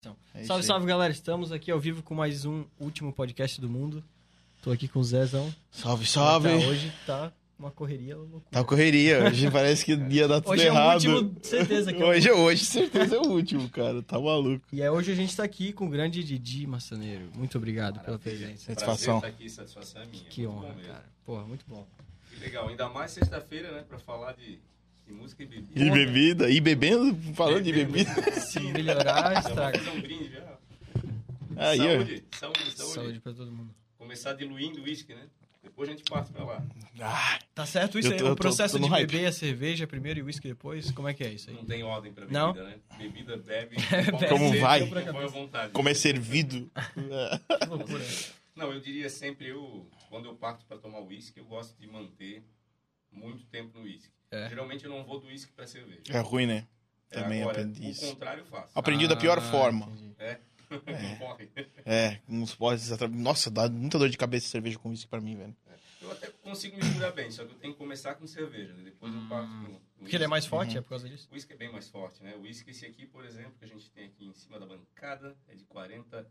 Salve, salve, galera. Estamos aqui ao vivo com mais um último podcast do mundo. Tô aqui com o Zezão. Salve, salve. Hoje tá uma correria loucura. Tá uma correria. Hoje parece que ia dar tudo hoje errado. Hoje é o último, certeza que hoje, certeza é o último, cara. Tá maluco. E hoje a gente tá aqui com o grande Didi Massaneiro. Muito obrigado pela presença. Satisfação. Prazer estar aqui, satisfação é minha. Que honra, cara. Porra, muito bom. Que legal. Ainda mais sexta-feira, né? Pra falar de música e bebida. E bebida. E bebendo, falando de bebida. Se melhorar, estraga. Fazer um brinde já. Aí, Saúde pra todo mundo. Começar diluindo o uísque, né? Depois a gente parte pra lá. Tá certo isso aí? O processo de beber a cerveja primeiro e o uísque depois? Como é que é isso aí? Não tem ordem pra bebida, não? Né? Bebida bebe. Como vai? Conforme a vontade. Como é servido. Que loucura. Não, eu diria sempre, quando eu parto pra tomar uísque, eu gosto de manter muito tempo no uísque. Geralmente eu não vou do uísque pra cerveja. É ruim, né? Também agora, aprendi isso. O contrário eu faço. Aprendi da pior forma. Entendi. Uns pós. Nossa, dá muita dor de cabeça cerveja com uísque pra mim, velho. Eu até consigo misturar bem, só que eu tenho que começar com cerveja, né? Depois eu parto com Porque ele é mais forte, é por causa disso? O uísque é bem mais forte, né? O uísque, esse aqui, por exemplo, que a gente tem aqui em cima da bancada, é de 40%.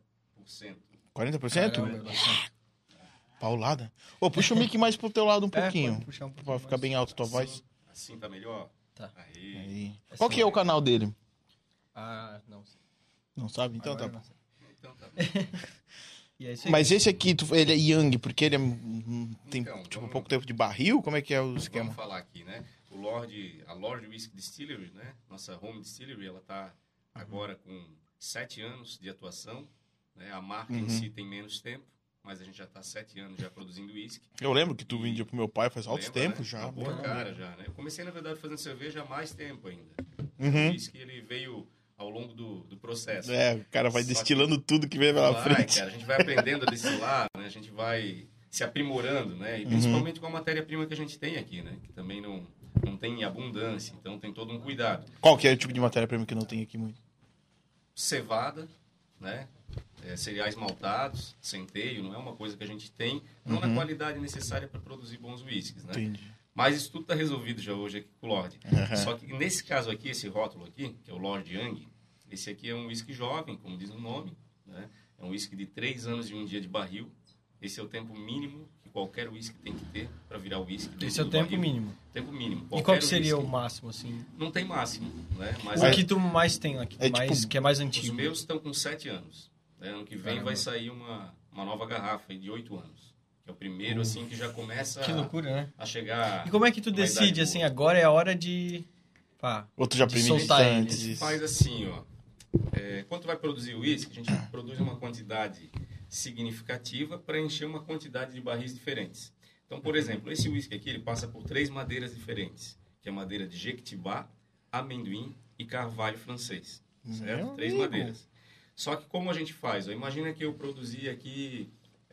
40%? Caramba, Paulada. Ô, puxa o mic mais pro teu lado um pouquinho. Pode puxar um pouquinho Pra ficar bem alto a tua voz. Assim tá melhor? Tá. Aí. Qual que é o canal dele? Não. Não sabe? Então Agora tá bom. Então tá bom. E é isso aí. Mas esse aqui, ele é Young, porque ele tem Então, vamos- pouco tempo de barril? Como é que é o esquema? Vamos falar aqui, né? A Lord Whisky Distillery, né? Nossa home distillery, ela tá agora com 7 anos de atuação, né? A marca em si tem menos tempo, mas a gente já tá 7 anos já produzindo whisky. Eu lembro que tu vendia pro meu pai faz altos Lembra, tempos né? já. Uma boa cara já, né? Eu comecei, na verdade, fazendo cerveja há mais tempo ainda. Uhum. O whisky, ele veio ao longo do processo. O cara vai Só destilando tudo que vem pela frente. Cara, a gente vai aprendendo a destilar, né? A gente vai se aprimorando, né? E principalmente com a matéria-prima que a gente tem aqui, né? Que também não tem abundância, então tem todo um cuidado. Qual que é o tipo de matéria-prima que não tem aqui muito? Cevada, né? Cereais maltados, centeio, não é uma coisa que a gente tem, não na qualidade necessária para produzir bons whiskies, né? Entendi. Mas isso tudo está resolvido já hoje aqui com o Lord. Só que nesse caso aqui, esse rótulo aqui, que é o Lord Young, esse aqui é um whisky jovem, como diz o nome, né? É um whisky de 3 anos e 1 dia de barril. Esse é o tempo mínimo que qualquer whisky tem que ter para virar whisky. Esse é o tempo mínimo. Tempo mínimo. E qual que seria o máximo, assim? Não tem máximo, né? Mas O que tu mais tem aqui, que é mais os antigo? meus estão com 7 anos. Né? Ano que vem vai sair uma nova garrafa aí de 8 anos. Que é o primeiro, assim, que já começa Que loucura, né? a chegar... E como é que tu decide, assim, agora é a hora de... Outro já de soltar ele. antes. Faz assim, ó. Quando tu vai produzir o uísque, a gente produz uma quantidade significativa para encher uma quantidade de barris diferentes. Então, por exemplo, esse uísque aqui, ele passa por 3 madeiras diferentes, que é a madeira de jequitibá, amendoim e carvalho francês, certo? 3 madeiras. Só que como a gente faz? Ó, imagina que eu produzi aqui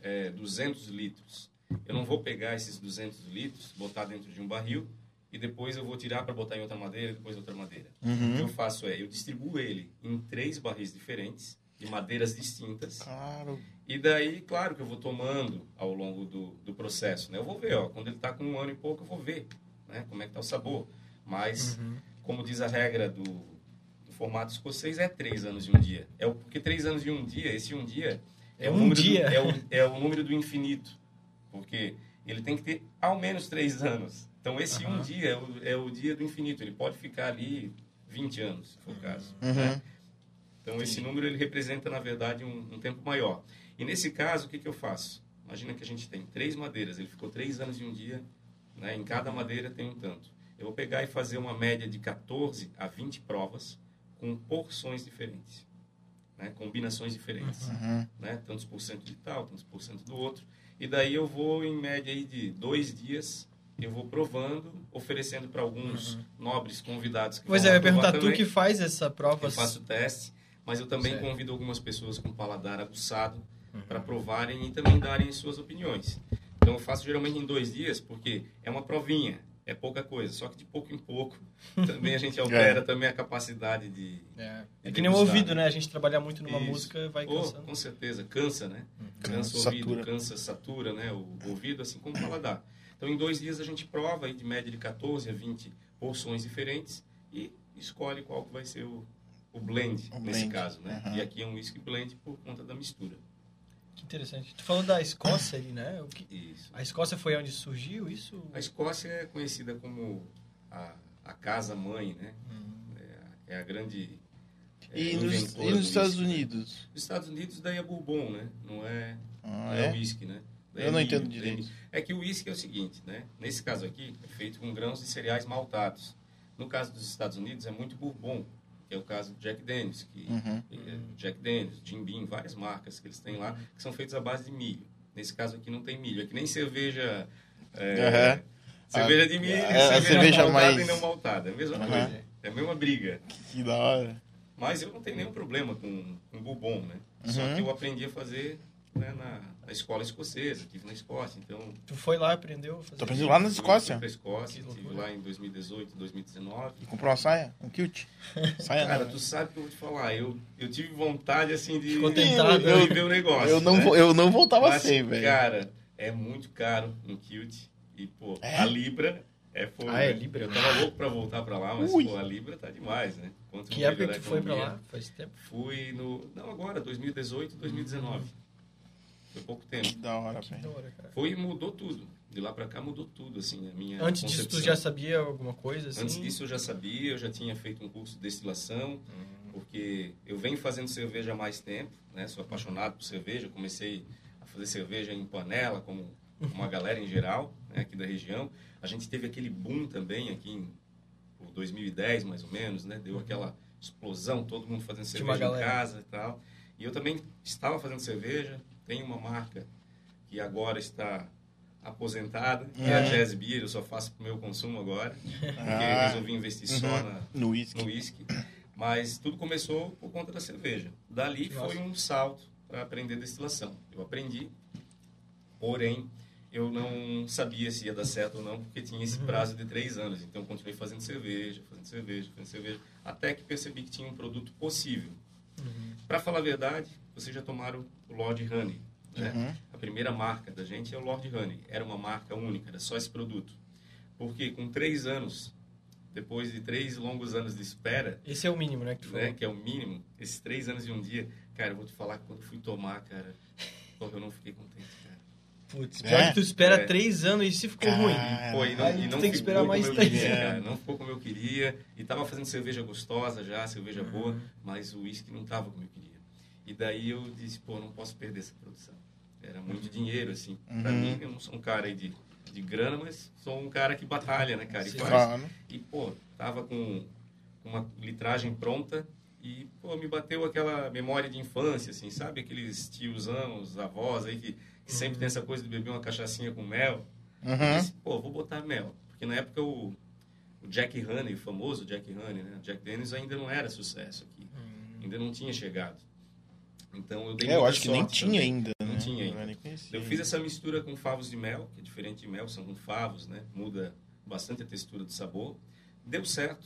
200 litros. Eu não vou pegar esses 200 litros, botar dentro de um barril e depois eu vou tirar para botar em outra madeira, depois outra madeira. O que eu faço eu distribuo ele em 3 barris diferentes, de madeiras distintas. Claro. E daí, claro que eu vou tomando ao longo do processo, né? Eu vou ver, ó, quando ele está com 1 ano e pouco, eu vou ver, né? Como é que está o sabor. Mas, como diz a regra do formato escocês, é 3 anos e 1 dia. Porque 3 anos e 1 dia, esse 1 dia é o número do infinito. Porque ele tem que ter ao menos 3 anos. Então, esse 1 dia é o dia do infinito. Ele pode ficar ali 20 anos, se for o caso. Né? Então, esse número ele representa, na verdade, um tempo maior. E nesse caso, o que eu faço? Imagina que a gente tem 3 madeiras. Ele ficou 3 anos e 1 dia. Né? Em cada madeira tem um tanto. Eu vou pegar e fazer uma média de 14 a 20 provas com porções diferentes. Né? Combinações diferentes. Né? Tantos por cento de tal, tantos por cento do outro. E daí eu vou, em média, aí de 2 dias... Eu vou provando, oferecendo para alguns nobres convidados que Pois vão eu ia perguntar, também. tu que faz essa prova? Eu faço teste, mas eu também Certo. convido algumas pessoas com paladar aguçado para provarem e também darem suas opiniões. Então eu faço geralmente em 2 dias, porque é uma provinha, é pouca coisa, só que de pouco em pouco também a gente altera também a capacidade de que nem o ouvido, né? A gente trabalhar muito numa Isso. música vai cansando. Com certeza, cansa, né? Cansa o ouvido, cansa, satura, né? O ouvido, assim como o paladar. Então, em 2 dias a gente prova aí de média de 14 a 20 porções diferentes e escolhe qual que vai ser o o blend, O nesse blend. caso, né? Uhum. E aqui é um whisky blend por conta da mistura. Que interessante. Tu falou da Escócia ali, né? Isso. A Escócia foi onde surgiu isso? A Escócia é conhecida como a casa-mãe, né? É a grande... E inventora nos do Estados whisky, né? Unidos? Nos Estados Unidos, daí é bourbon, né? Não é É? whisky, né? Daí Eu não milho, entendo daí direito. milho. É que o whisky é o seguinte, né? Nesse caso aqui, é feito com grãos de cereais maltados. No caso dos Estados Unidos, é muito bourbon, que é o caso do Jack Daniels, Uhum. Jack Daniels, Jim Beam, várias marcas que eles têm lá, que são feitas à base de milho. Nesse caso aqui não tem milho. É que nem cerveja... Aham. Cerveja de milho, a cerveja maltada mais- e não maltada. É a mesma Aham. coisa. É a mesma briga. Que da hora. Mas eu não tenho nenhum problema com bourbon, né? Só Uhum. que eu aprendi a fazer, né, na escola escocesa, tive na Escócia. Então, Tu foi lá e aprendeu a fazer? Tu aprendeu lá na fui Escócia? pra Escócia, Que estive loucura. lá em 2018, 2019. E comprou uma saia? Um kilt? Saia Cara, não. tu sabe que eu vou te falar, eu tive vontade, assim, de Ficou tentado, de né? ver o negócio, Eu não, né? eu não voltava Mas, sem, velho. cara, é muito caro um kilt. E, pô, É? a Libra fogo. Ah, é Libra? Eu tava louco pra voltar pra lá, mas, Ui. pô, a Libra tá demais, né? Quanto Que época melhorar que a tu foi pra economia. lá? Faz tempo? Fui no... Não, agora, 2018, 2019. Foi pouco tempo. Que da hora, Que velho. da hora, cara. Foi e mudou tudo. De lá pra cá mudou tudo, assim, a minha Antes disso, tu concepção. já sabia alguma coisa, assim? Antes disso eu já sabia, eu já tinha feito um curso de destilação, porque eu venho fazendo cerveja há mais tempo, né? Sou apaixonado por cerveja, comecei a fazer cerveja em panela, como uma galera em geral, né? Aqui da região. A gente teve aquele boom também aqui em 2010, mais ou menos, né? Deu aquela explosão, todo mundo fazendo Tinha uma cerveja em galera. casa e tal. E eu também estava fazendo cerveja, tem uma marca que agora está aposentada, que é a Jazz Beer, eu só faço para o meu consumo agora, porque Ah. resolvi investir só No uísque. no whisky. Mas tudo começou por conta da cerveja. Dali Nossa. foi um salto para aprender destilação. Eu aprendi, porém, eu não sabia se ia dar certo ou não, porque tinha esse prazo de 3 anos. Então, eu continuei fazendo cerveja, até que percebi que tinha um produto possível. Para falar a verdade, vocês já tomaram o Lord Honey, né? Uhum. A primeira marca da gente é o Lord Honey. Era uma marca única, era só esse produto. Porque com 3 anos, depois de 3 longos anos de espera, Esse é o mínimo, né, que tu falou. né, que é o mínimo, esses 3 anos e um dia, cara, eu vou te falar que quando eu fui tomar, cara, porra, eu não fiquei contente, cara. Putz, É? pior que tu espera É. 3 anos e se ficou Cara. ruim. Pô, e Aí tu tem que esperar ficou mais como eu 3 queria, anos. cara. Não ficou como eu queria. E tava fazendo cerveja gostosa já, cerveja boa, mas o uísque não tava como eu queria. E daí eu disse, pô, não posso perder essa produção. Era muito dinheiro, assim. Pra mim, eu não sou um cara aí de grana, mas sou um cara que batalha, né, cara? E Sim. faz. Claro. E, pô, tava com uma litragem pronta e, pô, me bateu aquela memória de infância, assim, sabe? Aqueles tiozão, os avós aí que sempre tem essa coisa de beber uma cachaçinha com mel. Eu Uhum. disse, pô, vou botar mel. Porque na época o Jack Honey, o famoso Jack Honey, né? Jack Daniels ainda não era sucesso aqui. Ainda não tinha chegado. Então eu dei Eu muita acho que nem sorte tinha também. ainda, né? Não tinha ainda. Eu nem conhecia. Eu fiz essa mistura com favos de mel, que é diferente de mel, são com favos, né? Muda bastante a textura do sabor. Deu certo.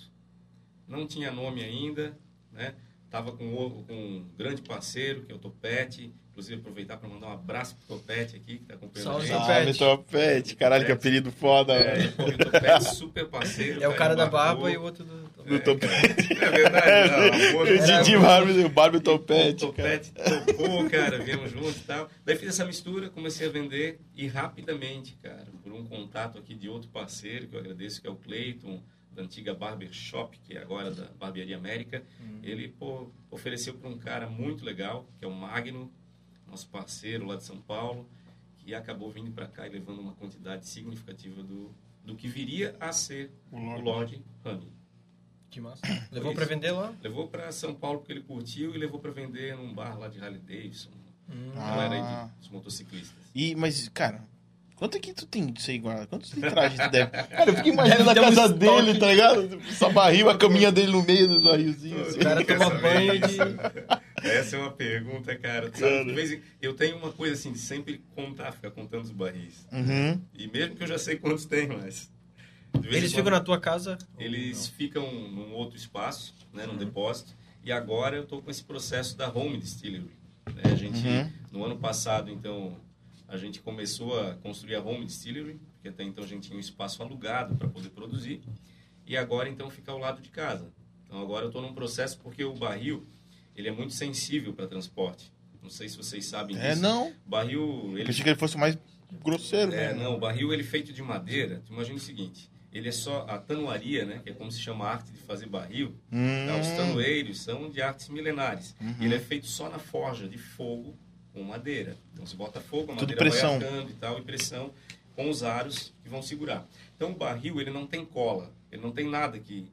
Não tinha nome ainda, né? Tava com um grande parceiro, que é o Topete. Inclusive, aproveitar para mandar um abraço pro Topete aqui, que tá acompanhando a Salve, gente. Topete. Salve, Topete. Caralho, que apelido foda, velho. Pô, o Topete, super parceiro. É o cara da embarcou. barba e o outro do... Do Topete. É verdade, não, amor, Eu Era- senti o Barbie Topete, o cara. Topete topou, cara, viemos juntos e tal. Daí fiz essa mistura, comecei a vender e rapidamente, cara, por um contato aqui de outro parceiro, que eu agradeço, que é o Cleiton, da antiga Barber Shop, que é agora da Barbearia América, ele, pô, ofereceu para um cara muito legal, que é o Magno, nosso parceiro lá de São Paulo, que acabou vindo para cá e levando uma quantidade significativa do que viria a ser o Lord Honey. Que massa. Levou Isso. pra vender lá? Levou para São Paulo porque ele curtiu e levou para vender num bar lá de Harley Davidson. Ah. Galera aí dos motociclistas. Mas, cara, quanto é que tu tem disso aí guardado? Quantos litragens tu deve? Cara, eu fico imaginando a Deve ter um casa estoque. dele, tá ligado? Essa barril, a caminha dele no meio dos barrilzinhos. assim. O cara Quer toma saber banho disso? de... Essa é uma pergunta, cara. Tu sabe, de vez em... Eu tenho uma coisa assim de sempre contar, ficar contando os barris. Uhum. E mesmo que eu já sei quantos tem, mas... de vez em Eles quando, ficam na tua casa? Eles ficam num outro espaço, né, num depósito. E agora eu tô com esse processo da Home Distillery. Né? A gente, no ano passado, então, a gente começou a construir a Home Distillery, porque até então a gente tinha um espaço alugado para poder produzir. E agora, então, fica ao lado de casa. Então agora eu estou num processo porque o barril, ele é muito sensível para transporte. Não sei se vocês sabem disso. Não. O barril... Eu pensei que ele fosse mais grosseiro. Né? Não, o barril ele é feito de madeira. Tu imagina o seguinte, ele é só a tanuaria, né? Que é como se chama a arte de fazer barril. Tá? Os tanoeiros são de artes milenares. Ele é feito só na forja de fogo com madeira. Então você bota fogo, a Tudo madeira pressão. vai arcando e tal, e pressão com os aros que vão segurar. Então o barril ele não tem cola, ele não tem nada que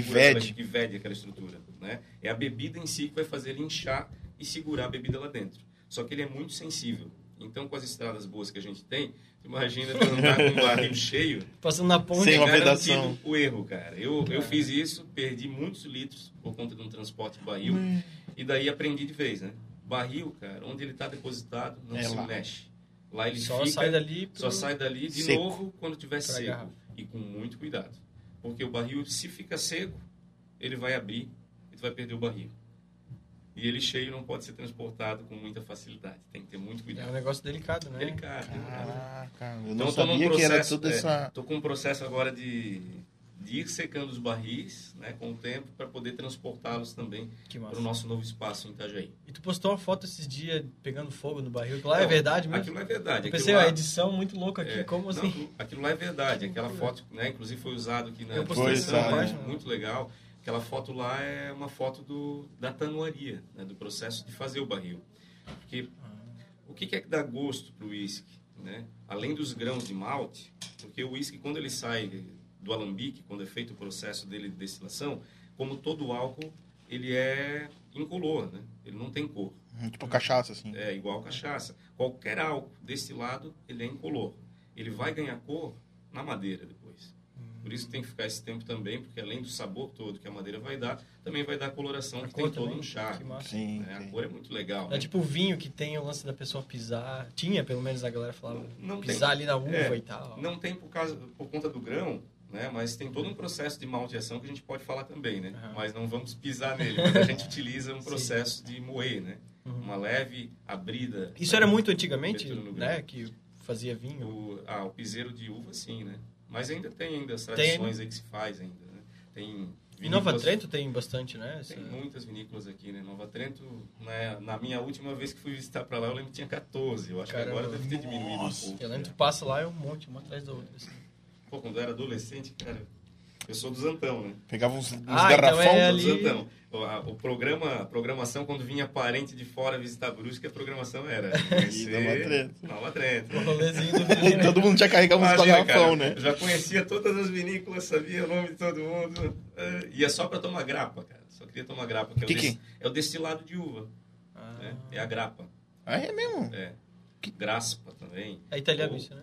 vede aquela estrutura, né? É a bebida em si que vai fazer ele inchar e segurar a bebida lá dentro. Só que ele é muito sensível. Então, com as estradas boas que a gente tem, imagina tu andar com um barril cheio, passando na ponte, sem uma garantido vedação. O erro, cara. Eu fiz isso, perdi muitos litros por conta de um transporte de barril, e daí aprendi de vez, né? Barril, cara, onde ele está depositado, não se mexe. Lá ele só fica, sai dali de seco. novo quando tiver seco. E com muito cuidado. Porque o barril, se fica seco, ele vai abrir e tu vai perder o barril. E ele cheio não pode ser transportado com muita facilidade. Tem que ter muito cuidado. É um negócio delicado, né? Delicado. Caraca, eu Então, não sabia que era toda essa... Estou com um processo agora de ir secando os barris, né, com o tempo, para poder transportá-los também para o nosso novo espaço em Itajaí. E tu postou uma foto esses dias pegando fogo no barril. Aquilo lá é verdade mesmo? Aquilo é verdade. Eu pensei, a edição muito louca aqui, como assim? Não, aquilo lá é verdade. Aquela foto, né, inclusive foi usado aqui na página. Muito legal. Aquela foto lá é uma foto da tanuaria, né, do processo de fazer o barril. Porque o que é que dá gosto para o uísque? Né? Além dos grãos de malte, porque o uísque, quando ele sai do alambique, quando é feito o processo dele de destilação, como todo álcool, ele é incolor, né? Ele não tem cor. Tipo cachaça, assim. É igual cachaça. Qualquer álcool destilado, ele é incolor. Ele vai ganhar cor na madeira depois. Por isso que tem que ficar esse tempo também, porque além do sabor todo que a madeira vai dar, também vai dar a coloração que tem todo no charme. Sim, né? A cor é muito legal. É né? tipo o vinho que tem o lance da pessoa pisar. Tinha, pelo menos a galera falava, não pisar tem, ali na uva e tal. Não tem por conta do grão, né? Mas tem todo um processo de malteação que a gente pode falar também, né? Mas não vamos pisar nele, mas a gente utiliza um processo de moer, né? Uma leve abrida. Isso era muito antigamente, né? Que fazia vinho. O piseiro de uva, sim, né? Mas ainda tem as tradições aí que se faz ainda, né? Tem em Nova Trento tem bastante, né? Tem muitas vinícolas aqui, né? Nova Trento, né? Na minha última vez que fui visitar para lá, eu lembro que tinha 14. Eu acho que agora deve ter diminuído um pouco. Eu lembro que tu passa lá, é um monte, uma atrás da outra. Assim. Pô, quando eu era adolescente, cara, eu sou do Zantão, né? Pegava uns garrafão do Zantão. A programação, quando vinha parente de fora visitar Brusque, a programação era Nova Trento. O rolezinho do vinho. Todo mundo já carregava uns garrafão, né? Eu já conhecia todas as vinícolas, sabia o nome de todo mundo. Ia só para tomar grapa, cara. Só queria tomar grapa. Que é o destilado de uva. Né? É a grapa. Ah, é mesmo? É. Graspa também. É italiano isso, né?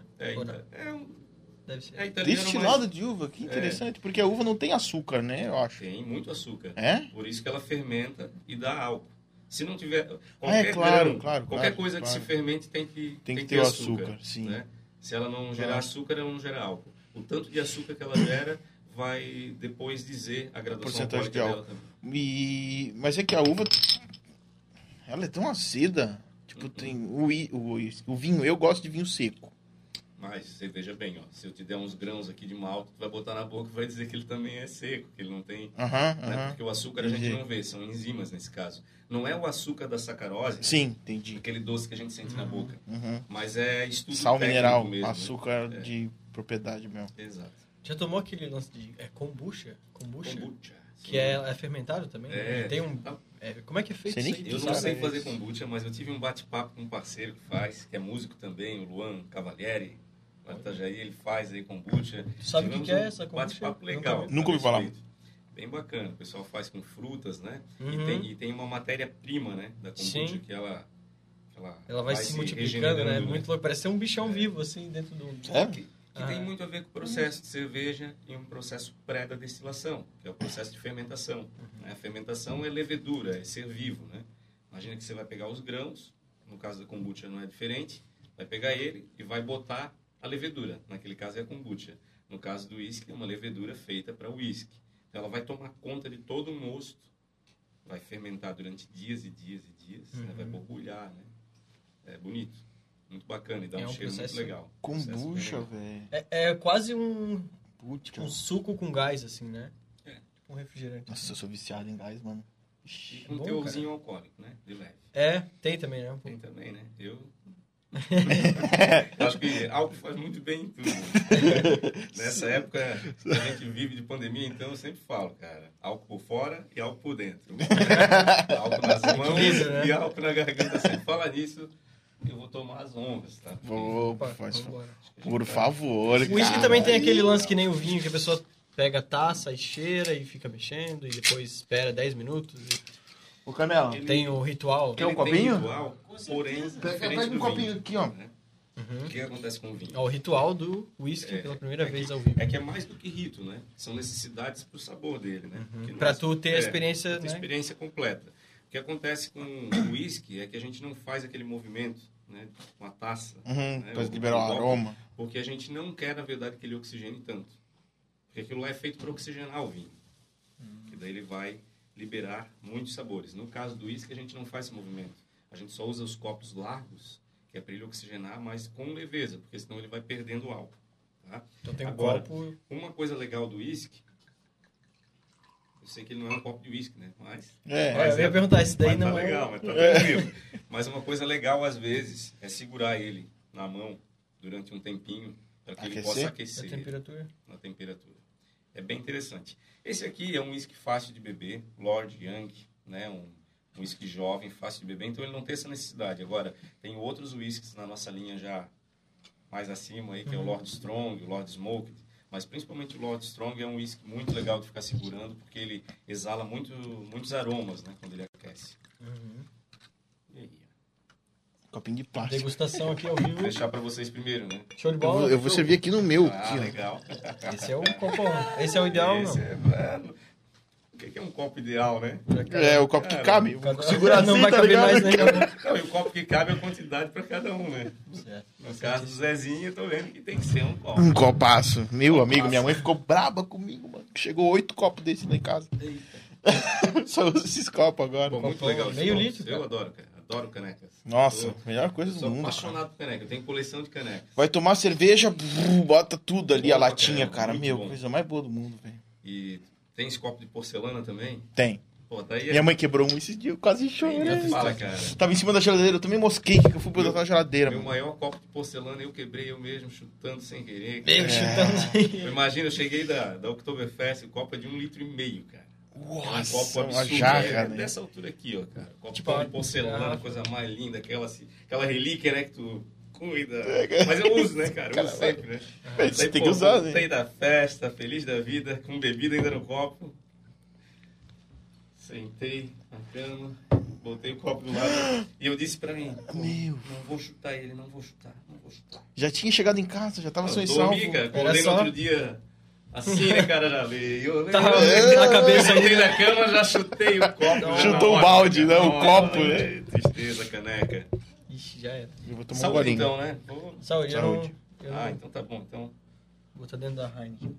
Deve ser. Destilado de uva, que interessante, porque a uva não tem açúcar, né, eu acho. Tem muito açúcar. É? Por isso que ela fermenta e dá álcool. Se não tiver qualquer coisa que se fermente tem que ter o açúcar. Sim. Né? Se ela não gerar açúcar, ela não gera álcool. O tanto de açúcar que ela gera vai depois dizer a graduação alcoólica dela também. Mas é que a uva, ela é tão azeda. Tipo, tem o vinho, eu gosto de vinho seco. Mas você veja bem, ó, se eu te der uns grãos aqui de malte, tu vai botar na boca e vai dizer que ele também é seco, que ele não tem... Né? Porque o açúcar a gente não vê, são enzimas nesse caso. Não é o açúcar da sacarose. Sim, entendi. Aquele doce que a gente sente na boca. Mas é estudo sal mineral, mesmo, açúcar de propriedade mesmo. Exato. Já tomou aquele lance de kombucha? Kombucha. Que é fermentado também? Tem um... como é que é feito isso aí? Eu não sei fazer kombucha, mas eu tive um bate-papo com um parceiro que faz, que é músico também, o Luan Cavalieri. Lá em Itajaí, ele faz aí kombucha. Tu sabe o que é essa kombucha? Bate-papo legal. Nunca ouvi falar. Bem bacana. O pessoal faz com frutas, né? E tem uma matéria-prima, né? Da kombucha que ela vai se multiplicando, né? Muito louco. Parece ser um bichão vivo, assim, dentro do... Que tem muito a ver com o processo de cerveja e um processo pré da destilação, que é o processo de fermentação. A fermentação é levedura, é ser vivo, né? Imagina que você vai pegar os grãos, no caso da kombucha não é diferente, vai pegar ele e vai botar a levedura. Naquele caso é a kombucha. No caso do uísque, é uma levedura feita para uísque. Então ela vai tomar conta de todo o mosto, vai fermentar durante dias e dias e dias, né? Vai borbulhar, né? É bonito. Muito bacana e dá um cheiro muito legal. Kombucha, velho. É quase um suco com gás, assim, né? com refrigerante. Nossa, eu sou viciado em gás, mano. E É com bom, teorzinho alcoólico, né? De leve. Tem também, né? Tem também, né? Eu acho que álcool faz muito bem em tudo. Nessa época que a gente vive de pandemia, então eu sempre falo, cara, álcool por fora e álcool por dentro. Álcool nas mãos né? e álcool na garganta. Sempre fala nisso, eu vou tomar as ondas, tá? Opa, Vambora. por favor, O uísque cara. também tem aquele lance que nem o vinho, que a pessoa pega a taça e cheira e fica mexendo, e depois espera 10 minutos. Ô, Canela, Tem o ritual. Quer um Ele copinho? Tem ritual, porém, diferente pega um do copinho vinho, aqui, ó. né? O que acontece com o vinho? O ritual do whisky pela primeira vez ao vivo. É que é mais do que rito, né? São necessidades pro sabor dele, né? Porque Pra nós- tu ter a experiência, pra ter né? experiência completa. O que acontece com o whisky é que a gente não faz aquele movimento, né? Com a taça. né? Depois Ou liberar o copo, aroma. Porque a gente não quer, na verdade, que ele oxigene tanto. Porque aquilo lá é feito para oxigenar o vinho. Que daí ele vai liberar muitos sabores. No caso do uísque, a gente não faz esse movimento. A gente só usa os copos largos, que é para ele oxigenar, mas com leveza, porque senão ele vai perdendo o álcool. Tá? Então tem um Agora, copo. uma coisa legal do uísque, eu sei que ele não é um copo de uísque, né? Mas Eu ia perguntar, esse daí mas não tá é. legal, mas tá tranquilo. Mas uma coisa legal, às vezes, é segurar ele na mão durante um tempinho, para que ele Aquecer? possa A aquecer temperatura. na temperatura. É bem interessante. Esse aqui é um whisky fácil de beber, Lord Young, né? Um whisky jovem, fácil de beber, então ele não tem essa necessidade. Agora, tem outros whiskies na nossa linha já mais acima, aí, que é o Lord Strong, o Lord Smoked, mas principalmente o Lord Strong é um whisky muito legal de ficar segurando, porque ele exala muitos aromas, né? Quando ele aquece. E aí? Copinho de plástico. Degustação aqui ao Vou vivo. deixar para vocês primeiro, né? Show de Eu bola. vou servir aqui no meu. Ah, Aqui, ó. legal. Esse é o copão. Esse é o ideal, Esse não? o que é um copo ideal, né? É, o copo que cabe. Cada- Segura não assim, vai tá caber ligado? mais, né? Não, e o copo que cabe é a quantidade para cada um, né? Certo. No caso do Zezinho, eu tô vendo que tem que ser um copo. Um copaço. Meu Copaço. amigo, minha mãe ficou braba comigo, mano. Chegou 8 copos desse lá em casa. Eita. Só uso esses copos agora. Pô, muito Copão, legal esse meio copo. litro, Eu cara. adoro, cara. Adoro canecas. Nossa, Eu melhor coisa do sou mundo. Cara. apaixonado por caneca. Eu tenho coleção de canecas. Vai tomar cerveja, bota tudo ali, Boa a pra latinha, caramba, cara. muito Meu, bom. coisa mais boa do mundo, velho. E tem esse copo de porcelana também. Tem. Pô, daí Minha mãe quebrou um esses dias, eu quase chorei. fala, cara. Tava em cima da geladeira, eu também mosquei, que eu fui botar na geladeira, Meu mano. maior copo de porcelana eu quebrei eu mesmo, chutando sem querer. Meio chutando. Imagina, eu cheguei da Oktoberfest, o copo é de 1,5 litro, cara. Nossa, É um copo uma absurdo, jarra, é né? dessa altura aqui, ó, cara. Copo Tipo, de porcelana, garrafa. coisa mais linda, aquela relíquia, né, que tu cuida. Mas eu uso, né, cara? Eu uso sempre, né? Você Daí, tem pô, que usar, voltei né? da festa, feliz da vida, com bebida ainda no copo. Sentei na cama, botei o copo do lado e eu disse pra mim, pô, Meu. não vou chutar ele, não vou chutar. Já tinha chegado em casa, já tava Eu sem salvo. dormi, cara, Era acordei no só- outro dia assim, né, cara, já veio. Tava na cabeça Entrei aí. na cama, já chutei o copo. né, Chutou na o hora, balde, cara. né, o Nossa, copo, né? velho, tristeza, caneca. Ixi, já era. Eu vou tomar um Saúde golinho. então, né? Pô. Saúde. Saúde. Eu não, Ah, então tá bom. Então, vou estar dentro da Heineken.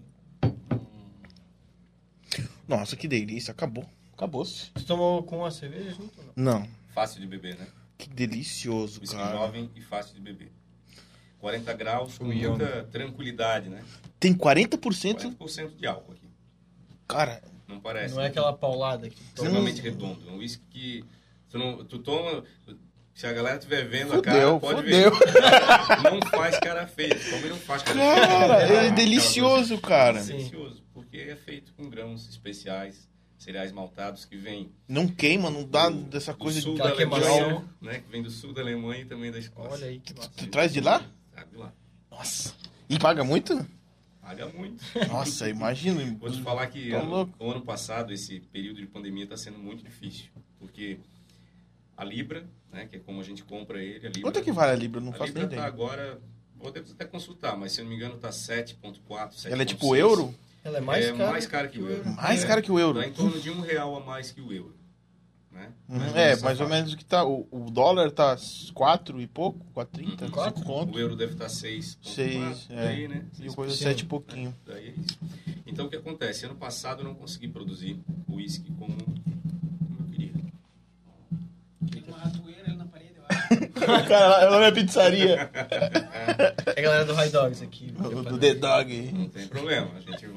Nossa, que delícia, acabou. Acabou-se. Tu tomou com a cerveja junto ou não? Não, fácil de beber, né? que delicioso, Whisky cara. jovem e fácil de beber. 40 graus com O Young. muita tranquilidade, né? Tem 40%? 40% de álcool aqui. Cara, Não parece. Não é né? aquela paulada que tu toma. Extremamente redondo. É um whisky que tu toma... Se a galera estiver vendo a Fudeu, cara, pode fudeu. ver. Não faz cara feia. Também não faz cara feia. cara, ele é Aquela delicioso, cara. É delicioso, porque é feito com grãos especiais, cereais maltados que vêm Não queima, não dá do- dessa do coisa sul de... da Aquela Alemanha, queimação. né? Que vem do sul da Alemanha e também da Escócia. Olha aí que massa. Tu traz de lá? Trago de lá. Nossa. E paga muito? Paga muito. Nossa, imagina. Vou te falar que Tá o louco. ano passado, esse período de pandemia está sendo muito difícil, porque a Libra, né, que é como a gente compra ele, a Libra, Quanto é que vale a Libra? Eu não a faço nem Libra está ideia. agora, podemos até consultar, mas se eu não me engano está 7,4, 7,6. Ela é tipo euro? Ela é mais cara. mais cara que o euro. Mais cara que o euro. Está em torno de R$1 a mais que o euro. Né? É, mais ou menos o que tá. O dólar tá 4 e pouco, 4,30, Quatro? 5 conto. O euro deve estar 6,4. 6, Daí, é. né? E o coisa 6%. 7 e pouquinho. Daí é isso. Então o que acontece? Ano passado eu não consegui produzir o uísque como eu queria. Tem uma ratoeira ali na parede, eu acho. Cara, ela não é pizzaria. É a galera do High Dogs aqui. Do The Dog. Não tem problema, a gente vai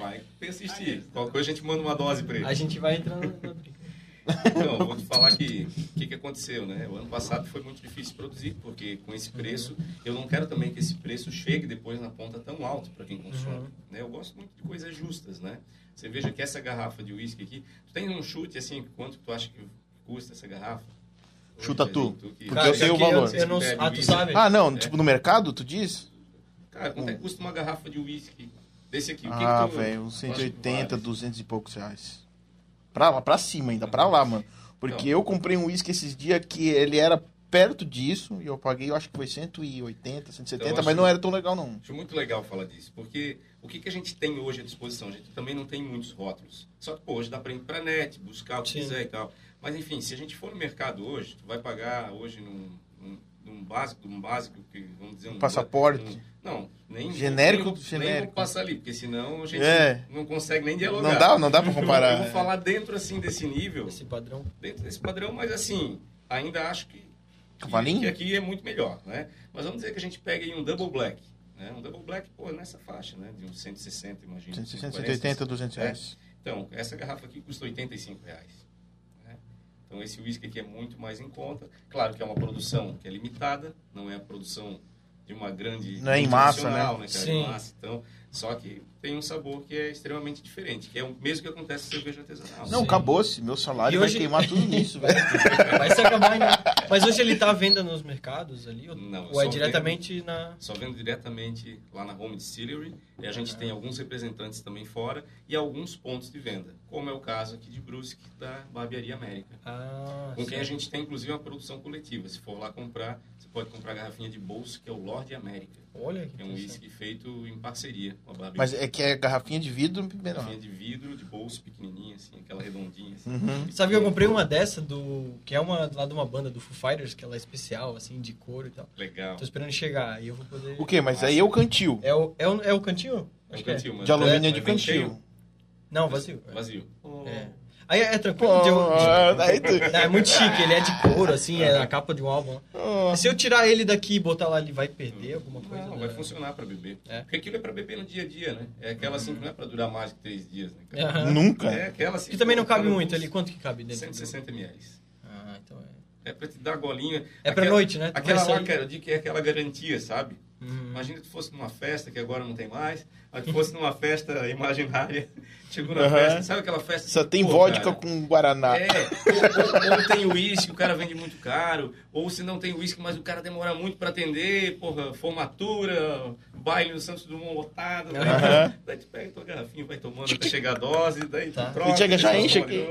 tem que assistir. Qualquer coisa a gente manda uma dose pra ele. A gente vai entrando na briga. Não, vou te falar que o que aconteceu, né? O ano passado foi muito difícil produzir, porque com esse preço, eu não quero também que esse preço chegue depois na ponta tão alto para quem consome. Né? Eu gosto muito de coisas justas, né? Você veja que essa garrafa de uísque aqui, tu tem um chute, assim, quanto tu acha que custa essa garrafa? Chuta tu, que... porque eu sei o valor. Tu sabe? Ah, não, tipo no mercado, tu diz? Cara, quanto é que custa uma garrafa de uísque desse aqui? Ah, velho, uns 180, 200 e poucos reais. Pra lá, pra cima ainda, pra lá, mano. Porque eu comprei um uísque esses dias que ele era perto disso e eu paguei, eu acho que foi 180, 170, então, mas não era tão legal, não. Acho muito legal falar disso, porque o que a gente tem hoje à disposição? A gente também não tem muitos rótulos. Só que, pô, hoje dá pra ir pra net, buscar o que quiser e tal. Mas, enfim, se a gente for no mercado hoje, tu vai pagar hoje num básico, que vamos dizer... Passaporte. Não, nem... Genérico. Nem vou passar ali, porque senão a gente não consegue nem dialogar. Não dá pra comparar. Eu vou falar dentro, assim, desse nível. Esse padrão. Dentro desse padrão, mas, assim, ainda acho que Cavalinho? aqui é muito melhor, né? Mas vamos dizer que a gente pega aí um Double Black. Né? Um Double Black, pô, nessa faixa, né? De uns 160, imagina. 160, 180, 200 reais. Então, essa garrafa aqui custa R$85. Né? Então, esse whisky aqui é muito mais em conta. Claro que é uma produção que é limitada, não é a produção de uma grande... Não é em massa, né? Cara, sim. Em massa. Então, só que tem um sabor que é extremamente diferente, que é o mesmo que acontece com cerveja artesanal. Não, acabou-se. Meu salário vai queimar tudo nisso, velho. Vai se acabar ainda. Mas hoje ele tá à venda nos mercados ali? Não, ou é diretamente na... Só vendo diretamente lá na Home Distillery. E a gente tem alguns representantes também fora e alguns pontos de venda. Como é o caso aqui de Brusque, da Barbearia América. Com quem a gente tem, inclusive, uma produção coletiva. Se for lá comprar, você pode comprar a garrafinha de bolso, que é o Lorde América. Olha que é um whisky feito em parceria com a Barbearia. Mas é que é garrafinha de vidro menor. Garrafinha de vidro, de bolso pequenininha, assim, aquela redondinha. Assim, Sabe que eu comprei uma dessa, que é uma lá de uma banda do Foo Fighters, que ela é especial, assim, de couro e tal. Legal. Tô esperando chegar, aí eu vou poder... O quê? Mas aí é o cantil. É o cantil? Acho que é. De alumínio é de cantil. Não, vazio. Vazio. É. Aí é tranquilo. É muito chique, ele é de couro, assim, é a capa de um álbum. Se eu tirar ele daqui e botar lá, ele vai perder alguma coisa? Não, vai funcionar pra beber. Porque aquilo é pra beber no dia a dia, né? É aquela assim que não é pra durar mais que 3 dias, né? Nunca. É aquela assim. Que também não cabe muito ali. Quanto que cabe dentro? 160 ml. Ah, então é pra te dar golinha. É pra noite, né? Aquela lá, cara, eu digo que é aquela garantia, sabe? Imagina que tu fosse numa festa, que agora não tem mais, mas tu fosse numa festa imaginária, chegou na festa, sabe aquela festa? Só tem vodka com guaraná. Ou tem uísque, o cara vende muito caro, ou se não tem uísque, mas o cara demora muito pra atender, porra, formatura, baile no Santos Dumont lotado, daí tu pega tua garrafinha, vai tomando até chegar a dose, daí tu troca. E chega, já enche aqui.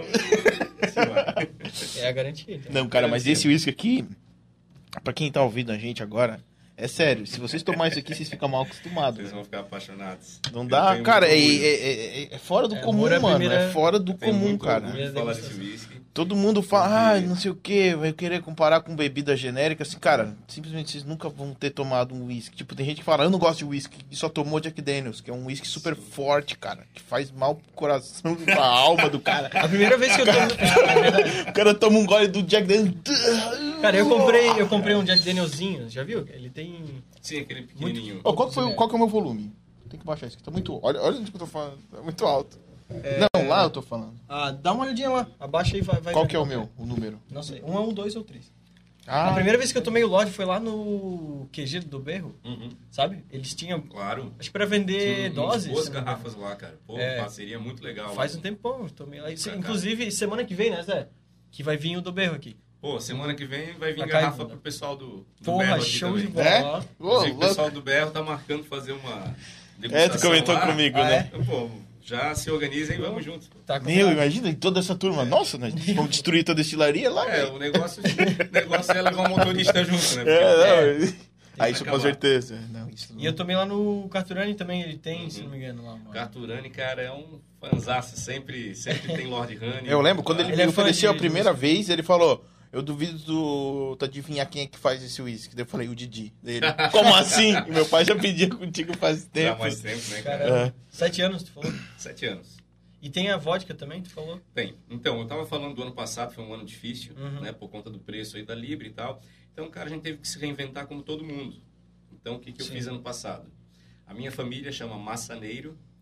É a garantia. Então. Não, cara, mas esse uísque aqui, pra quem tá ouvindo a gente agora, é sério, se vocês tomarem isso aqui, vocês ficam mal acostumados. Vocês vão ficar apaixonados. Não dá, cara, é fora do comum, mano. É fora do comum, cara. Falar desse whisky. Todo mundo fala, não sei o que, vai querer comparar com bebida genérica. Assim, cara, simplesmente vocês nunca vão ter tomado um whisky. Tipo, tem gente que fala, eu não gosto de whisky, e só tomou Jack Daniels, que é um whisky super forte, cara, que faz mal pro coração, pra alma do cara. A primeira vez que eu tomo... O cara toma um gole do Jack Daniels. Cara, eu comprei um Jack Danielzinho, já viu? Ele tem... Sim, aquele pequenininho. Qual que é o meu volume? Tem que baixar isso aqui, tá muito... Olha onde que eu tô falando, tá muito alto. Não, lá eu tô falando. Dá uma olhadinha lá, abaixa aí, vai. Qual que é o meu, o número? Não sei, 1, 2 ou 3. A primeira vez que eu tomei o Lorde foi lá no QG do Berro, sabe? Eles tinham, acho que pra vender doses. Boas garrafas lá, cara. Pô, parceria muito legal. Faz um tempão, eu tomei lá. Inclusive, semana que vem, né, Zé? Que vai vir o do Berro aqui. Pô, semana que vem vai vir garrafa pro pessoal do Berro aqui show também. De bola. O pessoal do Berro tá marcando fazer uma degustação tu comentou lá. Comigo, né? Então, pô, já se organizem e vamos juntos. Tá imagina toda essa turma. Nossa, nós vamos destruir toda a destilaria lá. O negócio é levar um motorista junto, né? Aí isso com certeza. Não, isso não. E eu tomei lá no Carturani também, ele tem, se não me engano, lá. Carturani, cara, é um fanzaço, sempre tem Lord Honey. Eu lembro, quando ele me ofereceu a primeira vez, ele falou, eu duvido tu adivinhar quem é que faz esse uísque. Daí eu falei, o Didi. Ele, como assim? E meu pai já pedia contigo faz tempo. Já mais tempo, né, cara? 7 anos, tu falou? 7 anos. E tem a vodka também, tu falou? Tem. Então, eu tava falando do ano passado, foi um ano difícil, né, por conta do preço aí da Libra e tal. Então, cara, a gente teve que se reinventar como todo mundo. Então, o que eu fiz ano passado? A minha família chama Massaneiro,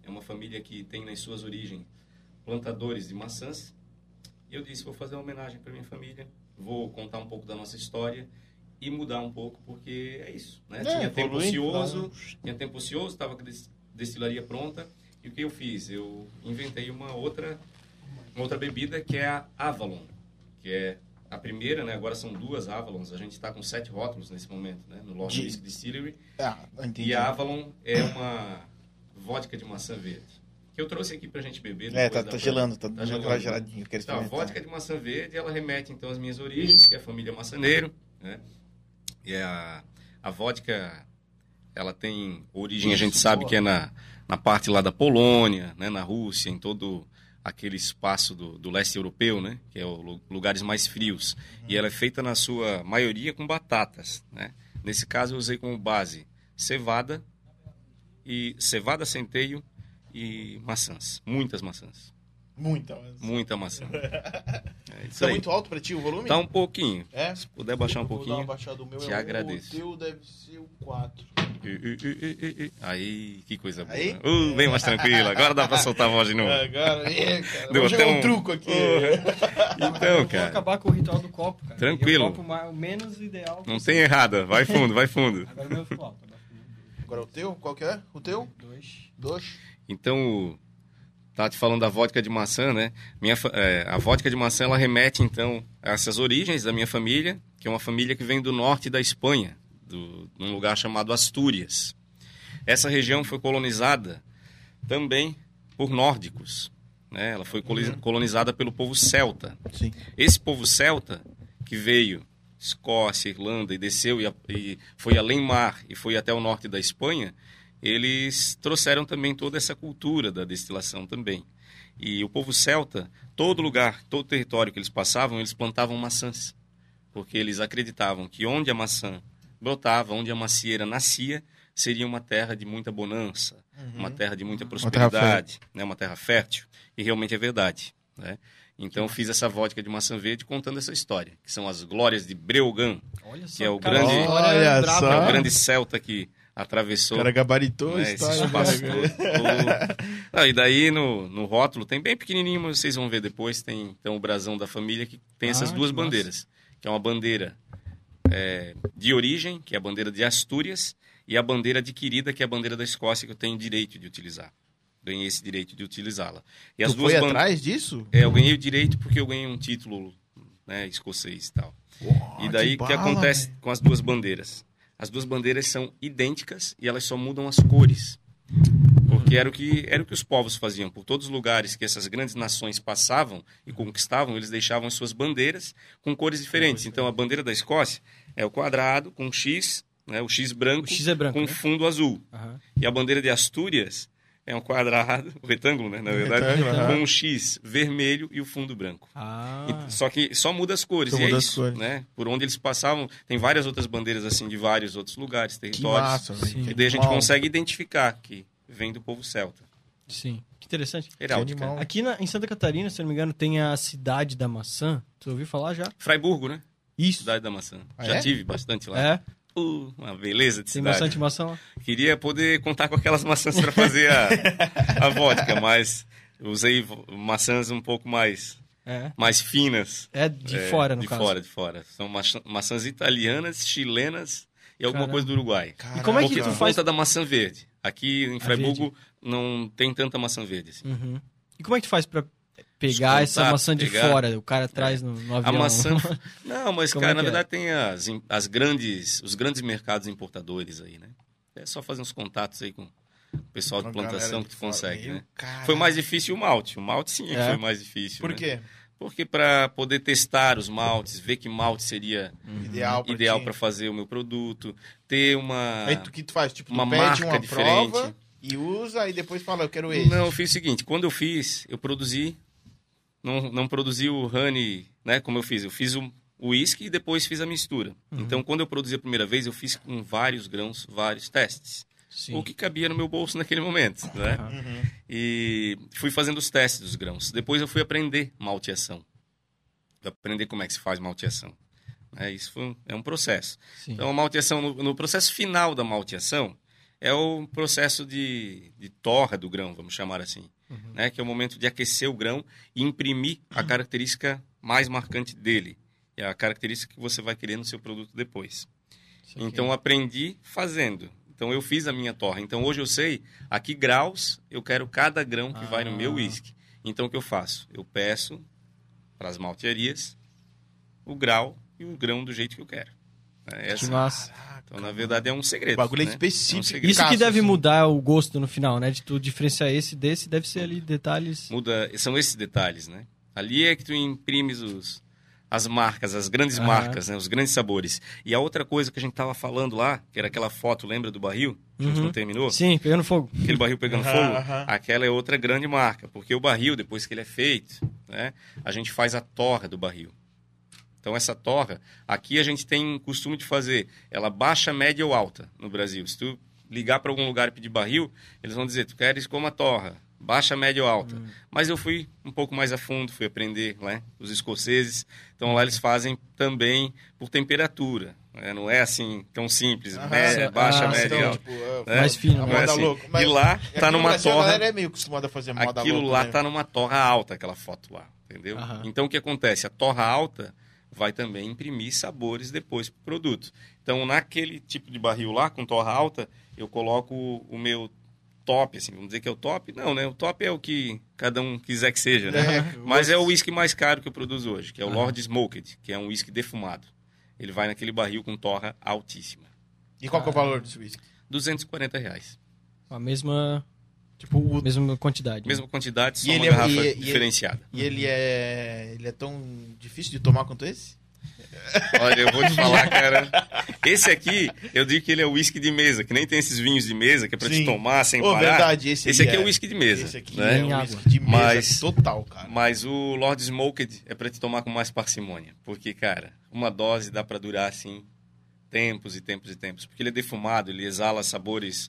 é uma família que tem nas suas origens plantadores de maçãs. E eu disse, vou fazer uma homenagem para minha família, vou contar um pouco da nossa história e mudar um pouco, porque é isso, né? Tinha tempo ocioso, estava com a destilaria pronta, e o que eu fiz? Eu inventei uma outra bebida, que é a Avalon, que é a primeira, né? Agora são 2 Avalons, a gente está com 7 rótulos nesse momento, né? No Lord Whisky Distillery. Entendi. E a Avalon é uma vodka de maçã verde, que eu trouxe aqui pra gente beber. Tá gelando, tá geladinho. Então, a vodka de maçã verde, ela remete então às minhas origens, que é a família maçaneiro, né? E a vodka, ela tem origem, a gente sabe que é na parte lá da Polônia, né? Na Rússia, em todo aquele espaço do leste europeu, né? Que é lugares mais frios. E ela é feita na sua maioria com batatas, né? Nesse caso eu usei como base cevada, centeio e maçãs. Muitas maçãs. Muita maçã. Tá muito alto pra ti o volume? Tá um pouquinho. É? Se puder baixar um pouquinho, vou dar uma baixada, o meu te é agradeço. O teu deve ser o 4. Aí, que coisa boa. Aí? Bem mais tranquilo. Agora dá pra soltar a voz de novo. Agora, cara. Deu Vou jogar até um truco aqui. Então, Vou cara. acabar com o ritual do copo, cara. Tranquilo. O copo o menos ideal. Não tem errada. Vai fundo, vai fundo. Agora o meu ficou alto. Agora o teu? Qual que é? O teu? 2. Então, tá te falando da vodka de maçã, né? A vodka de maçã, ela remete, então, a essas origens da minha família, que é uma família que vem do norte da Espanha, num lugar chamado Astúrias. Essa região foi colonizada também por nórdicos, né? Ela foi colonizada pelo povo celta. Sim. Esse povo celta, que veio Escócia, Irlanda, e desceu e foi além mar e foi até o norte da Espanha, eles trouxeram também toda essa cultura da destilação também. E o povo celta, todo lugar, todo território que eles passavam, eles plantavam maçãs, porque eles acreditavam que onde a maçã brotava, onde a macieira nascia, seria uma terra de muita bonança, uma terra de muita prosperidade, uma terra fértil, e realmente é verdade, né? Então fiz essa vodka de maçã verde contando essa história, que são as glórias de Breogán, que é o grande celta que atravessou. O cara gabaritou a esse história. espaço todo. E daí no rótulo, tem bem pequenininho, mas vocês vão ver depois, tem então o brasão da família, que tem essas duas bandeiras, que é uma bandeira de origem, que é a bandeira de Astúrias, e a bandeira adquirida, que é a bandeira da Escócia, que eu tenho direito de utilizar. Ganhei esse direito de utilizá-la. E as duas atrás disso? Eu ganhei o direito porque eu ganhei um título, né, escocês e tal. E daí, o que acontece com as duas bandeiras? As duas bandeiras são idênticas e elas só mudam as cores. Porque era o que os povos faziam. Por todos os lugares que essas grandes nações passavam e conquistavam, eles deixavam as suas bandeiras com cores diferentes. Então, a bandeira da Escócia é o quadrado com um X, né, o X branco, com né? fundo azul. E a bandeira de Astúrias é um quadrado, um retângulo, né, na verdade, com um X vermelho e o fundo branco. Só que só muda as cores, e é isso, né? Por onde eles passavam, tem várias outras bandeiras assim de vários outros lugares, territórios. Que massa, e daí a gente consegue identificar que vem do povo celta. Sim, que interessante. Heráldica. Aqui em Santa Catarina, se não me engano, tem a Cidade da Maçã. Tu ouviu falar já? Fraiburgo, né? Isso. Cidade da Maçã. Já tive bastante lá. Uma beleza de cidade. Tem bastante maçã lá. Queria poder contar com aquelas maçãs para fazer a vodka, mas usei maçãs um pouco mais finas. De fora, no caso. De fora. São maçãs italianas, chilenas e alguma coisa do Uruguai. E como é que tu faz? Da maçã verde. Aqui em Fraiburgo não tem tanta maçã verde assim. E como é que tu faz para pegar essa maçã de fora? O cara traz no avião. A maçã... Não, mas, cara, na verdade tem os grandes mercados importadores aí, né? É só fazer uns contatos aí com o pessoal de plantação que tu consegue, né? Foi mais difícil o malte. O malte, sim, foi mais difícil. Por quê? Porque para poder testar os maltes, ver que malte seria ideal para fazer o meu produto, ter uma... Aí o que tu faz? Tipo, uma tu pede marca uma diferente. prova e usa e depois fala, eu quero esse. Não, eu fiz o seguinte, quando eu fiz, eu produzi... Não produzi o honey, né, como eu fiz. Eu fiz o whisky e depois fiz a mistura. Então, quando eu produzi a primeira vez, eu fiz com vários grãos, vários testes. Sim. O que cabia no meu bolso naquele momento, né? E fui fazendo os testes dos grãos. Depois eu fui aprender malteação. Aprender como é que se faz malteação. Isso é um processo. Sim. Então, a malteação, no processo final da malteação, é o processo de torra do grão, vamos chamar assim. Né? Que é o momento de aquecer o grão e imprimir a característica mais marcante dele. É a característica que você vai querer no seu produto depois. Então, eu aprendi fazendo. Então, eu fiz a minha torra. Então, hoje eu sei a que graus eu quero cada grão que vai no meu whisky. Então, o que eu faço? Eu peço para as maltearias o grau e o grão do jeito que eu quero. Que massa. Então, na verdade, é um segredo. O bagulho é né? específico. É um segredo. Isso que deve mudar o gosto no final, né? De tu diferenciar esse desse, deve ser ali detalhes... São esses detalhes, né? Ali é que tu imprimes as marcas, as grandes marcas, né? Os grandes sabores. E a outra coisa que a gente tava falando lá, que era aquela foto, lembra do barril? Que a gente não terminou? Sim, pegando fogo. Aquele barril pegando fogo, aquela é outra grande marca. Porque o barril, depois que ele é feito, né? A gente faz a torra do barril. Então, essa torra, aqui a gente tem costume de fazer ela baixa, média ou alta no Brasil. Se tu ligar para algum lugar e pedir barril, eles vão dizer, tu queres como a torra, baixa, média ou alta. Mas eu fui um pouco mais a fundo, fui aprender, né? Os escoceses. Então, lá eles fazem também por temperatura. Né? Não é assim tão simples, baixa, média e alta. Tipo, mais fino. Não é assim. Mas e lá tá numa torra... A galera é meio acostumada a fazer moda Aquilo louca, lá né? tá numa torra alta, aquela foto lá, entendeu? Então, o que acontece? A torra alta vai também imprimir sabores depois para o produto. Então, naquele tipo de barril lá, com torra alta, eu coloco o meu top, assim, vamos dizer que é o top? Não, né? O top é o que cada um quiser que seja, né? Mas é o whisky mais caro que eu produzo hoje, que é o Lord Smoked, que é um whisky defumado. Ele vai naquele barril com torra altíssima. E qual que é o valor desse whisky? R$240. A mesma... Tipo, mesma quantidade. Mesma quantidade, só E uma ele garrafa diferenciada. E ele é tão difícil de tomar quanto esse? Olha, eu vou te falar, cara. Esse aqui, eu digo que ele é o whisky de mesa, que nem tem esses vinhos de mesa, que é pra te tomar sem parar. Verdade, esse aqui é o whisky de mesa. Esse aqui né? é o whisky de mesa total, cara. Mas o Lord Smoked é pra te tomar com mais parcimônia. Porque, cara, uma dose dá pra durar, assim, tempos e tempos e tempos. Porque ele é defumado, ele exala sabores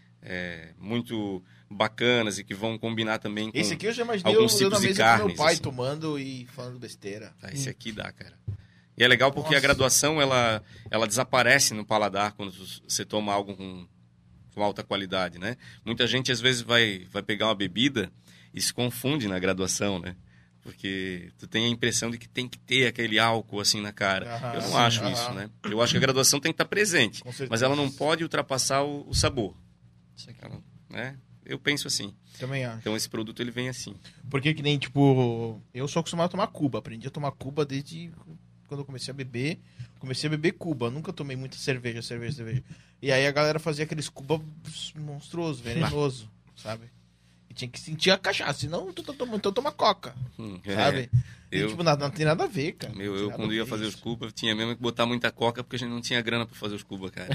muito bacanas e que vão combinar também com esse aqui eu já imaginei alguns eu tipos na de mesa carnes, com meu pai assim. tomando e falando besteira. Esse aqui dá, cara. E é legal porque a graduação, ela desaparece no paladar quando você toma algo com alta qualidade, né? Muita gente, às vezes, vai pegar uma bebida e se confunde na graduação, né? Porque tu tem a impressão de que tem que ter aquele álcool, assim, na cara. Eu não acho isso, né? Eu acho que a graduação tem que estar presente, mas ela não pode ultrapassar o sabor. Ela, né? Eu penso assim. Também acho. Então, esse produto, ele vem assim. Porque que nem, tipo... Eu sou acostumado a tomar Cuba. Aprendi a tomar Cuba desde... Quando eu comecei a beber, Cuba. Nunca tomei muita cerveja. E aí a galera fazia aqueles Cuba monstruoso, venenoso, sabe? E tinha que sentir a cachaça, senão tu toma Coca, sabe? E, tipo, não tem nada a ver, cara. Eu quando ia fazer os Cuba, tinha mesmo que botar muita Coca, porque a gente não tinha grana pra fazer os Cuba, cara.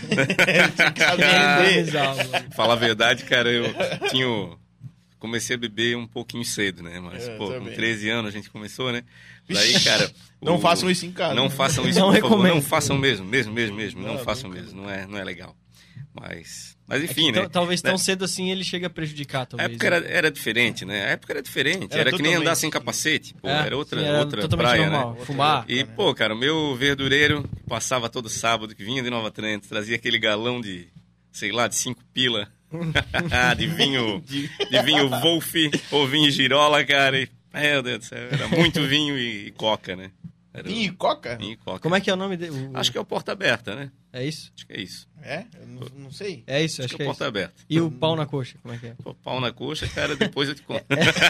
Falar a verdade, cara, comecei a beber um pouquinho cedo, né? Mas, com 13 anos a gente começou, né? Daí, cara... Não façam isso em casa. Não façam isso, por favor. Não façam mesmo. Não façam mesmo. Não é legal. Mas enfim, né? Talvez tão cedo assim ele chega a prejudicar, talvez. A época era diferente, né? A época era diferente. Era que nem andar sem capacete. Pô, era outra praia, normal. Né? Fumar. E, pô, cara, o meu verdureiro passava todo sábado, que vinha de Nova Trento, trazia aquele galão de, sei lá, de 5 pila. de vinho Wolf ou vinho Girola, cara. E, meu Deus do céu, era muito vinho e coca, né? Vinho e coca? Vinho e coca. Como é que é o nome dele? Acho que é o Porta Aberta, né? É isso? Acho que é isso. É? Eu não sei. É isso, acho que é é o Porta Aberta. E o pau na coxa, como é que é? O pau na coxa, cara, depois eu te conto.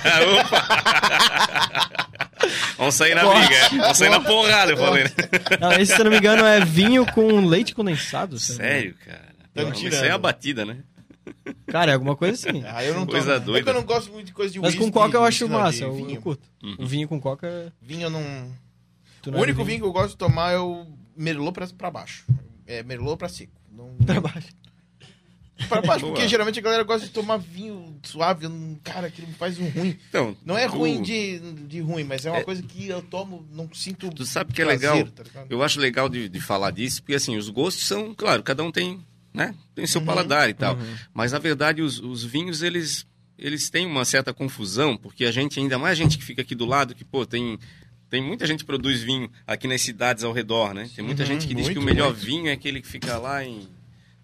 Vamos sair na briga, vamos sair na porrada, eu falei. Não, esse, se eu não me engano, é vinho com leite condensado. Sério, cara? Isso é a batida, né? Cara, é alguma coisa assim. Eu não coisa doida. Porque eu não gosto muito de coisa de whisky. Mas com coca eu acho massa, eu curto. O vinho com coca... Vinho eu não... O único vinho que eu gosto de tomar é o Merlot pra baixo. É Merlot pra seco. Pra baixo. Pra baixo, porque geralmente a galera gosta de tomar vinho suave. Cara, aquilo me faz um ruim. Então, não é ruim de ruim, mas é uma coisa que eu tomo, não sinto. Tu sabe que é legal? Tá, eu acho legal de falar disso, porque assim, os gostos são, claro, cada um tem, né? Tem seu paladar e tal. Mas na verdade, os vinhos, eles têm uma certa confusão, porque a gente, ainda mais a gente que fica aqui do lado, que, pô, tem muita gente que produz vinho aqui nas cidades ao redor, né? Tem muita gente que diz que o melhor vinho é aquele que fica lá em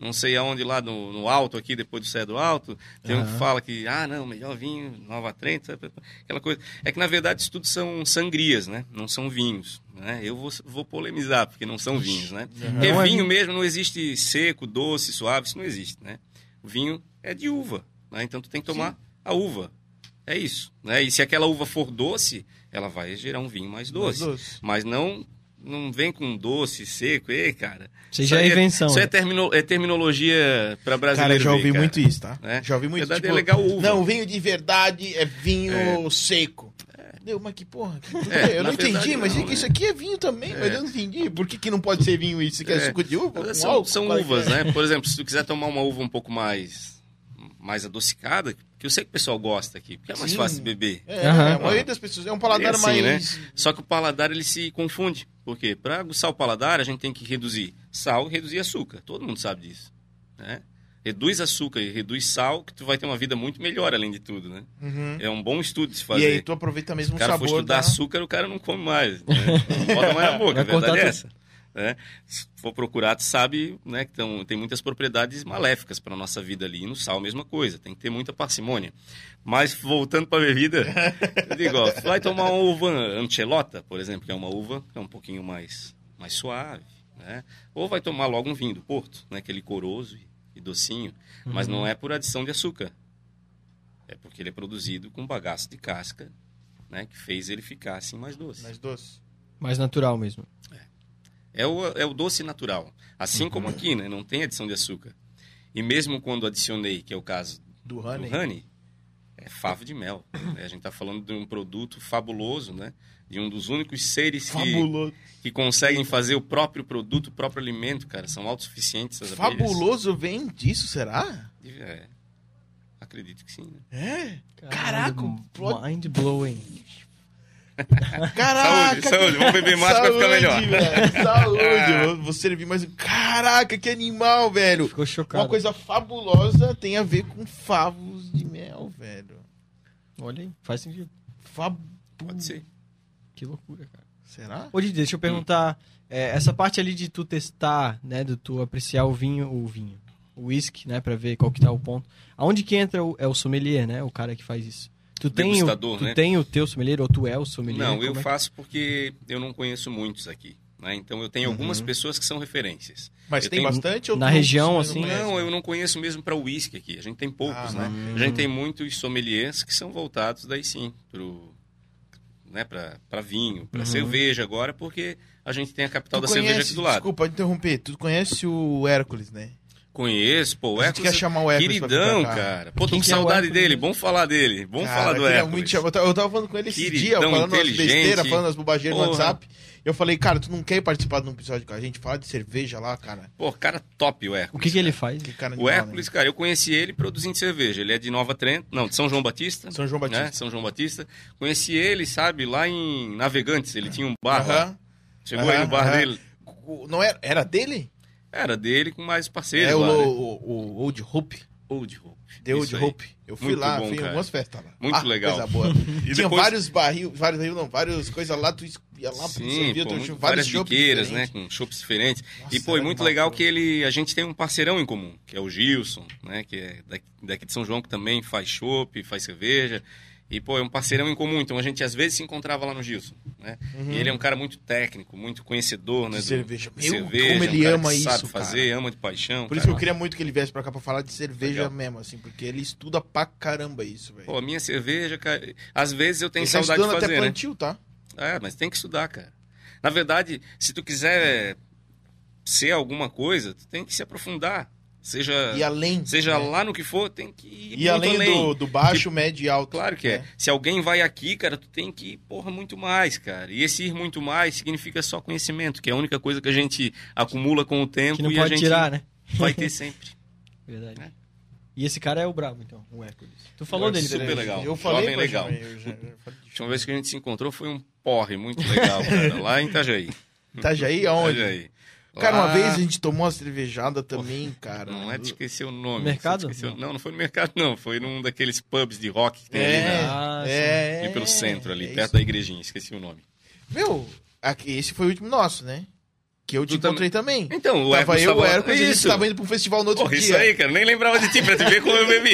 não sei aonde lá no alto aqui, depois do Cé do Alto. Tem um que fala que, não, melhor vinho, Nova Trento, sabe? Aquela coisa. É que, na verdade, isso tudo são sangrias, né? Não são vinhos, né? Eu vou polemizar, porque não são vinhos, né? Porque vinho mesmo não existe seco, doce, suave, isso não existe, né? O vinho é de uva, né? Então tu tem que tomar a uva. É isso, né? E se aquela uva for doce, ela vai gerar um vinho mais doce. Mas não vem com doce, seco. Ei, cara. Isso já é invenção. Isso é terminologia para brasileiro. Cara, eu já ouvi muito isso, tá? Né? Já ouvi muito isso. Tipo, é legal uva. Não, vinho de verdade é vinho seco. Deu, mas que porra. Eu não entendi, mas não, isso aqui é vinho também, mas eu não entendi. Por que não pode ser vinho isso? Isso aqui é suco de uva? São uvas, né? Por exemplo, se tu quiser tomar uma uva um pouco mais adocicada, que eu sei que o pessoal gosta aqui, porque é mais fácil de beber. A maioria das pessoas é um paladar assim, mais... Né? Só que o paladar, ele se confunde. Por quê? Para aguçar o paladar, a gente tem que reduzir sal e reduzir açúcar. Todo mundo sabe disso. Né? Reduz açúcar e reduz sal, que tu vai ter uma vida muito melhor, além de tudo, né? É um bom estudo de se fazer. E aí tu aproveita mesmo o sabor. Se o cara for estudar açúcar, o cara não come mais. Né? Não bota mais na boca, a verdade é essa. Né? Se for procurar, tu sabe, né, que tem muitas propriedades maléficas para a nossa vida ali. E no sal, a mesma coisa. Tem que ter muita parcimônia. Mas, voltando para a bebida, eu digo, ó, tu vai tomar uma uva Anchelota, por exemplo, que é uma uva que é um pouquinho mais suave, né? Ou vai tomar logo um vinho do Porto, né, que é licoroso e docinho, mas não é por adição de açúcar. É porque ele é produzido com bagaço de casca, né, que fez ele ficar assim mais doce. Mais doce. Mais natural mesmo. É o doce natural. Assim como aqui, né? Não tem adição de açúcar. E mesmo quando adicionei, que é o caso do honey, é favo de mel. Né? A gente está falando de um produto fabuloso, né? De um dos únicos seres que conseguem fazer o próprio produto, o próprio alimento, cara. São autossuficientes as abelhas. Fabuloso vem disso, será? Acredito que sim. Né? Caraca, mind blowing. Caraca, saúde. Vamos beber mais pra ficar melhor. Velho, saúde, vou servir mais. Caraca, que animal, velho. Ficou chocado. Uma coisa fabulosa tem a ver com favos de mel, velho. Olha aí, faz sentido. Pode ser. Que loucura, cara. Será? Ô, Didi, deixa eu perguntar. Essa parte ali de tu testar, né, de tu apreciar o whisky, né, pra ver qual que tá o ponto. Aonde que entra o sommelier, né, o cara que faz isso? Tu tem o teu sommelier ou tu é o sommelier? Não, eu faço porque eu não conheço muitos aqui. Né? Então eu tenho algumas pessoas que são referências. Mas tem bastante? Ou na região, assim? Não, eu não conheço mesmo para o uísque aqui. A gente tem poucos, né? A gente tem muitos sommeliers que são voltados daí sim para vinho, para cerveja agora, porque a gente tem a capital da cerveja aqui do lado. Desculpa interromper, tu conhece o Hércules, né? Conheço, pô. O Hércules, quer chamar o Hércules queridão, cara. Pô, tô com saudade dele. Vamos falar dele. Vamos falar do Hércules. Eu tava falando com ele esse dia, falando as besteiras, falando as bobageiras no WhatsApp. Eu falei, cara, tu não quer participar de um episódio com a gente? Falar de cerveja lá, cara. Pô, cara top o Hércules. O que ele faz? O Hércules, cara, eu conheci ele produzindo cerveja. Ele é de Nova Trento, não, de São João Batista. São João Batista. Né? São João Batista. Conheci ele, sabe, lá em Navegantes. Ele tinha um bar lá. Chegou aí no bar dele. Não era dele? Era dele com mais parceiros lá, o Old Hope. Old Hope. The Old Hope. Eu fui lá, fui em algumas festas lá. Muito legal. Coisa boa. Tinha depois... várias coisas lá, tu ia lá, servia, várias biqueiras, né, com chopps diferentes. Nossa, e, pô, é muito legal que a gente tem um parceirão em comum, que é o Gilson, né, que é daqui de São João, que também faz chopp, faz cerveja. E, pô, é um parceirão em comum, então a gente às vezes se encontrava lá no Gilson, né? E ele é um cara muito técnico, muito conhecedor, né? De cerveja. Como um ele ama isso, sabe fazer, ama de paixão. Por isso que eu queria muito que ele viesse pra cá pra falar de cerveja mesmo, assim, porque ele estuda pra caramba isso, velho. Pô, a minha cerveja, cara, às vezes eu tenho saudade de fazer, até plantio, tá? Mas tem que estudar, cara. Na verdade, se tu quiser ser alguma coisa, tu tem que se aprofundar. Seja lá no que for, tem que ir e muito além. Do baixo, médio e alto. Claro que é. Se alguém vai aqui, cara, tu tem que ir, muito mais, cara. E esse ir muito mais significa só conhecimento, que é a única coisa que a gente acumula com o tempo que não e pode a gente tirar, né? vai ter sempre. Verdade. Né? E esse cara é o brabo, então, o Hércules. Tu falou dele. Super legal. Eu falei bem legal. A última vez que a gente se encontrou foi um porre muito legal, cara, lá em Itajaí. Itajaí aonde? Itajaí. Cara, uma vez a gente tomou uma cervejada também, cara. Não é de esquecer o nome. Mercado? Não foi no mercado, não. Foi num daqueles pubs de rock que tem ali pelo centro, ali, perto da igrejinha. Esqueci o nome. Meu, esse foi o último nosso, né? Que eu te encontrei também. Então, o Tava Hércules eu e o tava- Hércules, a gente Isso. tava indo pra um festival no outro Porra, dia. isso aí, cara. Nem lembrava de ti pra te ver como eu bebi.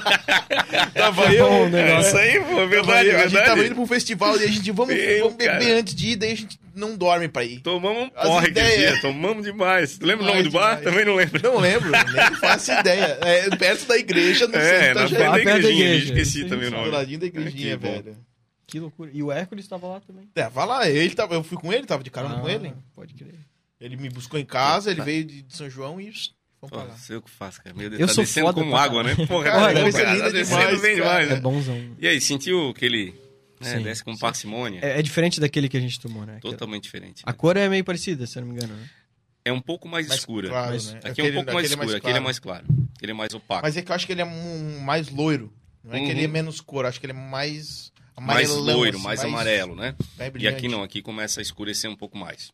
Tava É eu, bom o negócio. Isso aí, pô, verdade, a gente tava verdade. indo pra um festival e a gente, vamos Meu, beber cara. antes de ir, daí a gente não dorme pra ir. Tomamos um As porre aquele ideias. dia. Tomamos demais. Tu lembra o nome do Demais, bar? demais. Também não lembro. Não lembro, nem faço ideia. É perto da igreja, no É, centro na da frente Jardim. da Lá perto da igrejinha. igreja. Esqueci Isso também o Do nome. ladinho da igrejinha, Que bom. velho. Que loucura. E o Hércules tava lá também. É, vai lá, eu fui com ele, tava de carona com ele. Pode crer. Ele me buscou em casa, ele veio de São João e fomos pra Pô, lá. sei o que faço, cara. Meu Deus, Eu tá sou descendo foda como pra água, né? Porra, Cara, cara, coisa cara, linda tá descendo demais, bem cara. demais, É né? bonzão. E aí, sentiu que ele Sim. desce com parcimônia? É diferente daquele que a gente tomou, né? Totalmente diferente. A cor é meio parecida, se eu não me engano, né? É um pouco mais escura. Claro, Mas né? Aqui é um pouco mais escuro, aquele é mais claro. Aquele é mais opaco. Mas é que eu acho que ele é mais loiro. Não é que Uhum. ele é menos cor, acho que ele é mais Mais amarelão, loiro, assim, mais amarelo, né? bem E brilhante. aqui não, aqui começa a escurecer um pouco mais.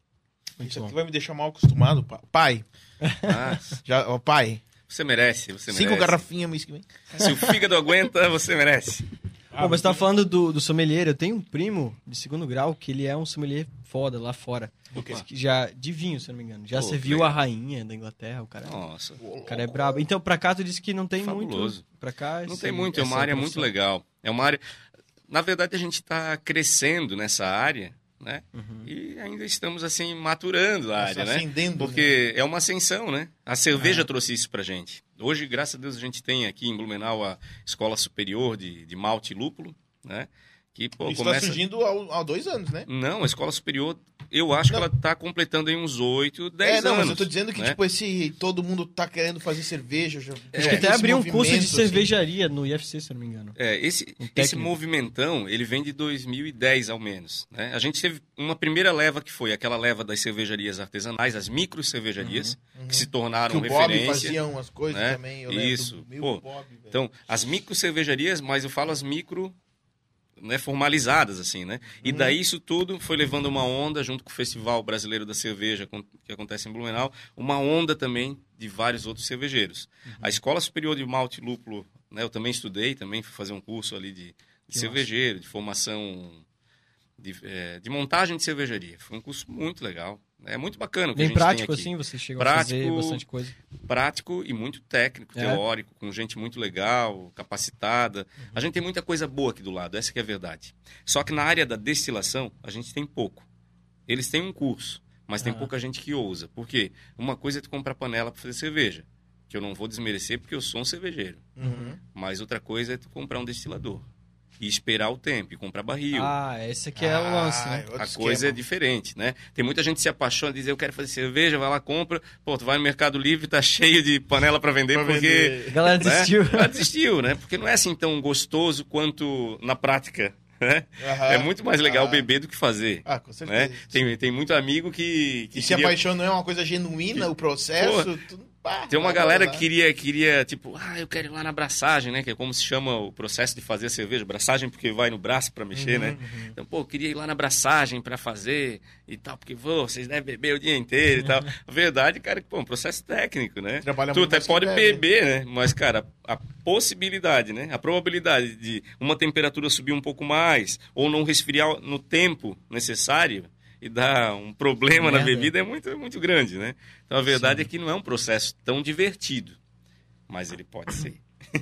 Muito Isso aqui bom. vai me deixar mal acostumado, pai. Ah, Ó, pai, você merece, você 5 merece. garrafinhas, whisky, vem. Se o fígado aguenta, você merece. Pô, mas você tava falando do sommelier. Eu tenho um primo de segundo grau que ele é um sommelier foda lá fora. Que já, de vinho, se eu não me engano. Já Pô, serviu legal. a rainha da Inglaterra. Nossa, O cara é brabo. Então, pra cá, tu disse que não tem Fabuloso. muito. Pra cá, não esse- tem muito, é uma essa área muito profissão. legal. É uma área... Na verdade, a gente está crescendo nessa área, né? Uhum. E ainda estamos, assim, maturando a área, né? Acendendo, Porque é uma ascensão, né? A cerveja trouxe isso pra gente. Hoje, graças a Deus, a gente tem aqui em Blumenau a Escola Superior de Malte e Lúpulo, né? Que, pô, Isso começa... tá surgindo há 2 anos, né? Não, a Escola Superior, eu acho que ela tá completando aí uns 8, 10 não, anos. mas eu tô dizendo que, né? tipo, todo mundo tá querendo fazer cerveja. Já, Acho que até esse abriu um curso de movimento, assim. cervejaria no IFC, se eu não me engano. Esse técnico. movimentão, ele vem de 2010 ao menos. Né? A gente teve uma primeira leva que foi aquela leva das cervejarias artesanais, as micro cervejarias, que se Que tornaram o Bob referência. fazia umas coisas né? também, eu lembro Isso. do meu Pô, Bob, velho. Então, as micro cervejarias, mas eu falo as micro, né, formalizadas, assim, né? E daí isso tudo foi levando uma onda, junto com o Festival Brasileiro da Cerveja, que acontece em Blumenau, uma onda também de vários outros cervejeiros. A Escola Superior de Malte e Lúpulo, né, eu também estudei, também fui fazer um curso ali de cervejeiro, de formação, de montagem de cervejaria. Foi um curso muito legal. É muito bacana o que a Bem gente tem prático, aqui. assim, você chegou a Prático, fazer bastante coisa. Prático e muito técnico, É. teórico, com gente muito legal, capacitada. A gente tem muita coisa boa aqui do lado, essa que é a verdade. Só que na área da destilação, a gente tem pouco. Eles têm um curso, mas tem pouca gente que ousa. Por quê? Uma coisa é tu comprar panela para fazer cerveja, que eu não vou desmerecer porque eu sou um cervejeiro. Mas outra coisa é tu comprar um destilador e esperar o tempo e comprar barril. Ah, esse aqui é o lance, né? outro A coisa é esquema. diferente, né? Tem muita gente que se apaixona, diz, eu quero fazer cerveja, vai lá, compra. Pô, tu vai no Mercado Livre, tá cheio de panela para vender, Pra porque... vender. A galera desistiu. Né? Ela desistiu, né? Porque não é assim tão gostoso quanto na prática, né? Aham. É muito mais legal Ah. beber do que fazer. Ah, com certeza. Né? Tem muito amigo que E se queria... a paixão não é uma coisa genuína, o processo... Tem uma galera que queria, tipo, eu quero ir lá na braçagem, né? Que é como se chama o processo de fazer a cerveja. Braçagem porque vai no braço para mexer, né? Então, pô, eu queria ir lá na braçagem para fazer e tal, porque, vocês devem beber o dia inteiro e tal. A verdade, cara, é que, pô, um processo técnico, né? Trabalha Tu muito até mais que pode bebe. beber, né? Mas, cara, a possibilidade, né? A probabilidade de uma temperatura subir um pouco mais ou não resfriar no tempo necessário e dar um problema na Merda. bebida é muito, muito grande, né? Então a verdade é que não é um processo tão divertido, mas ele pode ser.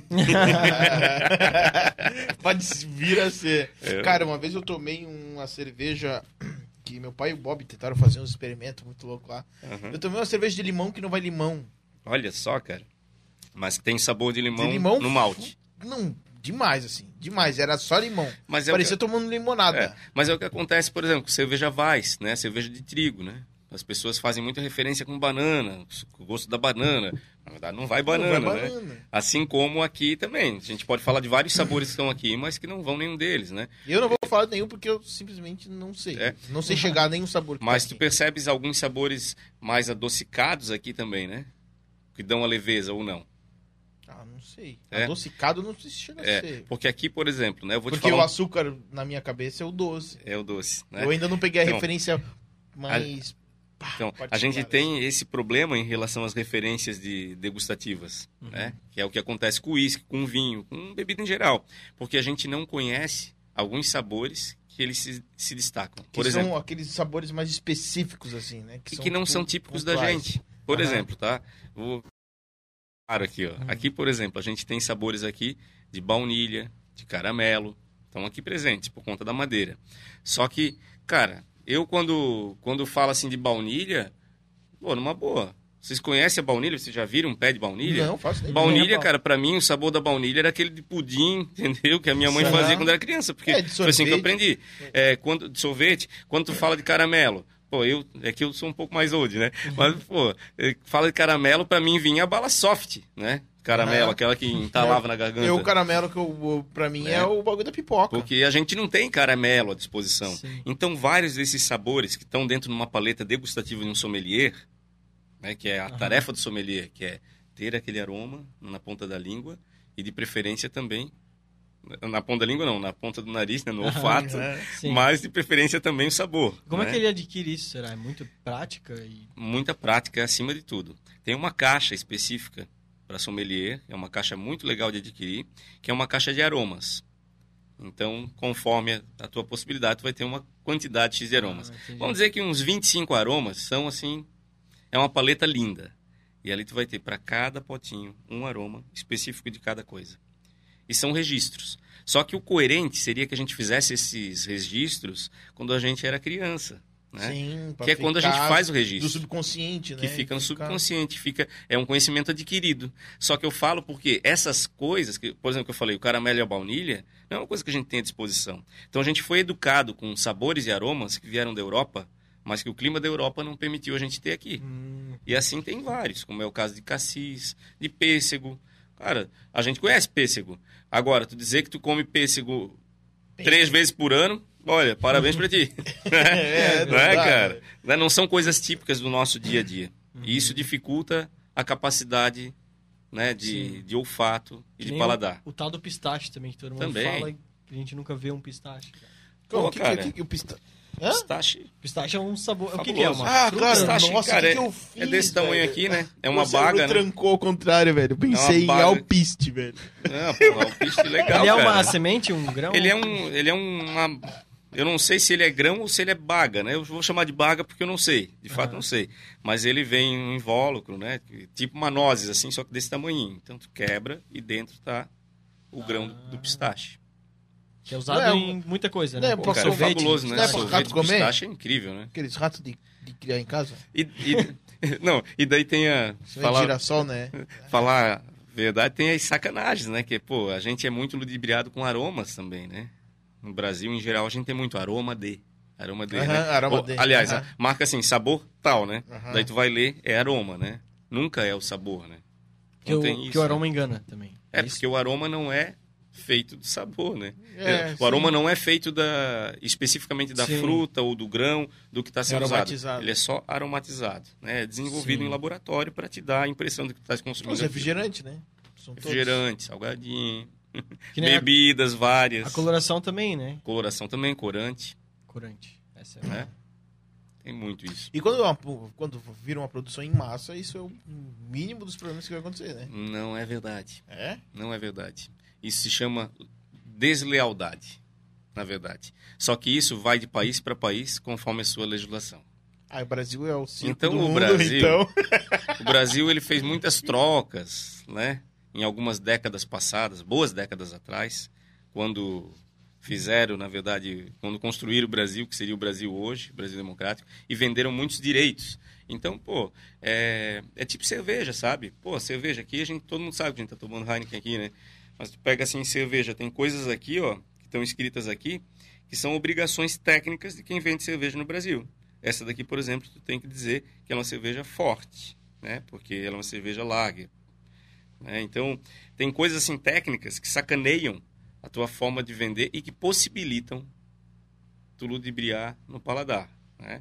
Pode vir a ser. É. Cara, uma vez eu tomei uma cerveja que meu pai e o Bob tentaram fazer uns experimentos muito loucos lá. Uhum. Eu tomei uma cerveja de limão que não vai limão. Olha só, cara. Mas tem sabor de limão, De limão no malte. Não, demais, assim. Demais. Era só limão. Mas é Parecia o que, tomando limonada. mas é o que acontece, por exemplo, com cerveja Weiss, né? Cerveja de trigo, né? As pessoas fazem muita referência com banana, o gosto da banana. Na verdade, não vai banana, Não vai né? banana. Assim como aqui também. A gente pode falar de vários sabores que estão aqui, mas que não vão nenhum deles, né? Eu não vou falar de nenhum porque eu simplesmente não sei. É. Não sei chegar a nenhum sabor que Mas tá tu aqui. percebes alguns sabores mais adocicados aqui também, né? Que dão a leveza ou não. Ah, não sei. É. Adocicado não sei se chega a É, ser. porque aqui, por exemplo, né? Eu vou te Porque falar. o açúcar na minha cabeça é o doce. É o doce, né? Eu ainda não peguei a Então, referência mais... Então, a particular, gente assim. tem esse problema em relação às referências degustativas, né? Que é o que acontece com o uísque, com o vinho, com bebida em geral. Porque a gente não conhece alguns sabores que eles se destacam. Que Por são exemplo, aqueles sabores mais específicos, assim, né? que não são típicos da pontuais. gente. Por Aham. exemplo, tá? Vou claro aqui, ó. Aqui, por exemplo, a gente tem sabores aqui de baunilha, de caramelo, estão aqui presentes por conta da madeira. Só que, cara, eu quando falo assim de baunilha, pô, numa boa. Vocês conhecem a baunilha? Vocês já viram um pé de baunilha? Não, faço nem Baunilha, ideia. cara, pra mim, o sabor da baunilha era aquele de pudim, entendeu? Que a minha mãe Aham. fazia quando era criança, porque É, de foi assim que eu sorvete. aprendi. De sorvete, quando tu fala de caramelo, pô, é que eu sou um pouco mais old, né? Mas, pô, fala de caramelo, pra mim vinha a bala soft, né? Caramelo, Aham. aquela que entalava na garganta. O caramelo pra mim é o bagulho da pipoca. Porque a gente não tem caramelo à disposição. Sim. Então, vários desses sabores que estão dentro de uma paleta degustativa de um sommelier, né, que é a tarefa do sommelier, que é ter aquele aroma na ponta da língua e, de preferência, também... Na ponta da língua, não. Na ponta do nariz, né, no olfato. Sim. Mas, de preferência, também o sabor. Como né? é que ele adquire isso, será? É muito prática e... Muita prática acima de tudo. Tem uma caixa específica para sommelier, é uma caixa muito legal de adquirir, que é uma caixa de aromas. Então, conforme a tua possibilidade, tu vai ter uma quantidade X de aromas. entendi. Vamos dizer que uns 25 aromas são assim, é uma paleta linda. E ali tu vai ter para cada potinho um aroma específico de cada coisa. E são registros. Só que o coerente seria que a gente fizesse esses registros quando a gente era criança. Né? Sim, pra Que é quando a gente ficar faz o registro. do subconsciente, né? Que fica no subconsciente, é um conhecimento adquirido. Só que eu falo porque essas coisas, por exemplo, que eu falei, o caramelo e a baunilha, não é uma coisa que a gente tem à disposição. Então a gente foi educado com sabores e aromas que vieram da Europa, mas que o clima da Europa não permitiu a gente ter aqui. E assim tem vários, como é o caso de cassis, de pêssego. Cara, a gente conhece pêssego. Agora, tu dizer que tu come pêssego 3 vezes por ano, olha, parabéns pra ti. Não é, cara? Não são coisas típicas do nosso dia a dia. E isso dificulta a capacidade, né, de olfato e Que de nem paladar. O tal do pistache também, que todo mundo Também. fala que a gente nunca vê um pistache. Cara. Pô, O que cara, o pistache? Hã? pistache Pistache é um sabor... O que fabuloso. é? Uma Ah, fruta? claro. Pistache, Nossa, cara, o que eu fiz, é desse tamanho velho? aqui, né? É uma Meu cérebro baga, né? trancou ao contrário, velho. Eu pensei em baga. alpiste, velho. Não, pô, o piste legal, Ele é cara. uma semente, um grão? Ele é uma... Eu não sei se ele é grão ou se ele é baga, né? Eu vou chamar de baga porque eu não sei. De fato, não sei. Mas ele vem em um invólucro, né? Tipo uma nozes, assim, só que desse tamanhinho. Então, tu quebra e dentro tá o grão do pistache. Que é usado Não é em muita coisa, não né? é Pô, pra cara, é sorvete, fabuloso, né? não é pra Sorvete rato de comer? pistache é incrível, né? Aqueles ratos de criar em casa. Não, e daí tem a... Isso é girassol, né? Falar a verdade, tem as sacanagens, né? Que, pô, a gente é muito ludibriado com aromas também, né? No Brasil, em geral, a gente tem muito aroma de. Aroma de, Aham, né? aroma de, Aliás, aham. marca assim, sabor tal, né? Aham. Daí tu vai ler, é aroma, né? Nunca é o sabor, né? Que, Não o, tem isso, que o aroma né? engana também. É, Isso. porque o aroma não é feito de sabor, né? É, O aroma sim. não é feito especificamente da Sim. fruta ou do grão, do que está sendo usado. aromatizado. Ele é só aromatizado, né? É desenvolvido Sim. em laboratório para te dar a impressão de que tu estás consumindo Os aquilo. refrigerantes, né? São todos. Refrigerante, salgadinho, Que nem bebidas várias. a coloração também, né? Coloração também, corante, Corante. Essa é né? Tem muito isso. E quando vira uma produção em massa, isso é o mínimo dos problemas que vai acontecer, né? Não é verdade. É? Não é verdade. Isso se chama deslealdade, na verdade. Só que isso vai de país para país conforme a sua legislação. Ah, o Brasil é o circo Então, do o mundo, Brasil- então... O Brasil ele fez muitas trocas, né? Em algumas décadas passadas, boas décadas atrás, quando fizeram, na verdade, quando construíram o Brasil, que seria o Brasil hoje, o Brasil democrático, e venderam muitos direitos. Então, pô, é tipo cerveja, sabe? Pô, cerveja aqui, todo mundo sabe que a gente tá tomando Heineken aqui, né? Mas tu pega assim, cerveja, tem coisas aqui, ó, que estão escritas aqui, que são obrigações técnicas de quem vende cerveja no Brasil. Essa daqui, por exemplo, tu tem que dizer que ela é uma cerveja forte, né? Porque ela é uma cerveja lager. Né? Então, tem coisas assim técnicas que sacaneiam a tua forma de vender e que possibilitam tu ludibriar no paladar, né?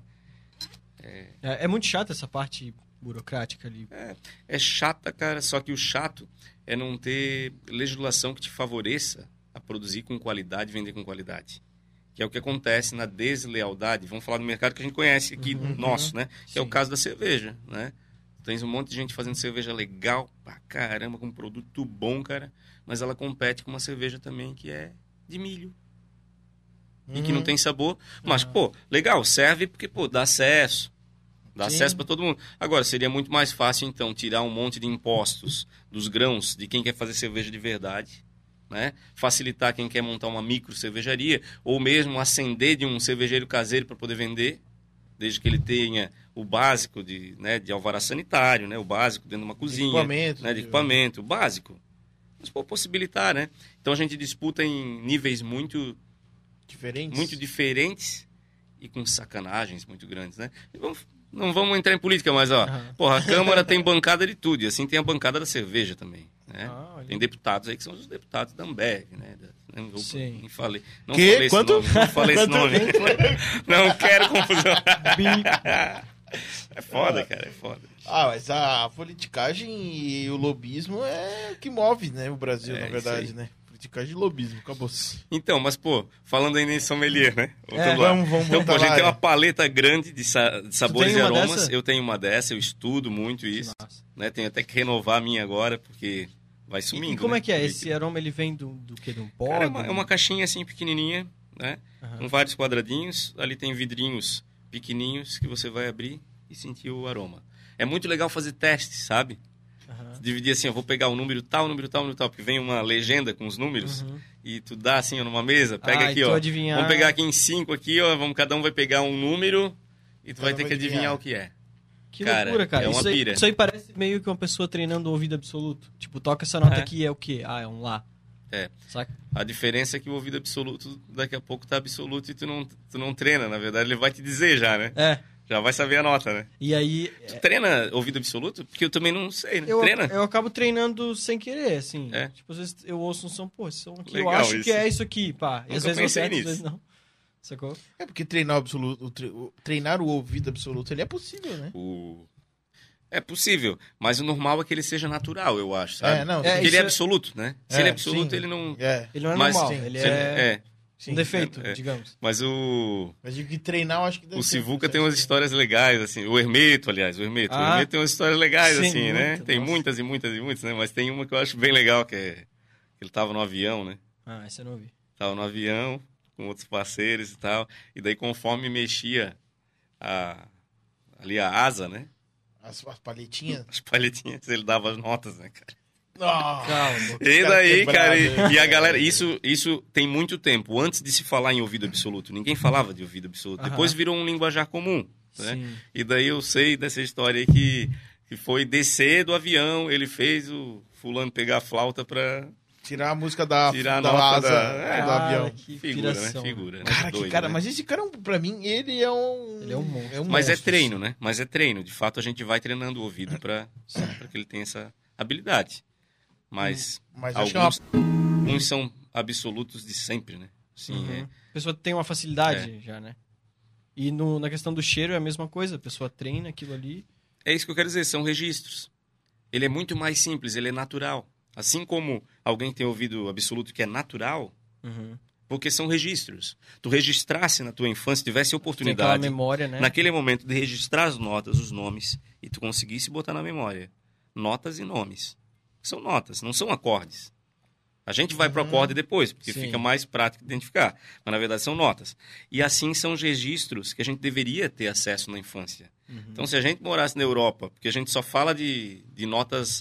É muito chato essa parte burocrática ali. É chata, cara, só que o chato é não ter legislação que te favoreça a produzir com qualidade, vender com qualidade. Que é o que acontece na deslealdade. Vamos falar do mercado que a gente conhece aqui, nosso, né? Que é o Sim. caso da cerveja, né? Tens um monte de gente fazendo cerveja legal pra caramba, com um produto bom, cara, mas ela compete com uma cerveja também que é de milho. e que não tem sabor. Mas, pô, legal, serve porque, pô, dá acesso. Dá Sim. acesso para todo mundo. Agora, seria muito mais fácil, então, tirar um monte de impostos dos grãos de quem quer fazer cerveja de verdade, né? Facilitar quem quer montar uma micro cervejaria, ou mesmo acender de um cervejeiro caseiro para poder vender, desde que ele tenha o básico de alvará sanitário, né? O básico dentro de uma cozinha, equipamento, né? De equipamento, o básico. Mas, pô, possibilitar, né? Então, a gente disputa em níveis muito diferentes e com sacanagens muito grandes, né? Não vamos entrar em política, mas, ó, porra, a Câmara tem bancada de tudo, e assim tem a bancada da cerveja também, né? Tem deputados aí que são os deputados da Ambev, né? Sim. Nem falei. Não Que? falei Quanto? esse nome. Não falei esse nome. Não quero confusão. É foda, cara, é foda. Mas a politicagem e o lobismo é o que move, né, o Brasil, na verdade, né? Politicagem e lobismo, acabou-se. Então, mas, pô, falando ainda em sommelier, né? Vamos então, pô, a gente lá, tem uma paleta grande de sabores e uma aromas. dessa? Eu tenho uma dessa, eu estudo muito isso. Né? Tenho até que renovar a minha agora, porque vai sumindo. E como né? é que é? Esse aroma, ele vem do quê? De um pó? Cara, é uma caixinha assim, pequenininha, né? Aham. Com vários quadradinhos. Ali tem vidrinhos pequenininhos que você vai abrir e sentir o aroma. É muito legal fazer testes, sabe? Aham. Dividir assim, eu vou pegar o número tal, porque vem uma legenda com os números e tu dá assim, ó, numa mesa, pega aqui, e tu ó. adivinhar... Vamos pegar aqui em 5 aqui, ó, cada um vai pegar um número e tu vai ter que adivinhar o que é. Que Cara, loucura, cara. é uma isso, aí, pira. isso aí parece meio que uma pessoa treinando o ouvido absoluto. Tipo, toca essa nota aqui, é o quê? Ah, é um lá. É. Saca? A diferença é que o ouvido absoluto, daqui a pouco tá absoluto e tu não treina, na verdade, ele vai te dizer já, né? É. Já vai saber a nota, né? E aí... Tu treina ouvido absoluto? Porque eu também não sei, né? Eu Treina? acabo treinando sem querer, assim. É. Tipo, às vezes eu ouço um som, pô, esse som aqui, Legal eu acho que isso. é isso aqui, pá. E às Nunca vezes eu pensei acerto, às nisso. vezes não. Sacou? É porque treinar o absoluto, treinar o ouvido absoluto, ele é possível, né? É possível, mas o normal é que ele seja natural, eu acho, sabe? Não, Porque isso ele é é- absoluto, né? Se ele é absoluto, sim. ele não... Ele não é Mas, normal, sim, ele se é sim. um defeito, É. digamos. Mas Mas digo que treinar, eu acho que deve o ser Sivuca certo, tem umas sim. histórias legais, assim. O Hermeto, aliás, o Hermeto. O Ah. Hermeto tem umas histórias legais, Sim, assim, né? muita, Tem nossa. muitas e muitas e muitas, né? Mas tem uma que eu acho bem legal, que é... Ele tava no avião, né? Ah, essa eu não ouvi. Tava no avião, com outros parceiros e tal. E daí, conforme mexia ali a asa, né? As palhetinhas. As palhetinhas, ele dava as notas, né, cara? Calma. E daí, cara, quebrado. e a galera, isso tem muito tempo. Antes de se falar em ouvido absoluto, ninguém falava de ouvido absoluto. Aham. Depois virou um linguajar comum, né? Sim. E daí eu sei dessa história aí que foi descer do avião, ele fez o fulano pegar a flauta pra Tirar a música da tirar a da nota asa da- do avião. Que figura, piração. né? Figura, né? Cara, Doido, que cara, né? mas esse cara, pra mim, ele é um... Ele é um monstro. Mas é monstro, treino, assim. né? Mas é treino. De fato, a gente vai treinando o ouvido pra que ele tenha essa habilidade. Mas Mas acho que é uma... uns são absolutos de sempre, né? Assim, Uhum. A pessoa tem uma facilidade já, né? E na questão do cheiro é a mesma coisa. A pessoa treina aquilo ali. É isso que eu quero dizer, são registros. Ele é muito mais simples, ele é natural. Assim como alguém tem ouvido absoluto que é natural, porque são registros. Tu registrasse na tua infância, tivesse Tem aquela oportunidade, memória, né? naquele momento, de registrar as notas, os nomes, e tu conseguisse botar na memória. Notas e nomes. São notas, não são acordes. A gente vai pro acorde depois, porque Sim. fica mais prático identificar. Mas, na verdade, são notas. E assim são os registros que a gente deveria ter acesso na infância. Então, se a gente morasse na Europa, porque a gente só fala de notas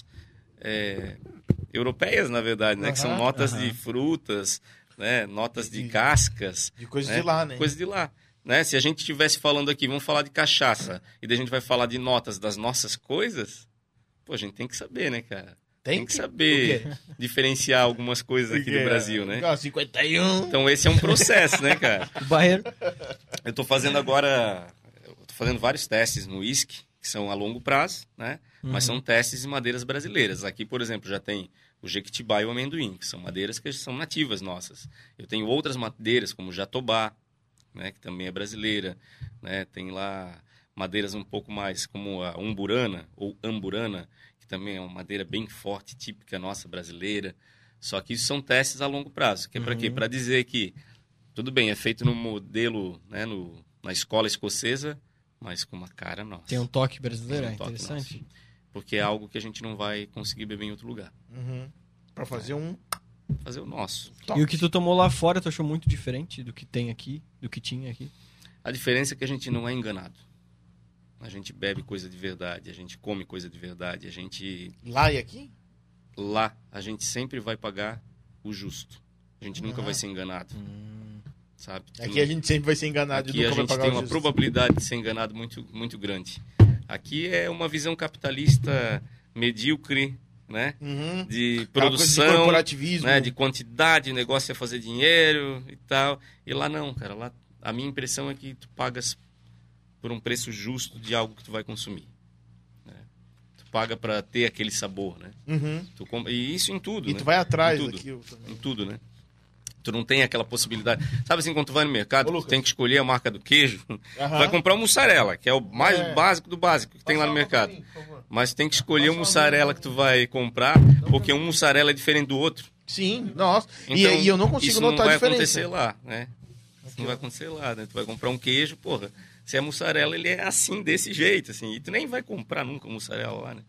europeias, na verdade, né? Que são notas de frutas, né? Notas de cascas. De coisas né? de lá, né? Coisas de lá. Né? Se a gente estivesse falando aqui, vamos falar de cachaça, e daí a gente vai falar de notas das nossas coisas, pô, a gente tem que saber, né, cara? Tem que saber diferenciar algumas coisas aqui do Brasil, né? 51. Então esse é um processo, né, cara? O barreiro. Eu tô fazendo agora... Eu tô fazendo vários testes no uísque, que são a longo prazo, né? Mas são testes de madeiras brasileiras. Aqui, por exemplo, já tem o jequitibá e o amendoim, que são madeiras que são nativas nossas. Eu tenho outras madeiras, como o jatobá, né? Que também é brasileira, né? Tem lá madeiras um pouco mais, como a umburana ou amburana, que também é uma madeira bem forte, típica nossa brasileira. Só que isso são testes a longo prazo, que é para quê? Para dizer que, tudo bem, é feito no modelo, né, na escola escocesa, mas com uma cara nossa. Tem um toque brasileiro, Tem um é toque interessante. Porque é algo que a gente não vai conseguir beber em outro lugar. Pra fazer um... fazer o nosso. E o que tu tomou lá fora, tu achou muito diferente do que tem aqui, do que tinha aqui? A diferença é que a gente não é enganado. A gente bebe coisa de verdade, a gente come coisa de verdade, a gente... Lá e aqui? Lá, a gente sempre vai pagar o justo. A gente nunca vai ser enganado. Sabe? Aqui a gente sempre vai ser enganado Aqui e a nunca vai gente pagar tem o uma justo. probabilidade de ser enganado muito, muito grande. Aqui é uma visão capitalista medíocre, né? Uhum. De Aquela coisa de produção, corporativismo. né? De quantidade, o negócio é fazer dinheiro e tal. E lá não, cara. Lá a minha impressão é que tu pagas por um preço justo de algo que tu vai consumir. Né? Tu paga para ter aquele sabor, né? Uhum. E isso em tudo, E né? tu vai atrás Em tudo. daquilo também. Em tudo, né? Tu não tem aquela possibilidade. Sabe assim, quando tu vai no mercado, Ô, tu Lucas. tem que escolher a marca do queijo. Tu Aham. vai comprar um mussarela, que é o mais É. básico do básico que tem lá no mercado. Mas tu tem que escolher o mussarela que tu vai comprar, porque um mussarela é diferente do outro. Sim, nossa. Então, e eu não consigo isso notar não a vai diferença. acontecer lá, né? Isso não vai acontecer lá, né? Tu vai comprar um queijo, porra. Se é mussarela, ele é assim, desse jeito, assim. E tu nem vai comprar nunca mussarela lá, né?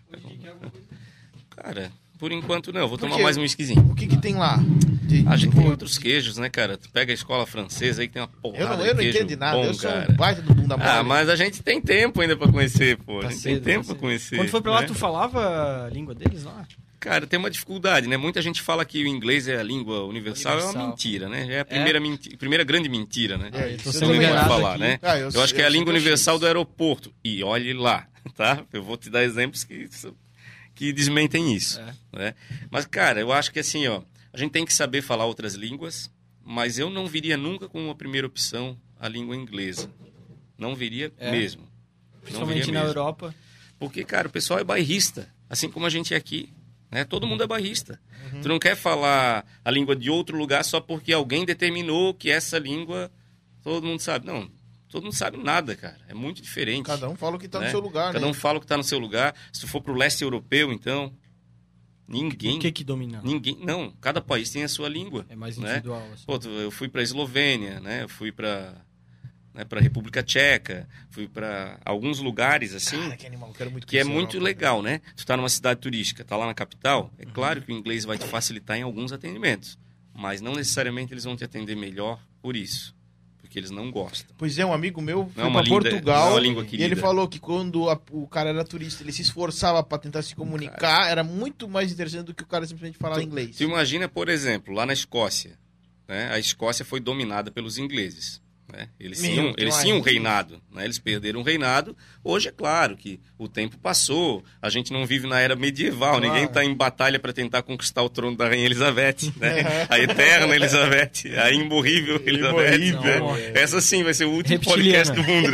Cara, por enquanto não. Vou Por tomar quê? mais um whiskyzinho. O que tem lá? A gente tem outros queijos, né, cara? Tu pega a escola francesa aí que tem uma porrada Eu não de queijo entendo de nada. bom, Eu sou cara. um baita do bunda mole. Ah, mas a gente tem tempo ainda pra conhecer, pô. A Tá gente cedo, tem tempo tá pra cedo. conhecer. Quando foi pra lá, né? tu falava a língua deles lá? Cara, tem uma dificuldade, né? Muita gente fala que o inglês é a língua universal. É uma Universal. mentira, né? É a primeira grande mentira, né? É, eu tô isso sendo Todo mundo vai enganado falar, aqui. né? Ah, Eu acho que é a língua sempre universal achei do aeroporto. E olhe lá, tá? Eu vou te dar exemplos que desmentem isso. Né? Mas, cara, eu acho que assim, ó, a gente tem que saber falar outras línguas, mas eu não viria nunca como uma primeira opção a língua inglesa. Não viria mesmo. Não Principalmente viria na mesmo. Europa. Porque, cara, o pessoal é bairrista, assim como a gente é aqui. Né? Todo mundo é bairrista. Tu não quer falar a língua de outro lugar só porque alguém determinou que essa língua todo mundo sabe. Não, todo mundo sabe nada, cara. É muito diferente. Cada um fala o que tá né? no seu lugar, Cada né? um fala o que está no seu lugar. Se tu for pro leste europeu, então, ninguém... O que domina? Ninguém... Não, cada país tem a sua língua. É mais né? individual. Assim. Pô, eu fui pra Eslovênia, né? Eu fui pra República Tcheca, fui pra alguns lugares, assim... Cara, que animal, eu quero muito Que é conhecer a muito Europa. legal, né? Tu tá numa cidade turística, tá lá na capital, é claro que o inglês vai te facilitar em alguns atendimentos, mas não necessariamente eles vão te atender melhor por isso, porque eles não gostam. Pois é, um amigo meu foi é uma pra linda- Portugal não é uma língua e querida. ele falou que quando o cara era turista, ele se esforçava pra tentar se comunicar, era muito mais interessante do que o cara simplesmente falar inglês. Tu imagina, por exemplo, lá na Escócia, né? A Escócia foi dominada pelos ingleses. Né? Eles Meu, tinham um reinado, né? Eles perderam o reinado. Hoje é claro que o tempo passou, a gente não vive na era medieval, Claro. ninguém está em batalha para tentar conquistar o trono da Rainha Elizabeth, né? A eterna Elizabeth, a imorrível Elizabeth. Imorrível. Né? Não, Essa sim vai ser o último Reptiliana. podcast do mundo, né?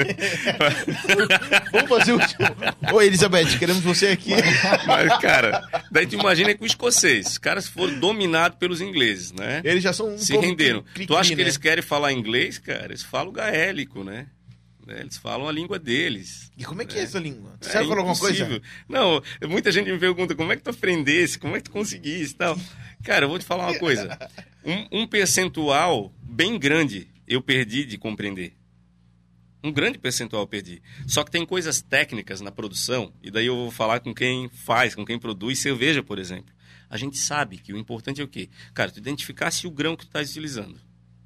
Vamos fazer o último. Oi, Elizabeth, queremos você aqui. Mas, cara, daí tu imagina que o escocês, os caras foram dominados pelos ingleses, né? Eles já são um Se pouco renderam. cri-cri, Tu acha que né? eles querem falar inglês, cara? Eles falam gaélico, né? Eles falam a língua deles. E como é que é essa língua? Você É sabe falar alguma coisa? impossível. Não, muita gente me pergunta como é que tu aprendesse, como é que tu conseguisse e tal. Cara, eu vou te falar uma coisa. Um percentual bem grande eu perdi de compreender. Um grande percentual eu perdi. Só que tem coisas técnicas na produção, e daí eu vou falar com quem faz, com quem produz cerveja, por exemplo. A gente sabe que o importante é o quê? Cara, tu identificar se o grão que tu estás utilizando.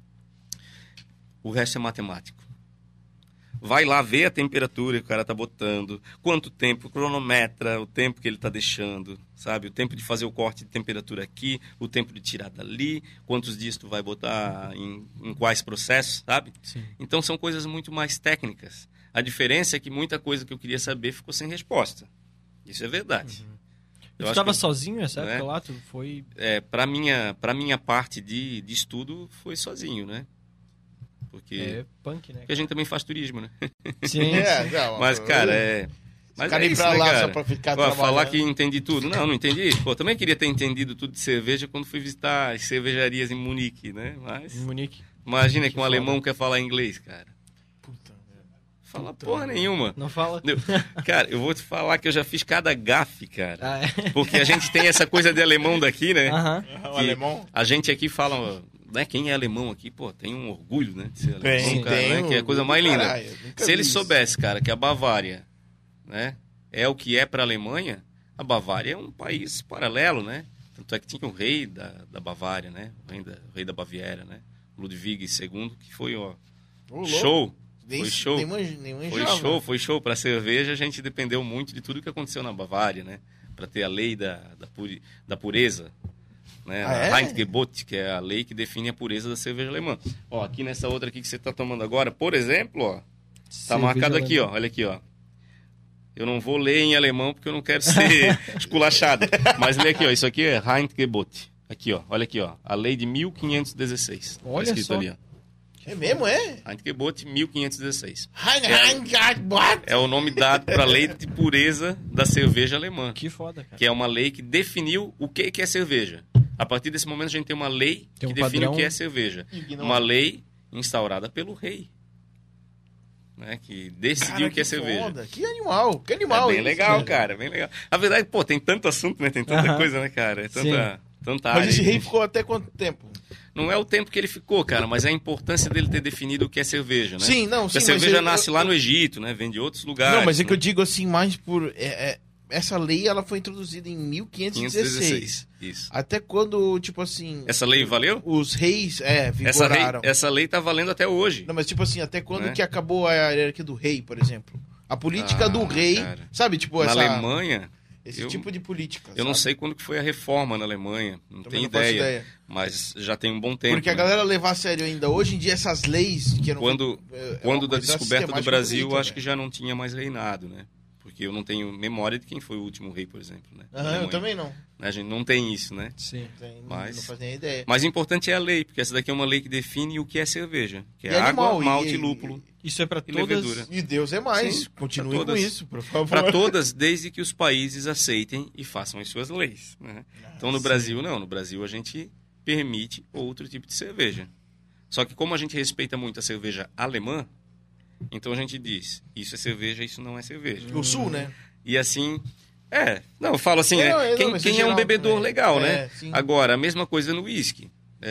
O resto é matemático. Vai lá ver a temperatura que o cara tá botando, quanto tempo, cronometra, o tempo que ele tá deixando, sabe? O tempo de fazer o corte de temperatura aqui, o tempo de tirar dali, quantos dias tu vai botar em quais processos, sabe? Sim. Então são coisas muito mais técnicas. A diferença é que muita coisa que eu queria saber ficou sem resposta. Isso é verdade. Tu acho estava que- sozinho nessa época né? lá? Tu foi... Pra minha parte de estudo foi sozinho, né? Porque, É punk, né? porque a gente também faz turismo, né? Sim. É, não, Mas, cara, é... Mas o cara é ir isso, pra né, lá cara? só pra ficar Ó, trabalhando. falar que entendi tudo. Não entendi. Pô, também queria ter entendido tudo de cerveja quando fui visitar as cervejarias em Munique, né? Mas Em Munique. imagina que um alemão quer falar inglês, cara. Puta, velho. Fala porra nenhuma. Não fala? Cara, eu vou te falar que eu já fiz cada gafe, cara. Ah, é. Porque a gente tem essa coisa de alemão daqui, né? Aham. O alemão? A gente aqui fala... Né, quem é alemão aqui, pô, tem um orgulho, né? De ser alemão, Tem, cara, né? tem. Que é a coisa mais linda. Caralho, eu nunca Se vi ele isso. soubesse, cara, que a Bavária, né, é o que é para a Alemanha, a Bavária é um país paralelo, né? Tanto é que tinha o rei da Bavária, né? O rei da Baviera, né? Ludwig II, que foi, ó, Ô, louco. show. Nem- Foi show. nem manj- nem Foi manjava. show, foi show. Para cerveja, a gente dependeu muito de tudo que aconteceu na Bavária, né? Para ter a lei da pureza, né? Ah, é? A Reinheitsgebot, que é a lei que define a pureza da cerveja alemã. Ó, aqui nessa outra aqui que você está tomando agora, por exemplo, ó, tá Cerveja marcado aqui, alemã. ó, olha aqui, ó. Eu não vou ler em alemão porque eu não quero ser esculachado. Mas lê aqui, ó, isso aqui é Reinheitsgebot. Aqui, ó, olha aqui, ó, a lei de 1516. Olha tá escrito só. ali, ó. É mesmo, é? Reinheitsgebot 1516. Reinheitsgebot. É o nome dado para a lei de pureza da cerveja alemã, Que foda, cara. que é uma lei que definiu o que é cerveja. A partir desse momento, a gente tem uma lei Tem um que define padrão. o que é cerveja. Uma lei instaurada pelo rei, né, que decidiu Cara, o que é cerveja. foda. Que animal. É bem isso, legal, velho. cara, bem legal. Na verdade, pô, tem tanto assunto, né? Tem tanta Aham. coisa, né, cara? É tanta área. Mas esse aí. rei ficou até quanto tempo? Não é o tempo que ele ficou, cara, mas é a importância dele ter definido o que é cerveja, né? Sim, não, Porque sim. a cerveja mas nasce lá no Egito, né? Vem de outros lugares. Não, mas é que né? eu digo assim, mais por... essa lei, ela foi introduzida em 1516. Isso. Até quando, tipo assim... Essa lei valeu? Os reis, Essa vigoraram. lei tá valendo até hoje. Não, mas tipo assim, até quando Né? que acabou a hierarquia do rei, por exemplo? A política do rei, cara. sabe? Tipo, Na essa, Alemanha, esse eu- tipo de política, eu não sabe? sei quando que foi a reforma na Alemanha. Não Também tenho não faço ideia. Mas já tem um bom tempo. Porque a né? galera levar a sério ainda hoje em dia essas leis que eram Quando, é quando uma da coisa descoberta do sistemática Brasil, bonita, acho que velho. já não tinha mais reinado, né? Porque eu não tenho memória de quem foi o último rei, por exemplo. Né? Na Aham, eu Alemanha. também não. A gente não tem isso, né? Sim. Mas- Não faz nem ideia. Mas o importante é a lei, porque essa daqui é uma lei que define o que é cerveja. Que é E água, animal, malte e- e lúpulo. Isso é pra E todas... levedura. E Deus é mais. Sim, Continue pra com todas. isso, por favor. Para todas, desde que os países aceitem e façam as suas leis. Né? Então, no sim. Brasil, não. No Brasil, a gente permite outro tipo de cerveja. Só que como a gente respeita muito a cerveja alemã, então a gente diz, isso é cerveja, isso não é cerveja. O Sul, né? E assim... Não, eu falo assim, Não, né? não, Quem, mas quem em é um geral bebedor também. legal, É, né? sim. Agora, a mesma coisa no uísque.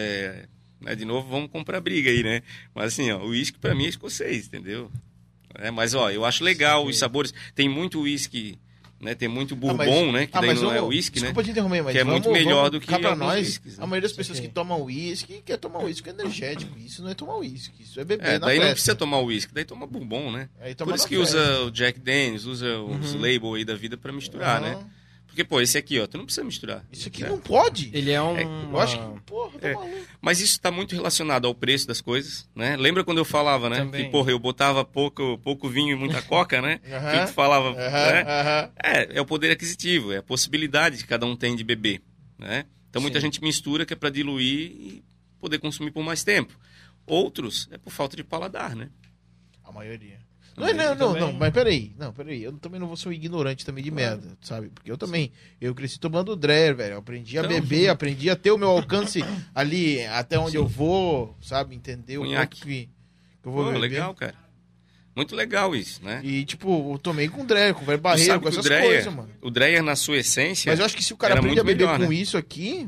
Né, de novo, vamos comprar briga aí, né? Mas assim, ó, o uísque pra mim é escocês, entendeu? Mas, ó, eu acho legal os sabores. Tem muito uísque, né? Tem muito bourbon, né? Que daí não é uísque, né? Desculpa te interromper, mas Que é muito melhor do que cá pra alguns nós, whiskies, né? a maioria das pessoas Sim. que tomam uísque quer tomar uísque energético. Isso não é tomar uísque, isso é beber na Daí não festa. precisa tomar uísque, daí toma bourbon, né? Aí toma Por isso na que festa. usa o Jack Daniels, usa os label aí da vida pra misturar, Aham. né? Porque, pô, esse aqui, ó, tu não precisa misturar. Isso aqui certo? não pode. Ele é um... Eu acho que, porra, tá É. maluco. Mas isso está muito relacionado ao preço das coisas, né? Lembra quando eu falava, né? Também. Que, porra, eu botava pouco vinho e muita coca, né? Aham. Que tu falava, Aham, né? aham. É o poder aquisitivo, é a possibilidade que cada um tem de beber, né? Então muita Sim. gente mistura que é para diluir e poder consumir por mais tempo. Outros é por falta de paladar, né? A maioria. Também. Não, mas peraí. Não, peraí. Eu também não vou ser um ignorante também de merda, sabe? Porque eu também. Eu cresci tomando Dreher, velho. Eu aprendi a Então, beber, aprendi a ter o meu alcance ali, até onde eu vou, sabe? Entender o Conhaque. quanto que eu vou Pô, beber. legal, cara. Muito legal isso, né? E, tipo, eu tomei com Dreher, com velho Tu barreiro, sabe com que essas o Dreher, coisas, mano. o Dreher, na sua essência, Mas eu acho que se o cara era aprende a muito beber melhor, com né? isso aqui.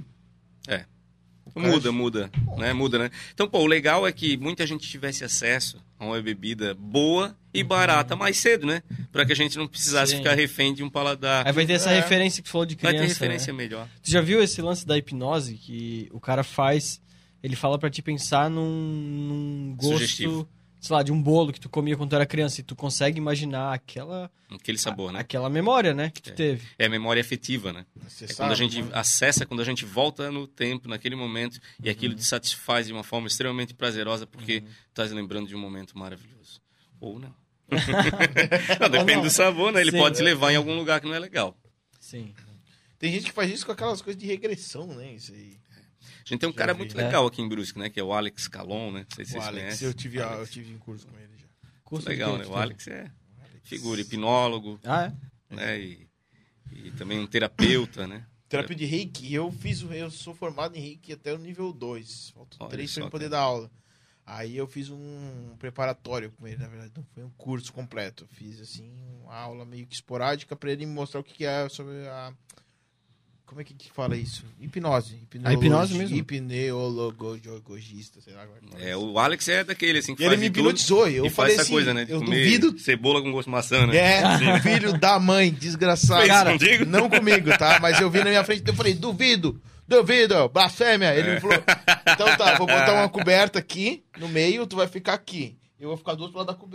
muda, né? Então, pô, o legal é que muita gente tivesse acesso a uma bebida boa e barata mais cedo, né? Pra que a gente não precisasse Sim. ficar refém de um paladar. Aí vai ter essa É. referência que tu falou de Vai criança, ter referência né? melhor. Tu já viu esse lance da hipnose que o cara faz? Ele fala pra te pensar num gosto, Sugestivo. sei lá, de um bolo que tu comia quando tu era criança e tu consegue imaginar Aquele sabor, né? aquela memória, né, que tu teve. É a memória afetiva, né? Você É sabe, quando a gente mano. acessa, quando a gente volta no tempo, naquele momento, e Uhum. aquilo te satisfaz de uma forma extremamente prazerosa, porque tu estás lembrando de um momento maravilhoso. Ou não. Não, depende do sabor, né? Ele Sim. pode te levar em algum lugar que não é legal. Sim. Tem gente que faz isso com aquelas coisas de regressão, né? Isso aí. A gente tem um Já cara vi. muito É. legal aqui em Brusque, né? Que é o Alex Calon, né? Não sei se O vocês Alex, conhecem. eu tive em curso com ele já. Curso Legal, de né? quê? O Alex é figura, hipnólogo, Ah, é? né? E também um terapeuta, né? Terapia de Reiki, eu sou formado em Reiki até o nível 2. Faltam Olha 3 só, pra eu poder cara. dar aula. Aí eu fiz um preparatório com ele, na verdade, não foi um curso completo. Eu fiz, assim, uma aula meio que esporádica pra ele me mostrar o que é sobre Como é que fala isso? Hipnose. A hipnose mesmo? Hipneologista, sei lá. O Alex é daquele, assim, que Ele faz me de tudo hipnotizou. Eu e falei faz essa assim, coisa, né? De eu comer duvido... cebola com gosto de maçã, né? É, filho da mãe, desgraçado. Fez Cara, contigo? não comigo, tá? Mas eu vi na minha frente, eu falei, duvido, blasfêmia. Ele falou, então tá, vou botar uma coberta aqui no meio, tu vai ficar aqui. Eu vou ficar do outro lado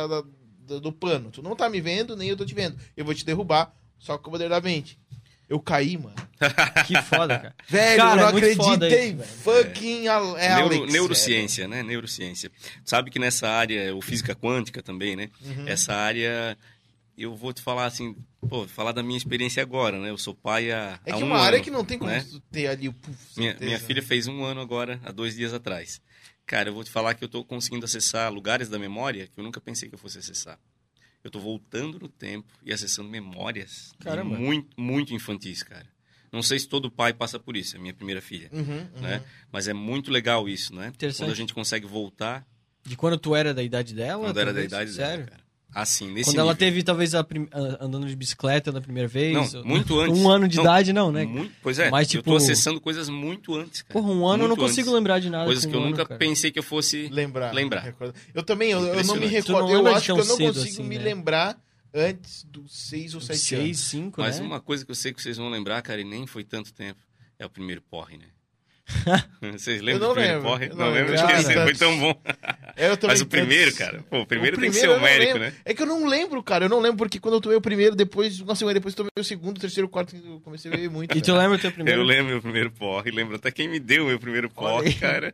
do pano. Tu não tá me vendo, nem eu tô te vendo. Eu vou te derrubar, só que moderadamente. Eu caí, mano. Que foda, cara. Velho, Cara, eu é não muito foda acreditei. isso, velho. Fucking Alex. Neurociência, né? Neurociência. Sabe que nessa área, ou física quântica também, né? Essa área, eu vou te falar assim, falar da minha experiência agora, né? Eu sou pai há É que é um uma área ano, que não tem como né? tu ter ali o Minha filha fez 1 ano agora, há 2 dias atrás. Cara, eu vou te falar que eu tô conseguindo acessar lugares da memória que eu nunca pensei que eu fosse acessar. Eu tô voltando no tempo e acessando memórias Caramba. muito, muito infantis, cara. Não sei se todo pai passa por isso, é minha primeira filha, né? Mas é muito legal isso, né? Interessante. Quando a gente consegue voltar, De quando tu era da idade dela? quando era da talvez? idade Sério? dela, cara. Assim, nesse Quando ela nível. teve, talvez, andando de bicicleta na primeira vez? Não, ou- muito antes. 1 ano de Não, idade, não, né? Pois é, Mas, eu tipo- tô acessando coisas muito antes, cara. Porra, 1 ano eu não Muito consigo antes. lembrar de nada. Coisas com que eu 1 ano, nunca cara. pensei que eu fosse Lembrar. lembrar. Eu também, eu não me Impressionante. Tu recordo. não Eu lembra acho que tão eu não cedo consigo assim, me né? lembrar antes dos 6 ou 7 6, anos. 5, Mas né? uma coisa que eu sei que vocês vão lembrar, cara, e nem foi tanto tempo, é o primeiro porre, né? Vocês lembram não do primeiro lembro, porre? eu Não não lembro, lembro. esqueci, Cara, foi tão bom. Eu também Mas o primeiro, penso- cara, o primeiro tem que primeiro ser eu o não mérico, lembro. né? É que eu não lembro, cara. Eu não lembro porque quando eu tomei o primeiro, depois, uma semana depois, eu tomei o segundo, o terceiro, o quarto, eu comecei a beber muito. E tu cara. lembra o teu primeiro? Eu lembro meu primeiro porre, lembro até quem me deu o meu primeiro porre, aí. cara.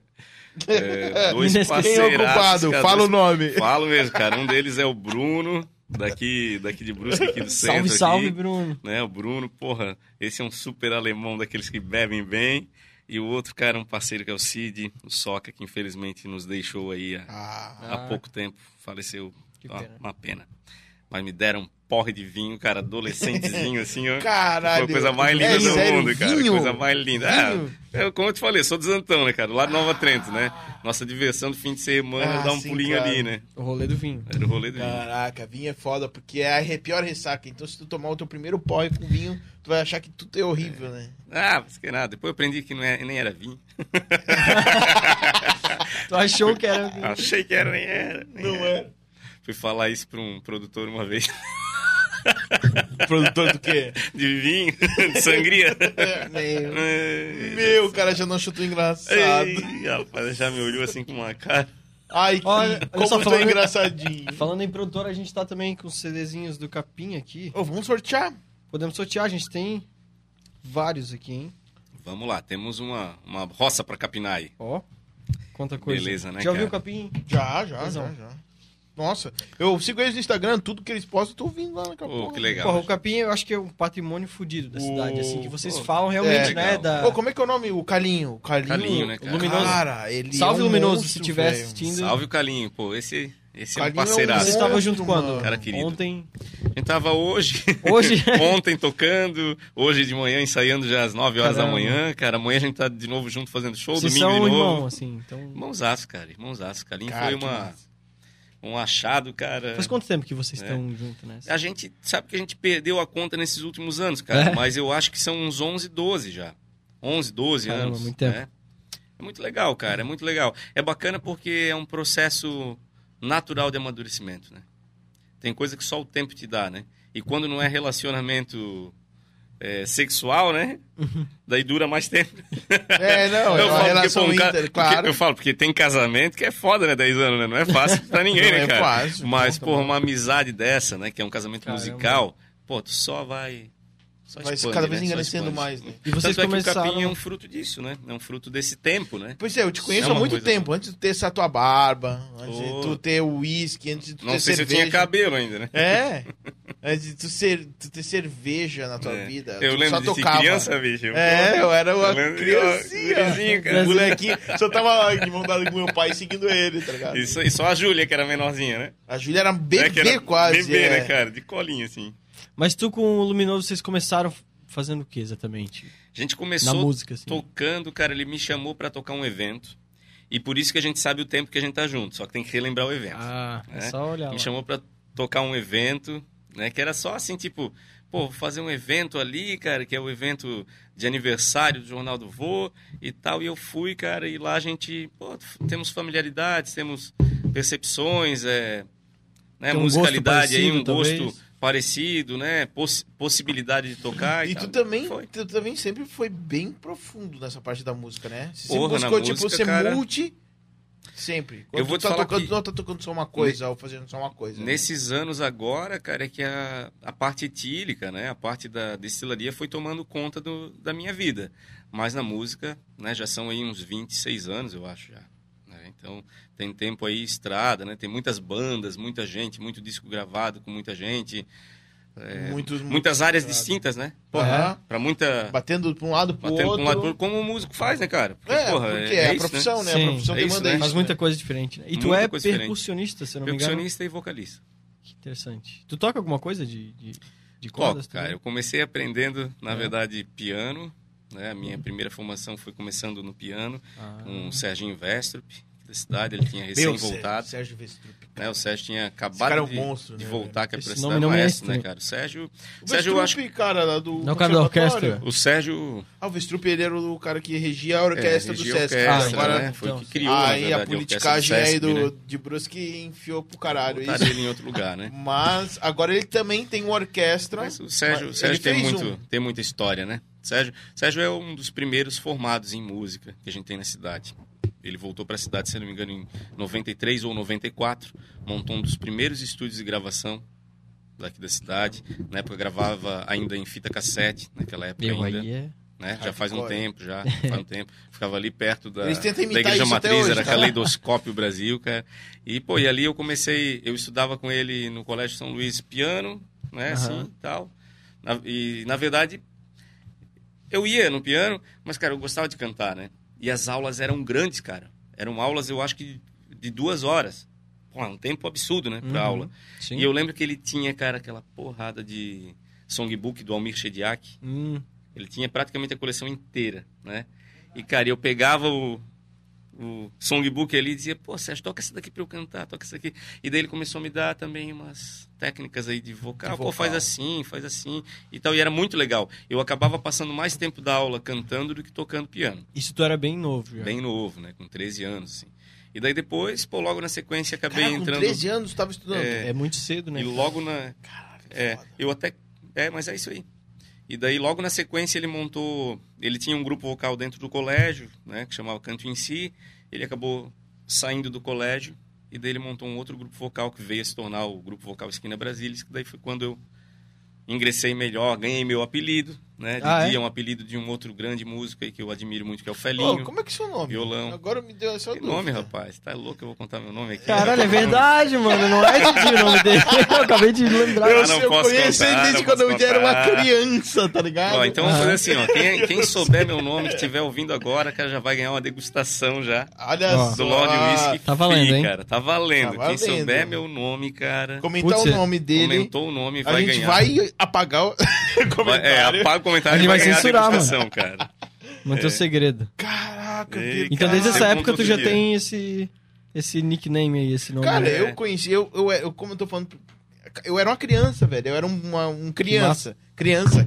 Dois Quem é o Quem é o parceiraços, culpado? cara, Fala o nome. Falo mesmo, cara. Um deles é o Bruno, daqui de Brusque, aqui do centro. Salve, salve, aqui, Bruno. né? O Bruno, porra, esse é um super alemão daqueles que bebem bem. E o outro cara, um parceiro que é o Cid, o Soca, que infelizmente nos deixou aí há pouco tempo, faleceu. Que Ó, pena. uma pena. Mas me deram um porre de vinho, cara, adolescentezinho assim, ó. Caralho. Foi a coisa mais linda É do sério? mundo, cara. Vinho? Coisa mais linda. Vinho? Como eu te falei, sou do Antão, né, cara? Lá de Nova Trento, né? Nossa diversão do fim de semana é dar um sim, pulinho cara. ali, né? O rolê do vinho. Era o rolê do vinho. Caraca, vinho é foda, porque é a pior ressaca. Então, se tu tomar o teu primeiro porre com vinho, tu vai achar que tudo é horrível, né? Ah, mas que nada. Depois eu aprendi que nem era vinho. Tu achou que era vinho? Achei que era, nem era. Não é. Fui falar isso pra um produtor uma vez. Produtor do quê? De vinho, de sangria. Meu, o cara já não chutou engraçado. Ei, rapaz, já me olhou assim com uma cara. Ai, que Olha como só, eu tô falando- engraçadinho. Falando em produtor, a gente tá também com os CDzinhos do Capim aqui. Ô, vamos sortear? Podemos sortear, a gente tem vários aqui, hein? Vamos lá, temos uma roça pra capinar aí. Ó, quanta coisa. Beleza, né, Já ouviu o cara? Capim? Já. Tesão. Nossa, eu sigo eles no Instagram, tudo que eles postam, eu tô ouvindo lá na Pô, que legal. Porra, o Capim eu acho que é um patrimônio fudido da cidade, assim, que vocês pô, falam realmente, né? legal. Da... Pô, como é que é o nome? O Calinho. Calinho, né, cara? Luminoso. Cara, ele Salve, é um Luminoso, monstro, se estiver velho. assistindo. Salve o Calinho, pô, esse é um Calinho é um parceiraço. Você monstro, estava junto quando? mano. Cara querido. Ontem. A gente tava hoje, Hoje? ontem tocando, hoje de manhã ensaiando já às 9 horas Caramba. da manhã, cara. Amanhã a gente tá de novo junto fazendo show, Vocês domingo são de novo. irmão, assim, então... Irmãozaço, cara, irmãozaço. Calinho Cara, foi que massa. um achado, cara. Faz quanto tempo que vocês É. estão juntos, né? A gente sabe que a gente perdeu a conta nesses últimos anos, cara. É? Mas eu acho que são uns 11, 12 já. 11, 12 Caramba, anos. muito tempo. né? É muito legal, cara. É muito legal. É bacana porque é um processo natural de amadurecimento, né? Tem coisa que só o tempo te dá, né? E quando não é relacionamento sexual, né? Daí dura mais tempo. É, não, é Eu uma falo relação porque, pô, inter, claro. eu falo, porque tem casamento que é foda, né? 10 anos, né? Não é fácil pra ninguém, Não né, é cara? fácil, Mas, tá pô, bom. uma amizade dessa, né? Que é um casamento Caramba. musical, pô, tu só vai... Só Vai expande, cada vez né? Só engrandecendo expande. mais, né? E vocês Tanto é que o começaram... Capim é um fruto disso, né? É um fruto desse tempo, né? Pois é, eu te conheço É há uma muito coisa- tempo. Antes de tu ter essa tua barba, antes de Ô. tu ter o uísque, antes de tu Não ter sei se eu cerveja. tinha cabelo ainda, né? É. Antes de tu ter cerveja na tua É. vida. Eu tu lembro só de ser tocava. criança, bicho. Eu era uma Eu lembro de- criancinha. gurizinho, cara. Molequinho. Só tava de mão dada com meu pai seguindo ele, tá ligado? Isso, e só a Júlia, que era menorzinha, né? A Júlia era Né, bebê que era quase. Bebê, é. né, cara? De colinho, assim. Mas tu com o Luminoso, vocês começaram fazendo o que exatamente? A gente Na começou música, assim. tocando, cara, ele me chamou pra tocar um evento. E por isso que a gente sabe o tempo que a gente tá junto, só que tem que relembrar o evento. Ah, é né? só olhar lá. Me chamou pra tocar um evento, né? Que era só assim, tipo, pô, vou fazer um evento ali, cara, que é o evento de aniversário do Jornal do Vô e tal. E eu fui, cara, e lá a gente, pô, temos familiaridades, temos percepções, né, Tem um musicalidade aí, um gosto parecido, gosto parecido, né, possibilidade de tocar E tal. tu também sempre foi bem profundo nessa parte da música, né? Você sempre Porra, na buscou, tipo, música, ser cara, multi... Sempre. Quando eu vou tu te falar tocando, que- tu não tá tocando só uma coisa, ou fazendo só uma coisa. né? Nesses anos agora, cara, é que a parte etílica, né, a parte da destilaria foi tomando conta da minha vida. Mas na música, né, já são aí uns 26 anos, eu acho, já. Né? Então, tem tempo aí, estrada, né? Tem muitas bandas, muita gente, muito disco gravado com muita gente. Muitas áreas distintas, né? Aham. Pra muita... Batendo pra um lado pro Batendo outro. pra um lado pro outro, como o músico faz, né, cara? Porque, porra, porque é a isso, profissão, né? Sim, A profissão é isso, demanda né? isso. Faz né? muita coisa diferente, né? E tu Muita é coisa diferente. percussionista, se eu não me engano. Percussionista e vocalista. Que interessante. Tu toca alguma coisa de cordas? Toco, cara. também? Eu comecei aprendendo, na verdade, piano. Né? A minha primeira formação foi começando no piano, com o Serginho Vestrup, aqui da cidade. Ele tinha recém-voltado. Sérgio Vestrup. Né? O Sérgio tinha Esse cara acabado é um monstro, de né, voltar aqui Esse pra nome cidade, não me é maestro, né, estranho. cara? O Sérgio, O eu acho... Vestrup, cara, lá do Não, o cara da conservatório. orquestra. O Sérgio... Ah, o Vestrup, ele era o cara que regia a orquestra do regia a Sesc. orquestra, Agora, né? Foi o que então, criou, na aí verdade, a politicagem orquestra aí do Sesc, né? de Brusque enfiou pro caralho Botaram isso. ele em outro lugar, né? Mas agora ele também tem uma orquestra. Mas o Sérgio Ele tem, fez tem muita história, né? Sérgio é um dos primeiros formados em música que a gente tem na cidade. Ele voltou para a cidade, se não me engano, em 93 ou 94. Montou um dos primeiros estúdios de gravação daqui da cidade. Na época gravava ainda em fita cassete, naquela época Eu ainda. aí é... Né? Já faz um Hardcore. tempo, faz um tempo. Ficava ali perto da Eles tentam imitar Igreja isso até Matriz, hoje, era tá? Caleidoscópio Brasil, cara. E, pô, e ali eu estudava com ele no Colégio São Luís piano, né, assim, e tal. E, na verdade, eu ia no piano, mas, cara, eu gostava de cantar, né? E as aulas eram grandes, cara. Eram aulas, eu acho que de 2 horas. Pô, um tempo absurdo, né, pra aula. Sim. E eu lembro que ele tinha, cara, aquela porrada de songbook do Almir Shediak. Ele tinha praticamente a coleção inteira, né? E, cara, eu pegava o songbook ali e dizia, pô, Sérgio, toca essa daqui pra eu cantar, toca essa daqui. E daí ele começou a me dar também umas técnicas aí de vocal. Pô, faz assim e tal. E era muito legal. Eu acabava passando mais tempo da aula cantando do que tocando piano. Isso tu era bem novo já. Bem novo, né? Com 13 anos, assim. E daí depois, pô, logo na sequência acabei Cara, com entrando... 13 anos tu tava estudando. É muito cedo, né? E logo na... Caraca, eu até... mas é isso aí. E daí, logo na sequência, ele montou... Ele tinha um grupo vocal dentro do colégio, né? Que chamava Canto em Si. Ele acabou saindo do colégio. E daí ele montou um outro grupo vocal que veio a se tornar o Grupo Vocal Esquina Brasilis. Que daí foi quando eu ingressei melhor, ganhei meu apelido, né? É um apelido de um outro grande músico aí que eu admiro muito, que é o Felinho. Como é que é o seu nome? Violão. Agora me deu essa Que dúvida. nome, rapaz? Tá louco? Eu vou contar meu nome aqui. Caralho, é verdade, mano. Não é Didi o nome dele. Eu acabei de lembrar. Eu não posso conheço ele contar, desde não quando eu posso era uma contar. criança, tá ligado? Ó, então vamos fazer assim, ó. Quem souber meu nome, que estiver ouvindo agora, cara, já vai ganhar uma degustação já. Olha Ó, só. Do Lord Whisky Tá valendo, Free, hein? cara. Tá valendo. Tá Quem valendo. souber meu nome, cara, Comentar Putz, o nome dele. comentou o nome, A vai gente ganhar. vai apagar o comentário. Apaga o comentário A gente e vai vai ganhar censurar, a degustação, cara. Manter o segredo. Caraca, É, dele, Então, desde essa Sempre época, como tu já todo dia. tem esse nickname aí, esse nome. Cara, aí. eu conheci, eu, como eu tô falando, eu era uma criança, velho. Eu era um criança. Criança.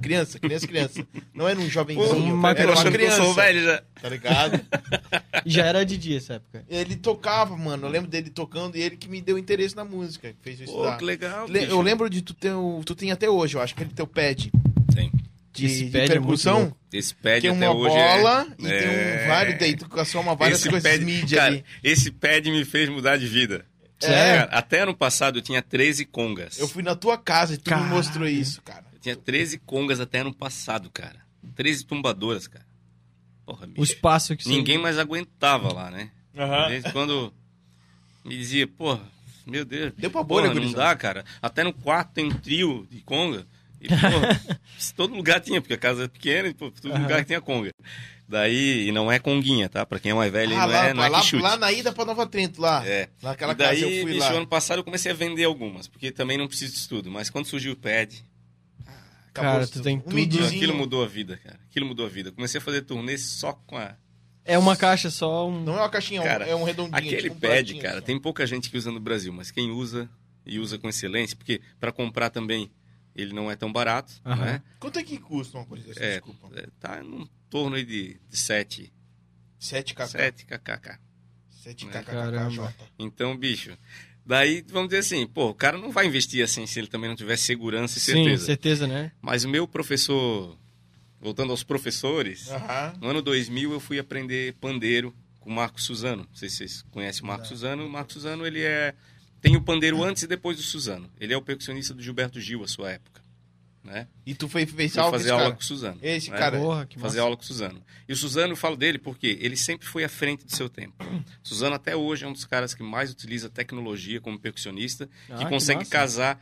Não era um jovenzinho. Pô, era Eu uma achando que eu criança. sou velho já. Tá ligado? E já era Didi essa época. Ele tocava, mano. Eu lembro dele tocando e ele que me deu interesse na música. Que fez eu Pô, estudar. que legal, Eu bicho. lembro de tu ter tu tem até hoje, eu acho, aquele teu pad Tem. Esse de pad é muito percussão. louco. Esse pad Tem até uma hoje bola e é... tem vários, daí tu soma várias Esse coisas pad, mídia cara, ali. esse pad me fez mudar de vida. Sério? Cara, até ano passado eu tinha 13 congas. Eu fui na tua casa e tu me Caraca. mostrou isso, cara. Eu tinha 13 congas até ano passado, cara. 13 tumbadoras, cara. Porra, bicho. O espaço que Ninguém mais aguentava lá, né? Aham. Desde quando me dizia, porra, meu Deus. Deu pra bolha, porra, não gurizada. dá, cara. Até no quarto tem trio de conga. E, porra, todo lugar tinha, porque a casa é pequena e pô, todo lugar tinha conga. Daí, e não é conguinha, tá? Pra quem é mais velho, não é que chute. lá na ida pra Nova Trento, lá. É. Naquela E daí, casa eu fui bicho, lá. ano passado eu comecei a vender algumas, porque também não preciso de estudo. Mas quando surgiu o pad, Cara, tu tem tudo. midzinho. aquilo mudou a vida, cara. Aquilo mudou a vida. Comecei a fazer turnê só com a... É uma caixa só, um... Não é uma caixinha, Cara, é um redondinho. Aquele tipo um pad, pratinho, cara, assim. tem pouca gente que usa no Brasil, mas quem usa, e usa com excelência, porque para comprar também ele não é tão barato, Aham. né? Quanto é que custa uma coisa dessa? Desculpa. Tá em torno aí de 7 7kk. kkk. 7kk. Caramba. Então, bicho, daí vamos dizer assim, pô, o cara não vai investir assim se ele também não tiver segurança e Sim, certeza. certeza, né? Mas o meu professor, voltando aos professores, Aham. no ano 2000 eu fui aprender pandeiro com o Marco Suzano. Não sei se vocês conhecem o Marco Suzano. O Marco Suzano, ele tem o pandeiro antes e depois do Suzano. Ele é o percussionista do Gilberto Gil, à sua época, né? E tu fez Fui aula com fazer esse aula cara? com o Suzano. Esse né? cara. Porra, que Fazer massa. aula com o Suzano. E o Suzano, eu falo dele porque ele sempre foi à frente do seu tempo. Suzano até hoje é um dos caras que mais utiliza tecnologia como percussionista, Ah, que que consegue massa. casar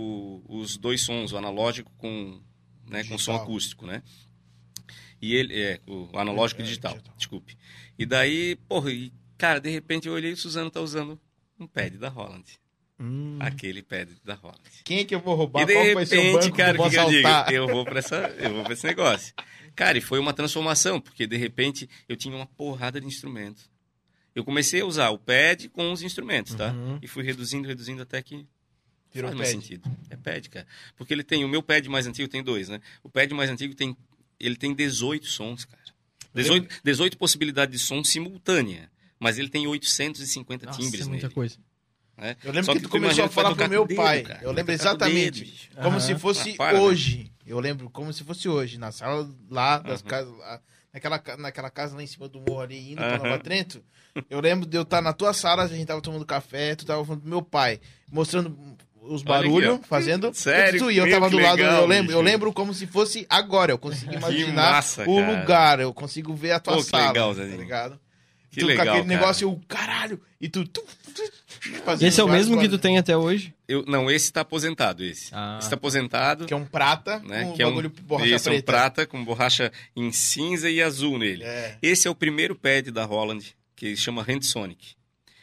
os dois sons, o analógico com som Digital. acústico, né? E ele o analógico e digital, digital. desculpe. E daí, porra, cara, de repente eu olhei e o Suzano tá usando um pad da Holland. Aquele pad da Holland. Quem é que eu vou roubar? E de Qual vai ser o repente, banco cara, que eu o vou que eu digo? assaltar? Eu vou pra esse negócio. Cara, e foi uma transformação, porque de repente eu tinha uma porrada de instrumentos. Eu comecei a usar o pad com os instrumentos, tá? Uhum. E fui reduzindo até que Virou faz mais pad. sentido. É pad, cara. Porque ele tem, o meu pad mais antigo tem 2, né? O pad mais antigo ele tem 18 sons, cara. 18 possibilidades de som simultânea. Mas ele tem 850 Nossa, timbres é muita nele. coisa. Né? Eu lembro Só que tu imagina começou a que vai falar tocar pro meu com o dedo, pai. cara. Eu lembro Vai tocar com o exatamente. dedo, bicho. Como Aham. se fosse Ah, para, hoje. Eu lembro como se fosse hoje. Na sala lá das Aham. casas. Lá, naquela casa lá em cima do morro ali, indo pra Aham. Nova Trento. Eu lembro de eu estar na tua sala, a gente tava tomando café, tu tava falando pro meu pai, mostrando os Olha barulhos, aqui, ó. fazendo. Sério? E eu Meu, tava que do lado, legal, eu bicho. lembro como se fosse agora. Eu consigo imaginar massa, o cara. lugar, eu consigo ver a tua Pô, que sala. legal, tá Zezinho. ligado? Que tu, legal, com aquele cara. negócio, eu, caralho, e tu fazendo Esse é o vários mesmo que tu barulhos. tem até hoje? Não, esse tá aposentado, esse. Ah. Esse tá aposentado, Que é um prata né? com Que é bagulho borracha esse é um preta. prata com borracha em cinza e azul nele. É. Esse é o primeiro pad da Holland, que chama Handsonic.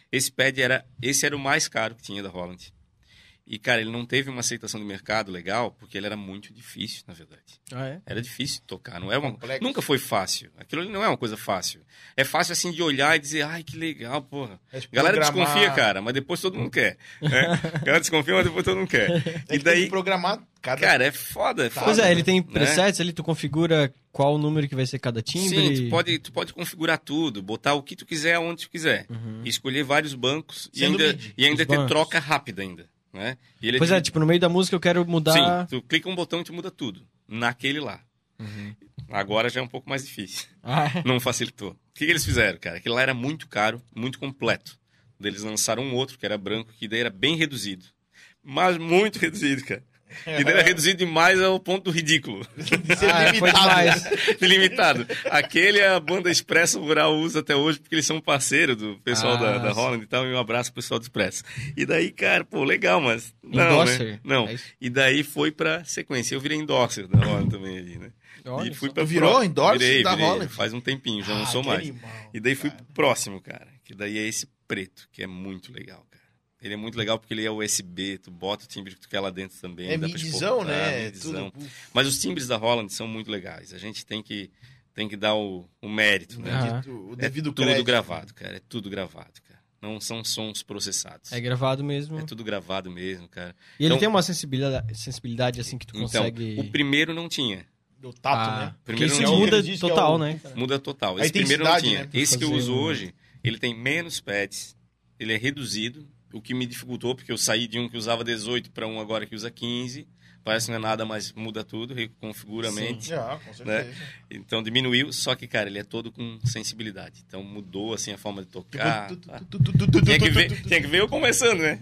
Esse era o mais caro que tinha da Holland. E, cara, ele não teve uma aceitação do mercado legal, porque ele era muito difícil, na verdade. Ah, é? Era difícil de tocar, não é uma... Complexo. Nunca foi fácil. Aquilo ali não é uma coisa fácil. É fácil, assim, de olhar e dizer, ai, que legal, porra. É A galera programar. desconfia, cara, mas depois todo mundo quer. Né? A galera desconfia, mas depois todo mundo quer. É E que tem que daí, programar cada... cara, é foda. Pois é, ele tem né? presets ali, tu configura qual número que vai ser cada timbre. Sim, tu pode configurar tudo, botar o que tu quiser, onde tu quiser. E escolher vários bancos e Sendo ainda, MIDI. e ainda Os ter bancos. troca rápida ainda. Né? E ele Pois é, tipo, no meio da música eu quero mudar... Sim, tu clica um botão e tu muda tudo. Naquele lá. Uhum. Agora já é um pouco mais difícil. Ah, é? Não facilitou. O que eles fizeram, cara? Aquilo lá era muito caro, muito completo. Daí eles lançaram um outro, que era branco, que daí era bem reduzido. Mas muito reduzido, cara. E daí era reduzido demais ao ponto do ridículo. de ser Foi limitado. demais. Limitado. Aquele a banda Expresso Rural usa até hoje, porque eles são parceiro do pessoal da sim. Holland e tal. E um abraço pro pessoal do Expresso. E daí, cara, pô, legal, mas... Não, Endorser, né? Não. é isso? E daí foi pra sequência. Eu virei endorser da Holland também ali, né? Olha E fui só. pra Tu virou pro- endorser virei, da virei. Holland? Faz um tempinho, já não Ah, sou que mais. animal, E daí fui cara. pro próximo, cara. Que daí é esse preto, que é muito legal, cara. Ele é muito legal porque ele é USB, tu bota o timbre que tu quer lá dentro também. É dá pra midizão, exportar, né? midizão. Tudo... Mas os timbres da Holland são muito legais. A gente tem que dar o mérito, né? Aham. O É devido tudo crédito. gravado, cara. É tudo gravado, cara. Não são sons processados. É gravado mesmo. É tudo gravado mesmo, cara. E ele Então- tem uma sensibilidade assim que tu consegue... Então, o primeiro não tinha. Do tato, né? Porque Primeiro isso não tinha. muda Eles dizem que é total, o- né? Muda total. A Esse primeiro não intensidade, tinha. né? Esse que eu Fazer uso um- hoje, ele tem menos pads, ele é reduzido, o que me dificultou, porque eu saí de um que usava 18 para um agora que usa 15. Parece que não é nada, mas muda tudo, reconfigura a mente. Já, com certeza. Então diminuiu, só que, cara, ele é todo com sensibilidade. Então mudou, assim, a forma de tocar. tá? Tinha que ver eu começando, né?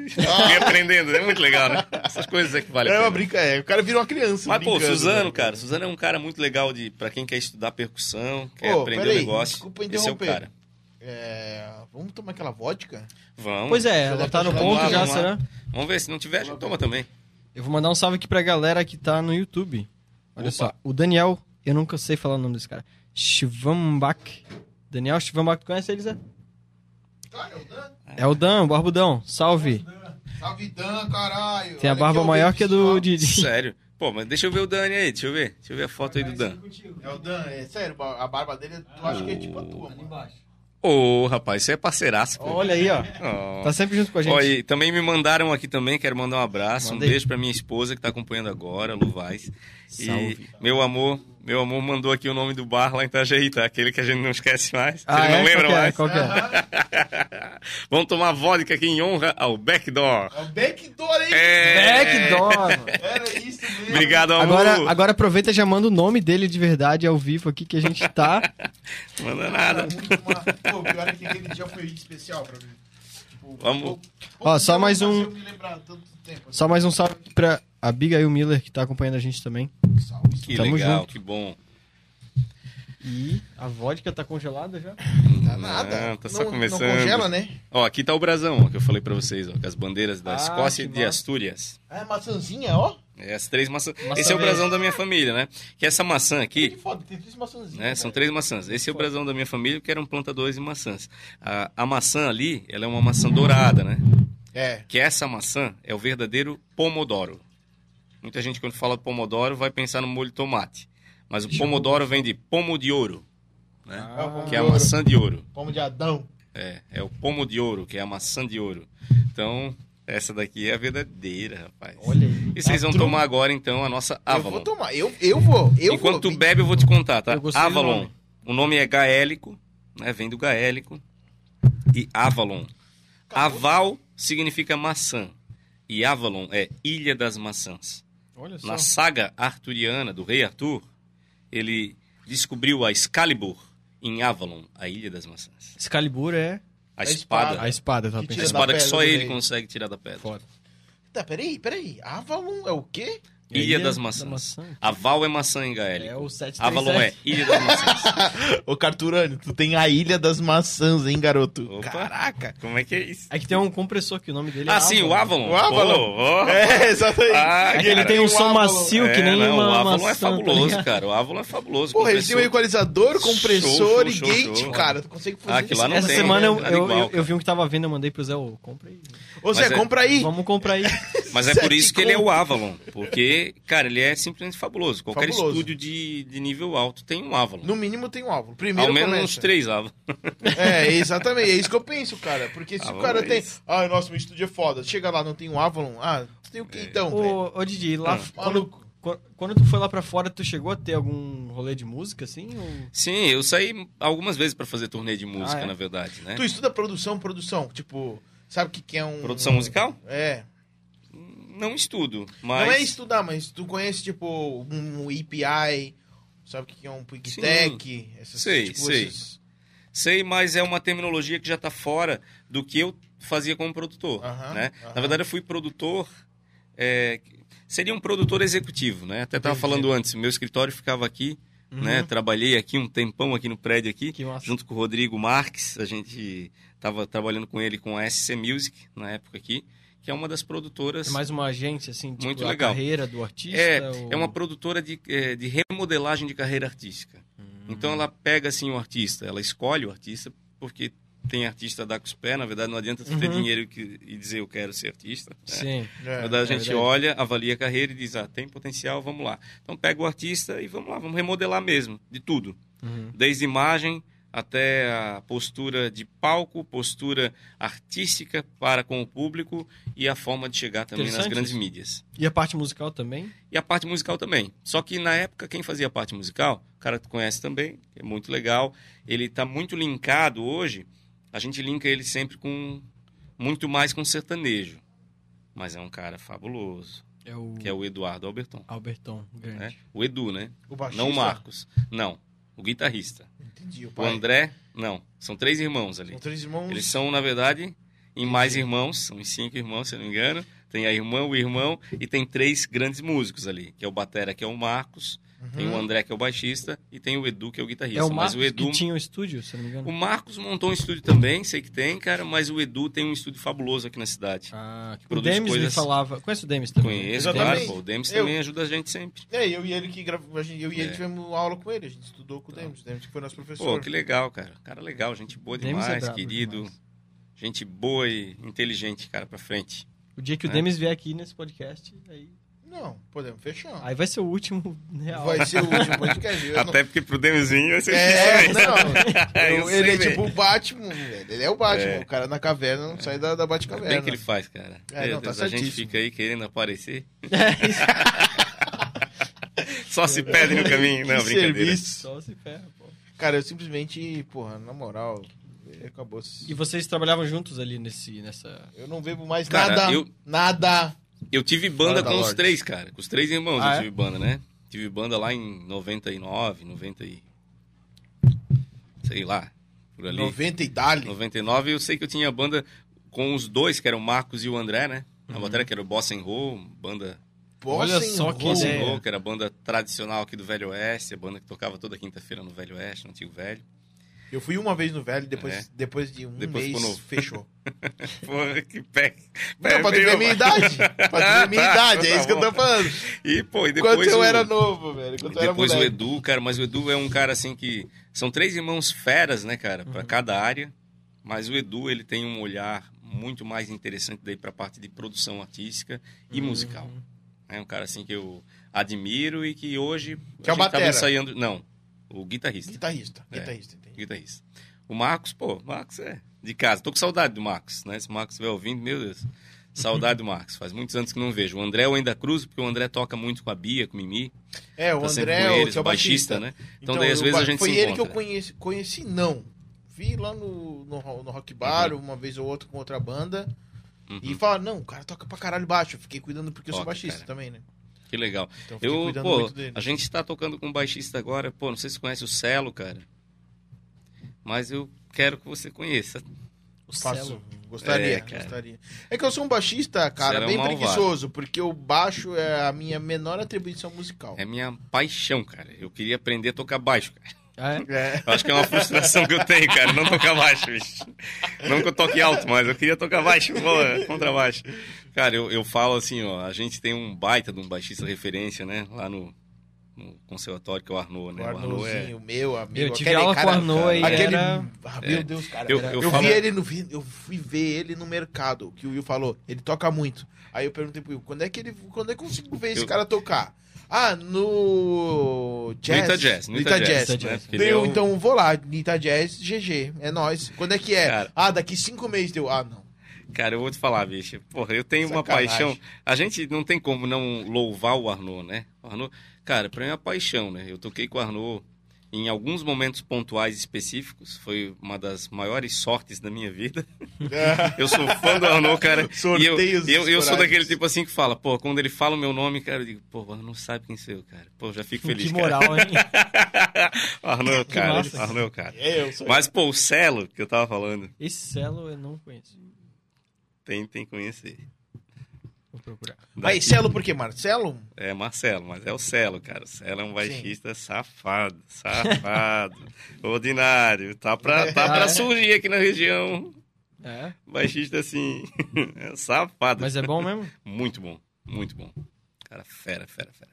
E aprendendo, é muito legal, né? Essas coisas é que vale a É pena. uma brincadeira. O cara virou uma criança. Mas, pô, brincando, Suzano, né? cara, Suzano é um cara muito legal pra quem quer estudar percussão, quer Ô, aprender o peraí, negócio. desculpa Esse é o interromper. cara. Vamos tomar aquela vodka? Vamos. Pois é, Vamos ela tá no lá, ponto vamos já, lá. será? Vamos ver, se não tiver, a gente toma também. Eu vou mandar um salve aqui pra galera que tá no YouTube. Olha Opa. só, o Daniel, eu nunca sei falar o nome desse cara. Shivambak. Daniel Shivambak, tu conhece ele, Zé? Cara, é o Dan. É o Dan, o Barbudão. Salve. Salve, Dan, caralho. Tem a Olha barba aqui, maior ó, que a do pessoal. Didi. Sério. Pô, mas deixa eu ver o Dani aí, deixa eu ver a foto aí do Dan. É o Dan, é sério, a barba dele, tu acha que é tipo a tua, mano. Ô, rapaz, você é parceiraço, pô. Olha aí, ó. Ó. Tá sempre junto com a gente. Ó, e também me mandaram aqui também, quero mandar um abraço, Manda aí. um beijo pra minha esposa que tá acompanhando agora, Lu Vaz. Salve. E meu amor mandou aqui o nome do bar lá em Itajaí, tá? Aquele que a gente não esquece mais, que Ah, ele não lembra mais. Qual que é? Vamos tomar vodka aqui em honra ao Backdoor. É o backdoor, hein? Backdoor, mano. Era isso mesmo. Obrigado, amor. Agora aproveita e já manda o nome dele de verdade ao vivo aqui que a gente tá. Manda nada. Pô, pior é que aquele dia foi especial pra mim. Tipo, Vamos. Ó, só mais um- Eu me lembrar tanto tempo. Só mais um salve aqui pra Abigail Miller, que tá acompanhando a gente também. Salve. Que Tamo legal, junto. que bom. E a vodka tá congelada já? Tá nada. Não, tá só começando. Não congela, né? Ó, aqui tá o brasão, ó, que eu falei pra vocês, ó, com as bandeiras da Ah, Escócia e que de massa. Astúrias. É maçãzinha, ó. É, as 3 maçãs. Maçã Esse é o verde. brasão da minha família, né? Que essa maçã aqui, Que foda, tem 3 maçãzinhas. né? São velho. 3 maçãs. Esse é o brasão da minha família, que eram plantadores de maçãs. A maçã ali, ela é uma maçã dourada, né? É. Que essa maçã é o verdadeiro pomodoro. Muita gente, quando fala pomodoro, vai pensar no molho de tomate. Mas o pomodoro vem de pomo de ouro, né? É o pomo Que de é a ouro. maçã de ouro. Pomo de Adão. É o pomo de ouro, que é a maçã de ouro. Então, essa daqui é a verdadeira, rapaz. Olha aí. E vocês vão Truco. tomar agora, então, a nossa Eu Avalon. vou tomar. Eu vou. Enquanto tu bebe, eu vou te contar, tá? Eu gostei do Avalon. nome. O nome é gaélico, né? Vem do gaélico. E Avalon. Aval significa maçã. E Avalon é Ilha das Maçãs. Olha só. Na saga arturiana do rei Arthur, ele descobriu a Excalibur em Avalon, a Ilha das Maçãs. Excalibur é A espada. espada. a espada, eu tava Que A tira pensando. da espada que pedra só do ele rei. consegue tirar da pedra. Foda. Tá, peraí. Avalon é o quê? Ilha das da Maçãs. maçã. Aval é maçã em É gaélico. o 737. Avalon é Ilha das Maçãs. Ô, Carturani, tu tem a Ilha das Maçãs, hein, garoto? Opa. Caraca. Como é que é isso? Aqui tem um compressor que o nome dele é Ah, sim, o Avalon. O Avalon. Pô, ó. É, exatamente. Ah, É que ele cara. tem um som Avalon. macio que nem não, uma o Avalon maçã, é fabuloso, tá ligado? cara. O Avalon é fabuloso. Porra, eles têm um compressor. equalizador, compressor Show, show, e gate, show. cara. Tu consegue fazer Ah, aquilo lá não Essa tem, semana eu, nada igual, eu cara. vi um que tava vendo, eu mandei pro Zé, ô, compra aí. Ô, Zé, Mas é- compra aí. Vamos comprar aí. Mas é por isso que ele é o Avalon. Porque, cara, ele é simplesmente fabuloso. Qualquer Fabuloso. estúdio de nível alto tem um Avalon. No mínimo tem um Avalon. Primeiro Ao menos começa. uns 3 Avalon. É, exatamente. É isso que eu penso, cara. Porque se o Avalon cara é tem... isso. Ah, nossa, meu estúdio é foda. Chega lá, não tem um Avalon. Ah, tu tem o que então, velho? Ô, Didi, lá, Maluco. quando tu foi lá pra fora, tu chegou a ter algum rolê de música, assim? Ou... Sim, eu saí algumas vezes pra fazer turnê de música, Ah, é? na verdade, né? Tu estuda produção? Tipo, sabe o que é um... Produção musical? É. Não estudo, mas... Não é estudar, mas tu conhece, tipo, um API, sabe o que é um PicTech? Sei. Sei, mas é uma terminologia que já está fora do que eu fazia como produtor, Aham, né? aham. Na verdade, eu fui produtor... seria um produtor executivo, né? Até estava Entendi. falando antes, meu escritório ficava aqui, né? Trabalhei aqui um tempão aqui no prédio aqui, Que massa. junto com o Rodrigo Marques. A gente estava trabalhando com ele com a SC Music, na época aqui, que é uma das produtoras... É mais uma agência, assim, tipo, Muito a legal. carreira do artista? É uma produtora de remodelagem de carreira artística. Então ela pega assim o artista, ela escolhe o artista, porque tem artista dar com os pés, na verdade não adianta tu ter dinheiro e dizer eu quero ser artista. Né? Sim. Na verdade a gente verdade. olha, avalia a carreira e diz, tem potencial, vamos lá. Então pega o artista e vamos lá, vamos remodelar mesmo, de tudo. Desde imagem até a postura de palco, postura artística para com o público e a forma de chegar também nas Interessante grandes isso. mídias. E a parte musical também? E a parte musical também. Só que na época, quem fazia a parte musical, o cara que tu conhece também, que é muito legal, ele está muito linkado hoje, a gente linka ele sempre com muito mais com sertanejo. Mas é um cara fabuloso, É o que é o Eduardo Alberton. Alberton, grande. Né? O Edu, né? O baixista? Não o Marcos. Não, o guitarrista. Entendi, o O pai. André, não. São 3 irmãos ali. São 3 irmãos. Eles são, na verdade, em mais irmãos, são em 5 irmãos, se eu não me engano. Tem a irmã, o irmão, e tem 3 grandes músicos ali, que é o batera, que é o Marcos, tem o André, que é o baixista, e tem o Edu, que é o guitarrista. É o Mas Marcos o Edu, que tinha um estúdio, se eu não me engano. o Marcos montou um estúdio também, sei que tem, cara, mas o Edu tem um estúdio fabuloso aqui na cidade. Ah, o produz Demis me coisas- falava... Conhece o Demis também? Conheço, Exatamente. claro, pô, o Demis Eu- também ajuda a gente sempre. É, eu e ele que gravou, eu e ele É. tivemos aula com ele, a gente estudou com o Demis que foi nosso professor. Pô, que legal, cara. Cara legal, gente boa Demis é demais, brabo querido. demais. Gente boa e inteligente, cara, pra frente. O dia que o É. Demis vier aqui nesse podcast, aí... Não, podemos fechar. Aí vai ser o último real. Vai ser o último podcast. Eu não- Até porque pro Demezinho vai ser É, difícil. não. Ele é sei, tipo o Batman, velho. Ele é o Batman. O cara na caverna não sai da Bem Batcaverna. que ele faz, cara. É, Meu não, tá Deus, a gente certíssimo. fica aí querendo aparecer. Só se perde no caminho. Não, Que brincadeira. serviço. Só se ferra, pô. Cara, eu simplesmente, porra, na moral, acabou. E vocês trabalhavam juntos ali nessa... Eu não bebo mais Cara, nada. eu- Nada. Eu tive banda Fora da com os Lorde. 3, cara. Com os 3 irmãos Ah, eu é? tive banda, né? Tive banda lá em 99, 90 e... Sei lá, por ali. 90 e dali. 99 eu sei que eu tinha banda com os dois, que eram o Marcos e o André, né? A bateria que era o Bossa Roll, banda Olha só que Bossa ideia. Roll, que era a banda tradicional aqui do Velho Oeste, a banda que tocava toda quinta-feira no Velho Oeste, no Antigo Velho. Eu fui uma vez no velho, É. depois de um Depois ficou mês, novo. fechou. Pô, que pé. Não, pra tu ver a minha idade. Pra tu ver a minha idade, é isso que eu tô falando. E, pô, e depois Quando eu o- era novo, velho. Quando eu era Depois o moleque. Edu, cara, mas o Edu é um cara assim que... São 3 irmãos feras, né, cara, pra cada área. Mas o Edu, ele tem um olhar muito mais interessante daí pra parte de produção artística e musical. É um cara assim que eu admiro e que hoje... Que é o a gente tava batera. ensaiando... Não, o guitarrista. Guitarrista, É. entendi. Guitarrista. O Marcos, pô, o Marcos é de casa. Tô com saudade do Marcos, né? Se o Marcos estiver ouvindo, meu Deus. Saudade do Marcos. Faz muitos anos que não vejo. O André eu ainda cruzo, porque o André toca muito com a Bia, com o Mimi. É, o Tá sempre André, com o eles, que é o baixista, né? Então, daí, às vezes, a gente foi se ele que eu encontra. conheci, não. Vi lá no Rock Bar, uma vez ou outra com outra banda. E falaram, não, o cara toca pra caralho baixo. Eu fiquei cuidando porque eu sou Toca, baixista cara. também, né? Que legal. Então fiquei Eu, cuidando pô, muito dele. a gente tá tocando com um baixista agora. Pô, não sei se você conhece o Celo, cara. Mas eu quero que você conheça. O Faço, Celo. gostaria, É, cara. gostaria. É que eu sou um baixista, cara, Celo é um bem malvado. preguiçoso, porque o baixo é a minha menor atribuição musical. É minha paixão, cara. Eu queria aprender a tocar baixo, cara. Ah, é? É. Eu acho que é uma frustração que eu tenho, cara, não tocar baixo, bicho. Não que eu toque alto, mas eu queria tocar baixo, pô, contrabaixo. Cara, eu falo assim, ó, a gente tem um baita de um baixista referência, né, lá no conservatório, que é o Arnaud, né? O O Arnaud Arnoldzinho, meu amigo. Eu tive aquele aula cara, com o Arnaud aí, Aquele... era... Ah, meu Deus, cara. Eu Eu falo- vi ele eu fui ver ele no mercado, que o Will falou. Ele toca muito. Aí eu perguntei pro Will, quando é que eu consigo ver esse Eu- cara tocar? Ah, no Jazz. No Ita Jazz, Ita né? Jazz. Porque ele é Eu, o- então vou lá, Nita Jazz, GG, é nóis. Quando é que é? Cara. Ah, daqui 5 meses deu. Ah, não. Cara, eu vou te falar, bicho. Porra, eu tenho uma Sacanagem. paixão. A gente não tem como não louvar o Arnaud, né? O Arnaud, cara, pra mim é uma paixão, né? Eu toquei com o Arnaud em alguns momentos pontuais específicos. Foi uma das maiores sortes da minha vida. Eu sou fã do Arnaud, cara. Sorteios E eu sou esporádicos. daquele tipo assim que fala, pô, quando ele fala o meu nome, cara, eu digo, pô, o Arnaud sabe quem sou eu, cara. Pô, já fico feliz, Que cara. moral, hein? Arnaud, Que cara. massa. Arnaud, cara. É, eu sou. Mas, pô, o Celo, que eu tava falando, Esse Celo eu não conheço. tem que conhecer. Vou procurar. Mas Celo por quê, Marcelo? É Marcelo, mas é o Celo, cara. O Celo é um baixista safado, safado, ordinário. Tá pra surgir aqui na região. É? Baixista assim, é safado. Mas é bom mesmo? Muito bom, muito bom. Cara, fera.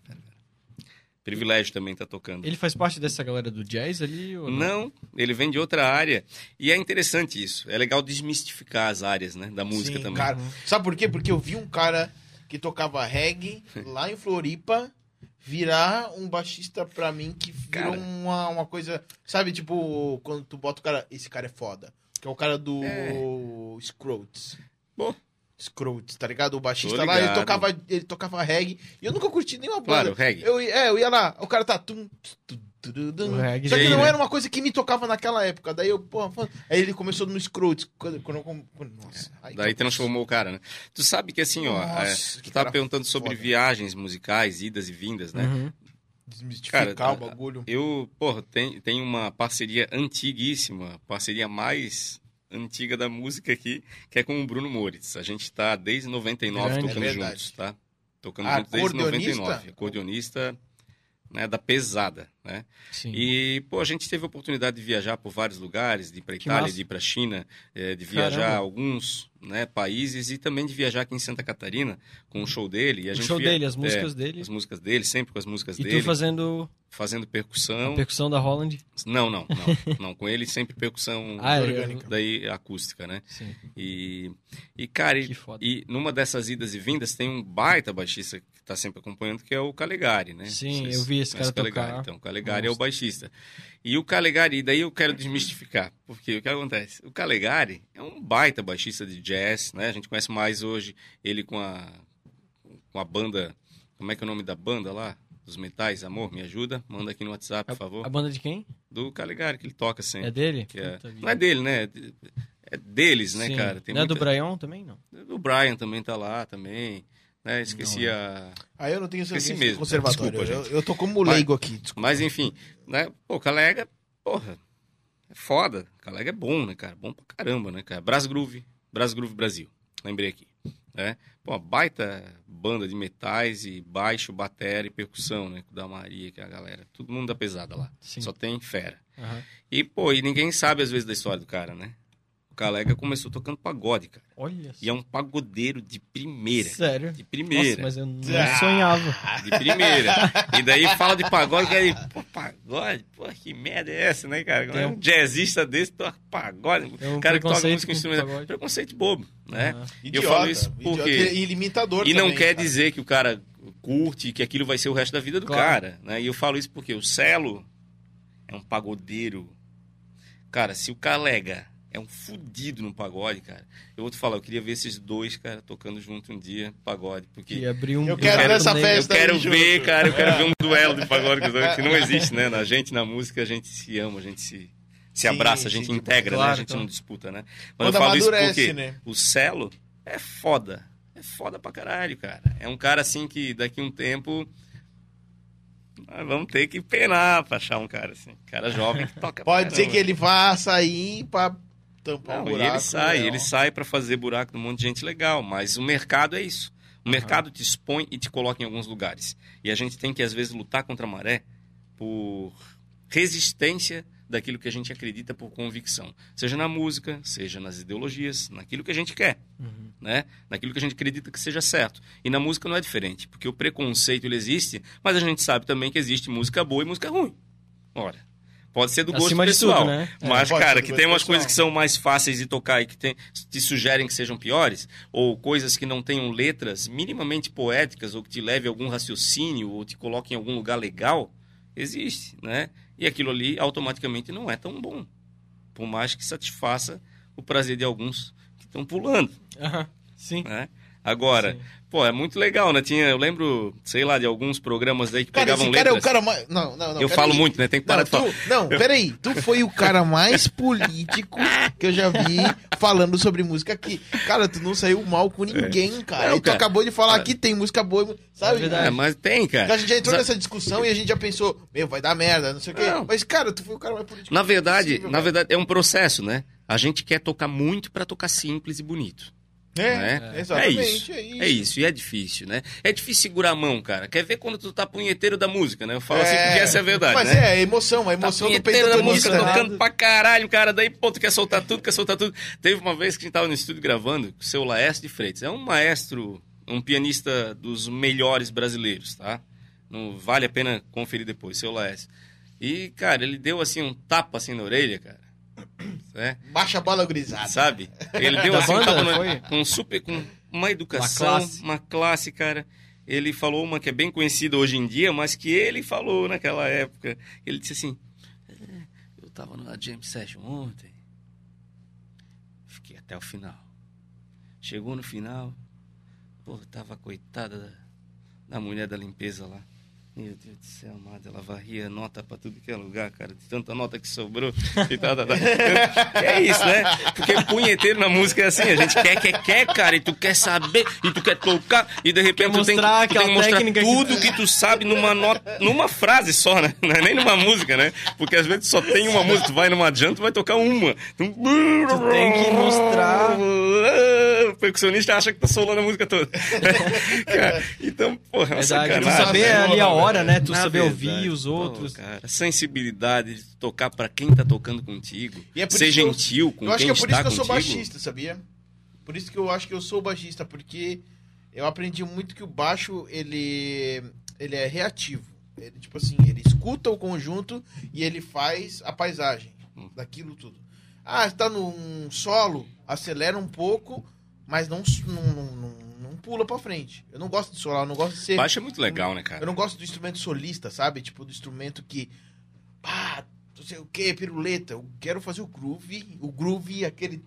Privilégio também tá tocando. Ele faz parte dessa galera do jazz ali? Ou não? Não, ele vem de outra área. E é interessante isso. É legal desmistificar as áreas, né? Da música Sim, também. cara. Sabe por quê? Porque eu vi um cara que tocava reggae lá em Floripa virar um baixista pra mim que virou Cara. uma coisa. Sabe, tipo, quando tu bota o cara. Esse cara é foda. Que é o cara do Scroats. Bom. Scroats, tá ligado? O baixista Tô lá, ligado. ele tocava reggae. E eu nunca curti nenhuma banda. Claro, reggae. Eu ia lá, o cara tá. O reggae Só que daí, não né? era uma coisa que me tocava naquela época. Daí eu, porra, aí ele começou no Scroats. Nossa. Aí Daí que eu- transformou o cara, né? Tu sabe que assim, ó, Nossa, tu que tava cara perguntando sobre foda. viagens musicais, idas e vindas, né? Uhum. Desmistificar Cara, o bagulho. Eu, porra, tem uma parceria antiguíssima, parceria mais antiga da música aqui, que é com o Bruno Moritz. A gente tá desde 99 Grande. tocando É verdade. juntos, tá? Tocando Ah, juntos desde acordeonista? 99. Acordeonista, né, da pesada. né? Sim. E, pô, a gente teve a oportunidade de viajar por vários lugares, de ir para Itália, massa. de ir para China, de viajar Caramba. alguns, né, países e também de viajar aqui em Santa Catarina com o show dele. E a O gente show dele, as músicas dele. As músicas dele, sempre com as músicas E dele. tu fazendo Fazendo percussão. a percussão da Holland. Não. Com ele sempre percussão orgânica. daí acústica, né? Sim. E cara, Que foda. e numa dessas idas e vindas tem um baita baixista que tá sempre acompanhando, que é o Calegari, né? Sim, Vocês eu vi esse conhecem cara o Calegari. tocar. Então, o Calegari é o baixista. E o Calegari, daí eu quero desmistificar, porque o que acontece? O Calegari é um baita baixista de jazz, né? A gente conhece mais hoje ele com a banda, como é que é o nome da banda lá? Dos metais, amor, me ajuda? Manda aqui no WhatsApp, por favor. A banda de quem? Do Calegari, que ele toca sempre. É dele? Que é- Puta vida. Não é dele, né? É deles, né, Sim. cara? Tem Não é do muita- Brian também, não? O Brian também tá lá, também. Né? Esqueci Não, a... Aí eu não tenho Esqueci esse mesmo. conservatório. Desculpa, gente. Eu tô como leigo aqui. Desculpa. Mas, enfim, né? Pô, o Calega, porra, é foda. O Calega é bom, né, cara? Bom pra caramba, né, cara? Brás Groove Brasil. Lembrei aqui. Né? Pô, uma baita banda de metais e baixo, bateria e percussão, né? Da Maria, que é a galera. Todo mundo da pesada lá. Sim. Só tem fera. Aham. E, pô, e ninguém sabe, às vezes, da história do cara, né? O Calega começou tocando pagode, cara. Olha E é um pagodeiro de primeira. Sério? De primeira. Nossa, mas eu não sonhava. De primeira. E daí fala de pagode, que aí, pô, pagode? Pô, que merda é essa, né, cara? Tem Um jazzista desse toca pagode. Tem um cara que toca preconceito música com instrumental. pagode. Preconceito bobo, né? Aham. E eu falo isso idiota. porque... E limitador E não também, quer cara. dizer que o cara curte, que aquilo vai ser o resto da vida do Claro. cara, né? E eu falo isso porque o Celo é um pagodeiro. Cara, se o Calega é um fudido no pagode, cara, eu vou te falar, eu queria ver esses dois, cara, tocando junto um dia, pagode, porque... Que abriu um Eu quero buraco nessa nele. festa. Eu quero aí ver, junto. cara, eu quero ver um duelo de pagode com os dois, que não existe, né? Na gente, na música, a gente se ama, a gente se Sim, abraça, a gente sim, integra, né? claro, A gente então. não disputa, né? Mas Quando eu falo isso amadurece, porque né? o Celo é foda. É foda pra caralho, cara. É um cara, assim, que daqui a um tempo... nós vamos ter que penar pra achar um cara assim. Cara jovem que toca pra Pode ser caramba. que ele vá sair pra tampar Não, o e buraco. ele né? sai para fazer buraco num monte de gente legal, mas o mercado é isso. O mercado te expõe e te coloca em alguns lugares. E a gente tem que, às vezes, lutar contra a maré por resistência daquilo que a gente acredita por convicção. Seja na música, seja nas ideologias, naquilo que a gente quer, Uhum. né? Naquilo que a gente acredita que seja certo. E na música não é diferente, porque o preconceito ele existe, mas a gente sabe também que existe música boa e música ruim. Ora, pode ser do gosto Acima de pessoal, tudo, né? mas, pode cara, ser do que gosto tem umas pessoal. coisas que são mais fáceis de tocar e que te sugerem que sejam piores, ou coisas que não tenham letras minimamente poéticas, ou que te leve a algum raciocínio, ou te coloquem em algum lugar legal, existe, né? E aquilo ali automaticamente não é tão bom, por mais que satisfaça o prazer de alguns que estão pulando, Aham. Sim. né? Agora, Sim. pô, é muito legal, né? Eu lembro, sei lá, de alguns programas aí que Cara, pegavam esse cara letras. é o cara mais... Não, Eu pera falo aí. muito, né? Tem que parar de falar. Não, peraí. Tu foi o cara mais político que eu já vi falando sobre música aqui. Cara, tu não saiu mal com ninguém, cara. Não, E tu cara. acabou de falar que tem música boa, sabe? É verdade. É, mas tem, cara. A gente já entrou Sa- nessa discussão e a gente já pensou, meu, vai dar merda, não sei o quê. Não. Mas, cara, tu foi o cara mais político. Na verdade, possível, velho. é um processo, né? A gente quer tocar muito pra tocar simples e bonito. né? Exatamente. É isso, e é difícil, né? É difícil segurar a mão, cara. Quer ver quando tu tá punheteiro da música, né? Eu falo assim porque essa é a verdade, Mas né? a emoção do Punheteiro da música, pentatonista, né? tocando pra caralho, cara. Daí, pô, tu quer soltar tudo. Teve uma vez que a gente tava no estúdio gravando com o seu Laércio de Freitas. É um maestro, um pianista dos melhores brasileiros, tá? Não vale a pena conferir depois, seu Laércio. E, cara, ele deu assim um tapa assim na orelha, cara. Né? Baixa a bola grisada. Sabe? Ele deu Da assim, banda, tava foi? com uma educação, uma classe, cara. Ele falou uma que é bem conhecida hoje em dia, mas que ele falou naquela época. Ele disse assim, eu tava na Jam Session ontem, fiquei até o final. Chegou no final, pô, tava coitada da mulher da limpeza lá. Meu Deus do céu, amado, ela varria nota pra tudo que é lugar, cara, de tanta nota que sobrou e tal. É isso, né? Porque punheteiro na música é assim, a gente quer, cara, e tu quer saber, e tu quer tocar, e de repente tu tem que mostrar tudo que tu sabe numa frase só, né? Não é nem numa música, né? Porque às vezes só tem uma música, tu vai numa jam, tu vai tocar uma. Tu tem que mostrar. o percussionista acha que tá solando a música toda. Cara, então, porra, é uma Verdade, tu sacanagem. saber ali a hora, né? Tu Na saber verdade, ouvir os pô, outros. cara, sensibilidade de tocar pra quem tá tocando contigo. E é por Ser isso que eu- gentil com Eu acho quem que é por isso está que eu sou contigo. baixista, sabia? Por isso que eu acho que eu sou baixista, porque eu aprendi muito que o baixo, ele é reativo. Ele, tipo assim, ele escuta o conjunto e ele faz a paisagem daquilo tudo. Ah, tá num solo, acelera um pouco, mas não pula pra frente. Eu não gosto de solar, eu não gosto de ser... Baixo é muito legal, né, cara? Eu não gosto do instrumento solista, sabe? Tipo, do instrumento que... Ah, não sei o que, piruleta. Eu quero fazer o groove, aquele...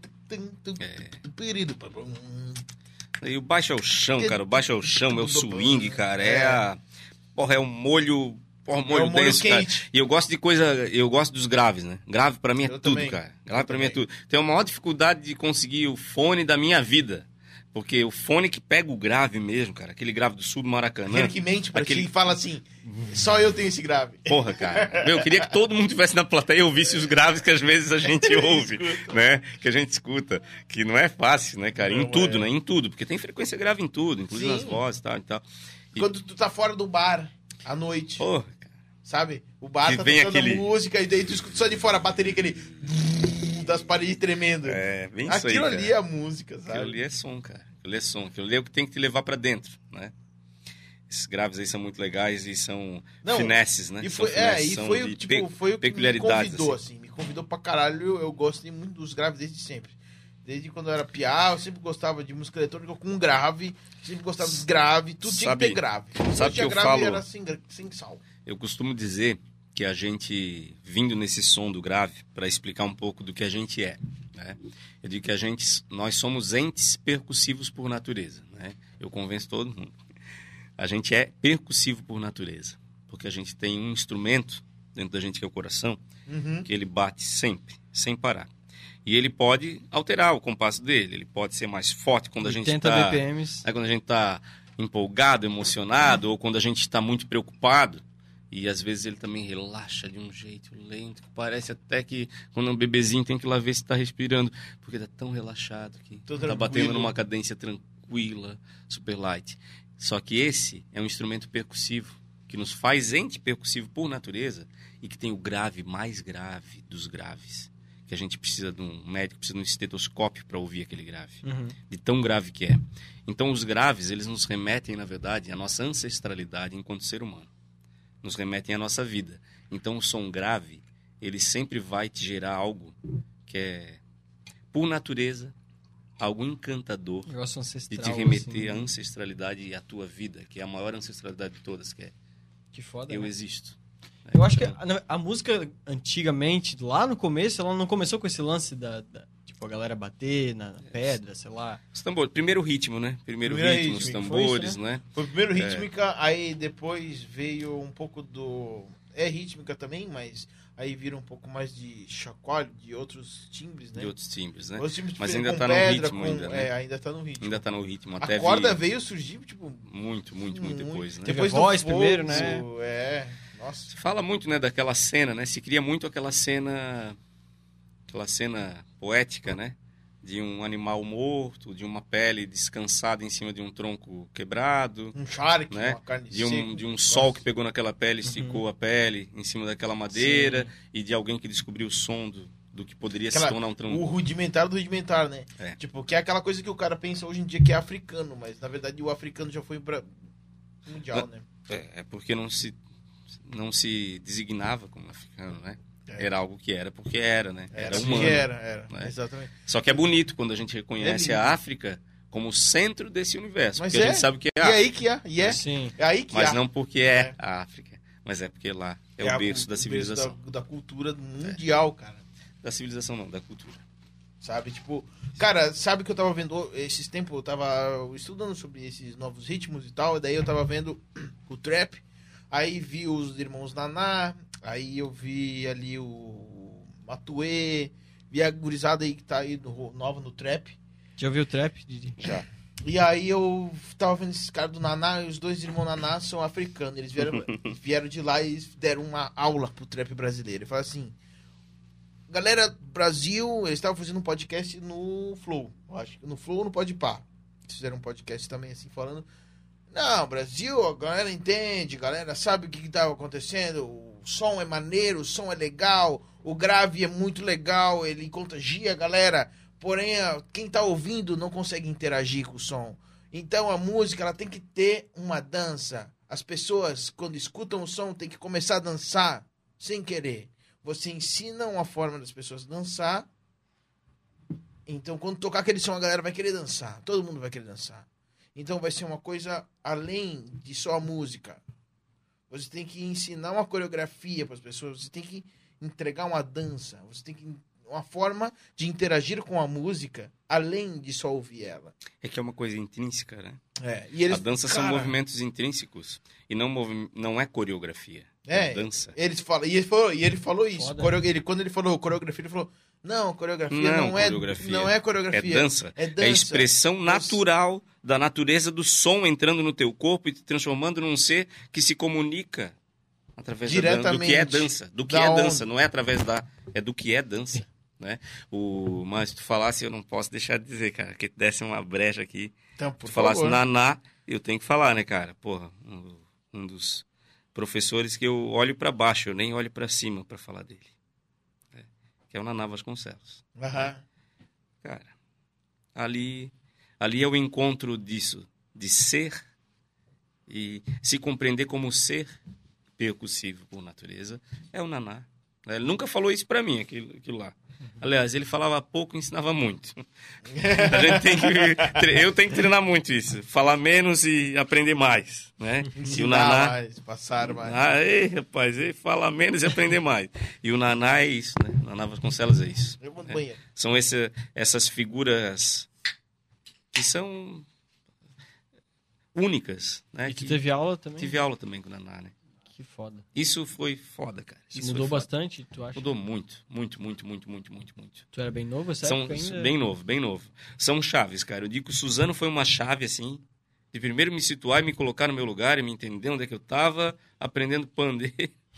E o baixo é o chão, cara. O baixo é o chão, é o swing, cara. Porra, é um molho... Porra, molho molho denso, cara. quente. E eu gosto de coisa... Eu gosto dos graves, né? Grave pra mim é Eu tudo, também. cara. Grave pra mim é tudo. Tenho a maior dificuldade de conseguir o fone da minha vida. Porque o fone que pega o grave mesmo, cara. Aquele grave do sul do Maracanã. Aquele que mente pra Aquele- ti e fala assim, só eu tenho esse grave. Porra, cara. Eu queria que todo mundo estivesse na plateia e ouvisse os graves que às vezes a gente ouve, né? Que a gente escuta. Que não é fácil, né, cara? Não Em tudo, é. né? Em tudo. Porque tem frequência grave em tudo, inclusive Sim. nas vozes e tal e tal. E, Quando tu tá fora do bar, à noite, porra, cara. sabe? O bar Que tá vem tocando aquele- música e daí tu escuta só de fora a bateria, aquele... das paredes tremendo. É, bem isso aí, Aquilo cara. ali é a música, sabe? Aquilo ali é som, cara. Aquilo ali é som. Aquilo ali é o que tem que te levar pra dentro, né? Esses graves aí são muito legais e são Não, finesses, né? E São foi, finesses, e são foi, de tipo, foi o que me peculiaridades, convidou, assim. assim. Me convidou pra caralho. Eu gostei muito dos graves desde sempre. Desde quando eu era piá, eu sempre gostava de música eletrônica com grave. Sempre gostava de grave. Tudo tinha que Sabe- ter grave. sabe Tinha que eu grave falo- era sem sal. Eu costumo dizer que a gente, vindo nesse som do grave, para explicar um pouco do que a gente é, né? Eu digo que nós somos entes percussivos por natureza, né? Eu convenço todo mundo. A gente é percussivo por natureza, porque a gente tem um instrumento dentro da gente que é o coração, Uhum. que ele bate sempre, sem parar. E ele pode alterar o compasso dele, ele pode ser mais forte quando a gente 80 está... BPMs. Quando a gente está empolgado, emocionado, ou quando a gente está muito preocupado. E às vezes ele também relaxa de um jeito lento, que parece até que quando um bebezinho tem que ir lá ver se está respirando, porque está tão relaxado que Tô está tranquilo. batendo numa cadência tranquila, super light. Só que esse é um instrumento percussivo, que nos faz ente percussivo por natureza e que tem o grave mais grave dos graves. Que a gente precisa de um médico, precisa de um estetoscópio para ouvir aquele grave. Uhum. De tão grave que é. Então os graves, eles nos remetem, na verdade, à nossa ancestralidade enquanto ser humano. Nos remetem à nossa vida. Então o som grave, ele sempre vai te gerar algo que é, por natureza, algo encantador Negócio de ancestral. te remeter à assim. ancestralidade e à tua vida, que é a maior ancestralidade de todas, que é Que foda, eu né? existo. Eu acho que a música, antigamente, lá no começo, ela não começou com esse lance tipo, a galera bater na pedra, sei lá. Os tambores, primeiro ritmo, né? Primeiro Primeiro ritmo, os ritmo, foi isso, tambores, né? Foi primeiro rítmica, aí depois veio um pouco do... É rítmica também, mas aí vira um pouco mais de chacoalho, de outros timbres, né? De outros timbres, né? Outros timbres Mas com ainda tá no pedra, ritmo ainda, né? ainda tá no ritmo. Ainda tá no ritmo. A Até corda vi veio surgir, tipo... muito depois, né? Teve a do voz fogo, primeiro, né? É, nossa. Se fala muito, né, daquela cena, né? Se cria muito aquela cena poética, né? De um animal morto, de uma pele descansada em cima de um tronco quebrado, Um shark, né? uma carne De um seca. sol que pegou naquela pele, esticou a pele em cima daquela madeira, e de alguém que descobriu o som do que poderia se Aquela- tornar um O tronco. rudimentar do rudimentar, né? É. Tipo, que é aquela coisa que o cara pensa hoje em dia que é africano, mas na verdade o africano já foi pra mundial, né? É porque não se designava como africano, né? É. Era algo que era porque era, né? Era assim humano. que era, né? exatamente. Só que é bonito quando a gente reconhece É lindo. a África como o centro desse universo. Mas porque a é. gente sabe que é E a é África. aí que é, e é, Sim. é aí que Mas é. não porque é a África. Mas é porque lá é o a- berço da civilização. Da cultura mundial, cara. Da civilização não, da cultura. Sabe, tipo... Cara, sabe que eu tava vendo... Esses tempos eu tava estudando sobre esses novos ritmos e tal. E daí eu tava vendo o trap. Aí vi os irmãos Naná. Aí eu vi ali o Matuê. Vi a gurizada aí que tá aí nova no trap. Já ouviu o trap, Didi? Já. E aí eu tava vendo esses caras do Naná. E os dois irmãos Naná são africanos. Eles vieram de lá e deram uma aula pro trap brasileiro. Eu falo assim... Galera, Brasil, eles estavam fazendo um podcast no Flow, eu acho. No Flow ou no Podpah. Eles fizeram um podcast também, assim, falando... Não, Brasil, a galera entende, a galera sabe o que estava acontecendo, o som é maneiro, o som é legal, o grave é muito legal, ele contagia a galera, porém, quem tá ouvindo não consegue interagir com o som. Então, a música, ela tem que ter uma dança. As pessoas, quando escutam o som, tem que começar a dançar, sem querer. Você ensina uma forma das pessoas dançar. Então, quando tocar aquele som, a galera vai querer dançar. Todo mundo vai querer dançar. Então, vai ser uma coisa além de só a música. Você tem que ensinar uma coreografia para as pessoas. Você tem que entregar uma dança. Você tem que uma forma de interagir com a música além de só ouvir ela. É que é uma coisa intrínseca, né? E eles, a dança são movimentos intrínsecos e não é coreografia. É dança. Ele falou isso. Quando ele falou coreografia, ele falou: não, coreografia não é coreografia. É dança. É a expressão natural da natureza do som entrando no teu corpo e te transformando num ser que se comunica através do que é dança. Do que é dança, não é através da... É do que é dança. Né? Mas se tu falasse, eu não posso deixar de dizer, cara, que desse uma brecha aqui. Então, tu falasse naná, eu tenho que falar, né, cara? Porra, um dos professores que eu olho pra baixo, eu nem olho pra cima pra falar dele. Né? Que é o Naná Vasconcelos. Cara, ali é o encontro disso, de ser e se compreender como ser percussivo por natureza, é o Naná. Ele nunca falou isso pra mim, aquilo lá. Aliás, ele falava pouco e ensinava muito. Eu tenho que treinar muito isso. Falar menos e aprender mais. Né? Ensinar e o Naná, mais, passar mais. Rapaz, falar menos e aprender mais. E o Naná é isso, né? O Naná Vasconcelos é isso. São essas figuras que são únicas. Né? E tu teve aula também? Tive aula também com o Naná, né? Que foda. Isso foi foda, cara. Isso mudou bastante, tu acha? Mudou muito. Tu era bem novo, certo? Ainda... Bem novo. São chaves, cara. Eu digo que o Suzano foi uma chave, assim, de primeiro me situar e me colocar no meu lugar e me entender onde é que eu tava, aprendendo pandeiro.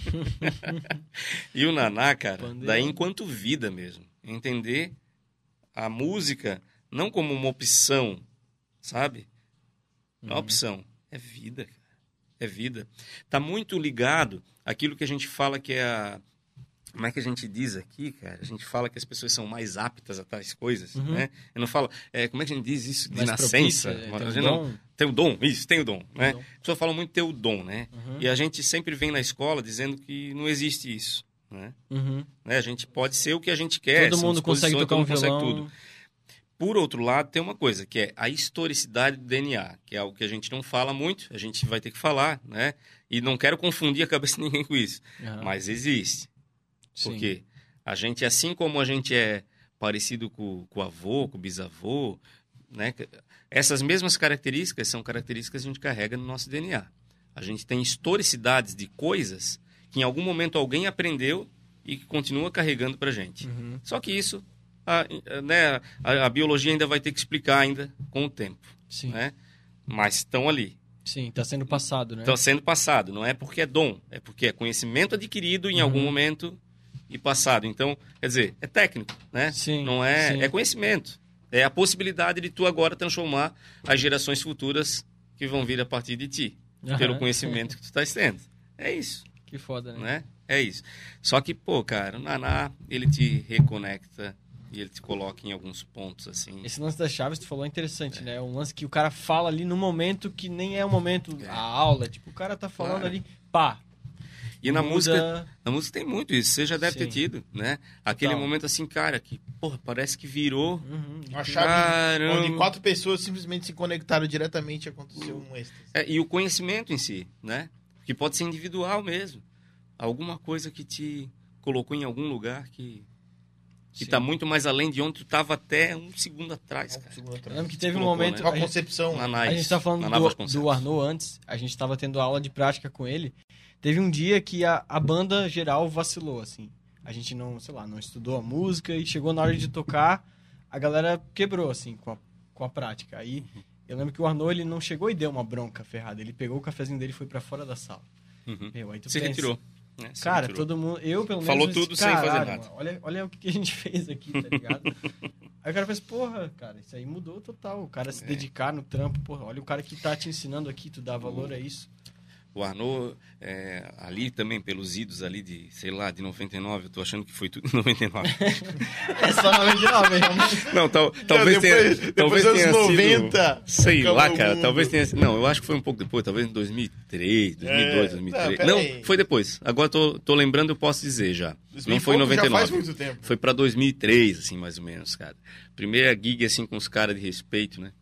E o Naná, cara, pandeiro. Daí enquanto vida mesmo. Entender a música não como uma opção, sabe? Não é uma opção, é vida, cara. É vida. Está muito ligado àquilo que a gente fala que é a... Como é que a gente diz aqui, cara? A gente fala que as pessoas são mais aptas a tais coisas, né? Eu não falo... como é que a gente diz isso? De mais nascença. Tem o dom. Isso, tem o dom, né? A pessoa fala muito ter o dom, né? E a gente sempre vem na escola dizendo que não existe isso, né? A gente pode ser o que a gente quer. Todo mundo consegue tocar um violão. Tudo. Por outro lado, tem uma coisa, que é a historicidade do DNA, que é algo que a gente não fala muito, a gente vai ter que falar, né? E não quero confundir a cabeça de ninguém com isso, mas existe. Sim. Porque a gente, assim como a gente é parecido com o avô, com o bisavô, né? Essas mesmas características são características que a gente carrega no nosso DNA. A gente tem historicidades de coisas que em algum momento alguém aprendeu e que continua carregando pra gente. Só que isso... A biologia ainda vai ter que explicar ainda com o tempo. Sim. Né? Mas estão ali. Sim, está sendo passado, né? Está sendo passado. Não é porque é dom, é porque é conhecimento adquirido em algum momento e passado. Então, quer dizer, é técnico, né? Sim, não é, é conhecimento. É a possibilidade de tu agora transformar as gerações futuras que vão vir a partir de ti, pelo conhecimento que tu estás tendo. É isso. Que foda, né? É isso. Só que, pô, cara, o Naná, ele te reconecta e ele te coloca em alguns pontos, assim. Esse lance das chaves, tu falou, é interessante, né? É um lance que o cara fala ali no momento que nem é o momento, a aula. Tipo, o cara tá falando ali, pá. E na música tem muito isso. Você já deve ter tido, né? Aquele momento assim, cara, que, porra, parece que virou. Uma chave onde 4 pessoas simplesmente se conectaram diretamente e aconteceu um êxtase. E o conhecimento em si, né? Que pode ser individual mesmo. Alguma coisa que te colocou em algum lugar que está muito mais além de onde tu estava até um segundo atrás, cara. Eu lembro que teve um momento... Né? A concepção. A gente estava falando do Arnaud antes, a gente estava tendo aula de prática com ele. Teve um dia que a banda geral vacilou, assim. A gente não estudou a música e chegou na hora de tocar, a galera quebrou, assim, com a prática. Aí eu lembro que o Arnaud, ele não chegou e deu uma bronca ferrada. Ele pegou o cafezinho dele e foi para fora da sala. Se retirou. Né? Se Cara, aventurou. todo mundo... Eu, pelo menos... Falou disse, tudo sem fazer "Caralho, nada." mano, olha o que a gente fez aqui, tá ligado? Aí o cara faz, porra, cara, isso aí mudou total. O cara se dedicar no trampo, porra, olha o cara que tá te ensinando aqui, tu dá valor a isso. O Arnaud, ali também, pelos idos ali de, sei lá, de 99, eu tô achando que foi tudo em 99. É só 99, realmente. Não, talvez tenha... Depois dos tenha 90. sido, sei lá, acabou o cara, mundo. talvez tenha sido... Não, eu acho que foi um pouco depois, talvez em 2003, 2002, 2003. Não, foi depois. Agora tô lembrando, eu posso dizer já. Não foi em 99. Já faz muito tempo. Foi pra 2003, assim, mais ou menos, cara. Primeira gig, assim, com os caras de respeito, né?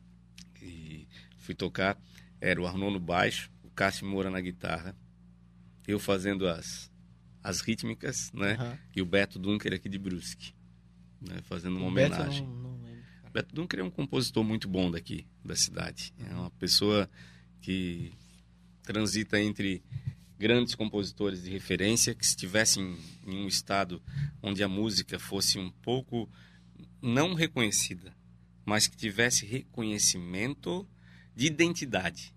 E fui tocar, era o Arnaud no baixo, o Cássio Moura na guitarra, eu fazendo as rítmicas, né? Uhum. E o Beto Dunker aqui de Brusque, né? Fazendo uma O Beto homenagem. não lembro. Beto Dunker é um compositor muito bom daqui, da cidade. É uma pessoa que transita entre grandes compositores de referência, que se estivesse em um estado onde a música fosse um pouco não reconhecida, mas que tivesse reconhecimento de identidade.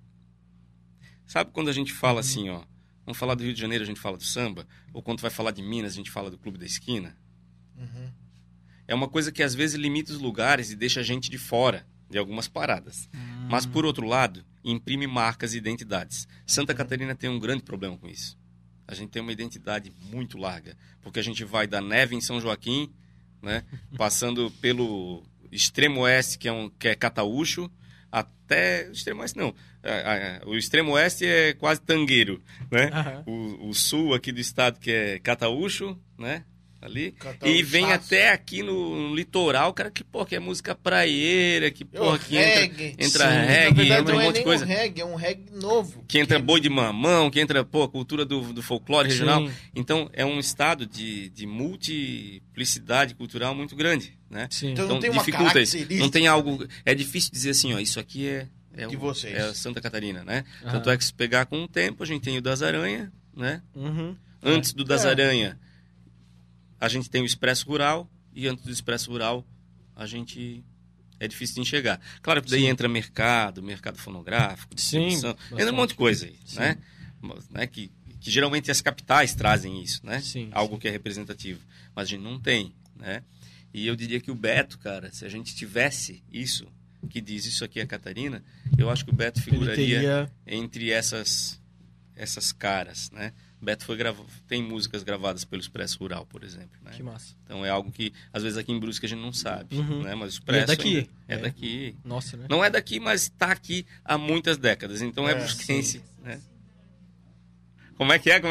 Sabe quando a gente fala assim, ó, vamos falar do Rio de Janeiro, a gente fala do samba, ou quando vai falar de Minas, a gente fala do Clube da Esquina? Uhum. É uma coisa que às vezes limita os lugares e deixa a gente de fora de algumas paradas. Mas, por outro lado, imprime marcas e identidades. Santa Catarina tem um grande problema com isso. A gente tem uma identidade muito larga, porque a gente vai da neve em São Joaquim, né, passando pelo extremo oeste, que é Cataúcho, até... Extremo oeste não. O extremo oeste é quase Tangueiro, né? Uhum. O sul aqui do estado, que é Cataúcho, né? Ali. Cataúcho. E vem até aqui no litoral, cara, que é música praieira, que que reggae. entra Sim. reggae, Na verdade, entra não um é monte de nem coisa. um reggae, é um reggae novo. Que entra boi de mamão, que entra, a cultura do folclore regional. Sim. Então, é um estado de multiplicidade cultural muito grande, né? Sim. Então, não tem uma dificulta isso. característica. Não tem algo... É difícil dizer assim, ó, isso aqui é De vocês. É Santa Catarina, né? Aham. Tanto é que se pegar com o tempo, a gente tem o Das Aranha, né? Uhum. Antes do Das Aranha, a gente tem o Expresso Rural, e antes do Expresso Rural, a gente... É difícil de enxergar. Claro que daí Sim. entra mercado fonográfico, distribuição, bastante. entra um monte de coisa aí, Sim. né? Que geralmente as capitais trazem isso, né? Sim, Algo sim. que é representativo. Mas a gente não tem, né? E eu diria que o Beto, cara, se a gente tivesse isso, que diz isso aqui é Catarina, eu acho que o Beto Ele figuraria teria... entre essas caras, né? Beto tem músicas gravadas pelo Expresso Rural, por exemplo, né? Que massa. Então é algo que, às vezes, aqui em Brusque a gente não sabe, Uhum. né? Mas o E Expresso é daqui. ainda é daqui. Nossa, né? Não é daqui, mas está aqui há muitas décadas. Então é brusquense, né? Como é que é?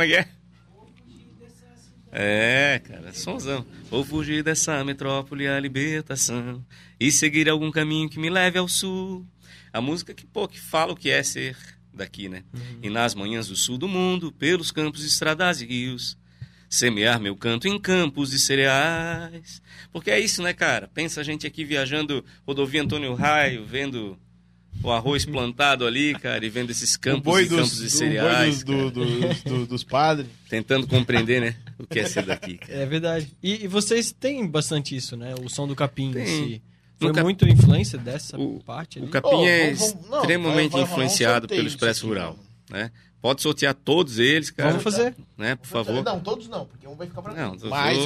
É, cara, sonzão. Vou fugir dessa metrópole à libertação e seguir algum caminho que me leve ao sul. A música que fala o que é ser daqui, né? E nas manhãs do sul do mundo, pelos campos, estradas e rios, semear meu canto em campos de cereais. Porque é isso, né, cara? Pensa a gente aqui viajando rodovia Antônio Raio, vendo o arroz plantado ali, cara, e vendo esses campos e campos de cereais. Dos padres. Tentando compreender, né, o que é ser daqui, cara. É verdade. E vocês têm bastante isso, né? O som do capim Tem. em si. Foi No cap- muito influência dessa O- parte O ali? capim é não, extremamente vai rolar um influenciado sorteio pelo disso Expresso aqui, Rural, mano. né? Pode sortear todos eles, cara. Vamos fazer. Né, por favor. Não, todos não, porque um vai ficar pra Não, mim. tô- Mas...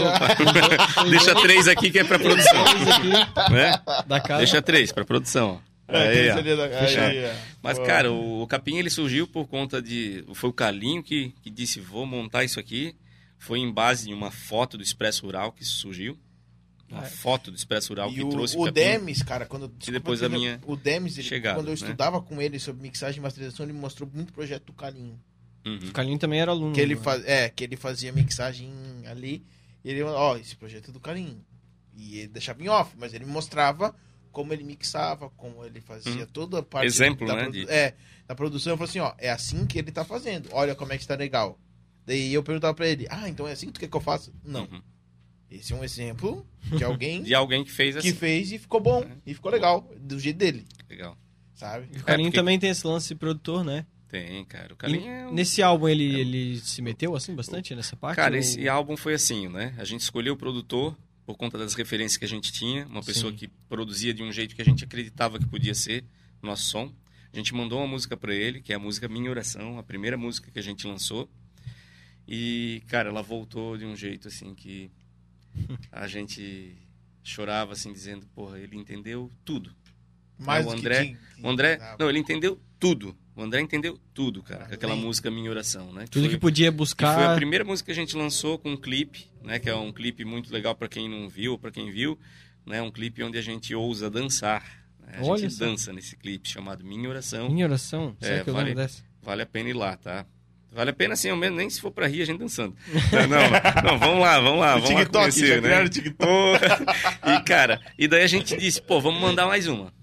Deixa 3 aqui que é pra produção, né? Da casa. Deixa 3 pra produção, ó. Aí, ó. Fechado. Mas, Pô. cara, o capim ele surgiu por conta de... Foi o Carlinho que disse, vou montar isso aqui. Foi em base de uma foto do Expresso Rural que surgiu. Uma foto do Expresso Rural E que trouxe o capim. Demis, cara, depois da minha o Demis, chegada, quando eu né? estudava com ele sobre mixagem e masterização, ele me mostrou muito projeto do Calinho. Uhum. O Carlinho também era aluno. Que ele, né? que ele fazia mixagem ali. E ele, ó, esse projeto é do Calinho. E ele deixava em off, mas ele me mostrava como ele mixava, como ele fazia toda a parte Exemplo, da, né, da produção. Eu falei assim, ó, é assim que ele tá fazendo. Olha como é que está legal. Daí eu perguntava pra ele, então é assim que tu quer que eu faça? Não. Uhum. Esse é um exemplo de alguém De alguém que fez assim. que fez e ficou bom. E ficou legal, do jeito dele, Legal. sabe? E o Carlinho porque- também tem esse lance de produtor, né? Tem, cara. O E Carlinho é um... nesse álbum ele se meteu assim bastante nessa parte? Cara, ou- esse álbum foi assim, né? A gente escolheu o produtor por conta das referências que a gente tinha. Uma pessoa Sim. que produzia de um jeito que a gente acreditava que podia ser nosso som. A gente mandou uma música pra ele, que é a música Minha Oração, a primeira música que a gente lançou. E, cara, ela voltou de um jeito, assim, que a gente chorava, assim, dizendo, porra, ele entendeu tudo. Mais o do que André, tinha- o André, dava. não, ele entendeu tudo. O André entendeu tudo, cara. Além. Aquela música Minha Oração, né? Tudo que podia Que foi a buscar. primeira música que a gente lançou com um clipe, né? Que é um clipe muito legal para quem não viu, para quem viu, né? Um clipe onde a gente ousa dançar. Né? A Olha gente só. dança nesse clipe chamado Minha Oração. Minha oração. Será que eu lembro dessa? Vale a pena ir lá, tá? Vale a pena, assim, ao menos nem se for pra rir, a gente dançando. Não, vamos lá, vamos lá TikTok, conhecer, já né? criaram o TikTok. Pô, e, cara, e daí a gente disse, pô, vamos mandar mais uma.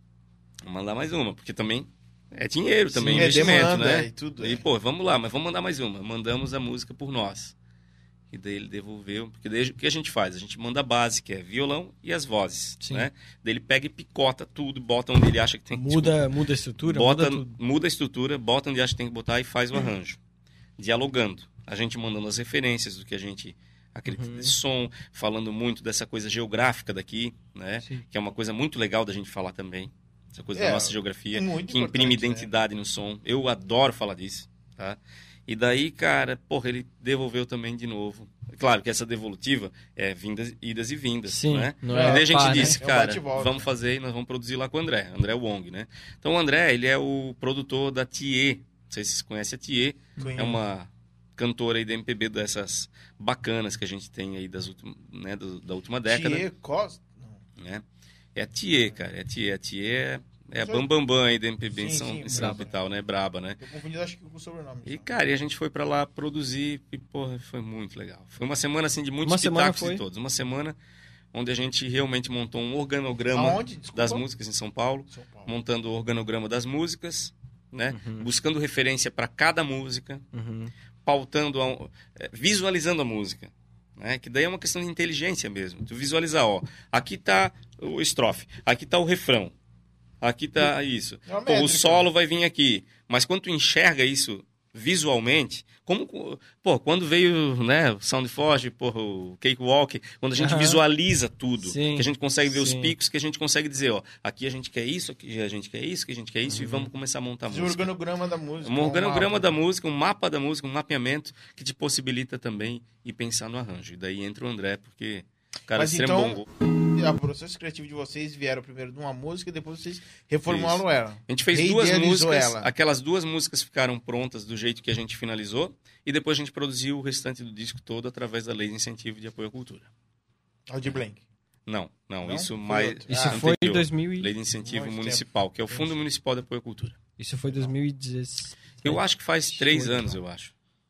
Vamos mandar mais uma, porque também é dinheiro, também Sim, investimento, demanda, né? e tudo, E, pô, vamos lá, mas vamos mandar mais uma. Mandamos a música por nós. E daí ele devolveu, porque daí o que a gente faz? A gente manda a base, que é violão e as vozes, Sim. né? Daí ele pega e picota tudo, bota onde ele acha que tem que... Muda a estrutura, Bota, muda tudo. muda a estrutura, bota onde acha que tem que botar e faz o arranjo. Dialogando. A gente mandando as referências do que a gente acredita de som, falando muito dessa coisa geográfica daqui, né? Sim. Que é uma coisa muito legal da gente falar também. Essa coisa É, da nossa geografia, muito que imprime importante, identidade no som. Eu adoro falar disso, tá? E daí, cara, porra, ele devolveu também de novo. Claro que essa devolutiva é idas e vindas, Sim, né? não E é daí a gente pá, né? disse, É um cara, bate e volta. vamos fazer e nós vamos produzir lá com o André Wong, né? Então o André, ele é o produtor da Thier. Não sei se vocês conhecem a Thier. Conheço. É uma cantora aí da MPB dessas bacanas que a gente tem aí né, da última década. Thier Costa? Não. Né? É a Thier, cara. A Thier é a Já- bambambam aí da MPB em Sim, São, sim, em São braba. e tal, né? Braba, né? Eu confundi, acho que com o sobrenome. E, só. cara, e a gente foi pra lá produzir e, porra, foi muito legal. Foi uma semana, assim, de muitos Uma semana pitacos foi? de todos. Uma semana onde a gente realmente montou um organograma Aonde? Desculpa. das músicas em São Paulo, São Paulo. montando o organograma das músicas, né? Buscando referência para cada música, Uhum. pautando, visualizando a música, né? Que daí é uma questão de inteligência mesmo. Tu visualizar, ó, aqui tá o estrofe, aqui tá o refrão, aqui tá isso. É uma Pô, o métrica. solo vai vir aqui. Mas quando tu enxerga isso visualmente, como, pô, quando veio, né, o Soundforge, porra, o Cakewalk, quando a gente Aham. visualiza tudo, Sim, que a gente consegue ver os sim. picos, que a gente consegue dizer, ó, aqui a gente quer isso, aqui a gente quer isso, aqui a gente quer isso, e vamos começar a montar a Fazer o música. organograma da música. Um organograma mapa. da música, um mapa da música, um mapeamento que te possibilita também ir pensar no arranjo. E daí entra o André, porque o cara é Mas extremo então- bom. O processo criativo de vocês vieram primeiro de uma música e depois vocês reformularam ela. A gente fez duas Reidealizou músicas, ela. aquelas duas músicas ficaram prontas do jeito que a gente finalizou, e depois a gente produziu o restante do disco todo através da Lei de Incentivo de Apoio à Cultura. Audi Blank. Não, Não? isso Foi mais... outro. Isso Ah, foi em anterior. 2000 Lei de Incentivo Muito Municipal, que é o Fundo Municipal de Apoio à Cultura. Isso foi 2016. Eu acho que faz 3 Foi, anos, então. eu acho.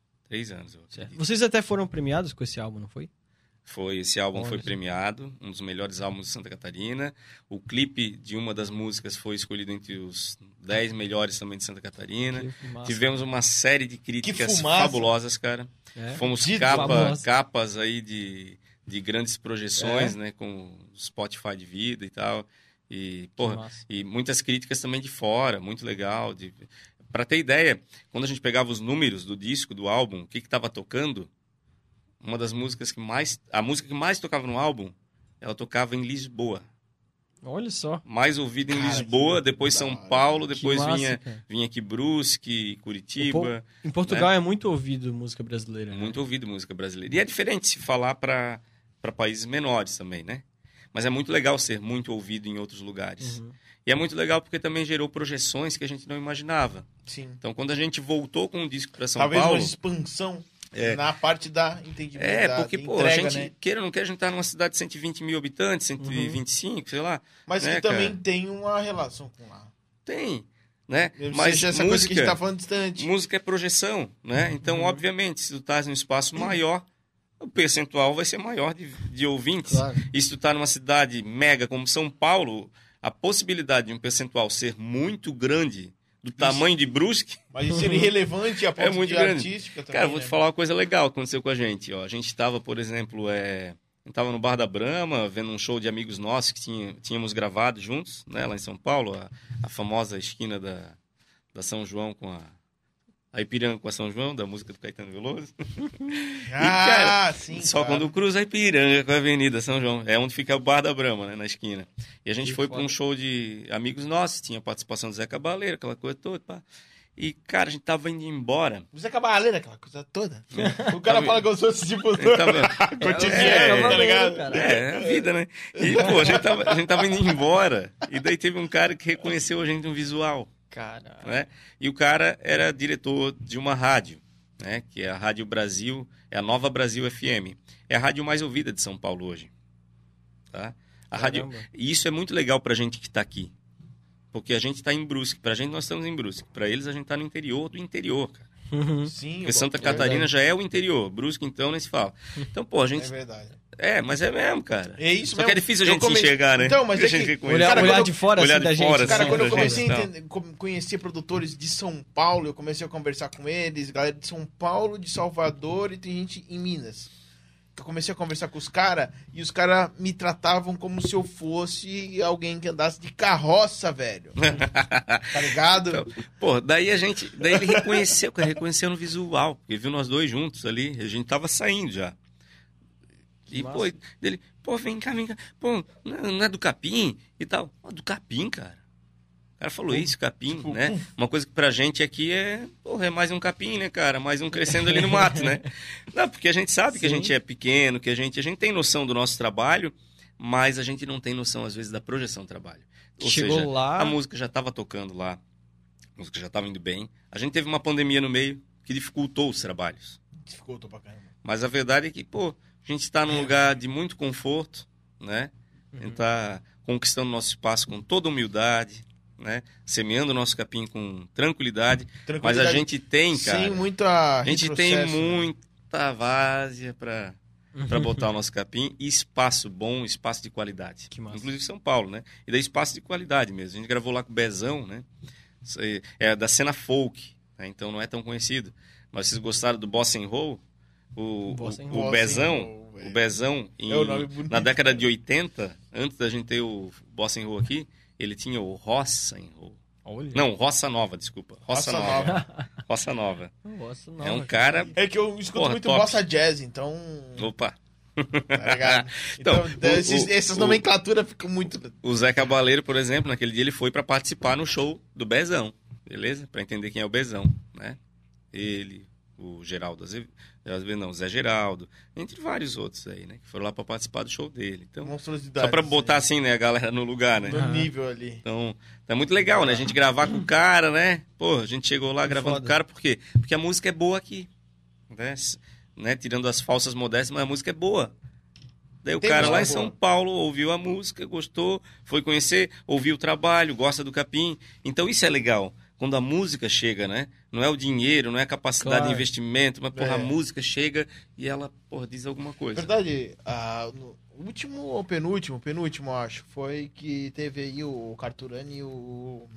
3 anos, eu acredito. Vocês até foram premiados com esse álbum, não foi? Foi, esse álbum Olha foi só. premiado, um dos melhores álbuns de Santa Catarina. O clipe de uma das músicas foi escolhido entre os 10 melhores também de Santa Catarina. Que massa. Tivemos uma série de críticas fumaça. fabulosas, cara. É. Fomos famosa. capas aí de grandes projeções, né? Com o Spotify de vida e tal. E, porra, massa. e muitas críticas também de fora, muito legal. Pra ter ideia, quando a gente pegava os números do disco, do álbum, o que tava tocando, uma das músicas a música que mais tocava no álbum, ela tocava em Lisboa. Olha só. Mais ouvida em Cara, Lisboa, que depois da São hora. Paulo, Que depois massa, cara. vinha aqui Brusque, Curitiba. Em Portugal é muito ouvido música brasileira. né? Muito ouvido música brasileira. E é diferente se falar para países menores também, né? Mas é muito legal ser muito ouvido em outros lugares. Uhum. E é muito legal porque também gerou projeções que a gente não imaginava. Sim. Então, quando a gente voltou com o disco para São Talvez Paulo... uma expansão na parte da entendibilidade. É, porque, pô, entrega, a gente, né? queira ou não queira, a gente tá numa cidade de 120 mil habitantes, 125, sei lá. Mas né, que também cara? tem uma relação com lá. Tem, né? Mesmo Mas seja essa música, coisa que a gente tá falando distante. música é projeção, né? Então, obviamente, se tu tá num espaço maior, o percentual vai ser maior de ouvintes. Claro. E se tu tá numa cidade mega como São Paulo, a possibilidade de um percentual ser muito grande, do tamanho de Brusque, Mas isso seria relevante a ponto muito de grande. artística também. cara, eu vou né? te falar uma coisa legal que aconteceu com a gente. Ó. A gente estava, por exemplo, tava no Bar da Brahma, vendo um show de amigos nossos que tínhamos gravado juntos, né, lá em São Paulo, a famosa esquina da São João com a Ipiranga com a São João, da música do Caetano Veloso. Ah, cara, sim. Só claro. quando cruza a Ipiranga com a Avenida São João. É onde fica o Bar da Brahma, né, na esquina. E a gente Que foi para foda. um show de amigos nossos, tinha participação do Zé Cabaleiro, aquela coisa toda, pá. E, cara, a gente tava indo embora. Você é cavaleiro, aquela coisa toda. O cara fala como se fosse tipo cotidiano, tá ligado? É a vida, né? E, pô, a gente tava indo embora. E daí teve um cara que reconheceu a gente no visual. Cara. Né? E o cara era diretor de uma rádio, né? Que é a Rádio Brasil, é a Nova Brasil FM. É a rádio mais ouvida de São Paulo hoje. Tá? A rádio... E isso é muito legal pra gente que tá aqui. Porque a gente tá em Brusque. Pra gente, nós estamos em Brusque. Pra eles, a gente tá no interior do interior, cara. Sim. Porque Santa Catarina já é o interior. Brusque, então, nem se fala. Então, pô, a gente... É verdade. É, mas é mesmo, cara. É isso Só mesmo. que é difícil a gente se enxergar, né? Então, mas é que... Olhar de fora, olhar assim, da de gente. fora, Cara, assim, quando eu da comecei gente, a conhecer produtores de São Paulo, eu comecei a conversar com eles, galera de São Paulo, de Salvador, e tem gente em Minas. Eu comecei a conversar com os caras, e os caras me tratavam como se eu fosse alguém que andasse de carroça, velho. Tá ligado? Então, pô, daí ele reconheceu, cara, reconheceu no visual, porque viu nós dois juntos ali, a gente tava saindo já. E, pô, dele, pô, vem cá, pô, não é do capim e tal. Ó, do capim, cara. O cara falou isso, capim, tipo, né? Uma coisa que pra gente aqui é, porra, é mais um capim, né, cara? Mais um crescendo ali no mato, né? Não, porque a gente sabe que a gente é pequeno, que a gente tem noção do nosso trabalho, mas a gente não tem noção, às vezes, da projeção do trabalho. Ou Chegou seja, lá... a música já tava tocando lá, a música já tava indo bem. A gente teve uma pandemia no meio que dificultou os trabalhos. Dificultou pra caramba. Mas a verdade é que, pô, a gente está num lugar de muito conforto, né? A gente está conquistando nosso espaço com toda humildade, né? Semeando o nosso capim com tranquilidade. Mas a gente tem, cara... Sem muita a gente tem muita várzea para botar o nosso capim e espaço bom, espaço de qualidade. Que massa. Inclusive São Paulo, né? E daí espaço de qualidade mesmo. A gente gravou lá com o Bezão, né? É da cena folk, né? Então não é tão conhecido. Mas vocês gostaram do Bossa Roll? O Bezão, na década de 80, antes da gente ter o Bossa Roll aqui, ele tinha o Roça Roll. Olha. Não, Roça Nova, desculpa. Roça Nova. Roça Nova. É um cara... É que eu escuto muito top. bossa jazz, então... Opa! Tá ligado? Então, essas nomenclaturas ficam muito... O Zé Cabaleiro, por exemplo, naquele dia ele foi para participar no show do Bezão, beleza? Para entender quem é o Bezão, né? Ele, o Geraldo Azevedo, não, o Zé Geraldo, entre vários outros aí, né? Que foram lá para participar do show dele. Então, só para botar assim, né, a galera no lugar, né? No nível ali. Então, é muito legal, né? A gente gravar com o cara, né? Pô, a gente chegou lá gravando com o cara, por quê? Porque a música é boa aqui, né? Tirando as falsas modéstias, mas a música é boa. Daí o cara lá em São Paulo ouviu a música, gostou, foi conhecer, ouviu o trabalho, gosta do capim. Então isso é legal. Quando a música chega, né? Não é o dinheiro, não é a capacidade de investimento, mas, porra, a música chega e ela, porra, diz alguma coisa. Verdade, no último ou penúltimo, acho, foi que teve aí o Carturani e o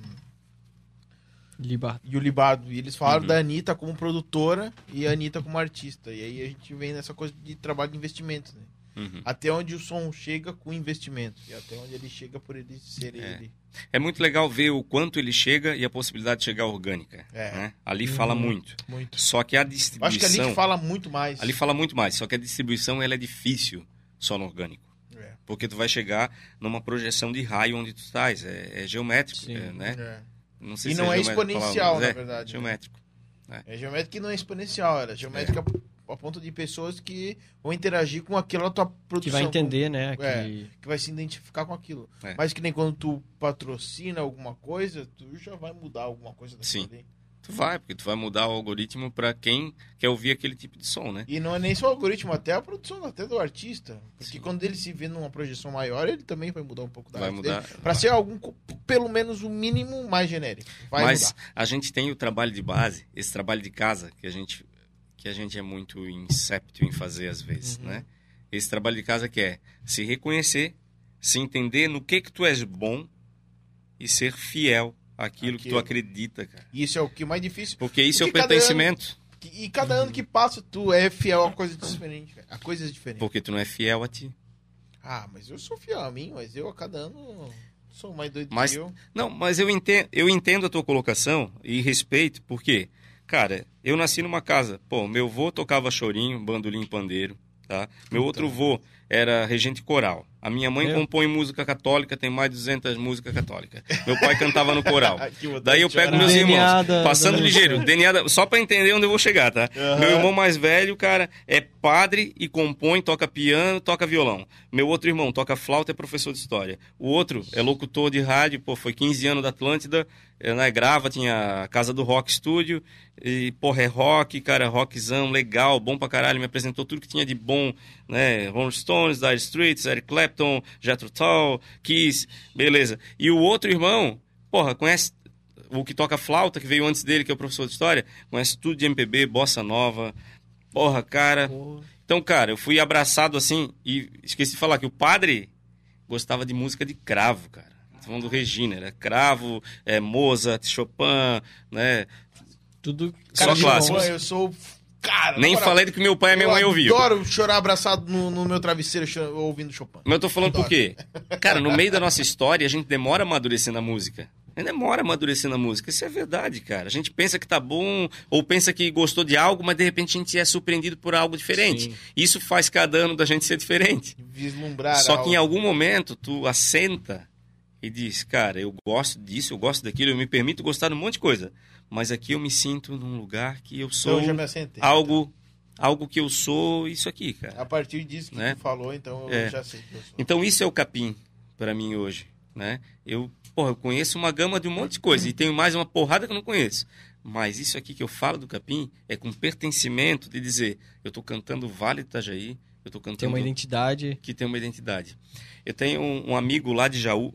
Libardo. E eles falaram da Anitta como produtora e a Anitta como artista. E aí a gente vem nessa coisa de trabalho de investimentos, né? Até onde o som chega com investimento. E até onde ele chega por ele ser ele. É muito legal ver o quanto ele chega e a possibilidade de chegar orgânica. Né? Ali fala muito. Só que a distribuição... Acho que ali que fala muito mais. Ali fala muito mais. Só que a distribuição ela é difícil só no orgânico. Porque tu vai chegar numa projeção de raio onde tu estás. É geométrico, né? Não sei e se não é exponencial, palavra, na verdade. Geométrico. É geométrico e não é exponencial. É geométrica a ponto de pessoas que vão interagir com aquilo na tua produção. Que vai entender, né? Que vai se identificar com aquilo. Mas que nem quando tu patrocina alguma coisa, tu já vai mudar alguma coisa daquilo ali. Tu vai, porque tu vai mudar o algoritmo para quem quer ouvir aquele tipo de som, né? E não é nem só o algoritmo, até a produção até do artista. Porque quando ele se vê numa projeção maior, ele também vai mudar um pouco da arte dele. Pra ser algum, pelo menos o mínimo mais genérico. Mas mudar. A gente tem o trabalho de base, esse trabalho de casa, que a gente é muito inséptil em fazer às vezes, né? Esse trabalho de casa que é se reconhecer, se entender no que tu és bom e ser fiel àquilo que tu acredita, cara. Isso é o que é mais difícil. Porque isso é o pertencimento. E cada ano que passa, tu é fiel a coisas diferentes, cara. A coisas diferentes. Porque tu não é fiel a ti. Ah, mas eu sou fiel a mim, mas eu a cada ano sou mais doido que eu. Não, mas eu entendo a tua colocação e respeito, porque... Cara, eu nasci numa casa, pô, meu vô tocava chorinho, bandolim, pandeiro, tá? Meu outro vô era regente coral, A minha mãe compõe música católica, tem mais de 200 músicas católicas. Meu pai cantava no coral. Daí eu pego meus irmãos, passando ligeiro. DNA, só pra entender onde eu vou chegar, tá? Meu irmão mais velho, cara, é padre e compõe, toca piano, toca violão. Meu outro irmão toca flauta, é professor de história. O outro é locutor de rádio, foi 15 anos da Atlântida, né, grava, tinha a Casa do Rock Studio, e, é rock, cara, rockzão, legal, bom pra caralho, me apresentou tudo que tinha de bom, né, Rolling Stones, Dire Straits, Eric Clapton, Jethro Tull, Kiss, beleza. E o outro irmão, conhece o que toca flauta, que veio antes dele, que é o professor de história, conhece tudo de MPB, bossa nova, cara. Então, cara, eu fui abraçado assim, e esqueci de falar que o padre gostava de música de cravo, cara. Falando do Regina, era cravo, Mozart, Chopin, né? Tudo só clássico. Eu sou... Cara, nem falei do que meu pai e minha mãe ouviam. Eu adoro chorar abraçado no meu travesseiro ouvindo Chopin. Mas eu tô falando por quê? Cara, no meio da nossa história, a gente demora a amadurecer na música. A gente demora a amadurecer na música. Isso é verdade, cara. A gente pensa que tá bom, ou pensa que gostou de algo, mas de repente a gente é surpreendido por algo diferente. Sim. Isso faz cada ano da gente ser diferente. Vislumbrar Só algo. que em algum momento, tu assenta e diz, cara, eu gosto disso, eu gosto daquilo, eu me permito gostar de um monte de coisa. Mas aqui eu me sinto num lugar que eu sou eu já me assentei, algo que eu sou isso aqui, cara. A partir disso que tu falou, então eu já sei que eu sou. Então isso é o capim para mim hoje, né? Eu conheço uma gama de um monte de coisa e tenho mais uma porrada que eu não conheço. Mas isso aqui que eu falo do capim é com pertencimento de dizer, eu tô cantando Vale do Itajaí, eu tô cantando... Tem uma identidade. Que tem uma identidade. Eu tenho um amigo lá de Jaú,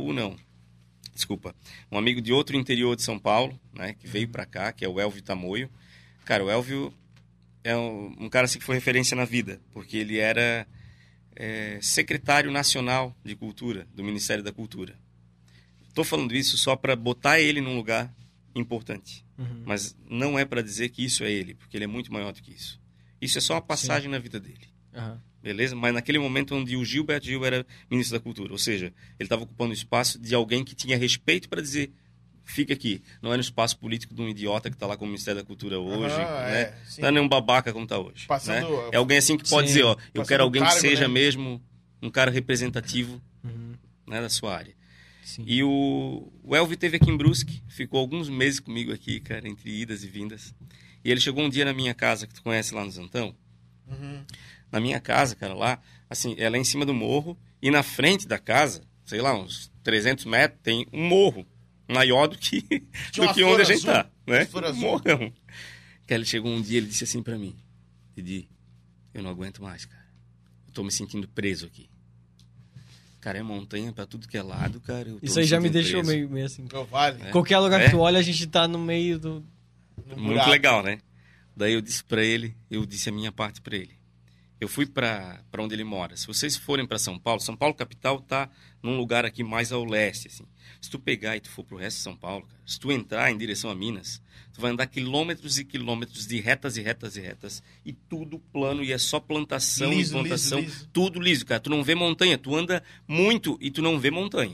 um amigo de outro interior de São Paulo, né, que veio para cá, que é o Elvio Tamoio. Cara, o Elvio é um cara assim que foi referência na vida, porque ele era secretário nacional de cultura, do Ministério da Cultura. Estou falando isso só para botar ele num lugar importante, mas não é para dizer que isso é ele, porque ele é muito maior do que isso. Isso é só uma passagem na vida dele. Beleza? Mas naquele momento onde o Gilberto Gil era ministro da Cultura, ou seja, ele estava ocupando o espaço de alguém que tinha respeito para dizer, fica aqui, não é no espaço político de um idiota que está lá com o Ministério da Cultura hoje, né? Não é nem um babaca como está hoje. Né? É alguém assim que pode dizer, eu quero alguém que seja mesmo um cara representativo, né, da sua área. Sim. E o Elvio esteve aqui em Brusque, ficou alguns meses comigo aqui, cara, entre idas e vindas. E ele chegou um dia na minha casa, que tu conhece lá no Zantão. Na minha casa, cara, lá, assim, ela é em cima do morro, e na frente da casa, sei lá, uns 300 metros, tem um morro, maior do que onde a gente tá, né? Um morrão. Que ele chegou um dia, ele disse assim pra mim, Didi, eu não aguento mais, cara. Eu tô me sentindo preso aqui. Cara, é montanha pra tudo que é lado, cara. Isso aí já me deixou meio assim. Vale. Qualquer lugar que tu olha, a gente tá no meio do... Muito legal, né? Daí eu disse pra ele, eu disse a minha parte pra ele. Eu fui para onde ele mora. Se vocês forem para São Paulo capital tá num lugar aqui mais ao leste, assim. Se tu pegar e tu for pro resto de São Paulo, cara, se tu entrar em direção a Minas, tu vai andar quilômetros e quilômetros de retas e retas e retas, e tudo plano, e é só plantação e plantação, liso. Tudo liso, cara. Tu não vê montanha, tu anda muito e tu não vê montanha.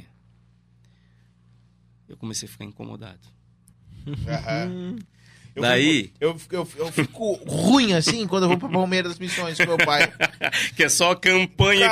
Eu comecei a ficar incomodado. Daí... Eu fico ruim, assim, quando eu vou pra Palmeiras das Missões com meu pai. Que é só campanha.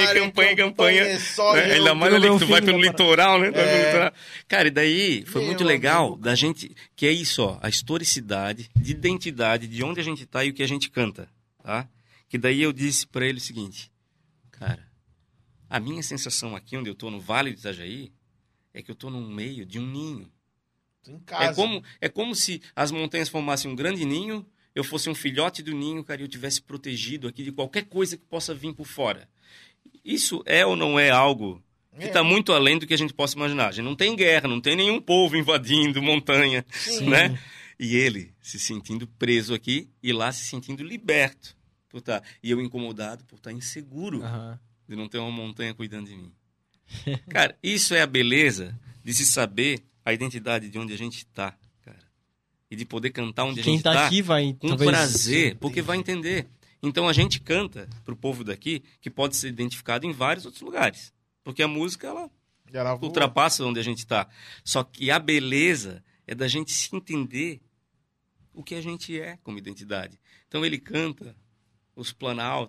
Ainda mais ali que tu vai pelo litoral, né? Cara, e daí foi muito legal da gente... Que é isso, ó. A historicidade, de identidade, de onde a gente tá e o que a gente canta, tá? Que daí eu disse pra ele o seguinte. Cara, a minha sensação aqui onde eu tô, no Vale do Itajaí, é que eu tô no meio de um ninho. Em casa. É como se as montanhas formassem um grande ninho, eu fosse um filhote do ninho, cara, e eu tivesse protegido aqui de qualquer coisa que possa vir por fora. Isso é ou não é algo que está muito além do que a gente possa imaginar? A gente não tem guerra, não tem nenhum povo invadindo montanha, né? E ele se sentindo preso aqui e lá se sentindo liberto. E eu incomodado por estar inseguro de não ter uma montanha cuidando de mim. Cara, isso é a beleza de se saber a identidade de onde a gente está, cara. E de poder cantar onde a gente está. Quem está aqui vai... Com prazer, porque vai entender. Então a gente canta pro povo daqui, que pode ser identificado em vários outros lugares. Porque a música, ela ultrapassa onde a gente está. Só que a beleza é da gente se entender o que a gente é como identidade. Então ele canta os planaltos,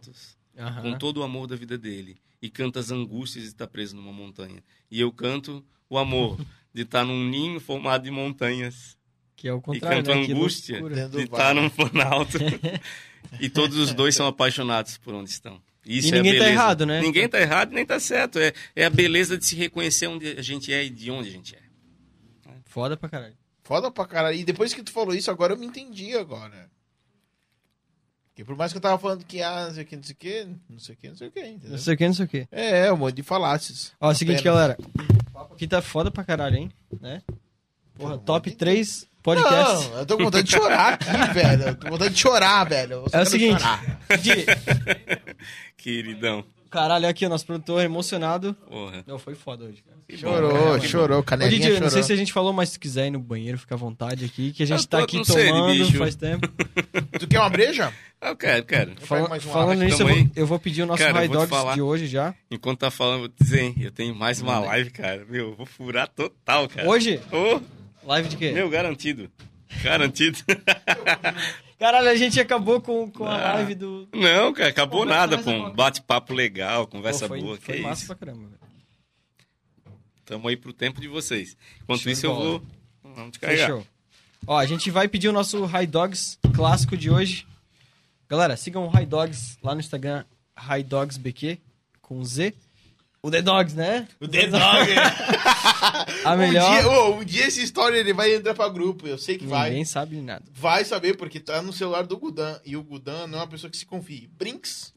com todo o amor da vida dele. E canta as angústias de estar preso numa montanha. E eu canto o amor de estar num ninho formado de montanhas. Que é o contrário, e canto né? a angústia de estar num planalto. E todos os dois são apaixonados por onde estão. Isso e ninguém é a beleza. tá errado, né? Ninguém tá errado nem tá certo. É a beleza de se reconhecer onde a gente é e de onde a gente é. Foda pra caralho. Foda pra caralho. E depois que tu falou isso, agora eu me entendi agora. Porque por mais que eu tava falando que, não sei o que, não sei o que, não sei o que, não sei o que, entendeu? Não sei o que, não sei o que. Um monte de falácias. Ó, é o seguinte, Apenas. galera. O papo aqui tá foda pra caralho, hein? Né? Porra, Pelo top amor de 3 podcasts. Não, eu tô com vontade de chorar aqui, velho. Eu tô com vontade de chorar, velho. Eu só É o quero seguinte, chorar. Di, Queridão. caralho, aqui o nosso produtor emocionado. Porra. Não, foi foda hoje, cara. Chorou, Ô, canelinha Didi, chorou. não sei se a gente falou, mas se quiser ir no banheiro, fica à vontade aqui, que a gente Eu tá tô aqui com sede, tomando bicho. faz tempo. Tu quer uma breja? Eu quero. pego mais uma Falando água nisso, aqui também. eu vou pedir o nosso Cara, eu High vou te Dogs falar. de hoje já. Enquanto tá falando, vou te dizer, hein, eu tenho mais uma live, cara. Meu, eu vou furar total, cara. Hoje? Ô, Live de quê? meu, garantido. Garantido. Caralho, a gente acabou com a live do... Não, cara, acabou Pô, nada, mas pô. agora- Um bate-papo legal, conversa Pô, boa. foi Que massa isso. pra caramba, velho. Tamo aí pro tempo de vocês. Enquanto Show de isso, eu bola. vou. Vamos descarregar. Fechou. Ó, a gente vai pedir o nosso High Dogs clássico de hoje. Galera, sigam o High Dogs lá no Instagram, High Dogs BQ, com Z. O The Dogs, né? O The Dog. A melhor... Um dia essa história ele vai entrar pra grupo. Eu sei que vai. Ninguém sabe de nada. Vai saber, porque tá no celular do Gudan. E o Gudan não é uma pessoa que se confie. Brinks.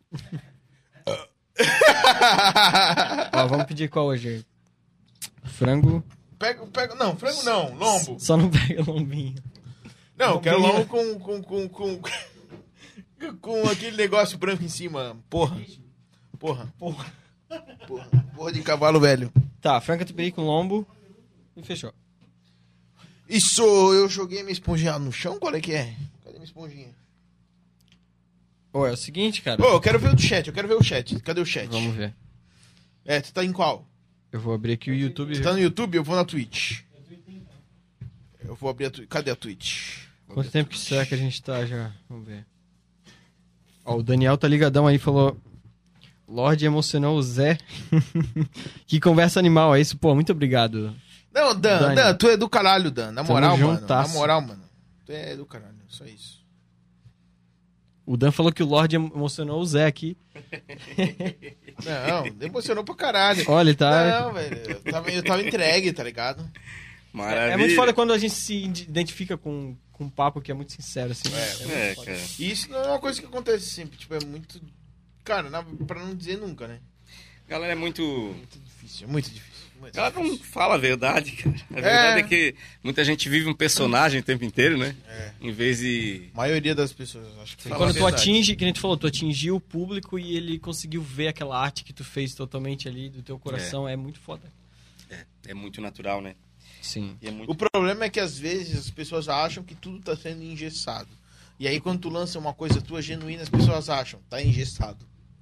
Ó, vamos pedir qual hoje? Frango. Pega. Não, frango não. Lombo. Só não pega lombinho. Não, eu quero Lombinho. lombo com aquele negócio branco em cima. Porra de cavalo velho. Tá, frango catupiry com lombo. E fechou. Isso, eu joguei minha esponjinha no chão? Qual é que é? Cadê minha esponjinha? Ô, é o seguinte, cara. Ô, eu quero ver o chat, Cadê o chat? Vamos ver. Tu tá em qual? Eu vou abrir aqui o YouTube. Tu tá no YouTube? Eu vou na Twitch. Eu vou abrir a Twitch. Cadê a Twitch? Quanto tempo que será que a gente tá já? Vamos ver. Ó, o Daniel tá ligadão aí, falou... Lorde emocionou o Zé. Que conversa animal, é isso? Pô, muito obrigado. Não, Dani. Dan, tu é do caralho, Dan. Na moral, mano. juntasso. Na moral, mano. Tu é do caralho, só isso. O Dan falou que o Lorde emocionou o Zé aqui. Não, emocionou pra caralho. Olha, ele tá... Não, velho. Eu tava entregue, tá ligado? Maravilha. É muito foda quando a gente se identifica com um papo que é muito sincero, assim. É, cara. E isso não é uma coisa que acontece sempre. Tipo, é muito. Cara, pra não dizer nunca, né? A galera é muito. Muito difícil, muito difícil. A galera não fala a verdade, cara. A verdade é que muita gente vive um personagem o tempo inteiro, né? Em vez de. A maioria das pessoas, acho que E fala quando a tu verdade. atinge, que nem tu falou, tu atingiu o público e ele conseguiu ver aquela arte que tu fez totalmente ali do teu coração, é muito foda. É muito natural, né? Sim. E é muito. O problema é que às vezes as pessoas acham que tudo tá sendo engessado. E aí quando tu lança uma coisa tua genuína, as pessoas acham, tá engessado.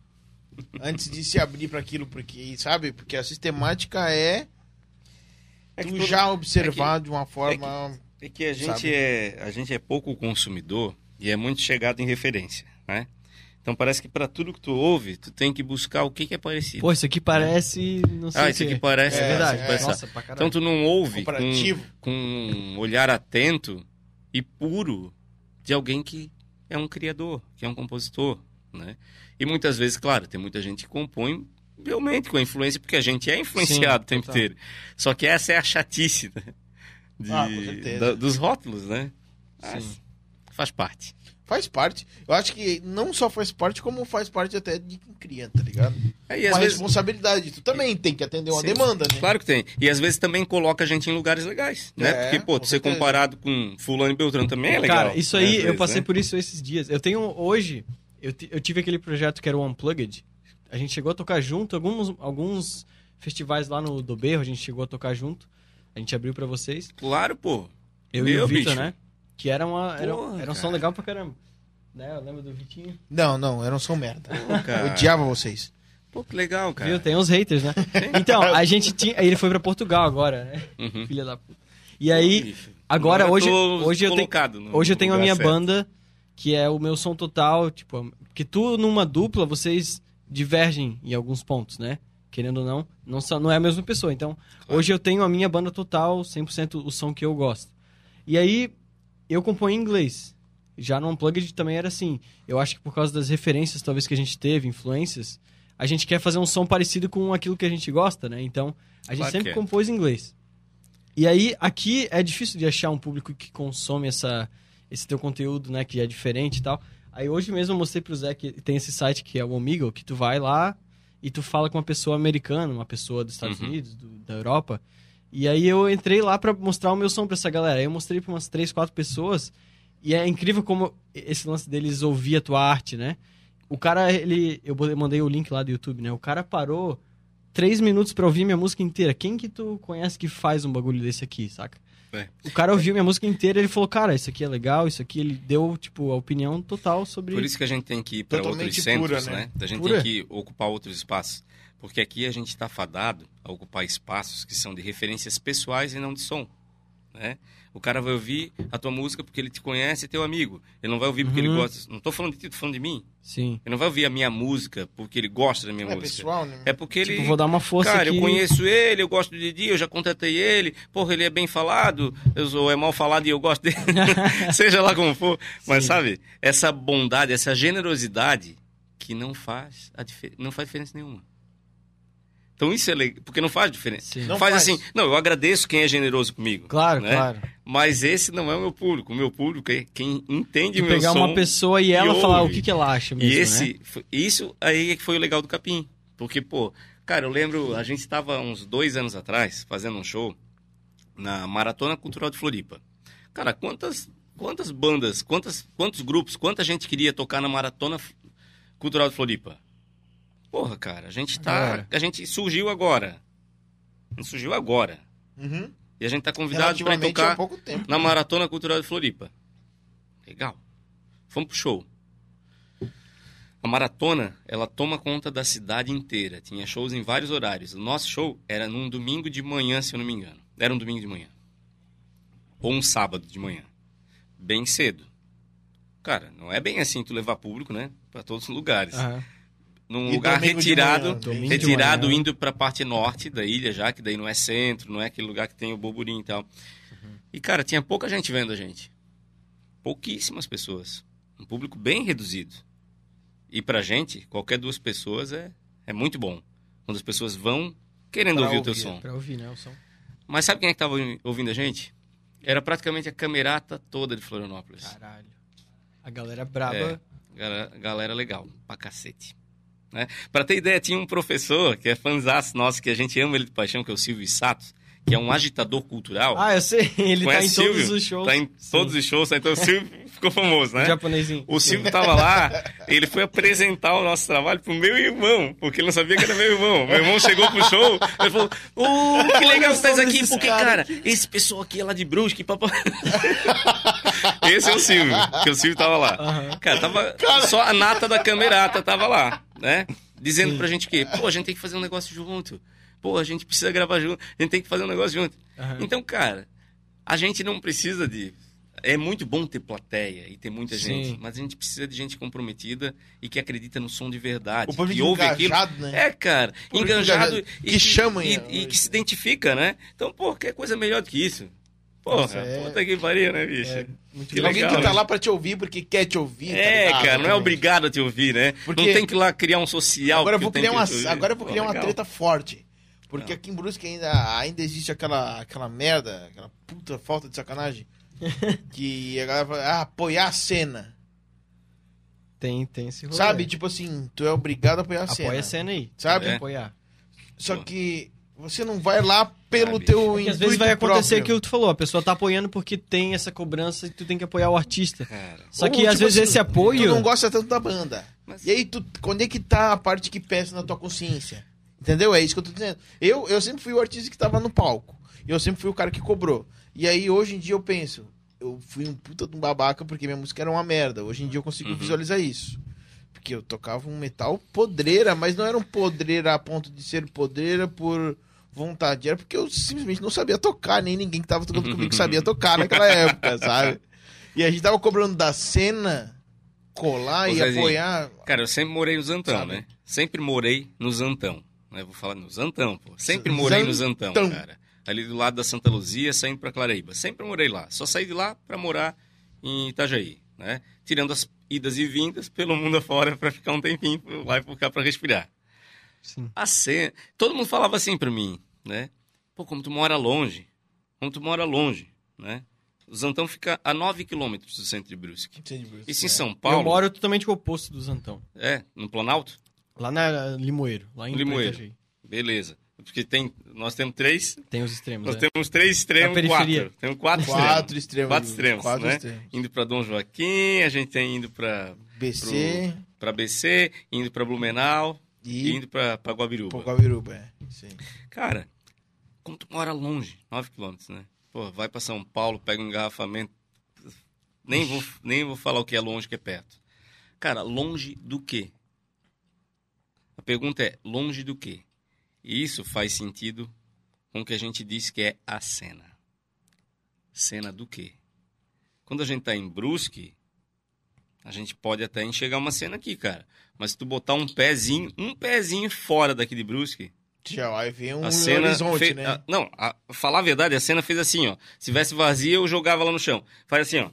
Antes de se abrir pra aquilo, porque, sabe? Porque a sistemática é É que tu todo- já observar de uma forma... É que a Sabe? gente é pouco consumidor e é muito chegado em referência, né? Então parece que para tudo que tu ouve, tu tem que buscar o que é parecido. Pô, isso aqui parece... Não sei o isso quê. aqui parece. É verdade. isso parece- Nossa, pra caralho. Então tu não ouve Comparativo. com um olhar atento e puro de alguém que é um criador, que é um compositor, né? E muitas vezes, claro, tem muita gente que compõe realmente com a influência, porque a gente é influenciado Sim, o tempo total. inteiro. Só que essa é a chatice, né? Com certeza. Dos rótulos, né? Sim. Faz parte. Faz parte. Eu acho que não só faz parte, como faz parte até de quem cria, tá ligado? E às Uma vezes, responsabilidade. Tu também tem que atender uma Sim, demanda, né? claro que tem. E às vezes também coloca a gente em lugares legais, né? É, Porque, pô, com ser certeza. comparado com fulano e beltrano também é legal. Cara, isso né, aí, às eu vezes, passei né? por isso esses dias. Eu tenho, hoje, eu tive aquele projeto que era o Unplugged. A gente chegou a tocar junto, alguns festivais lá no Do Berro, a gente chegou a tocar junto. A gente abriu pra vocês. Claro, pô. Eu e Meu o Vitor, bicho. né? Que era era Porra, um som cara. legal pra caramba. Né? Eu lembro do Vitinho. Não, era um som merda. cara. Eu odiava vocês. Pô, que legal, cara. Viu? Tem uns haters, né? Então, a gente tinha... Aí ele foi pra Portugal agora, né? Uhum. Filha da puta. E aí, Bicho, agora, eu hoje tô eu tenho... colocado no Hoje eu tenho a lugar minha certo. banda que é o meu som total, tipo, que tu numa dupla, vocês divergem em alguns pontos, né? Querendo ou não, não é a mesma pessoa. Então, hoje eu tenho a minha banda total, 100% o som que eu gosto. E aí, eu componho em inglês. Já no Unplugged também era assim. Eu acho que por causa das referências, talvez, que a gente teve, influências, a gente quer fazer um som parecido com aquilo que a gente gosta, né? Então, a gente sempre compôs em inglês. E aí, aqui é difícil de achar um público que consome esse teu conteúdo, né? Que é diferente e tal. Aí, hoje mesmo eu mostrei pro Zé que tem esse site que é o Omegle, que tu vai lá e tu fala com uma pessoa americana, uma pessoa dos Estados Unidos, da Europa. E aí, eu entrei lá pra mostrar o meu som pra essa galera. Aí, eu mostrei pra umas 3, 4 pessoas. E é incrível como esse lance deles ouvir a tua arte, né? O cara, eu mandei o link lá do YouTube, né? O cara parou 3 minutos pra ouvir minha música inteira. Quem que tu conhece que faz um bagulho desse aqui, saca? É. O cara ouviu minha música inteira e ele falou, cara, isso aqui é legal, isso aqui... Ele deu, tipo, a opinião total sobre... Por isso que a gente tem que ir para outros centros, né? A gente tem que ocupar outros espaços. Porque aqui a gente está fadado a ocupar espaços que são de referências pessoais e não de som, né? O cara vai ouvir a tua música porque ele te conhece e é teu amigo. Ele não vai ouvir porque ele gosta... Não tô falando de ti, tô falando de mim. Sim. Ele não vai ouvir a minha música porque ele gosta da minha música. Pessoal, né? É porque ele... Vou dar uma força cara, aqui. Eu conheço ele, eu gosto do Didi, eu já contratei ele. Porra, ele é bem falado, é mal falado e eu gosto dele. Seja lá como for. Mas, sabe, essa bondade, essa generosidade que não faz diferença nenhuma. Então isso é legal, porque não faz diferença. Não faz assim, não, eu agradeço quem é generoso comigo. Claro, né? claro. Mas esse não é o meu público. O meu público é quem entende o meu som. Pegar uma pessoa e ela falar o que ela acha mesmo, né? Isso aí é que foi o legal do Capim. Porque, pô, cara, eu lembro, a gente estava uns 2 anos atrás fazendo um show na Maratona Cultural de Floripa. Cara, quantas bandas, quantos grupos, quanta gente queria tocar na Maratona Cultural de Floripa? Porra, cara, a gente surgiu agora. A gente surgiu agora. E a gente tá convidado para tocar na Maratona Cultural de Floripa. Legal. Fomos pro show. A maratona, ela toma conta da cidade inteira. Tinha shows em vários horários. O nosso show era num domingo de manhã, se eu não me engano. Era um domingo de manhã. Ou um sábado de manhã. Bem cedo. Cara, não é bem assim tu levar público, né? Pra todos os lugares. Num lugar retirado indo para a parte norte da ilha já, que daí não é centro, não é aquele lugar que tem o burburinho e tal. E, cara, tinha pouca gente vendo a gente. Pouquíssimas pessoas. Um público bem reduzido. E pra gente, qualquer 2 pessoas é muito bom. Quando as pessoas vão querendo ouvir o teu som. Pra ouvir, né, o som. Mas sabe quem é que tava ouvindo a gente? Era praticamente a camerata toda de Florianópolis. Caralho. A galera braba. Galera legal, pra cacete. Né? Para ter ideia, tinha um professor que é fãzaço nosso, que a gente ama ele de paixão, que é o Silvio Satos, que é um agitador cultural. Ah, eu sei, ele tá em todos os shows. Tá em todos os shows, então o Silvio ficou famoso, né? O japonesinho. O Silvio tava lá, ele foi apresentar o nosso trabalho pro meu irmão, porque ele não sabia que era meu irmão. Meu irmão chegou pro show, ele falou, que legal você tá aqui, porque, cara, esse pessoal aqui é lá de Brusque, papai. Esse é o Silvio, que o Silvio tava lá. Cara, só a nata da camerata tava lá, né? Dizendo pra gente que, pô, a gente tem que fazer um negócio junto. Pô, a gente precisa gravar junto, a gente tem que fazer um negócio junto. Então, cara, a gente não precisa de... É muito bom ter plateia e ter muita gente, mas a gente precisa de gente comprometida e que acredita no som de verdade. O público que ouve engajado, aquilo. Né? Cara, engajado que chama e que se identifica, né? Então, pô, que coisa melhor do que isso? Porra, puta que pariu, né, bicho? Alguém que tá lá pra te ouvir porque quer te ouvir. Cara, não é obrigado a te ouvir, né? Porque não tem que ir lá criar um social. Agora eu vou criar uma treta forte. Porque aqui em Brusque ainda existe aquela merda, aquela puta falta de sacanagem. Que a galera fala, apoiar a cena. Tem esse rolê. Sabe, tipo assim, tu é obrigado a apoiar a cena. Apoia a cena aí. Sabe? Apoiar. Só que você não vai lá pelo teu intuito. Às vezes vai acontecer aquilo que tu falou, a pessoa tá apoiando porque tem essa cobrança e tu tem que apoiar o artista. Cara. Só que às vezes esse apoio... Tu não gosta tanto da banda. E aí, quando é que tá a parte que pesa na tua consciência? Entendeu? É isso que eu tô dizendo. Eu sempre fui o artista que tava no palco. Eu sempre fui o cara que cobrou. E aí, hoje em dia, eu penso... Eu fui um puta de um babaca porque minha música era uma merda. Hoje em dia eu consigo visualizar isso. Porque eu tocava um metal podreira, mas não era um podreira a ponto de ser podreira por vontade. Era porque eu simplesmente não sabia tocar, nem ninguém que tava tocando comigo sabia tocar naquela época, sabe? E a gente tava cobrando da cena colar Ô, e Zezinho, apoiar. Cara, eu sempre morei no Zantão, Sabe? né? Sempre morei no Zantão. Né? Vou falar no Zantão, pô. Sempre morei no Zantão, cara. Ali do lado da Santa Luzia, saindo pra Clareíba. Sempre morei lá. Só saí de lá pra morar em Itajaí, né? Tirando as idas e vindas pelo mundo afora pra ficar um tempinho lá e ficar pra respirar. Sim. A cena... Todo mundo falava assim pra mim, né? Pô, como tu mora longe. Né? O Zantão fica a 9 quilômetros do centro de Brusque. Isso em São Paulo... Eu moro totalmente o oposto do Zantão. É, no Planalto? Lá na Limoeiro. Lá em Limoeiro. Itajaí. Beleza. Porque nós temos 3... Tem os extremos, Nós né? temos 3 extremos, Na periferia. 4. Temos 4 extremos. 4 extremos, Quatro né? extremos. Indo pra Dom Joaquim, a gente tem indo pra... BC Pra BC, indo pra Blumenau e e indo pra Guabiruba. Guabiruba, Sim. Cara, como tu mora longe, 9 quilômetros, né? Pô, vai pra São Paulo, pega um engarrafamento. Nem vou falar o que é longe, o que é perto. Cara, longe do quê? A pergunta é, longe do quê? E isso faz sentido com o que a gente diz que é a cena. Cena do quê? Quando a gente tá em Brusque, a gente pode até enxergar uma cena aqui, cara. Mas se tu botar um pezinho fora daqui de Brusque, Já vai ver um a cena horizonte, né? Falar a verdade, a cena fez assim, ó. Se tivesse vazia, eu jogava lá no chão. Faz assim, ó.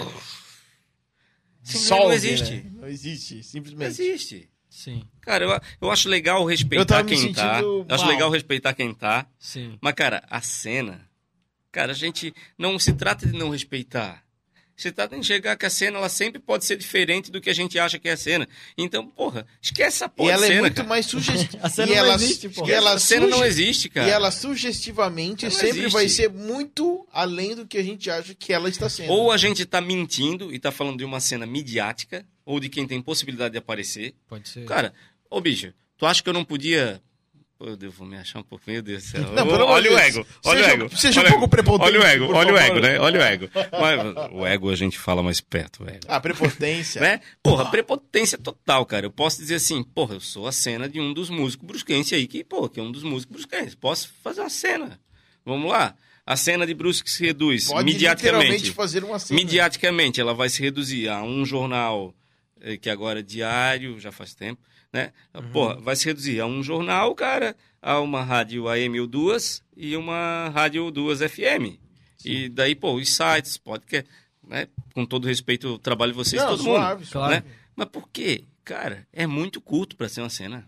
Solve, não existe. né? Não existe, Não simplesmente. existe. Sim, Cara, eu acho legal Eu respeitar tava me quem tá. sentindo Eu acho mal. legal respeitar quem tá. sim. Mas, cara, a cena... Cara, a gente... Não se trata de não respeitar. Se trata de enxergar que a cena, ela sempre pode ser diferente do que a gente acha que é a cena. Então, porra, esquece essa E porra de ela cena, é muito cara. mais sugestiva. A cena não existe, pô. A cena não existe, cara. E ela sugestivamente Ela não sempre existe. vai ser muito além do que a gente acha que ela está sendo. Ou a gente tá mentindo e tá falando de uma cena midiática, ou de quem tem possibilidade de aparecer. Pode ser. Cara, ô bicho, tu acha que eu não podia... Pô, eu vou me achar um pouco, meu Deus do céu. Não, pelo amor Olha de o Deus. ego, olha o ego. Seja olha um pouco prepotente, Olha o ego, por olha o favor. ego, né? Olha o ego. Mas, o ego a gente fala mais perto, o ego. A prepotência. Né? Porra, prepotência total, cara. Eu posso dizer assim, porra, eu sou a cena de um dos músicos brusquenses aí, que é um dos músicos brusquenses. Posso fazer uma cena. Vamos lá. A cena de Brusque se reduz Pode mediaticamente. literalmente fazer uma cena. Mediaticamente, ela vai se reduzir a um jornal que agora é diário, já faz tempo, né? Porra, vai se reduzir a um jornal, cara, a uma rádio AM 2 e uma rádio 2 FM. E daí, pô, os sites, podcast, né? Com todo respeito ao trabalho de vocês, Não, todo suave, mundo. claro. Né? Mas por quê? Cara, é muito curto pra ser uma cena.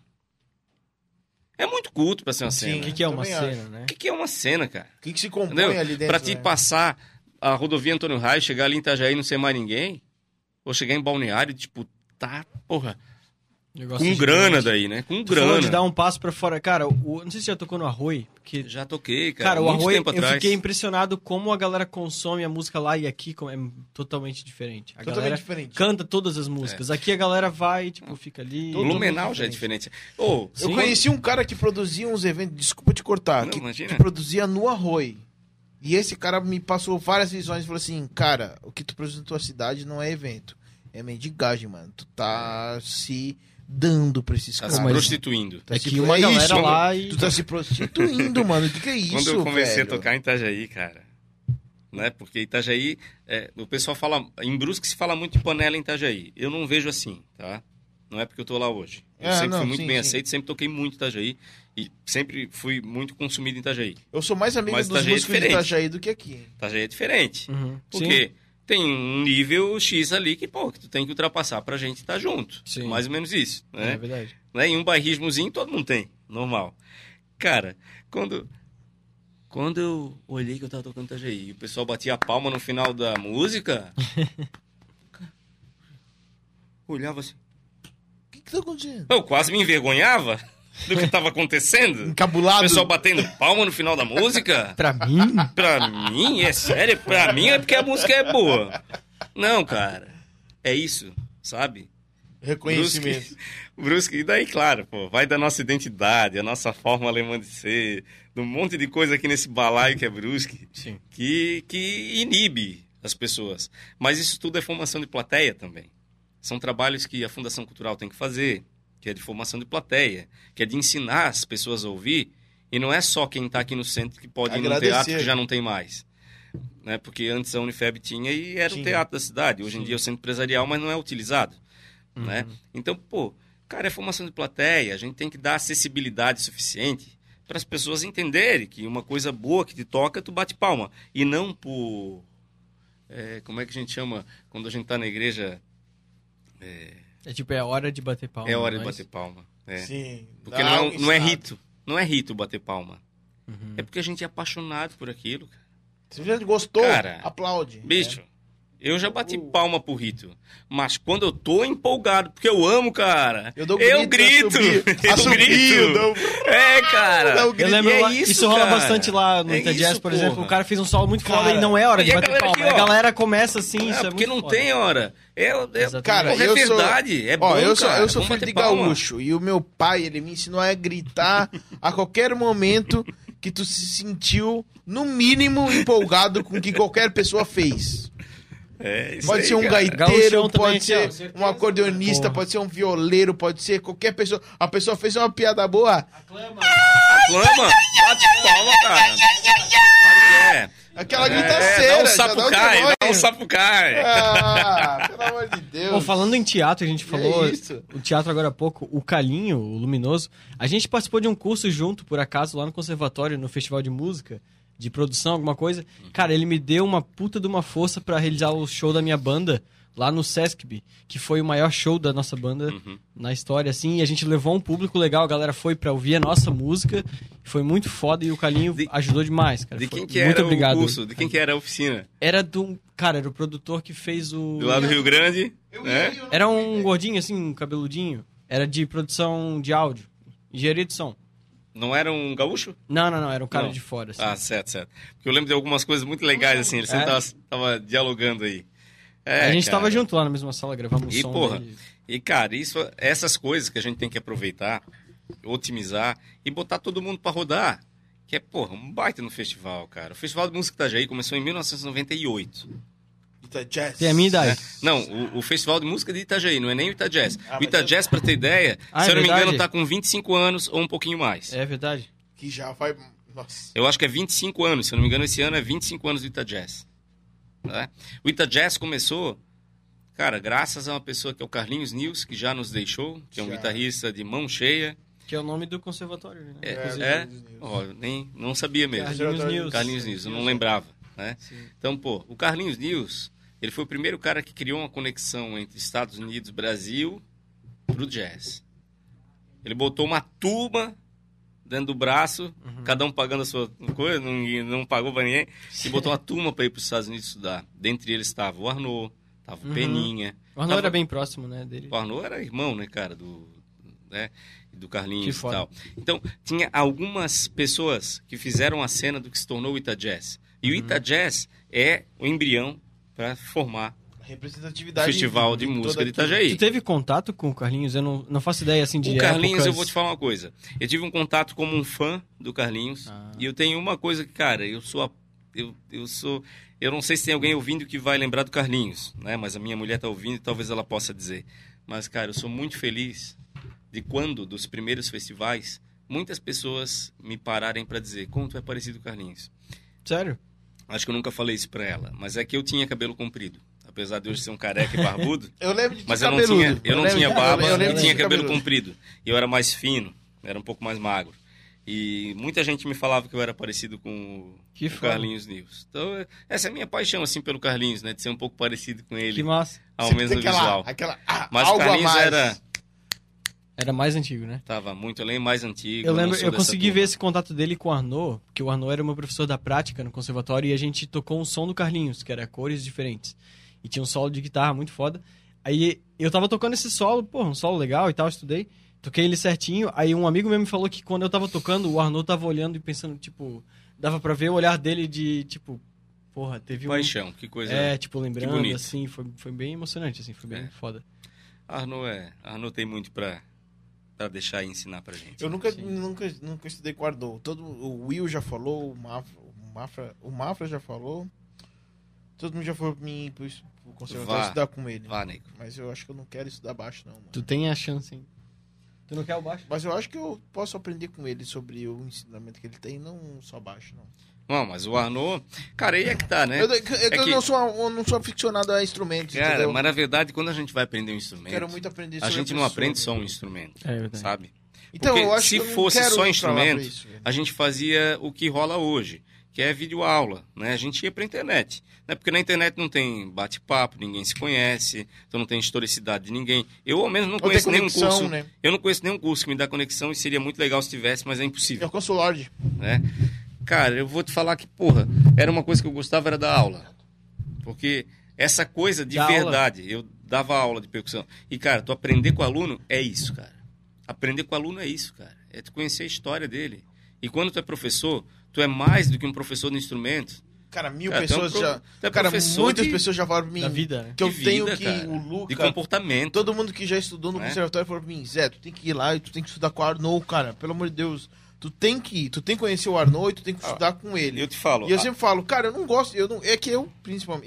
É muito curto pra ser uma Sim. cena. O que é uma Também cena, né? O que é uma cena, cara? O que se compõe Entendeu? ali dentro? Pra te né? passar a rodovia Antônio Reis, chegar ali em Itajaí e não ser mais ninguém, ou chegar em Balneário e disputar, porra, Negócio com gigante. grana daí, né? Com Tu falou grana. de dar um passo pra fora. Cara, não sei se já tocou no Arroi, porque... Já toquei, cara. Cara, o muito Arroi, tempo eu atrás. fiquei impressionado como a galera consome a música lá e aqui é totalmente diferente. A Totalmente galera diferente. canta todas as músicas. Aqui a galera vai, tipo, fica ali... Blumenau já é diferente. Ô, Eu conheci um cara que produzia uns eventos, desculpa te cortar, Não, que imagina. produzia no Arroi. E esse cara me passou várias visões e falou assim, cara, o que tu produz na tua cidade não é evento, é mendigagem, mano. Tu tá se dando pra esses tá caras. se prostituindo. Tá É se- que uma é galera isso, lá e... Tu tá se prostituindo, mano. O que é isso, Quando eu comecei velho? a tocar em Itajaí, cara, né? Porque Itajaí, o pessoal fala, em Brusque se fala muito de panela em Itajaí. Eu não vejo assim, tá? Não é porque eu tô lá hoje. Eu sempre fui muito sim, bem sim. aceito, sempre toquei muito em Itajaí e sempre fui muito consumido em Itajaí. Eu sou mais amigo Mas dos Itajaí é músicos de diferente. Itajaí do que aqui. Itajaí é diferente. Uhum. Porque tem um nível X ali que, pô, que tu tem que ultrapassar pra gente estar junto. Sim. Mais ou menos isso, Sim, né? é verdade. Né? Em um bairrismozinho todo mundo tem, normal. Cara, quando eu olhei que eu tava tocando Itajaí e o pessoal batia a palma no final da música, olhava assim, O que tá acontecendo? eu quase me envergonhava do que tava acontecendo. O Encabulado. pessoal batendo palma no final da música. Pra mim... Pra mim, é sério? Pra mim é porque a música é boa. Não, cara. É isso, sabe? Reconhecimento. Brusque, e daí, claro, pô, vai da nossa identidade, a nossa forma alemã de ser, de um monte de coisa aqui nesse balaio que é Brusque, Sim. que inibe as pessoas. Mas isso tudo é formação de plateia também. São trabalhos que a Fundação Cultural tem que fazer, que é de formação de plateia, que é de ensinar as pessoas a ouvir, e não é só quem está aqui no centro que pode ir no Agradecer. teatro que já não tem mais. Né? Porque antes a Unifeb tinha e era o Tinha. teatro da cidade. Hoje em Sim. dia é o centro empresarial, mas não é utilizado. né? Então, pô, cara, é formação de plateia, a gente tem que dar acessibilidade suficiente para as pessoas entenderem que uma coisa boa que te toca, tu bate palma. E não por... como é que a gente chama quando a gente tá na igreja? É hora de bater palma. É hora de bater palma. Sim. Porque não é rito. Não é rito bater palma. É porque a gente é apaixonado por aquilo, cara. Se a gente gostou, Cara, aplaude. Bicho, eu já bati palma pro rito. Mas quando eu tô empolgado, porque eu amo, cara, eu grito. Cara. Eu lembro é lá, isso rola cara. bastante lá no Ita Jazz, por exemplo. O cara fez um solo muito foda Cara, e não é hora de e a bater galera palma. aqui, ó. A galera começa assim, isso é Porque muito não foda. tem hora. Cara, é verdade. É bom, eu cara. sou Vamos filho bater de palma. gaúcho. E o meu pai, ele me ensinou a gritar a qualquer momento que tu se sentiu, no mínimo, empolgado com o que qualquer pessoa fez. Isso Pode aí, ser um cara. gaiteiro, Gauchão também, pode ser certeza, um acordeonista, porra. pode ser um violeiro, pode ser qualquer pessoa. A pessoa fez uma piada boa, Aclama. Aclama, bate palma, cara. Claro que é. aquela gritaceira. Dá um já dá sapucai, demônio. dá um sapucai. Ah, pelo amor de Deus. Pô, falando em teatro, a gente falou isso? o teatro agora há pouco, o Calinho, o Luminoso, a gente participou de um curso junto, por acaso, lá no conservatório, no festival de música, de produção, alguma coisa. Cara, ele me deu uma puta de uma força pra realizar o show da minha banda lá no Sesc, que foi o maior show da nossa banda na história, assim, e a gente levou um público legal, a galera foi pra ouvir a nossa música, foi muito foda e o Calinho ajudou demais, cara. De Foi- quem que muito era obrigado. o curso? De quem que era a oficina? Era cara, era o produtor que fez o... Do lado do Rio Grande? Né? Era um gordinho, assim, um cabeludinho. Era de produção de áudio. Engenharia de som. Não era um gaúcho? Não. Era um cara Não. de fora, assim. Ah, certo. Porque eu lembro de algumas coisas muito legais, assim. Ele sempre tava dialogando aí. a gente cara. tava junto lá na mesma sala, gravamos o E, som porra, dele. E, cara, essas coisas que a gente tem que aproveitar, otimizar e botar todo mundo pra rodar. Que é, porra, um baita no festival, cara. O Festival de Música Itajaí começou em 1998. Ita Jazz. Tem a minha idade. Não, o Festival de Música de Itajaí, não é nem o Ita Jazz. Ah, O Ita mas Jazz, pra ter ideia, Ah, se é eu não me verdade? engano, tá com 25 anos ou um pouquinho mais. É verdade. Que já vai... Nossa. Eu acho que é 25 anos, se eu não me engano, esse ano é 25 anos do Ita Jazz. Né? O Ita Jazz começou, cara, graças a uma pessoa que é o Carlinhos Nils, que já nos deixou, que é um Já. guitarrista de mão cheia. Que é o nome do conservatório, né? Não sabia mesmo. Carlinhos Nils. Carlinhos Nils, eu não lembrava, né? Sim. Então, pô, o Carlinhos Nils, ele foi o primeiro cara que criou uma conexão entre Estados Unidos e Brasil pro jazz. Ele botou uma turma dentro do braço, cada um pagando a sua coisa, não pagou pra ninguém, e botou uma turma pra ir pros Estados Unidos estudar. Dentre eles estava o Arnaud, estava o Peninha. O Arnaud era bem próximo, né, dele. O Arnaud era irmão, né, cara, do Que Carlinhos e foda. tal. Então, tinha algumas pessoas que fizeram a cena do que se tornou o Ita Jazz. E o Ita Jazz é o embrião para formar o Representatividade. Festival de Música de Tu Itajaí. teve contato com o Carlinhos? Eu não faço ideia, assim, de O Carlinhos, épocas... eu vou te falar uma coisa. Eu tive um contato como um fã do Carlinhos. E eu tenho uma coisa que, cara, eu não sei se tem alguém ouvindo que vai lembrar do Carlinhos, né? Mas a minha mulher tá ouvindo e talvez ela possa dizer. Mas, cara, eu sou muito feliz de quando, dos primeiros festivais, muitas pessoas me pararem para dizer como tu é parecido com o Carlinhos. Sério? Acho que eu nunca falei isso pra ela, mas é que eu tinha cabelo comprido. Apesar de hoje ser um careca e barbudo, Eu lembro de mas tu eu não cabeludo. tinha barba, eu eu lembro de tinha tu cabelo cabeludo. comprido. E eu era mais fino, era um pouco mais magro. E muita gente me falava que eu era parecido com Que o foda. Carlinhos News. Então, essa é a minha paixão, assim, pelo Carlinhos, né? De ser um pouco parecido com ele, Que massa. ao Sempre menos no tem visual. Mas o algo a Carlinhos mais. Era mais antigo, né? Tava muito além, mais antigo. Eu não lembro, sou eu dessa consegui turma. ver esse contato dele com o Arnaud, porque o Arnaud era meu professor da prática no conservatório e a gente tocou um som do Carlinhos, que era cores diferentes. E tinha um solo de guitarra muito foda. Aí eu tava tocando esse solo, pô, um solo legal e tal, estudei. Toquei ele certinho. Aí um amigo meu me falou que quando eu tava tocando, o Arnaud tava olhando e pensando, tipo... Dava pra ver o olhar dele de, tipo... Porra, teve Paixão, que coisa. tipo, lembrando, bonito. assim. Foi bem emocionante, assim. Foi bem foda. Arnaud tem muito pra deixar e ensinar pra gente. Eu nunca estudei com o Arnaud. O Will já falou, o Mafra já falou. Todo mundo já foi pra mim pro conservatório Vá. estudar com ele. Vá, nego. Mas eu acho que eu não quero estudar baixo, não, mano. Tu tem a chance, hein? Tu não quer o baixo? Mas eu acho que eu posso aprender com ele sobre o ensinamento que ele tem, não só baixo, não. Não, mas o Arnaud... Cara, aí é que tá, né? Eu não sou aficionado a instrumentos, Cara, entendeu? mas na verdade, quando a gente vai aprender um instrumento... Quero muito aprender a sobre gente não pessoa, aprende né? só um instrumento, É verdade. sabe? Então, Porque eu acho se que eu não fosse quero só ir pra lá instrumento, pra isso, velho. a gente fazia o que rola hoje, que é videoaula, né? A gente ia pra internet, né? Porque na internet não tem bate-papo, ninguém se conhece, então não tem historicidade de ninguém. Eu, ao menos, não Ou tem conheço nenhum conexão, curso. né? Eu não conheço nenhum curso que me dá conexão e seria muito legal se tivesse, mas é impossível, Eu conheço o Lorde. né? Cara, eu vou te falar que, porra, era uma coisa que eu gostava, era da aula. Porque essa coisa de Da aula. verdade, eu dava aula de percussão. E, cara, tu aprender com o aluno é isso, cara. Aprender com o aluno é isso, cara. É tu conhecer a história dele. E quando tu é professor, tu é mais do que um professor de instrumento. Cara, mil Cara, pessoas tu é um já... tu é Cara, professor muitas de- pessoas já falaram pra mim Da vida, né? que eu de tenho vida, que... cara. O De Luca... comportamento. Todo mundo que já estudou no Né? conservatório falou pra mim, Zé, tu tem que ir lá e tu tem que estudar com o Arnaud, cara. Pelo amor de Deus. Tu tem que ir, tu tem que conhecer o Arnaud e tu tem que estudar com ele. Eu te falo. E eu sempre falo, cara, eu não gosto, é que eu, principalmente,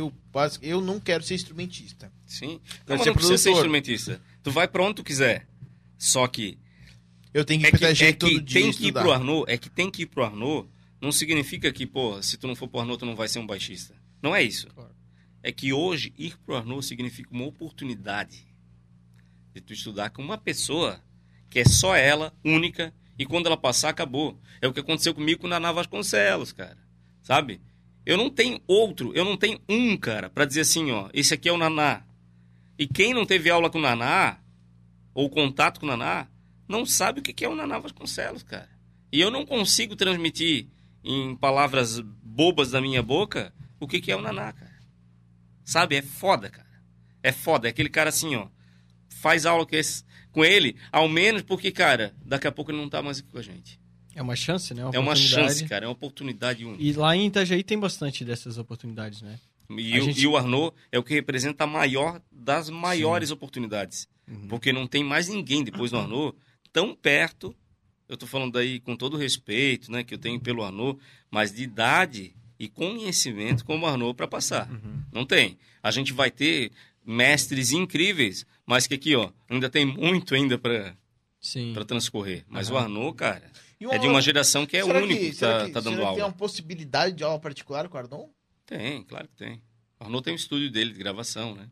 eu não quero ser instrumentista. Sim. Quero Não, mas ser não precisa ser produtor. instrumentista. Tu vai pra onde tu quiser. Só que Eu tenho que é que, pegar jeito todo dia tem e que ir estudar. pro Arnaud, é que tem que ir pro Arnaud, não significa que, pô, se tu não for pro Arnaud, tu não vai ser um baixista. Não é isso. Claro. É que hoje ir pro Arnaud significa uma oportunidade de tu estudar com uma pessoa que é só ela, única, e quando ela passar, acabou. É o que aconteceu comigo com o Naná Vasconcelos, cara. Sabe? Eu não tenho outro, eu não tenho um, cara, pra dizer assim, ó, esse aqui é o Naná. E quem não teve aula com o Naná, ou contato com o Naná, não sabe o que é o Naná Vasconcelos, cara. E eu não consigo transmitir em palavras bobas da minha boca o que é o Naná, cara. Sabe? É foda, cara. É foda. É aquele cara assim, ó. Faz aula com ele, ao menos porque, cara, daqui a pouco ele não tá mais aqui com a gente. É uma chance, né? É uma oportunidade. chance, cara. É uma oportunidade única. E lá em Itajaí tem bastante dessas oportunidades, né? E, a gente- e o Arnaud é o que representa a maior das maiores oportunidades. Uhum. Porque não tem mais ninguém depois do Arnaud tão perto. Eu tô falando aí com todo o respeito, né, que eu tenho pelo Arnaud, mas de idade e conhecimento como o Arnaud para passar. Uhum. Não tem. A gente vai ter mestres incríveis, mas que aqui, ó, ainda tem muito ainda para Sim. transcorrer. Mas Aham. o Arnaud, cara, E é de uma geração que é será único que será tá dando será que aula. tem uma possibilidade de aula particular com o Arnaud? Tem, claro que tem. O Arnaud tem um estúdio dele de gravação, né?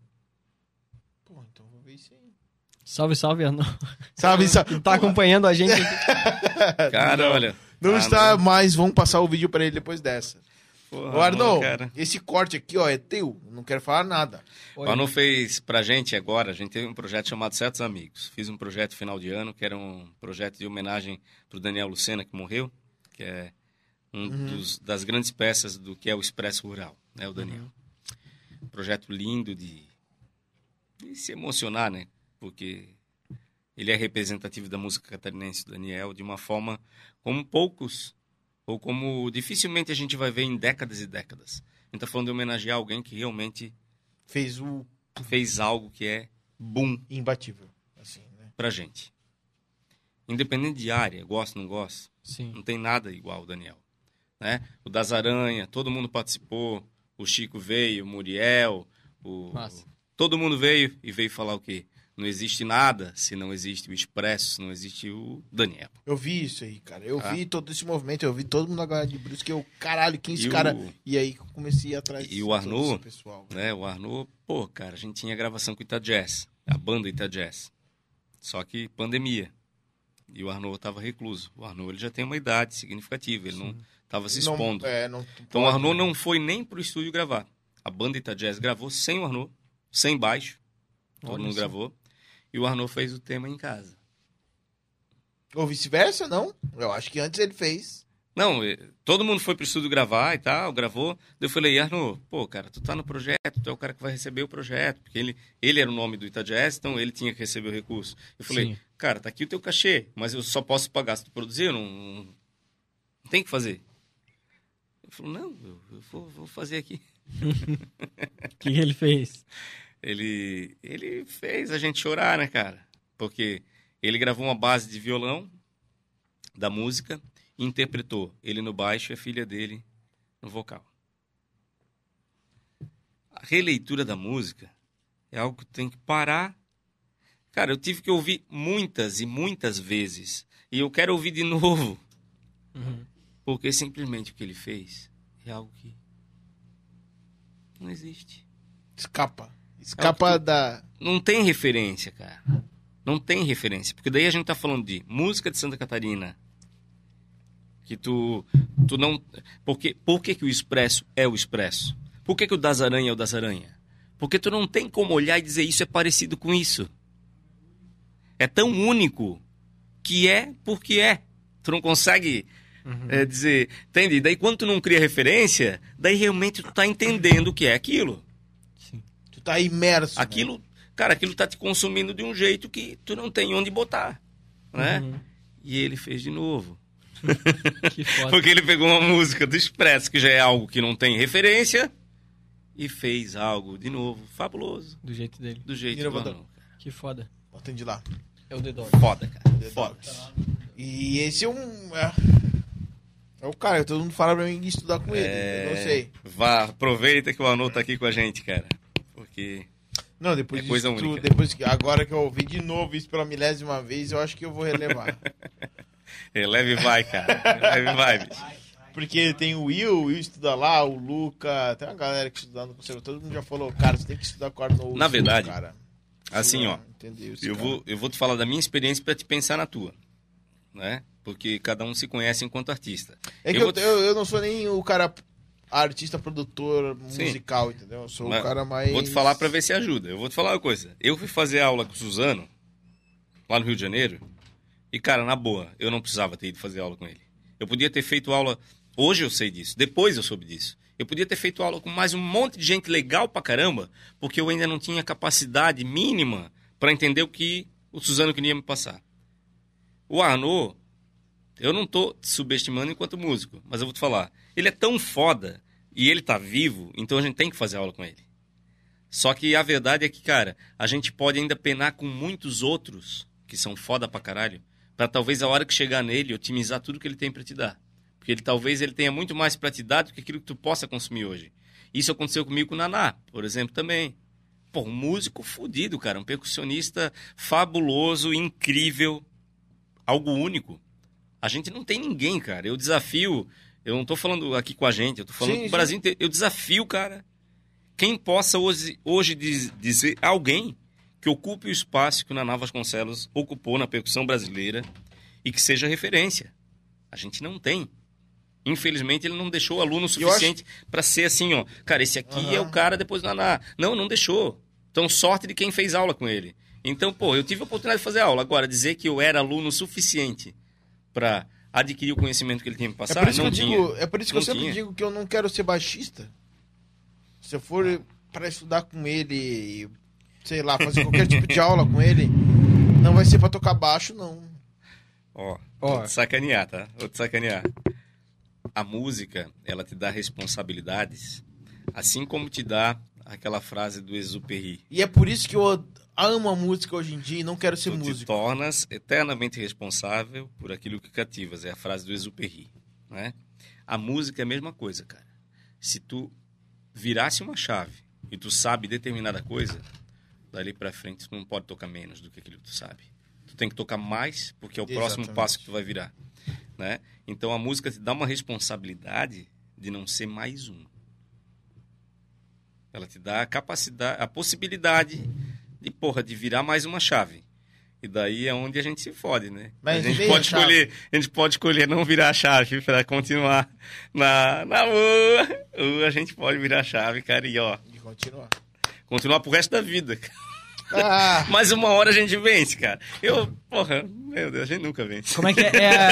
Pô, então vou ver isso aí. Salve, salve, Arnaud. Sabe, Que tá acompanhando a gente aqui. Cara, olha. Não Ah, está mais, vamos passar o vídeo pra ele depois dessa. Porra, Ô, Arnaud, cara. esse corte aqui, ó, é teu. Não quero falar nada. O Arnaud fez pra gente agora, a gente teve um projeto chamado Certos Amigos. Fiz um projeto final de ano, que era um projeto de homenagem pro Daniel Lucena, que morreu, que é das grandes peças do que é o Expresso Rural, né, o Daniel. Um projeto lindo de se emocionar, né, porque ele é representativo da música catarinense, o Daniel, de uma forma como poucos, ou como dificilmente a gente vai ver em décadas e décadas. A gente tá falando de homenagear alguém que realmente Fez o fez algo que é boom imbatível. Assim, né? pra gente. Independente de área, gosto ou não gosto, Sim. não tem nada igual o Daniel. Né? O das Aranha, todo mundo participou, o Chico veio, o Muriel, Massa. todo mundo veio e veio falar o quê? Não existe nada se não existe o Expresso, se não existe o Daniel. Eu vi isso aí, cara. Eu Ah. vi todo esse movimento, eu vi todo mundo agora de Bruce, que eu, caralho, quem é esse E cara? o- E aí que eu comecei a ir atrás E o todo Arnaud, esse pessoal. Né? O Arnaud, pô, cara, a gente tinha gravação com o Ita Jazz, a banda Ita Jazz. Só que pandemia. E o Arnaud tava recluso. O Arnaud ele já tem uma idade significativa, ele não tava se expondo. Então o Arnaud não foi nem pro estúdio gravar. A banda Ita Jazz gravou sem o Arnaud, sem baixo. Todo Olha mundo só. gravou. E o Arnaud fez o tema em casa. Ou vice-versa, não? Eu acho que antes ele fez. Não, todo mundo foi pro estúdio gravar e tal, gravou. Daí eu falei, Arnaud, pô, cara, tu tá no projeto, tu é o cara que vai receber o projeto. Porque ele era o nome do Ita Jazz, então ele tinha que receber o recurso. Eu falei, Sim. cara, tá aqui o teu cachê, mas eu só posso pagar se tu produzir, eu não tem que fazer. Ele falou, não, eu vou fazer aqui. O que ele fez? Ele fez a gente chorar, né, cara? Porque ele gravou uma base de violão da música e interpretou ele no baixo e a filha dele no vocal. A releitura da música é algo que tem que parar, Cara, eu tive que ouvir muitas e muitas vezes. E eu quero ouvir de novo. Porque simplesmente o que ele fez é algo que não existe. Escapa da... Não tem referência, cara. Não tem referência. Porque daí a gente tá falando de música de Santa Catarina. Que tu não... Por que o Expresso é o Expresso? Por que o Das Aranha é o Das Aranha? Porque tu não tem como olhar e dizer isso é parecido com isso. É tão único que é porque é. Tu não consegue dizer... Entende? Daí quando tu não cria referência, daí realmente tu tá entendendo o que é aquilo. Sim. Tu tá imerso. Aquilo, cara, aquilo tá te consumindo de um jeito que tu não tem onde botar. Né? E ele fez de novo. Que foda. Porque ele pegou uma música do Expresso, que já é algo que não tem referência, e fez algo de novo, fabuloso. Do jeito dele. Do jeito do Arnon. Que foda. Atende lá. É o The Doors. Foda, cara. Foda. E esse é é o cara, todo mundo fala pra mim estudar com ele. Eu não sei. Vá, aproveita que o Arnon tá aqui com a gente, cara. Porque... Não, depois é coisa única. Agora que eu ouvi de novo isso pela 1000ª vez, eu acho que eu vou relevar. Leve e vai, cara. Leve e vai, bicho. Porque tem o Will estuda lá, o Luca, tem uma galera que estuda no conservatório, todo mundo já falou, cara, você tem que estudar com o Arnold. Na verdade, cara. Assim, ó, eu vou te falar da minha experiência pra te pensar na tua, né? Porque cada um se conhece enquanto artista. É que eu não sou nem o cara artista, produtor musical, entendeu? Eu sou o cara mais... Vou te falar pra ver se ajuda. Eu vou te falar uma coisa. Eu fui fazer aula com o Suzano, lá no Rio de Janeiro, e, cara, na boa, eu não precisava ter ido fazer aula com ele. Eu podia ter feito aula... Hoje eu sei disso. Depois eu soube disso. Eu podia ter feito aula com mais um monte de gente legal pra caramba, porque eu ainda não tinha capacidade mínima pra entender o que o Suzano queria me passar. O Arnon, eu não tô te subestimando enquanto músico, mas eu vou te falar. Ele é tão foda e ele tá vivo, então a gente tem que fazer aula com ele. Só que a verdade é que, cara, a gente pode ainda penar com muitos outros que são foda pra caralho, pra talvez a hora que chegar nele, otimizar tudo que ele tem pra te dar. Porque talvez ele tenha muito mais pra te dar do que aquilo que tu possa consumir hoje. Isso aconteceu comigo com o Naná, por exemplo, também. Pô, um músico fodido, cara. Um percussionista fabuloso, incrível. Algo único. A gente não tem ninguém, cara. Eu desafio... Eu não tô falando aqui com a gente, eu tô falando com o Brasil inteiro. Eu desafio, cara, quem possa hoje dizer alguém que ocupe o espaço que o Naná Vasconcelos ocupou na percussão brasileira e que seja referência. A gente não tem. Infelizmente, ele não deixou aluno suficiente para ser assim, ó. Cara, esse aqui é o cara depois do Naná. Não deixou. Então, sorte de quem fez aula com ele. Então, pô, eu tive a oportunidade de fazer aula. Agora, dizer que eu era aluno suficiente para adquirir o conhecimento que ele tinha me passado, é por isso que eu sempre digo que eu não quero ser baixista. Se eu for para estudar com ele, sei lá, fazer qualquer tipo de aula com ele, não vai ser para tocar baixo, não. Vou te sacanear, tá? Vou te sacanear. A música, ela te dá responsabilidades, assim como te dá aquela frase do Exupéry. E é por isso que eu amo a música hoje em dia e não quero ser músico. Tu te tornas eternamente responsável por aquilo que cativas. É a frase do Exupéry, né? A música é a mesma coisa, cara. Se tu virasse uma chave e tu sabe determinada coisa, dali pra frente tu não pode tocar menos do que aquilo que tu sabe. Tu tem que tocar mais, porque é o próximo passo que tu vai virar, né? Então a música te dá uma responsabilidade de não ser mais um. Ela te dá a capacidade, a possibilidade de virar mais uma chave. E daí é onde a gente se fode, né? Mas a gente pode escolher não virar a chave para continuar na rua. A gente pode virar a chave, cara, e continuar pro resto da vida. Mas uma hora a gente vence, cara. Meu Deus, a gente nunca vence. Como é que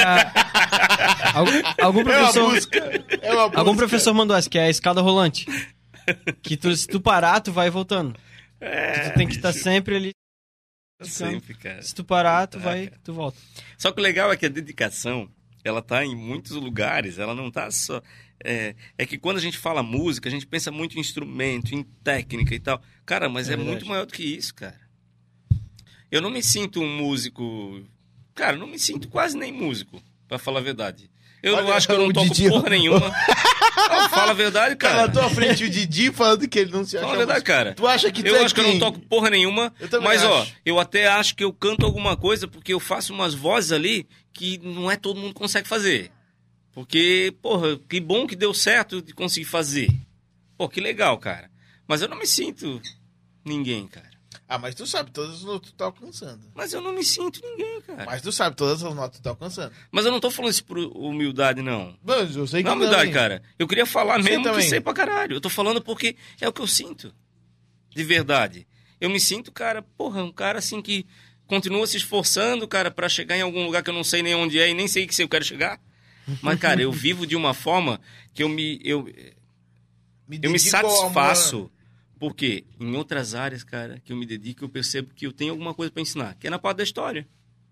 algum professor... Algum professor mandou essa, que é a escada rolante. Que se tu parar, tu vai voltando. Tu tem que estar sempre ali. Sempre, cara. Se tu parar, tu volta. Só que o legal é que a dedicação, ela tá em muitos lugares, ela não tá só... É que quando a gente fala música, a gente pensa muito em instrumento, em técnica e tal. Cara, mas é muito maior do que isso, cara. Eu não me sinto um músico... Cara, não me sinto quase nem músico, pra falar a verdade. Eu Olha, acho que eu não o toco Didi. porra nenhuma. Não, fala a verdade, Cara, cara. na tua frente o Didi falando que ele não se acha. Fala a verdade, cara. Tu acha que tu Eu é acho que eu não quem? toco porra nenhuma, Eu também mas ó, acho. eu até acho que eu canto alguma coisa porque eu faço umas vozes ali que não é todo mundo consegue fazer. Porque, porra, que bom que deu certo de conseguir fazer. Pô, que legal, cara. Mas eu não me sinto ninguém, cara. Ah, mas tu sabe todas as notas que tu tá alcançando. Mas eu não me sinto ninguém, cara. Mas tu sabe todas as notas que tu tá alcançando. Mas eu não tô falando isso por humildade, não. Mas eu sei que Não é humildade, também. cara. Eu queria falar Sei mesmo que também. sei pra caralho. Eu tô falando porque é o que eu sinto. De verdade. Eu me sinto, cara, porra, um cara assim que continua se esforçando, cara, pra chegar em algum lugar que eu não sei nem onde é e nem sei que se eu quero chegar. Mas, cara, eu vivo de uma forma que eu me dedico satisfaço. Porque em outras áreas, cara, que eu me dedico, eu percebo que eu tenho alguma coisa pra ensinar. Que é na parte da história.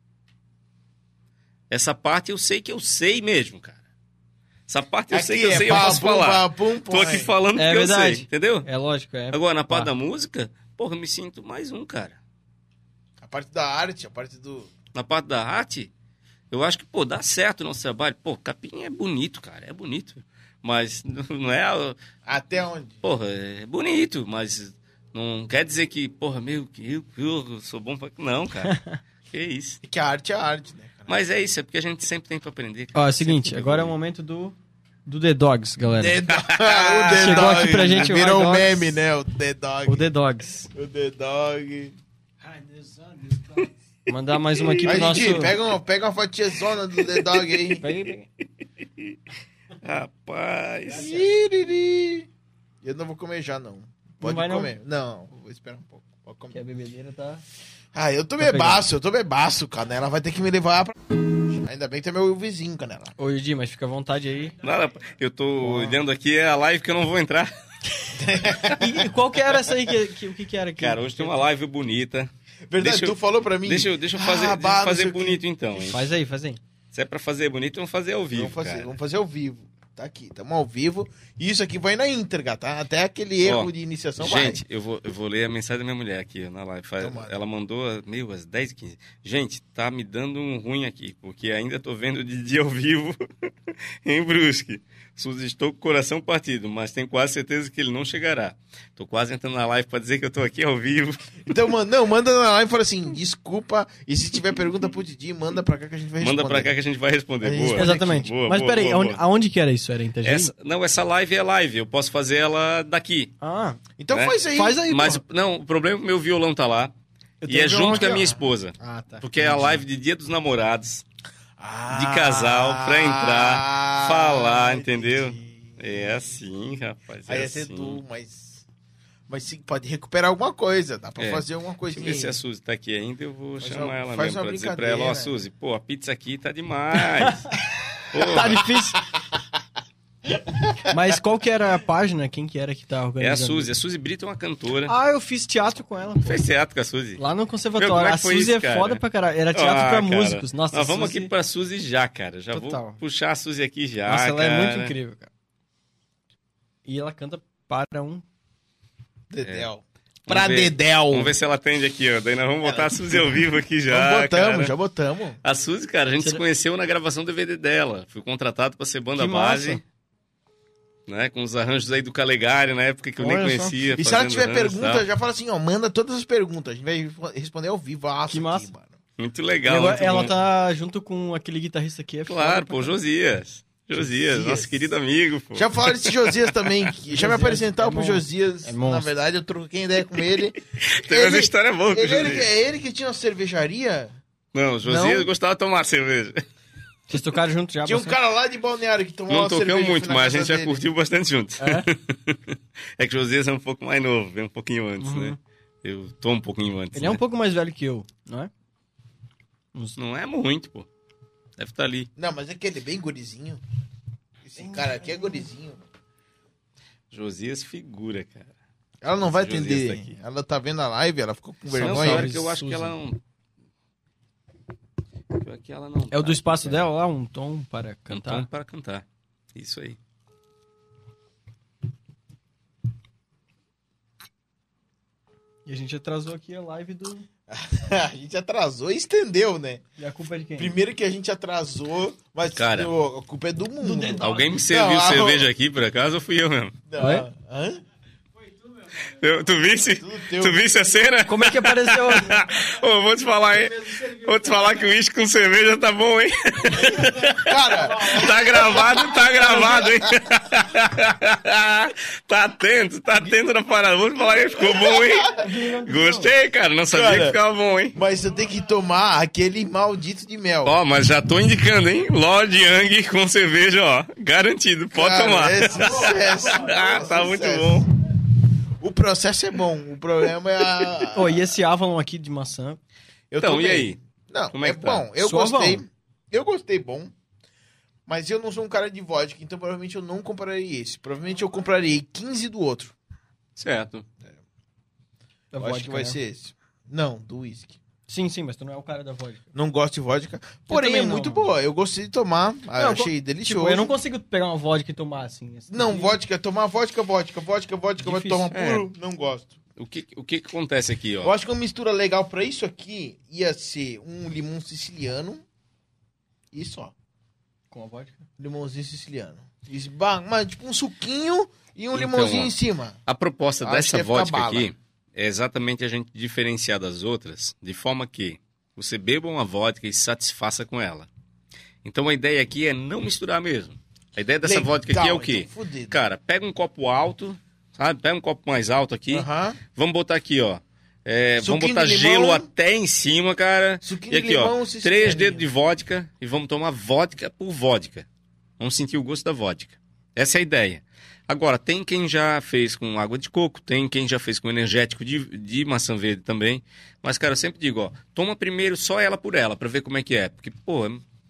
Essa parte eu sei que eu sei mesmo, cara. Essa parte eu sei que eu sei, eu posso falar. Tô aqui falando É porque eu verdade. sei, entendeu? É lógico, é. Agora, na parte Pá. da música, porra, eu me sinto mais um, cara. A parte da arte, a parte do... Na parte da arte, eu acho que, pô, dá certo o nosso trabalho. Pô, capim é bonito, cara, é bonito. Mas não é... Até onde? Porra, é bonito, mas não quer dizer que, porra, eu sou bom pra... Não, cara. Que isso. É que a arte é arte, né, cara? Mas é isso, é porque a gente sempre tem pra aprender. Cara. Ó, é o seguinte, Sempre agora é o evolui. momento do The Dogs, galera. The Dog. Chegou aqui pra gente o Virou Hard um Dogs. meme, né? O The Dog. O The Dogs. O The Dog. Ai, Deus, Deus, Deus. Mandar mais uma aqui pro Aí, nosso... Didi, pega uma fatia zona do The Dog aí. Pega aí. Rapaz. Iriri. Eu não vou comer já, não. Pode vai, não? comer. Não, vou esperar um pouco. Pode Que comer. a bebedeira tá... Ah, eu tô Tá bebaço, Canela vai ter que me levar pra... Ainda bem que tem meu vizinho, Canela. Ô, Yudi, mas fica à vontade aí. Nada, eu tô olhando aqui, é a live que eu não vou entrar. E qual que era essa aí? O que era? Cara, hoje tem uma live bonita. Verdade, Deixa eu- tu falou pra mim. Deixa eu fazer, Ah, deixa eu não fazer sei o quê. bonito então, hein? Faz aí, faz aí. Se é pra fazer bonito, vamos fazer ao vivo, Vamos fazer ao vivo. Tá aqui, estamos ao vivo. E isso aqui vai na íntegra, tá? Até aquele erro Ó, de iniciação Gente, eu vou ler a mensagem da minha mulher aqui na live. Então manda. Ela mandou às 10h15. Gente, tá me dando um ruim aqui, porque ainda tô vendo o Didi ao vivo em Brusque. Suzy, estou com o coração partido, mas tenho quase certeza que ele não chegará. Tô quase entrando na live pra dizer que eu tô aqui ao vivo. Então, manda na live e fala assim, desculpa. E se tiver pergunta pro Didi, manda pra cá que a gente vai responder. Manda pra cá que a gente vai responder. A gente Boa. responde Exatamente. Boa, Mas boa, peraí, boa, boa. aonde que era isso? Era em Itajaí? Essa live é live. Eu posso fazer ela daqui. Ah, Então né? faz aí. faz aí, Mas, pô. não, o problema é que meu violão tá lá. Eu E tenho é violão junto com a aqui, minha ó. esposa. Ah, tá. Porque é a live de Dia dos Namorados. Ah, de casal pra entrar, falar, entendeu? entendi. É assim, rapaz. Aí É ia ser assim. tu, mas sim, pode recuperar alguma coisa. Dá pra É. fazer alguma Deixa eu coisinha. ver se a Suzy tá aqui ainda, eu vou Faz chamar uma- ela faz mesmo uma pra dizer pra ela, ó, brincadeira. Suzy, pô, a pizza aqui tá demais. Pô, Tá difícil. Mas qual que era a página? Quem que era que tá é a organizando? Suzy Brito é uma cantora. Ah, eu fiz teatro com ela, pô. Fez teatro com a Suzy. Lá no Meu, conservatório. como é A que foi Suzy isso, é cara? foda pra caralho. Era teatro pra cara. músicos. Nossa, Nós vamos Suzy... aqui pra Suzy já, cara. Já Total. vou puxar a Suzy aqui já, Nossa, ela cara. é muito incrível, cara. E ela canta para um... Dedéu. Vamos Pra ver. Dedéu. Vamos ver se ela atende aqui, ó. Daí nós vamos botar a Suzy ao vivo aqui já, Já cara. botamos. A Suzy, cara, a gente se Será- conheceu na gravação do DVD dela. Fui contratado pra ser banda Que massa. base. Né, com os arranjos aí do Calegari, na época que eu nem Olha só. conhecia. E se ela fazendo tiver arranjos e pergunta, tal. já fala assim, ó, manda todas as perguntas. A gente vai responder ao vivo. Que massa. Aqui, mano. Muito E legal. agora muito ela bom. tá junto com aquele guitarrista aqui. É foda Claro, pra pô, caralho. Josias, Josias. nosso querido amigo, pô. Já falaram desse Josias também. Deixa eu me Josias apresentar é pro monstro. Josias. É monstro. Na verdade, eu troquei ideia com ele. Tem umas histórias boas com o ele, Josias. é ele que tinha uma cervejaria? Não, o Josias Não? gostava de tomar cerveja. Vocês tocaram junto já? Tinha um bastante? cara lá de Balneário que tomava Não uma cerveja. tocamos muito, na mas a casa gente já dele. curtiu bastante junto. É? É que o Josias é um pouco mais novo, vem um pouquinho antes, Uhum. né? Eu tô um pouquinho antes, Ele é um né? pouco mais velho que eu, não é? Não é muito, pô. Deve estar ali. Não, mas é que ele é bem gurizinho. Esse cara aqui é gurizinho. Josias figura, cara. Ela não vai Josias atender. tá aqui. Ela tá vendo a live, ela ficou com Só Não, vergonha. pior que eu acho que Suzy. ela não... Pior que ela não É o tá do espaço aqui, dela lá, um tom para Cantar cantar. para cantar. Isso aí. E a gente atrasou aqui a live do... A gente atrasou e estendeu, né? E a culpa é de quem? Primeiro que a gente atrasou, mas Cara, a culpa é do mundo. Alguém me serviu Não, cerveja aqui, por acaso, ou fui eu mesmo? Não, Oi? hã? Tu visse? Tudo teu. Tu visse a cena? Como é que apareceu? Ô, vou te falar, hein? Vou te falar que o uísque com cerveja tá bom, hein? Cara, Tá gravado, hein? Tá atento na parada. Vou te falar que ficou bom, hein? Gostei, cara. Não sabia Cara, que ficava bom, hein? mas eu tenho que tomar aquele maldito de mel. Ó, mas já tô indicando, hein? Lord Young com cerveja, ó. Garantido. Pode Cara, tomar. é sucesso. Tá muito sucesso. bom. O processo é bom, o problema é a... Ô, e esse Avalon aqui de maçã? Eu Então, tomei. e aí? Não, Como é que tá? bom. Eu Suavão. gostei. Eu gostei bom. Mas eu não sou um cara de vodka, então provavelmente eu não compraria esse. Provavelmente eu compraria 15 do outro. Certo. Da Eu acho que vai né? ser esse. Não, do whisky. Sim, mas tu não é o cara da vodka. Não gosto de vodka. Porém, é também não. muito boa. Eu gostei de tomar. Não, Achei delicioso. Tipo, eu não consigo pegar uma vodka e tomar assim. Esse Não, daqui- vodka, tomar vodka, vai Difícil. tomar puro, não gosto. O que acontece aqui, Eu ó? acho que uma mistura legal pra isso aqui ia ser um limão siciliano e só. Com a vodka? Limãozinho siciliano. Isso, mas tipo um suquinho e um Então, limãozinho ó. em cima. A proposta Acho que dessa ia ficar vodka bala. aqui é exatamente a gente diferenciar das outras, de forma que você beba uma vodka e se satisfaça com ela. Então a ideia aqui é não misturar mesmo. A ideia dessa Legal, vodka aqui é o quê? então, fudido. Cara, pega um copo alto, sabe? Pega um copo mais alto aqui. Aham. Vamos botar aqui, ó. Vamos Suquinho botar de gelo limão. até em cima, cara. Suquinho E de aqui, ó. limão, 3 dedos de vodka e vamos tomar vodka por vodka. Vamos sentir o gosto da vodka. Essa é a ideia. Agora, tem quem já fez com água de coco, tem quem já fez com energético de maçã verde também. Mas, cara, eu sempre digo, ó, toma primeiro só ela por ela, pra ver como é que é. Porque, pô,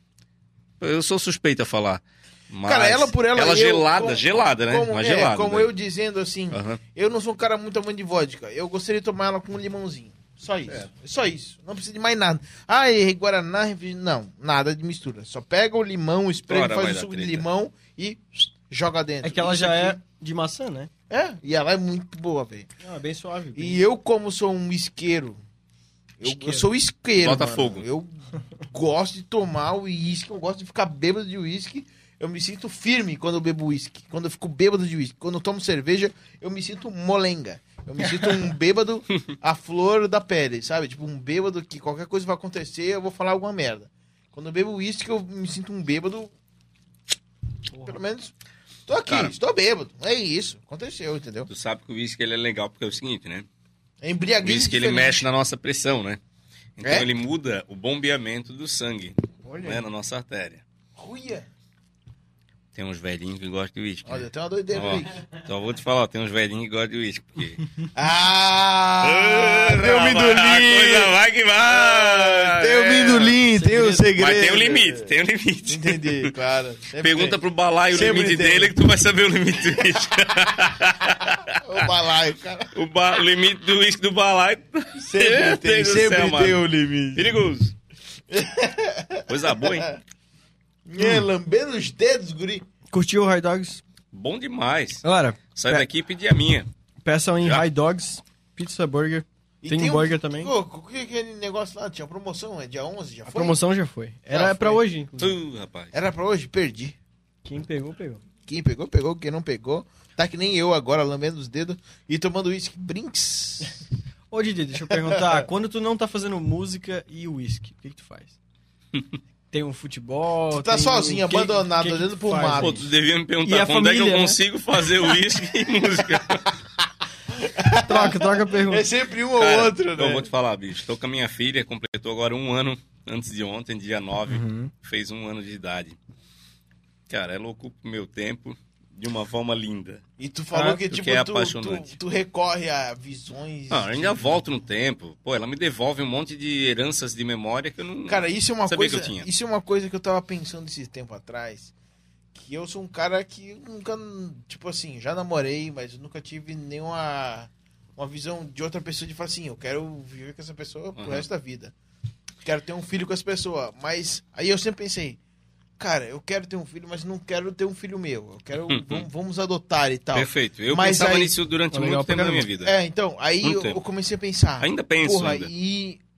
eu sou suspeito a falar. Mas Cara, ela por ela. Ela eu, gelada, né? Como, Mas gelada. como né? eu dizendo assim, Aham. eu não sou um cara muito amante de vodka. Eu gostaria de tomar ela com um limãozinho. Só isso. Só isso. Não precisa de mais nada. Ah, e Guaraná, não. Nada de mistura. Só pega o limão, espreme, Ora, faz vai o dar suco de treta. limão e joga dentro. É que ela Isso já aqui- é de maçã, né? É, e ela é muito boa, velho. Não, é bem suave. E eu, como sou um isqueiro, eu Isqueiro. sou isqueiro. Botafogo. Mano. Eu gosto de tomar o uísque, eu gosto de ficar bêbado de uísque. Eu me sinto firme quando eu bebo uísque. Quando eu fico bêbado de uísque. Quando eu tomo cerveja, eu me sinto molenga. Eu me sinto um bêbado à flor da pele, sabe? Tipo, um bêbado que qualquer coisa vai acontecer, eu vou falar alguma merda. Quando eu bebo uísque, eu me sinto um bêbado. Pelo menos, tô aqui, Cara. estou bêbado. É isso, aconteceu, entendeu? Tu sabe que o uísque ele é legal porque é o seguinte, né? É O embriaguez uísque ele diferente. mexe na nossa pressão, né? Então É? ele muda o bombeamento do sangue, Olha, né? Na nossa artéria. Ruia. Tem uns velhinhos que gostam de uísque. Olha, Né? tem uma doideira Ó, aí. só vou te falar, tem uns velhinhos que gostam de uísque. Porque... Ah, tem o A coisa mindulim. vai que vai! Tem o mindulim, tem o segredo. Mas tem um limite, tem um limite. Entendi, claro. Sempre Pergunta tem. pro balaio o Sempre limite tem. dele que tu vai saber o limite do uísque. O balaio, cara. O limite do uísque do balaio. Sempre tem, Deus do sempre céu, tem mano. o limite. Perigoso. Coisa boa, hein? É, lambendo os dedos, guri. Curtiu o High Dogs? Bom demais. Galera, Sai daqui e pedir a minha. peçam em Já. High Dogs, Pizza Burger. E Tem um burger também. Pô, o que é aquele negócio lá? Tinha promoção, é dia 11, já A foi? promoção já foi. Era Já pra foi. hoje, inclusive. Rapaz. Era pra hoje? Perdi. Quem pegou, pegou. Quem pegou, pegou. Quem não pegou, tá que nem eu agora, lambendo os dedos e tomando uísque Brinks. Ô, Didi, deixa eu perguntar. Quando tu não tá fazendo música e uísque, o que tu faz? Tem um futebol? Tu tá tem sozinho, o que- abandonado, que olhando tu pro faz mato. aí? Pô, tu devia me E perguntar a quando é que eu família, né? consigo fazer uísque e música. Troca a pergunta. É sempre um ou Cara, outro, né? Eu vou te falar, bicho. Tô com a minha filha, completou agora 1 ano antes de ontem, dia 9. Uhum. Fez 1 ano de idade. Cara, ela ocupa o meu tempo de uma forma linda. E tu falou que, porque tipo, é apaixonante. tu recorre a visões... Não, eu ainda volto no tempo. Pô, ela me devolve um monte de heranças de memória que eu não... Cara, isso é uma Sabia coisa. que eu tinha. Isso é uma coisa que eu tava pensando esse tempo atrás. Que eu sou um cara que nunca, tipo assim, já namorei, mas eu nunca tive nenhuma uma visão de outra pessoa de falar assim, eu quero viver com essa pessoa pro Uhum. resto da vida. Quero ter um filho com essa pessoa. Mas aí eu sempre pensei, cara, eu quero ter um filho, mas não quero ter um filho meu. Eu quero, vamos adotar e tal. Perfeito. Eu Mas pensava aí- nisso durante Legal muito pra tempo da minha caramba. vida. É, então, aí Muito eu tempo. comecei a pensar. Ainda penso, Porra, ainda. e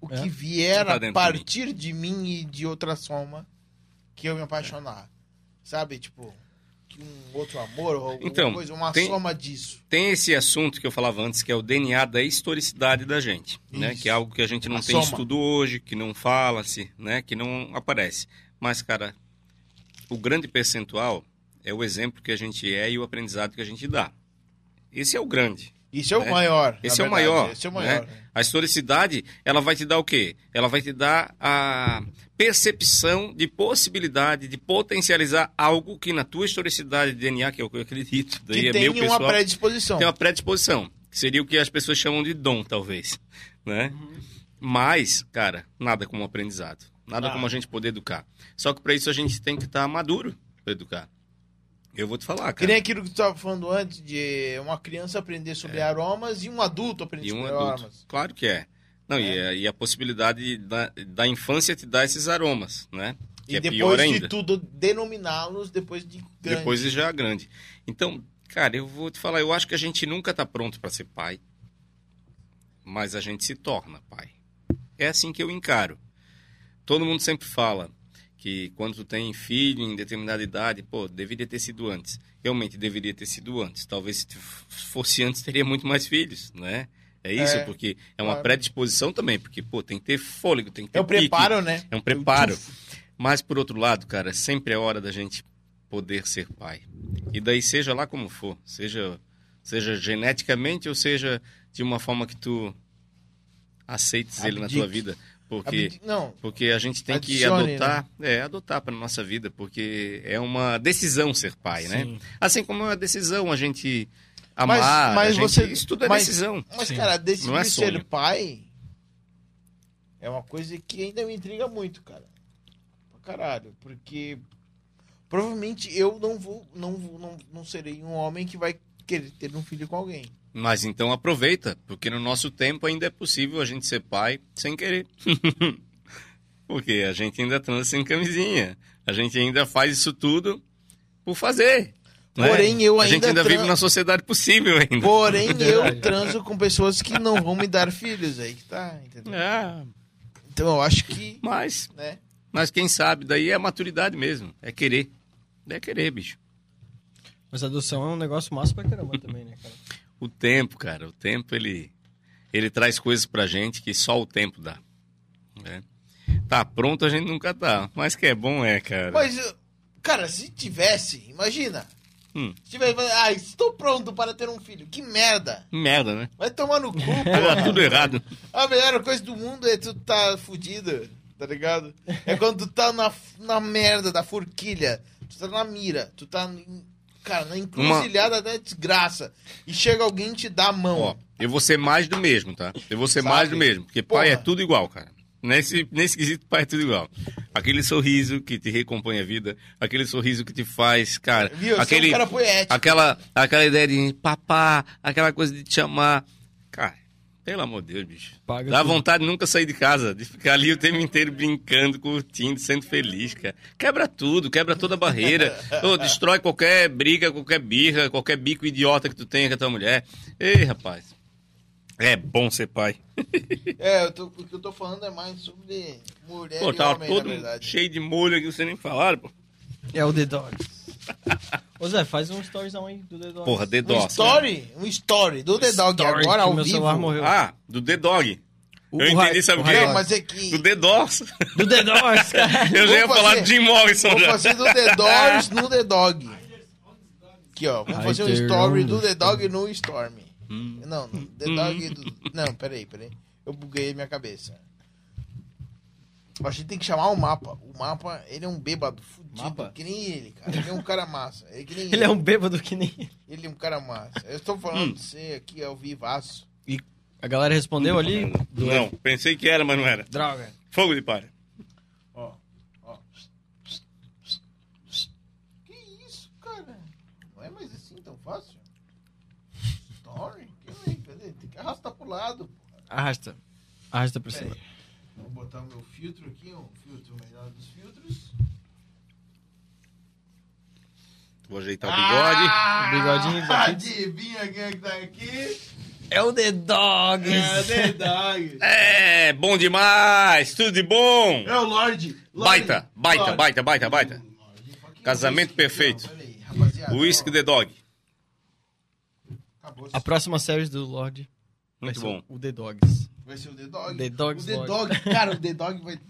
o que vier Tá a dentro de partir de mim e de outra soma que eu me apaixonar. Sabe? Tipo, que um outro amor ou alguma Então, coisa, uma tem- soma disso. Tem esse assunto que eu falava antes, que é o DNA da historicidade da gente, né? Isso. Que é algo que a gente não A tem soma. estudo hoje, que não fala-se, né? Que não aparece. Mas, cara, o grande percentual é o exemplo que a gente é e o aprendizado que a gente dá. Esse é o grande. Isso é o né? maior. Esse na é o verdade. maior. Esse é o maior. né? A historicidade, ela vai te dar o quê? Ela vai te dar a percepção de possibilidade de potencializar algo que na tua historicidade de DNA, que é o que eu acredito, daí Que é tem meu pessoal, uma predisposição. tem uma predisposição, que seria o que as pessoas chamam de dom, talvez, né? Mas, cara, nada como aprendizado. Nada como a gente poder educar. Só que para isso a gente tem que estar maduro para educar. Eu vou te falar, Que nem cara. aquilo que tu estava falando antes, de uma criança aprender sobre aromas e um adulto aprender E um sobre adulto. aromas. Claro que é. Não, e a possibilidade da infância te dar esses aromas, né? Que E é pior depois ainda. de tudo, denominá-los depois de grande. Depois de já grande. Então, cara, eu vou te falar, eu acho que a gente nunca tá pronto para ser pai, mas a gente se torna pai. É assim que eu encaro. Todo mundo sempre fala que quando tu tem filho em determinada idade, pô, deveria ter sido antes. Realmente deveria ter sido antes. Talvez se fosse antes, teria muito mais filhos, né? É isso, porque é uma claro. predisposição também, porque, pô, tem que ter fôlego, tem que ter É o pique. preparo, né? É um preparo. Mas, por outro lado, cara, sempre é hora da gente poder ser pai. E daí, seja lá como for, seja geneticamente ou seja de uma forma que tu aceites ele na tua Abdique. vida. Porque, Não, porque a gente tem que Adicione, adotar para nossa vida, porque é uma decisão ser pai, né? Sim. Assim como é uma decisão a gente amar, mas a gente, você- isso tudo é mas- decisão. mas Sim. cara, decidir Não é ser sonho. pai é uma coisa que ainda me intriga muito, cara. Pra caralho. Porque provavelmente eu não serei um homem que vai querer ter um filho com alguém. Mas então aproveita, porque no nosso tempo ainda é possível a gente ser pai sem querer. Porque a gente ainda transa sem camisinha. A gente ainda faz isso tudo por fazer. né? Porém, eu A gente ainda ainda vive na sociedade possível ainda. Porém, eu Verdade. transo com pessoas que não vão me dar filhos. Aí que tá, entendeu? É, Então eu acho que, mas né? quem sabe, daí é a maturidade mesmo. É querer. É querer, bicho. Mas a adoção é um negócio massa pra caramba também, né, cara? O tempo, cara, o tempo ele traz coisas pra gente que só o tempo dá. Né? Tá pronto, a gente nunca tá. Mas que é bom, cara. Mas, cara, se tivesse, imagina. Se tivesse, estou pronto para ter um filho. Que merda. Merda, né? Vai tomar no cu, Tá pô. tudo errado. A melhor coisa do mundo é tu tá fudido, tá ligado? É quando tu tá na merda da forquilha. Tu tá na mira. Tu tá, cara, na encruzilhada da desgraça. E chega alguém e te dá a mão. Ó, eu vou ser mais do mesmo, tá? Eu vou ser Sabe? mais do mesmo. Porque pai Porra. é tudo igual, cara. Nesse quesito, pai é tudo igual. Aquele sorriso que te recompõe a vida. Aquele sorriso que te faz, cara. Viu? Você Aquele, é um cara poético. aquela ideia de papá, aquela coisa de te chamar. Cara, pelo amor de Deus, bicho. Paga Dá tudo. vontade de nunca sair de casa, de ficar ali o tempo inteiro brincando, curtindo, sendo feliz, cara. Quebra tudo, quebra toda a barreira. Ô, destrói qualquer briga, qualquer birra, qualquer bico idiota que tu tenha com a tua mulher. Ei, rapaz. É bom ser pai. O que eu tô falando é mais sobre mulher Pô, e tava homem, todo na verdade. cheio de molho aqui, você nem falaram, pô. É o The Dogs. Ô Zé, faz um storyzão aí do The Dogs. Porra, The Dog. Um story do The Dog Story, agora que ao meu vivo. celular morreu. Ah, do The Dog. O Eu entendi, sabe o quê? Não, mas é que Do The Dogs. Do The Dogs, cara. Eu já ia Vamos falar fazer- de Jim Morrison vamos já. fazer do The Doors no The Dog. Aqui, ó. Vamos fazer um story do The Dog no Storm. Não, The Dog do... Não, peraí. Eu buguei minha cabeça. A gente tem que chamar o mapa. O mapa, ele é um bêbado fudido. Mapa? Que nem ele, cara. Ele é um cara massa. Ele, que nem Ele é um bêbado que nem... Ele é um cara massa. Eu estou falando de você aqui ao vivaço. E a galera respondeu ali? Não, pensei que era, mas não era. Droga. Fogo de palha. Ó. Que isso, cara? Não é mais assim tão fácil? Story? Cadê? Tem que arrastar pro lado. Porra. Arrasta. Arrasta pra cima. Peraí. Vou botar o meu filtro aqui, um filtro melhor dos filtros. Vou ajeitar o bigode. O bigodinho daqui. Adivinha quem é que tá aqui? É o The Dogs. É o The Dog. É, bom demais, tudo de bom. É o Lorde. Baita. Casamento perfeito. Whisky The Dog. A próxima série do Lorde vai Muito ser bom. o The Dogs. Vai ser o The Dog. The Dogs O The Lorde. Dog, cara, o The Dog vai...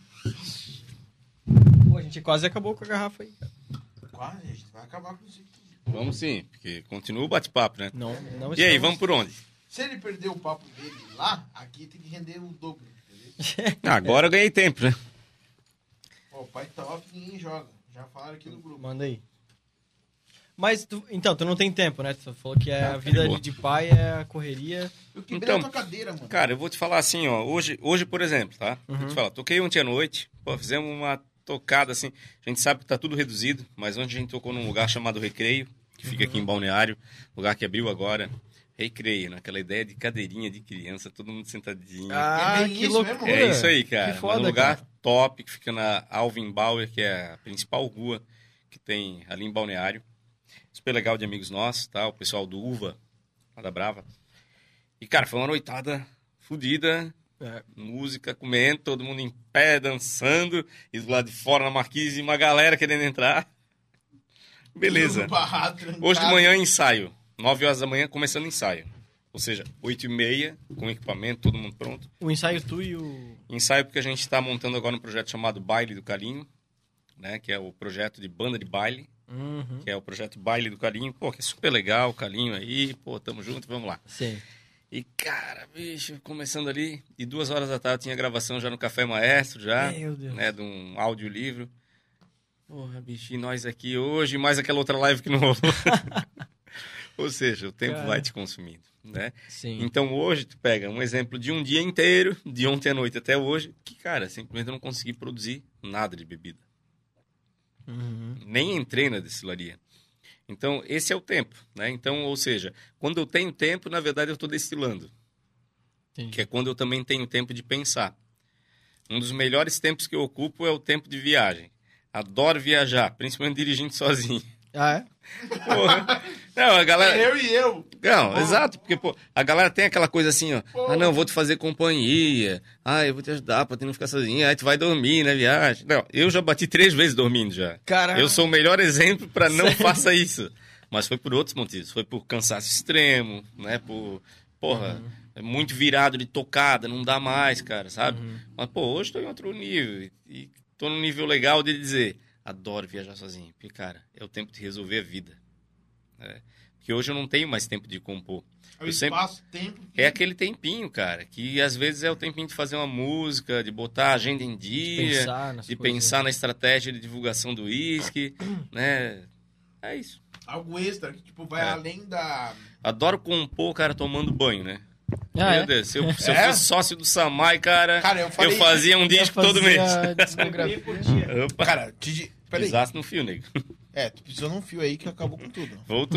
Pô, a gente quase acabou com a garrafa aí, cara. Quase, a gente vai acabar com isso aqui. Vamos sim, porque continua o bate-papo, né? Não E aí, vamos por onde? Se ele perder o papo dele lá, aqui tem que render o dobro, entendeu? Agora eu ganhei tempo, né? Ó, o pai tá off, ninguém joga. Já falaram aqui no grupo. Manda aí. Mas, então, tu não tem tempo, né? Tu falou que a vida boa. ali de pai é a correria. Eu quebrei Então, a tua cadeira, mano. Cara, eu vou te falar assim, ó. Hoje por exemplo, tá? Vou te falar, toquei ontem à noite, pô, fizemos uma tocada assim. A gente sabe que tá tudo reduzido, mas ontem a gente tocou num lugar chamado Recreio, que fica aqui em Balneário, lugar que abriu agora. Recreio, naquela ideia de cadeirinha de criança, todo mundo sentadinho. Ah, bem que isso loucura. mesmo? É isso aí, cara. Que foda, Mas num lugar cara. top, que fica na Alvin Bauer, que é a principal rua que tem ali em Balneário. Super legal de amigos nossos, tá? O pessoal do Uva, lá da Brava. E, cara, foi uma noitada fodida. É. Música, comendo, todo mundo em pé, dançando. E do lado de fora, na marquise, uma galera querendo entrar. Beleza. Barrado, trancado. Hoje de manhã, ensaio. 9 horas da manhã, começando o ensaio. Ou seja, 8h30, com equipamento, todo mundo pronto. O ensaio tu e o... Ensaio porque a gente está montando agora um projeto chamado Baile do Carinho, né? Que é o projeto de banda de baile, Uhum. que é o projeto Baile do Carinho. Pô, que é super legal, o Carinho aí, pô, tamo junto, vamos lá. Sim. E, cara, bicho, começando ali, e 2 horas da tarde tinha gravação já no Café Maestro, já, Meu Deus. né, de um audiolivro. Porra, bicho, e nós aqui hoje, mais aquela outra live que não rolou. Ou seja, o tempo Cara. vai te consumindo, né? Sim. Então hoje tu pega um exemplo de um dia inteiro, de ontem à noite até hoje, que, cara, simplesmente eu não consegui produzir nada de bebida. Uhum. Nem entrei na destilaria. Então, esse é o tempo, né? Então, ou seja, quando eu tenho tempo, na verdade eu estou destilando. Entendi. Que é quando eu também tenho tempo de pensar. Um dos melhores tempos que eu ocupo é o tempo de viagem. Adoro viajar, principalmente dirigindo sozinho. Ah, é? Porra. Não, a galera... Eu e eu. Não, exato, porque, pô, a galera tem aquela coisa assim, ó. Ah, não, vou te fazer companhia. Ah, eu vou te ajudar pra tu não ficar sozinho. Aí tu vai dormir na viagem. Não, eu já bati 3 vezes dormindo já. Caralho. Eu sou o melhor exemplo pra não faça isso. Mas foi por outros motivos. Foi por cansaço extremo, né? Por, porra, muito virado de tocada, não dá mais, cara, sabe? Mas, pô, hoje tô em outro nível. E tô num nível legal de dizer, adoro viajar sozinho. Porque, cara, é o tempo de resolver a vida. Né? Porque hoje eu não tenho mais tempo de compor. É o Eu sempre- espaço, tempo. É aquele tempinho, cara, que às vezes é o tempinho de fazer uma música, de botar a agenda em dia, Pensar nas de coisas. pensar na estratégia de divulgação do uísque, né? É isso. Algo extra, que tipo, vai É. além da... Adoro compor, cara, tomando banho, né? Ah, Meu é? Deus, se eu É? fosse sócio do Samai, cara, Cara, eu falei- fazia um disco todo mês. Discografia. Opa, Cara, Didi... Peraí. pisasse no fio, nego. É, tu precisou num fio aí que acabou com tudo. Voltou.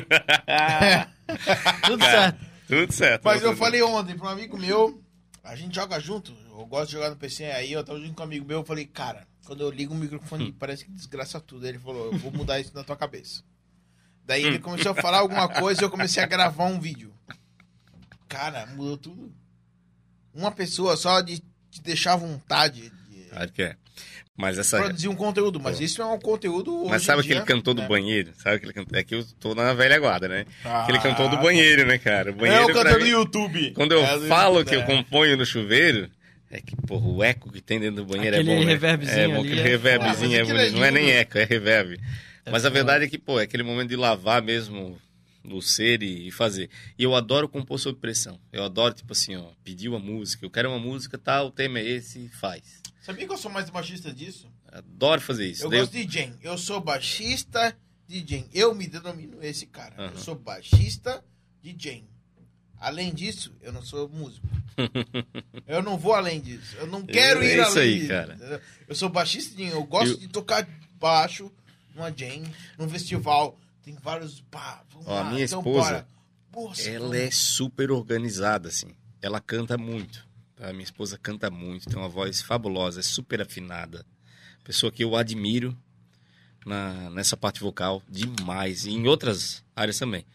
Tudo Cara, certo. Tudo certo. Mas eu voltou. falei ontem pra um amigo meu, a gente joga junto, eu gosto de jogar no PC, aí eu tava junto com um amigo meu, eu falei, cara, quando eu ligo o microfone parece que desgraça tudo. Aí ele falou, eu vou mudar isso na tua cabeça. Daí ele começou a falar alguma coisa e eu comecei a gravar um vídeo. Cara, mudou tudo. Uma pessoa só de te deixar à vontade de Claro que é. Mas essa... produzir um conteúdo, mas isso é um conteúdo hoje Mas sabe em dia, aquele cantor do né? banheiro? Sabe aquele cantor? É que eu tô na velha guarda, né? Ah, Aquele cantor do banheiro, né, cara? O É banheiro o pra cantor do mim- YouTube. Quando eu É do falo YouTube, que eu é. componho no chuveiro, é que, porra, o eco que tem dentro do banheiro Aquele é bom, né? reverbzinho É bom, ali aquele é reverbzinho foda. é Mas aquilo bonito. Não é nem lindo. eco, é reverb. Mas a foda. verdade é que, pô, é aquele momento de lavar mesmo no ser e fazer. E eu adoro compor sob pressão. Eu adoro, tipo assim, ó, pedir uma música. Eu quero uma música, tá, o tema é esse, faz. Sabia que eu sou mais baixista disso? Adoro fazer isso. Eu Daí gosto de DJ. Eu sou baixista DJ. Eu me denomino esse cara. Aham. Eu sou baixista DJ. Além disso, eu não sou músico. Eu não vou além disso. Eu não quero É ir isso além aí, disso. cara. Entendeu? Eu sou baixista DJ. Eu gosto de tocar baixo numa jam, num festival. Tem vários... Pá, vamos Ó, a lá, minha então esposa, bora. Nossa, Ela é super organizada, assim. Ela canta muito. Tá? Minha esposa canta muito, tem uma voz fabulosa, é super afinada. Pessoa que eu admiro nessa parte vocal demais. E em outras áreas também.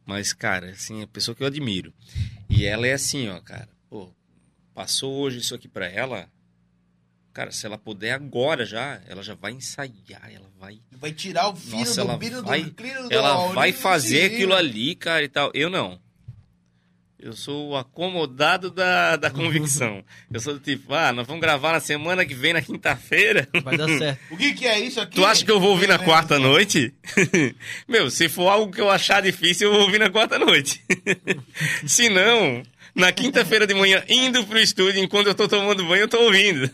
Mas, cara, assim, é a pessoa que eu admiro. E ela é assim, ó, cara. Pô, passou hoje isso aqui pra ela. Cara, se ela puder agora já, ela já vai ensaiar, ela vai... Vai tirar o fino Nossa, do bino do clino do ela Aurinho, vai fazer sim. aquilo ali, cara, e tal. Eu não. Eu sou o acomodado da convicção. Eu sou do tipo, nós vamos gravar na semana que vem, na quinta-feira. Vai dar certo. O que é isso aqui? Tu acha que eu vou ouvir na quarta-noite? Meu, se for algo que eu achar difícil, eu vou ouvir na quarta-noite. Se não, na quinta-feira de manhã, indo pro estúdio, enquanto eu tô tomando banho, eu tô ouvindo.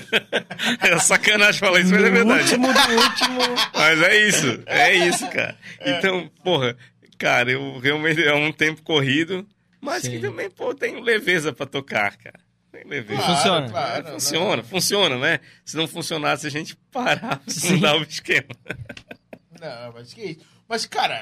É sacanagem falar isso, mas é verdade. Do último. Mas é isso, cara. Então, porra, cara, eu realmente é um tempo corrido, mas Sim. que também, pô, tem leveza pra tocar, cara. Tem leveza. Funciona. Claro, Funciona, né? Se não funcionasse, a gente parava, Sim. mudar o esquema. Não, mas que isso? Mas, cara,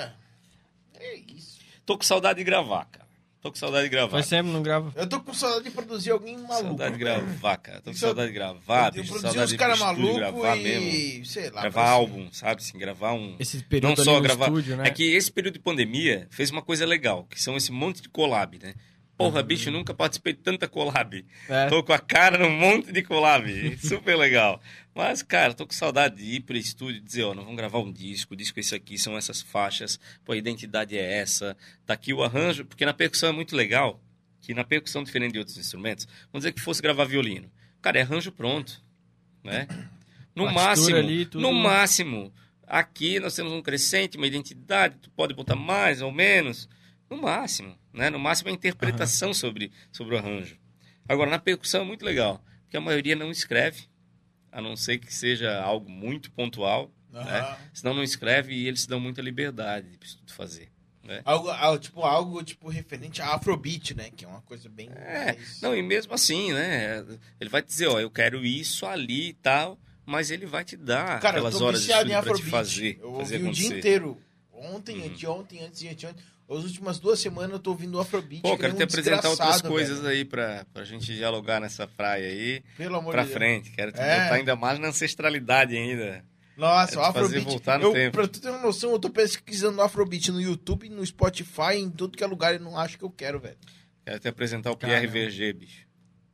é isso. Tô com saudade de gravar, cara. Tô com saudade de gravar. Faz tempo, não grava. Eu tô com saudade de produzir alguém maluco. Saudade de gravar, cara. Tô com Isso saudade de gravar, Eu bicho. produzi Saudade uns de ir caras pro estúdio malucos gravar e... mesmo. Sei lá. Gravar álbum, sabe? Assim, gravar um... Esse período Não só ali no gravar... estúdio, né? É que esse período de pandemia fez uma coisa legal, que são esse monte de collab, né? Porra, bicho, nunca participei de tanta collab. É. Tô com a cara num monte de collab. Super legal. Mas, cara, tô com saudade de ir pro estúdio e dizer, ó, nós vamos gravar um disco, o disco é esse aqui, são essas faixas, pô, a identidade é essa, tá aqui o arranjo, porque na percussão é muito legal, que na percussão, diferente de outros instrumentos, vamos dizer que fosse gravar violino. Cara, é arranjo pronto, né? No Partitura máximo, ali, tudo. no máximo, aqui nós temos um crescente, uma identidade, tu pode botar mais ou menos, no máximo, né? No máximo a interpretação sobre o arranjo. Agora, na percussão é muito legal, porque a maioria não escreve, a não ser que seja algo muito pontual, né? Senão não escreve e eles se dão muita liberdade de tu fazer. Né? Algo referente a Afrobeat, né? Que é uma coisa bem... Não, e mesmo assim, né? Ele vai te dizer, ó, eu quero isso ali e tal, mas ele vai te dar Cara, aquelas eu tô horas de viciado em estudo pra te Afrobeat. fazer, Eu fazer ouvi o dia acontecer. inteiro. Ontem, anteontem, antes de anteontem. As últimas 2 semanas eu tô ouvindo o Afrobeat. Pô, que quero nem te um apresentar outras desgraçado, coisas velho. aí pra gente dialogar nessa praia aí, Pelo amor pra de Deus. frente. Quero te É. botar ainda mais na ancestralidade ainda. Nossa, o Quero te fazer Afrobeat. voltar no tempo. Pra tu ter uma noção, eu tô pesquisando o Afrobeat no YouTube, no Spotify, em tudo que é lugar e não acho que eu quero, velho. Quero te apresentar o Caramba. Pierre Verger, bicho.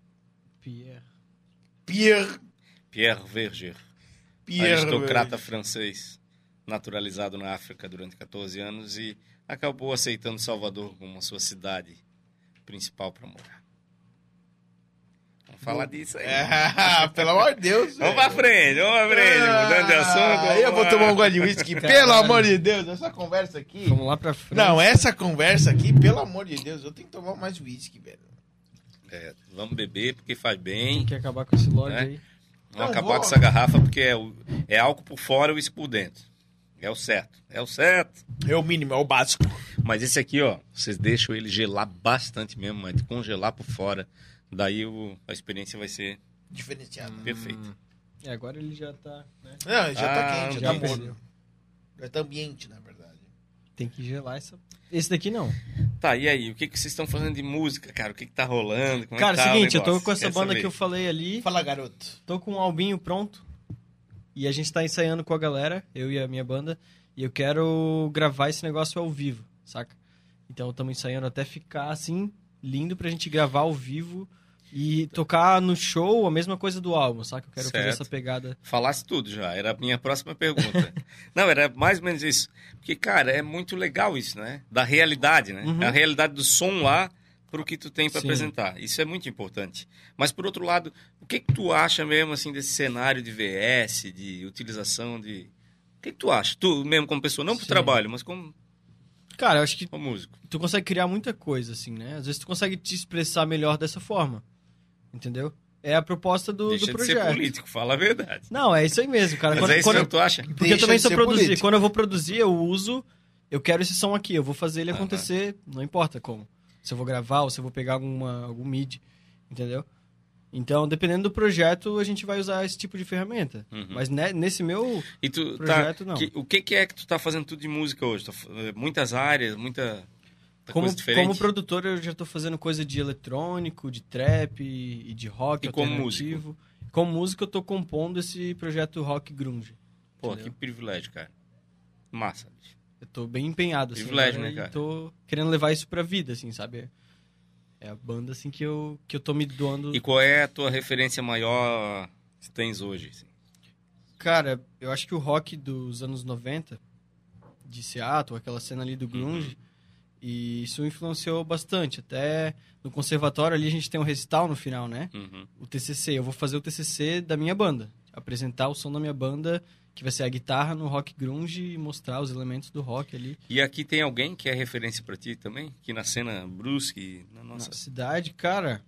Pierre. Pierre Verger. Pierre. Aristocrata francês, naturalizado na África durante 14 anos e acabou aceitando Salvador como a sua cidade principal para morar. Vamos falar disso aí. Pelo amor de Deus. Vamos pra frente, mudando de assunto. Aí eu vamos vou lá. tomar um gole de whisky. Pelo Caralho. amor de Deus, essa conversa aqui. Vamos lá pra frente. Não, essa conversa aqui, pelo amor de Deus, eu tenho que tomar mais whisky, velho. Vamos beber porque faz Tem bem. que acabar com esse lorde Né? aí. Vamos Não acabar vou. com essa garrafa porque é álcool por fora e uísque por dentro. É o certo. É o certo. É o mínimo, é o básico. Mas esse aqui, ó, vocês deixam ele gelar bastante mesmo, mas de congelar por fora. Daí a experiência vai ser Diferenciado. perfeita. É, agora ele já tá, né? Não, já tá quente, já já tá perdeu. morno. Já tá ambiente, na verdade. Tem que gelar essa... Esse daqui não. Tá, e aí? O que vocês estão fazendo de música, cara? O que tá rolando? Como Cara, é que tá seguinte, o eu tô negócio? com essa Quero banda saber. que eu falei ali. Fala, garoto. Tô com um albinho pronto. E a gente tá ensaiando com a galera, eu e a minha banda. E eu quero gravar esse negócio ao vivo, saca? Então estamos ensaiando até ficar assim, lindo pra gente gravar ao vivo e tocar no show a mesma coisa do álbum, saca? Eu quero fazer Certo. essa pegada. Falasse tudo já, era a minha próxima pergunta. Não, era mais ou menos isso. Porque, cara, é muito legal isso, né? Da realidade, né? Uhum. A realidade do som lá pro que tu tem pra Sim. apresentar. Isso é muito importante. Mas, por outro lado, o que tu acha mesmo, assim, desse cenário de VS, de utilização de... O que tu acha? Tu mesmo como pessoa, não pro Sim. trabalho, mas como Cara, eu acho que músico. tu consegue criar muita coisa, assim, né? Às vezes tu consegue te expressar melhor dessa forma. Entendeu? É a proposta do Deixa de ser projeto. político, fala a verdade. Não, é isso aí mesmo, cara. Mas é isso que tu acha? Porque Deixa eu também de sou ser produzir. político. Quando eu vou produzir, eu uso. Eu quero esse som aqui. Eu vou fazer ele acontecer, não importa como. Se eu vou gravar ou se eu vou pegar algum MIDI. Entendeu? Então, dependendo do projeto, a gente vai usar esse tipo de ferramenta. Uhum. Mas nesse meu E tu projeto, não. O que é que tu tá fazendo tudo de música hoje? Muitas áreas, muita coisa diferente? Como produtor, eu já tô fazendo coisa de eletrônico, de trap e de rock E como alternativo. Como músico, eu tô compondo esse projeto rock grunge. Pô, entendeu? que privilégio, cara. Massa, bicho. Eu tô bem empenhado, assim. Privilégio, agora, né, cara? E tô querendo levar isso pra vida, assim, sabe? É a banda, assim, que eu tô me doando. E qual é a tua referência maior que tens hoje? Assim? Cara, eu acho que o rock dos anos 90, de Seattle, aquela cena ali do grunge, e isso influenciou bastante. Até no conservatório ali a gente tem um recital no final, né? Uhum. O TCC. Eu vou fazer o TCC da minha banda. Apresentar o som da minha banda, que vai ser a guitarra no rock grunge e mostrar os elementos do rock ali. E aqui tem alguém que é referência pra ti também? Aqui na cena Brusque, na nossa... Na cidade, cara,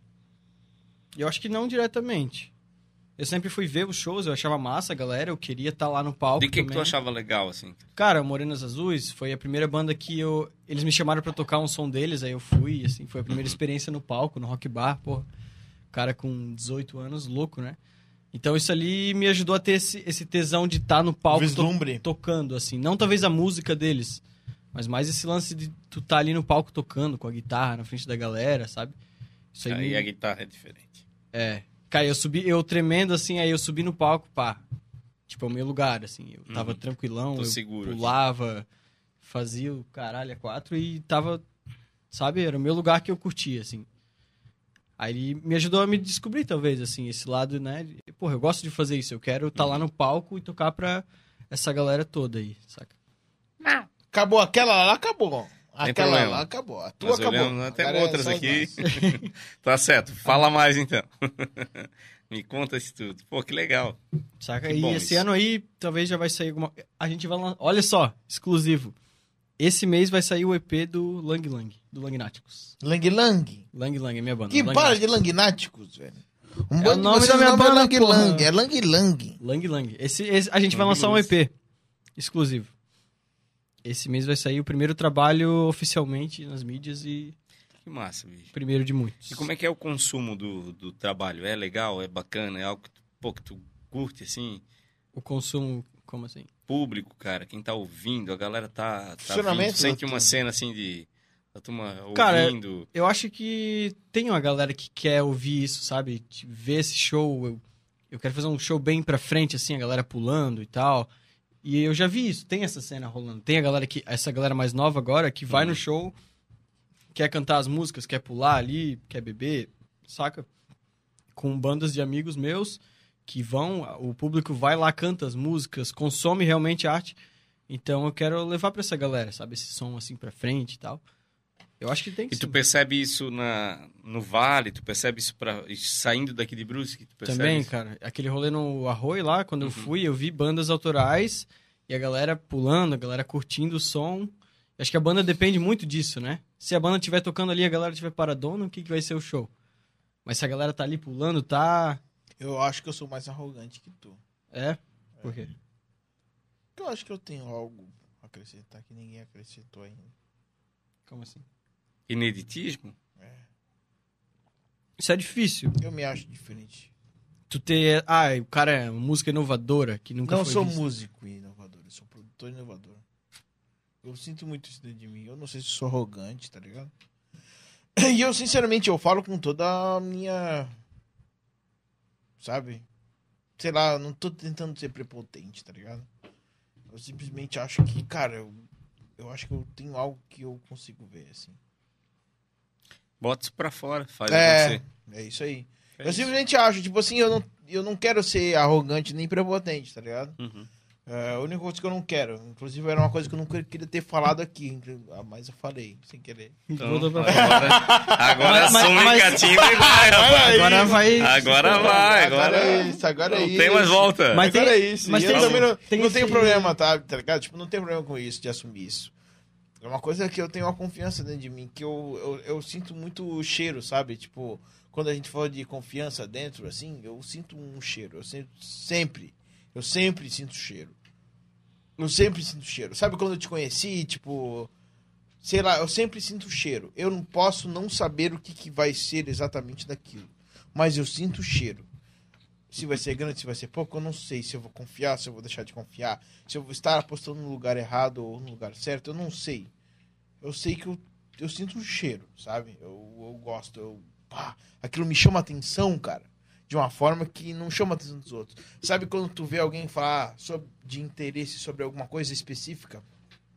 eu acho que não diretamente. Eu sempre fui ver os shows, eu achava massa, galera, eu queria estar lá no palco De quem que também. tu achava legal, assim? Cara, Morenas Azuis foi a primeira banda que eles me chamaram pra tocar um som deles, aí eu fui, assim, foi a primeira experiência no palco, no Rock Bar, pô. Cara com 18 anos, louco, né? Então isso ali me ajudou a ter esse tesão de estar no palco Vislumbre. tocando, assim. Não talvez a música deles, mas mais esse lance de tu estar ali no palco tocando com a guitarra na frente da galera, sabe? Isso aí Aí a guitarra é diferente. É. Cara, eu tremendo assim, aí eu subi no palco, pá. Tipo, é o meu lugar, assim. Eu tava tranquilão, Tô eu seguro pulava, fazia o caralho a 4 e tava, sabe, era o meu lugar que eu curtia, assim. Aí ele me ajudou a me descobrir, talvez, assim, esse lado, né? Porra, eu gosto de fazer isso, eu quero estar lá no palco e tocar pra essa galera toda aí, saca? Acabou aquela lá, acabou. Tem Aquela problema. lá acabou. A tua Nós acabou. olhamos, tem Agora é outras só aqui. nós. Tá certo. Fala mais, então. Me conta isso tudo. Pô, que legal. Saca? Que E bom esse isso. ano aí, talvez já vai sair alguma... A gente vai lançar... Olha só, exclusivo. Esse mês vai sair o EP do Lang Lang, do Langnáticos. Lang Lang. Lang Lang é minha banda. Que Lang para de Náticos. Langnáticos, velho. Um É bando o de nome vocês, da minha o nome é banda, Lang porra. Lang. É Lang Lang. Lang Lang. A gente vai lançar um EP exclusivo. Esse mês vai sair o primeiro trabalho oficialmente nas mídias e Que massa, bicho. o primeiro de muitos. E como é que é o consumo do trabalho? É legal? É bacana? É algo que, pô, que tu curte, assim? O consumo, como assim? Público, cara, quem tá ouvindo, a galera tá Funcionamento vindo, sente da uma turma. cena, assim, de... A turma Cara, ouvindo... Eu acho que tem uma galera que quer ouvir isso, sabe? Ver esse show. Eu quero fazer um show bem pra frente, assim, a galera pulando e tal. E eu já vi isso, tem essa cena rolando. Tem essa galera mais nova agora que vai no show, quer cantar as músicas, quer pular ali, quer beber, saca? Com bandas de amigos meus que vão, o público vai lá, canta as músicas, consome realmente arte. Então eu quero levar pra essa galera, sabe? Esse som assim pra frente e tal. Eu acho que tem que E tu sim. percebe isso no Vale? Tu percebe isso saindo daqui de Brusque? Tu percebe Também, isso? cara. Aquele rolê no Arroio lá, quando eu fui, eu vi bandas autorais e a galera pulando, a galera curtindo o som. Acho que a banda depende muito disso, né? Se a banda estiver tocando ali e a galera estiver paradona, o que vai ser o show? Mas se a galera tá ali pulando, tá... Eu acho que eu sou mais arrogante que tu. É? Por quê? Eu acho que eu tenho algo a acrescentar que ninguém acrescentou ainda. Como assim? Ineditismo? Isso é difícil. Eu me acho diferente. Tu ter... Ah, o cara é uma música inovadora, que nunca Não foi sou vista. músico inovador, eu sou produtor inovador. Eu sinto muito isso dentro de mim. Eu não sei se sou arrogante, tá ligado? E eu, sinceramente, eu falo com toda a minha... Sabe? Sei lá, eu não tô tentando ser prepotente, tá ligado? Eu simplesmente acho que, cara, eu acho que eu tenho algo que eu consigo ver, assim. Bota isso pra fora, faz É, acontecer. é isso aí. É Eu isso. simplesmente acho, tipo assim, eu não quero ser arrogante nem prepotente, tá ligado? Uhum. É a única coisa que eu não quero. Inclusive, era uma coisa que eu nunca queria ter falado aqui. Mas eu falei, sem querer. Então, Voltou pra- agora Mas- some mas- catinho e vai, rapaz. Agora vai... Agora vai, Agora agora é isso, agora é não isso. tem mais volta. Mas Agora tem- é isso. mas E eu tem- também não, tem não esse- tenho problema, tá ligado? Tipo, não tenho problema com isso, de assumir isso. É uma coisa que eu tenho uma confiança dentro de mim, que eu sinto muito cheiro, sabe? Tipo, quando a gente fala de confiança dentro, assim, eu sinto um cheiro. Eu sempre sinto cheiro. Eu sempre sinto cheiro. Sabe quando eu te conheci, tipo... Sei lá, eu sempre sinto cheiro. Eu não posso não saber o que vai ser exatamente daquilo. Mas eu sinto o cheiro. Se vai ser grande, se vai ser pouco, eu não sei. Se eu vou confiar, se eu vou deixar de confiar. Se eu vou estar apostando no lugar errado ou no lugar certo, eu não sei. Eu sei que eu sinto um cheiro, sabe? Eu gosto. Pá, aquilo me chama atenção, cara. De uma forma que não chama a atenção dos outros. Sabe quando tu vê alguém falar de interesse sobre alguma coisa específica?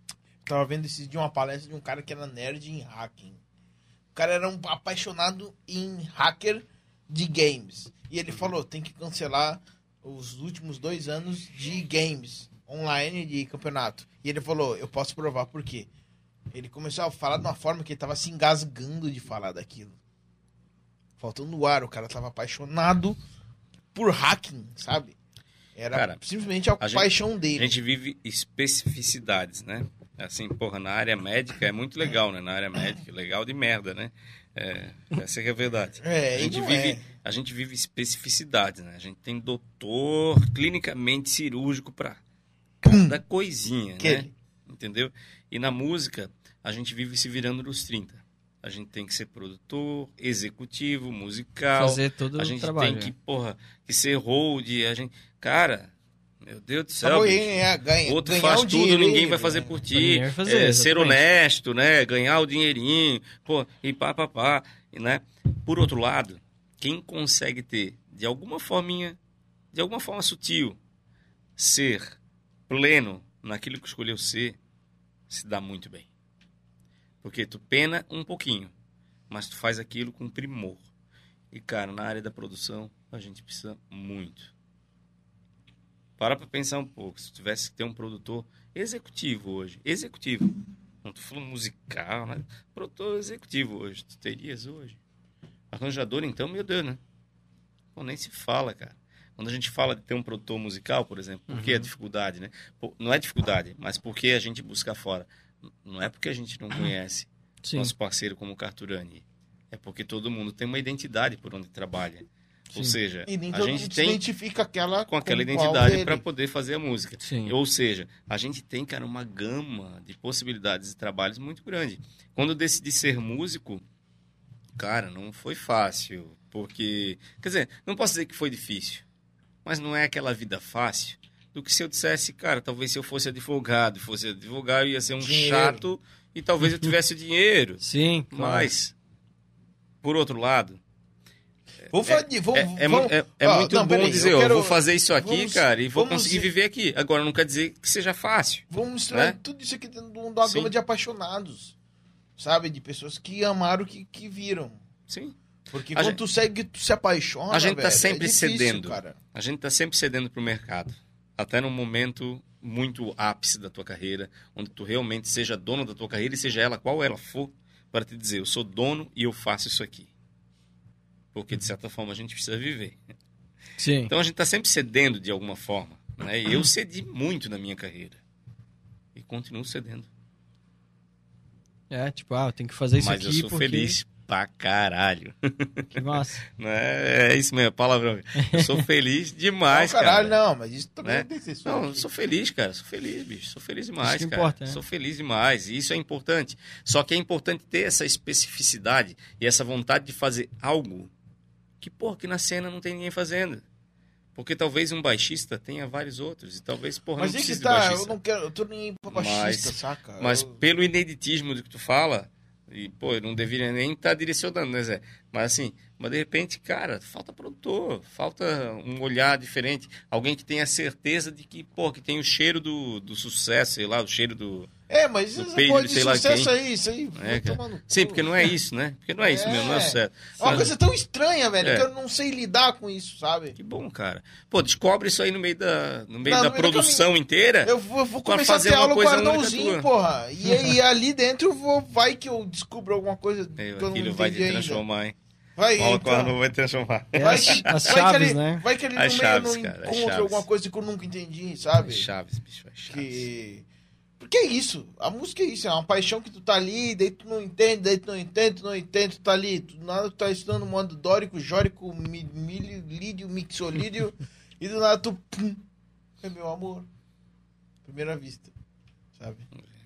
Tava vendo esses dias uma palestra de um cara que era nerd em hacking. O cara era um apaixonado em hacker de games. E ele falou, tem que cancelar os últimos 2 anos de games online de campeonato. E ele falou, eu posso provar por quê. Ele começou a falar de uma forma que ele tava se engasgando de falar daquilo. Faltando ar, o cara tava apaixonado por hacking, sabe? Era Cara, simplesmente a paixão dele. A gente vive especificidades, né? Assim, porra, na área médica é muito legal, né? Na área médica, legal de merda, né? Essa que é a verdade. A gente vive especificidades, né? A gente tem doutor clinicamente cirúrgico pra cada coisinha, né? Entendeu? E na música, a gente vive se virando nos 30. A gente tem que ser produtor, executivo, musical. Fazer todo a gente o trabalho. tem que ser hold. A gente... Cara, meu Deus do céu. Outro faz tudo, dinheiro, ninguém vai fazer por ti. Vai fazer, ser honesto, né? Ganhar o dinheirinho, pô, e pá, né? Por outro lado, quem consegue ter, de alguma forma sutil, ser pleno naquilo que escolheu ser, se dá muito bem. Porque tu pena um pouquinho, mas tu faz aquilo com primor. E, cara, na área da produção, a gente precisa muito. Para pra pensar um pouco. Se tu tivesse que ter um produtor executivo hoje, não tô falando musical, né? Produtor executivo hoje, tu terias hoje? Arranjador, então, meu Deus, né? Pô, nem se fala, cara. Quando a gente fala de ter um produtor musical, por exemplo, por que a dificuldade, né? Não é dificuldade, mas por que a gente busca fora? Não é porque a gente não conhece nosso parceiro como o Carturani. É porque todo mundo tem uma identidade por onde trabalha. Sim. Ou seja, a gente tem identifica com aquela identidade para poder fazer a música. Sim. Ou seja, a gente tem, cara, uma gama de possibilidades de trabalhos muito grande. Quando eu decidi ser músico, cara, não foi fácil. Porque, quer dizer, não posso dizer que foi difícil, mas não é aquela vida fácil do que se eu dissesse, cara, talvez se eu fosse advogado, eu ia ser um chato e talvez eu tivesse o dinheiro. Sim, claro. Mas, por outro lado, é muito bom dizer, eu vou fazer isso aqui, cara, e vou conseguir viver aqui. Agora, não quer dizer que seja fácil. Vamos misturar tudo isso aqui dentro de uma gama de apaixonados, sabe? De pessoas que amaram, que viram. Sim. Porque quando tu segue, tu se apaixona, a gente tá sempre difícil, cedendo. Cara. A gente tá sempre cedendo pro mercado. Até num momento muito ápice da tua carreira, onde tu realmente seja dono da tua carreira e seja ela qual ela for, para te dizer, eu sou dono e eu faço isso aqui. Porque, de certa forma, a gente precisa viver. Sim. Então, a gente está sempre cedendo de alguma forma. Né? E eu cedi muito na minha carreira. E continuo cedendo. Eu tenho que fazer isso aqui. Mas eu sou feliz pra caralho. Que massa. Não é isso mesmo, palavrão. Eu sou feliz demais, não, caralho, cara. Não, mas isso também tem que ser. Não, eu sou feliz, cara. Sou feliz, bicho. Sou feliz demais, isso que cara. Importa, né? Sou feliz demais. E isso é importante. Só que é importante ter essa especificidade e essa vontade de fazer algo que na cena não tem ninguém fazendo. Porque talvez um baixista tenha vários outros. E talvez, não precise de baixista. Eu tô nem pra baixista, saca? Mas pelo ineditismo do que tu fala, e, eu não deveria nem estar direcionando, né, Zé? Mas assim, de repente, cara, falta produtor, falta um olhar diferente. Alguém que tenha certeza de que, que tem o cheiro do sucesso, sei lá, o cheiro do... mas do peido de sucesso aí, isso aí. Sim, porque não é isso, né? Porque não é isso mesmo, não é sucesso. É uma coisa tão estranha, velho, que eu não sei lidar com isso, sabe? Que bom, cara. Descobre isso aí no meio da produção inteira. Eu vou começar a ter aula com o Arnãozinho, porra. E ali dentro vai que eu descubro alguma coisa que eu não entendi vai te transformar, ainda. Hein? Vai, então. Vai transformar. As chaves, né? Vai que ele no meio não encontra alguma coisa que eu nunca entendi, sabe? Chaves, bicho, é chaves. Porque é isso, a música é isso, é uma paixão que tu tá ali, daí tu não entende, tu tá ali, tu nada tu tá estudando modo dórico, jórico, lídio, mixolídio, e do nada tu, é meu amor, primeira vista, sabe?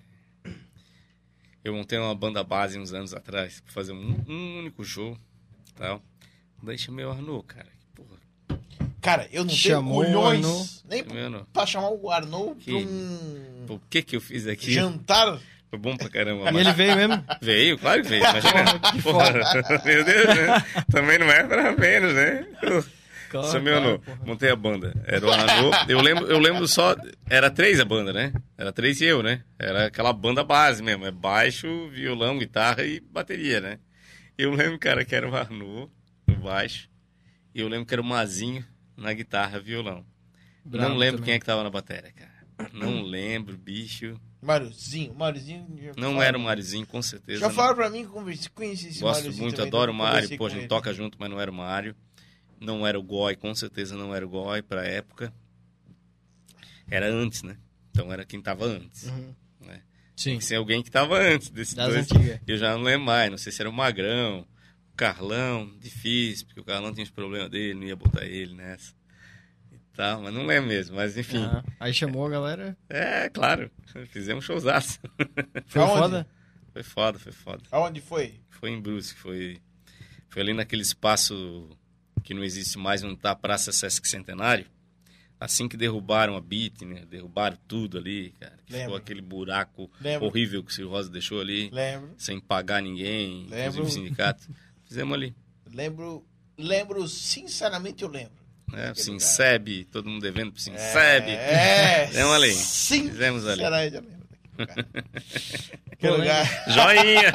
Eu montei uma banda base uns anos atrás, pra fazer um único show, tal, daí chamei o Arnaud, cara, porra. Cara, eu não tenho colhões nem pra chamar o Arnaud pra O que eu fiz aqui? Jantar. Foi bom pra caramba. E ele veio mesmo? Veio, claro que veio. Imagina. Que foda. Meu Deus, né? Também não é pra menos, né? Claro, Sou meu claro, Arnaud. Montei a banda. Era o Arnaud. Eu lembro só... Era 3 a banda, né? Era 3 e eu, né? Era aquela banda base mesmo. É baixo, violão, guitarra e bateria, né? Eu lembro, cara, que era o Arnaud no baixo. E eu lembro que era o Mazinho na guitarra, violão. Bravo Não lembro também. quem é que tava na bateria, cara. Não lembro, bicho. Máriozinho. Não era o Mariozinho, com certeza. Já não. falaram pra mim que conheci esse Gosto Máriozinho muito, também, adoro o nunca Mário. conversei Pô, a com gente ele. toca junto, mas não era o Mário. Não era o Goi, com certeza não era o Goi pra época. Era antes, né? Então era quem tava antes. Uhum. Né? Sim, Tem que ser alguém que tava antes desses das dois. antigas. Eu já não lembro mais. Não sei se era o Magrão, o Carlão. Difícil, porque o Carlão tinha os problemas dele, não ia botar ele nessa. E tal, mas não lembro mesmo. Mas enfim. Ah, aí chamou a galera. É, claro. Fizemos showzaço. Foi Aonde? foda? Foi foda, foi foda. Aonde foi? Foi em Brusque, foi ali naquele espaço que não existe mais, onde está a Praça Sesc Centenário. Assim que derrubaram a Beat, né? Derrubaram tudo ali, cara. Que ficou Lembro. aquele buraco Lembro. horrível que o Ciro Rosa deixou ali, Lembro. sem pagar ninguém, Lembro. inclusive o sindicato. Fizemos ali. Lembro, sinceramente eu lembro. Né? O Aquele Sinseb, todo mundo devendo pro Sinseb. Fizemos ali. Sim. Fizemos ali. Sinceramente eu lembro. Que lugar. Joinha!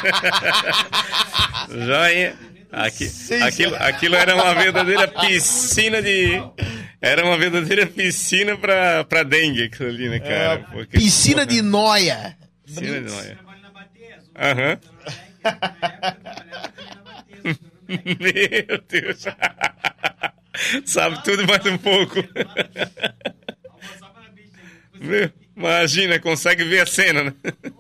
Joinha! Aquilo era uma verdadeira piscina de... Era uma verdadeira piscina pra dengue, aquilo ali, né, cara? Porque, Piscina porra, de noia. Piscina de noia. Trabalho na Bateia, Aham. na época trabalhava também na Bateia, Meu Deus. Sabe tudo mais um pouco. almoçava na bicha. Meu, imagina, consegue ver a cena, né?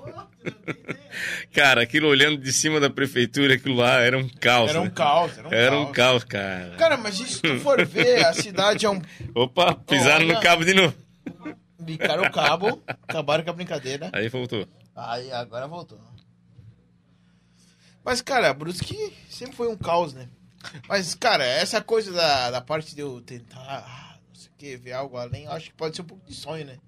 Cara, aquilo olhando de cima da prefeitura, aquilo lá era um caos. Era um né? caos. Era um caos, cara. Cara, mas se tu for ver, a cidade é um... Opa, pisaram Olha. no cabo de novo. Bicaram o cabo, acabaram com a brincadeira. Aí voltou. Aí, agora voltou. Mas, cara, Brusque sempre foi um caos, né? Mas, cara, essa coisa da parte de eu tentar, não sei o que, ver algo além, eu acho que pode ser um pouco de sonho, né?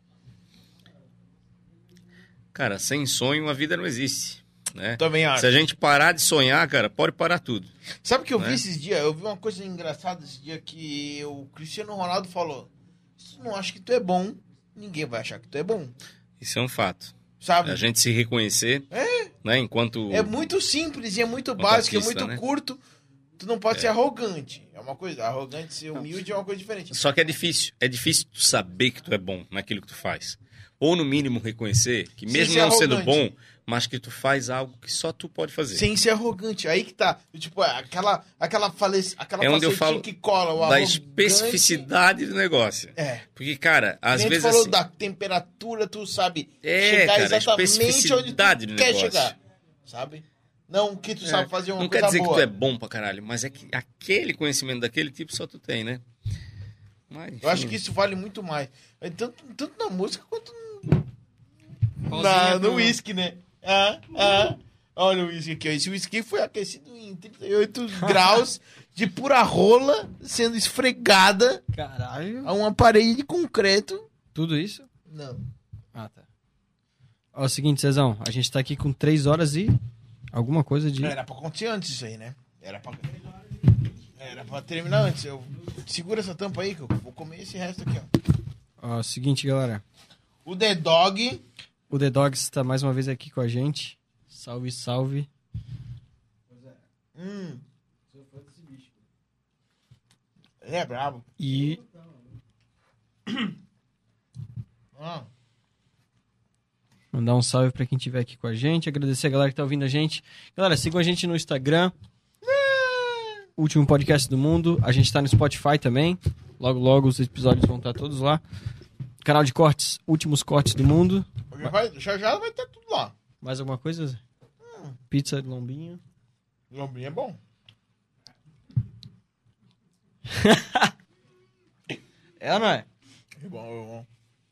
Cara, sem sonho a vida não existe, né? Também acho. Se a gente parar de sonhar, cara, pode parar tudo. Sabe o que eu vi Né? esses dias? Eu vi uma coisa engraçada esses dias que o Cristiano Ronaldo falou: se tu não acha que tu é bom, ninguém vai achar que tu é bom. Isso é um fato. Sabe? A gente se reconhecer, né, enquanto... É muito simples e é muito Quanto básico, artista, é muito né? curto. Tu não pode ser arrogante. É uma coisa, arrogante, ser humilde é uma coisa diferente. Só que é difícil. É difícil tu saber que tu é bom naquilo que tu faz. Ou, no mínimo, reconhecer que Sem mesmo ser não sendo arrogante. bom, mas que tu faz algo que só tu pode fazer. Sem ser arrogante. Aí que tá. Tipo, aquela É onde eu facetinha falo que cola. O da arrogante. especificidade do negócio. É. Porque, cara, às A gente vezes... falou assim, da temperatura, tu sabe É, cara, a exatamente onde tu especificidade do quer negócio. chegar. Sabe? Não que tu sabe fazer uma não coisa quer dizer boa. que tu é bom pra caralho, mas é que aquele conhecimento daquele tipo só tu tem, né? Mas, Eu acho enfim. que isso vale muito mais. Tanto na música quanto Pauzinho no pro- whisky, né? Olha o whisky aqui. Ó. Esse whisky foi aquecido em 38 graus de pura rola, sendo esfregada Caralho. a uma parede de concreto. Tudo isso? Não. Ah, tá. Ó, é o seguinte, Cezão. A gente tá aqui com 3 horas e alguma coisa de... Era pra acontecer antes isso aí, né? Era pra terminar antes. Segura essa tampa aí que eu vou comer esse resto aqui, ó. Ó, é o seguinte, galera. O The Dog. O The Dogs tá mais uma vez aqui com a gente. Salve, salve. Ele é brabo. E Ah. mandar um salve pra quem estiver aqui com a gente. Agradecer a galera que tá ouvindo a gente. Galera, sigam a gente no Instagram. Último podcast do mundo. A gente tá no Spotify também. Logo, logo os episódios vão estar todos lá. Canal de cortes, últimos cortes do mundo. Já vai ter tudo lá. Mais alguma coisa, Zé? Pizza de lombinho. Lombinho é bom. É ou não é? É bom, é bom.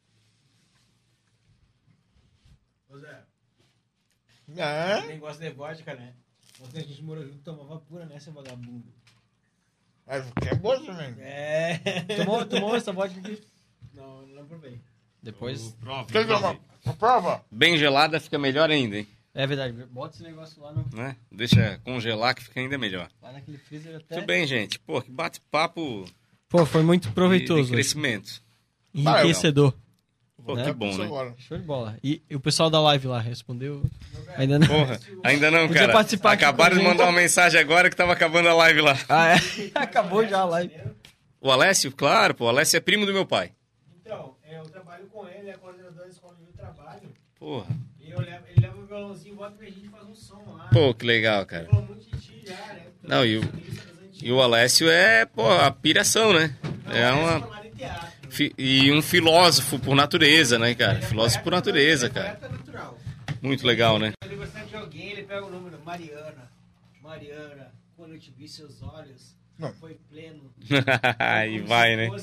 Ô Zé, É? nem gosta de vodka, né? Ontem a gente morou junto, tomava pura, né, seu vagabundo? Mas que é bom também. É. Tomou essa vodka aqui? Não provei. Depois. Quer tomar? Prova? Bem gelada fica melhor ainda, hein? É verdade, bota esse negócio lá no... Né? Deixa congelar que fica ainda melhor. Lá naquele freezer até... Tudo bem, gente. Pô, que bate-papo Pô, foi muito de proveitoso. crescimento. Enriquecedor. Pô, Né? que bom, né? Agora. Show de bola. E o pessoal da live lá respondeu? Ainda não. Porra, ainda não, Podia cara. participar aqui Acabaram com de a gente. mandar uma mensagem agora que tava acabando a live lá. Ah, é? Acabou já a live. O Alessio? Claro, pô. O Alessio é primo do meu pai. Então, eu trabalho com ele, é coordenador da escola onde eu trabalho. Porra. E ele leva o violãozinho, bota pra gente fazer um som lá. Pô, que legal, cara. Ele falou muito de ti já, né? Não, e o Alessio é, pô, a piração, né? É uma... E um filósofo por natureza, né, cara? Filósofo por natureza, cara. Natural. Muito legal, né? No aniversário de alguém, ele pega o número Mariana, quando eu te vi seus olhos, Não. foi pleno. E vai, né?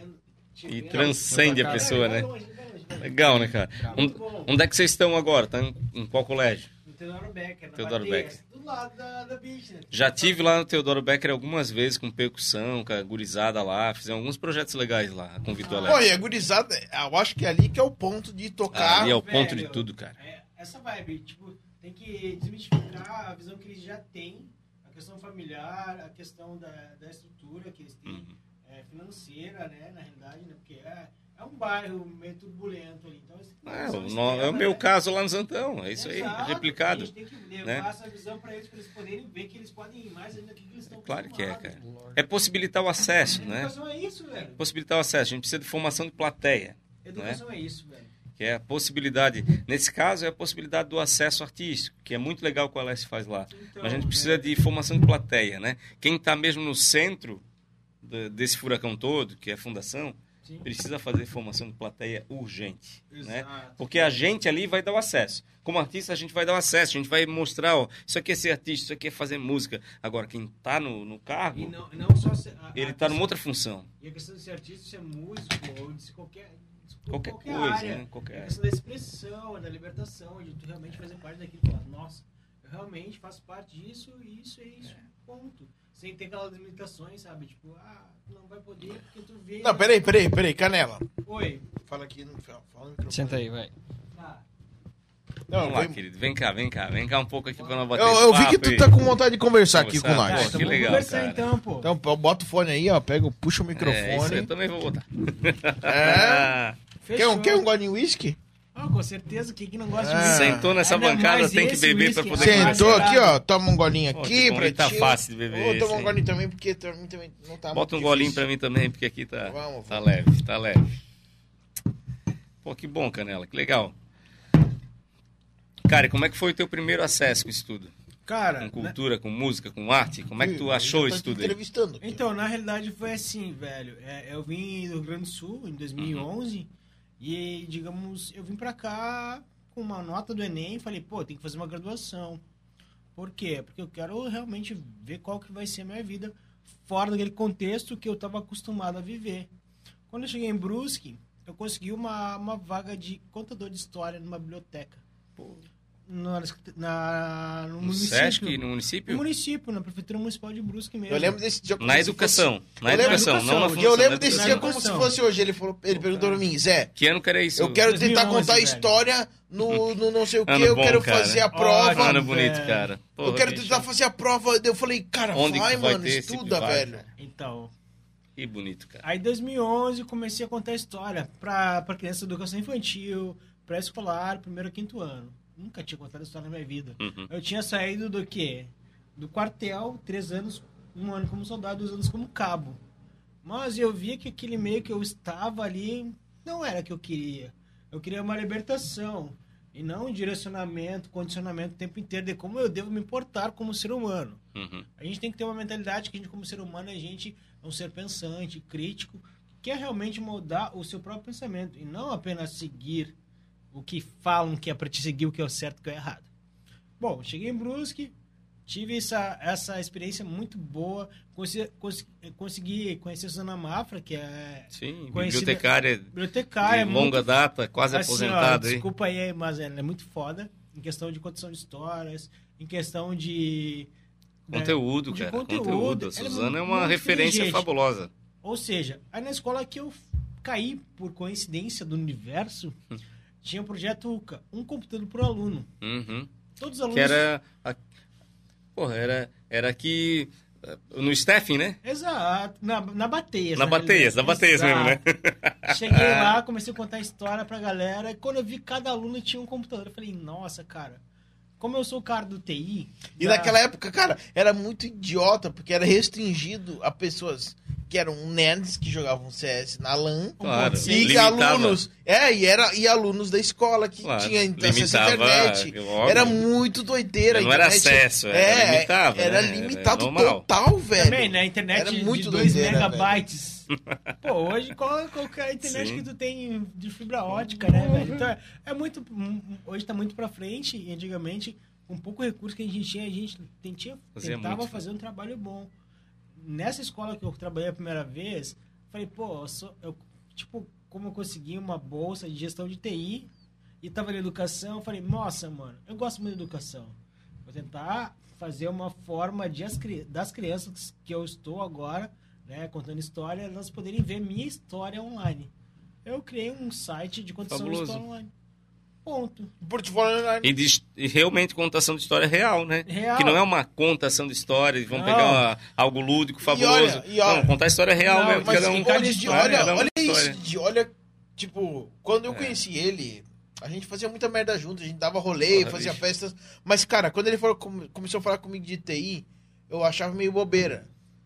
Te E vendo. transcende a pessoa, né? Vai longe. Legal, né, cara? Onde é que vocês estão agora? Tá em qual colégio? No Teodoro Becker, na Teodoro Bateias, do lado da Beach, né? Já tive lá no Teodoro Becker algumas vezes com percussão, com a gurizada lá. Fizemos alguns projetos legais lá, a convite do Pô, Alessio. e a gurizada, eu acho que é ali que é o ponto de tocar. Ali é o ponto Velho, de tudo, cara. Essa vibe, tipo, tem que desmistificar a visão que eles já têm, a questão familiar, a questão da estrutura que eles têm, financeira, né, na realidade, né, porque é um bairro meio turbulento ali, então... É o meu caso lá no Zantão, é isso aí, Exato, replicado. A gente tem que levar né? essa visão para eles poderem ver que eles podem ir mais ainda do que eles estão Claro que é, acostumados. cara. É possibilitar o acesso, né? Educação é isso, velho. Possibilitar o acesso. A gente precisa de formação de plateia. Educação é isso, velho. Que é a possibilidade, nesse caso, é a possibilidade do acesso artístico, que é muito legal o que o Alessio faz lá. Então, Mas a gente precisa de formação de plateia, né? Quem está mesmo no centro desse furacão todo, que é a fundação, sim. precisa fazer formação de plateia urgente, né? Exato. Porque a gente ali vai dar o acesso. Como artista, a gente vai dar o acesso, a gente vai mostrar, ó, isso aqui é ser artista, isso aqui é fazer música. Agora, quem está no cargo, E não só ele está numa outra função. E a questão de ser artista, ser músico, ou de ser qualquer Qualquer área. coisa, né? Qualquer A questão da expressão, da libertação, de tu realmente fazer parte daquilo e falar, nossa, eu realmente faço parte disso, e isso é isso, ponto. Sem ter aquelas limitações, sabe? Tipo, tu não vai poder porque tu vê... Não, peraí, Canela. Oi. Fala aqui, fala no microfone. Senta aí, vai. Tá. Não, Vamos lá, vem- querido. Vem cá um pouco aqui pra nós bater eu vi esse que papo tu e tá com vontade de conversar aqui com conversar. nós. Pô, Então que vamos legal, conversar cara. então, pô. Então, bota o fone aí, ó, puxa o É, isso microfone. eu também vou botar. É. Fechou. Quer um gole de whisky? Com certeza, quem que não gosta Ah. de whisky? Sentou nessa Ainda bancada, mais tem que esse beber pra whisky. poder Sentou conversar. aqui, ó, toma um golinho Pô, aqui que bom, pra e tá ti. fácil de beber Vou esse, tomar um hein? golinho também, porque pra mim também não tá Bota um muito golinho difícil. pra mim também, porque aqui tá, Vamos, tá vamos. leve, tá leve. Pô, que bom, Canela, que legal. Cara, e como é que foi o teu primeiro acesso com isso tudo? Cara, Com cultura, com música, com arte? Como é que tu achou Tá isso te tudo aí? entrevistando aqui. Então, na realidade foi assim, velho. Eu vim do Rio Grande do Sul em 2011 e, digamos, eu vim pra cá com uma nota do Enem e falei, pô, tem que fazer uma graduação. Por quê? Porque eu quero realmente ver qual que vai ser a minha vida fora daquele contexto que eu estava acostumado a viver. Quando eu cheguei em Brusque, eu consegui uma vaga de contador de história numa biblioteca. No município. Sesc, no município? No município, na Prefeitura Municipal de Brusque mesmo. Eu lembro desse dia como Na se educação. fosse- Na Eu lembro- educação, não na educação. função. E eu lembro na desse educação. dia como se educação. fosse hoje. Ele perguntou pra mim, Zé, Que ano que era isso? eu quero tentar 2011, contar a velho. história no não sei o que, Ano eu bom, quero cara. fazer a Um prova. ano bonito, velho. cara. Porra, Eu quero bicho. tentar fazer a prova. Eu falei, cara, Onde vai, que vai mano, ter esse estuda, vai, velho. cara? Então, Que bonito, cara. aí em 2011 eu comecei a contar história pra criança de educação infantil, pré-escolar, primeiro a quinto ano. Nunca tinha contado história na minha vida. Uhum. Eu tinha saído do quê? Do quartel, 3 anos, 1 ano como soldado, 2 anos como cabo. Mas eu via que aquele meio que eu estava ali não era o que eu queria. Eu queria uma libertação e não um direcionamento, condicionamento o tempo inteiro de como eu devo me portar como ser humano. Uhum. A gente tem que ter uma mentalidade que a gente, como ser humano, a gente é um ser pensante, crítico, que quer realmente moldar o seu próprio pensamento e não apenas seguir o que falam que é para te seguir, o que é o certo e o que é o errado. Bom, cheguei em Brusque, tive essa experiência muito boa, consegui conhecer a Susana Mafra, que é Sim, conhecida- bibliotecária bibliotecária, de longa data, quase assim, ó, aposentada, hein? desculpa aí, mas ela é muito foda em questão de contação de histórias, em questão de... Conteúdo, de cara. conteúdo. Conteúdo. A Ela é Suzana é uma muito referência inteligente. fabulosa. Ou seja, aí na escola que eu caí por coincidência do universo, tinha o projeto UCA, um computador por aluno. Uhum. Todos os alunos... Que era... Porra, era aqui... No staffing, né? Exato, na Bateias. Na Bateias mesmo, né? Cheguei lá, comecei a contar história pra galera, e quando eu vi cada aluno tinha um computador, eu falei, nossa, cara, como eu sou o cara do TI... E naquela época, cara, era muito idiota, porque era restringido a pessoas que eram nerds que jogavam CS na LAN. Claro, E limitava. alunos... e alunos da escola que tinha acesso à internet. Óbvio. Era muito doideira. Não era acesso, limitava. Era né? limitado era normal. total, velho. Também, né? A internet Era de muito 2 doideira, megabytes. Pô, hoje qualquer internet Sim. que tu tem de fibra ótica, né, velho? Então, é muito... Hoje tá muito pra frente, e antigamente, com pouco recurso que a gente tentava fazer um trabalho bom. Nessa escola que eu trabalhei a primeira vez, falei, pô, como eu consegui uma bolsa de gestão de TI e tava na educação, eu falei, nossa, mano, eu gosto muito de educação. Vou tentar fazer uma forma das crianças que eu estou agora, né, contando história, elas poderem ver minha história online. Eu criei um site de contação Fabuloso. de história online. Ponto. Portfólio online. E realmente contação de história real, né? Real. Que não é uma contação de história, vamos Não. pegar algo lúdico, fabuloso. E olha- Não, contar a história real Não, mesmo. Mas cada um olha, conta história, cada um olha conta isso, história. Didi, olha, tipo, quando eu conheci ele, a gente fazia muita merda junto, a gente dava rolê, Porra, fazia bicho. festas, mas, cara, quando ele começou a falar comigo de TI, eu achava meio bobeira.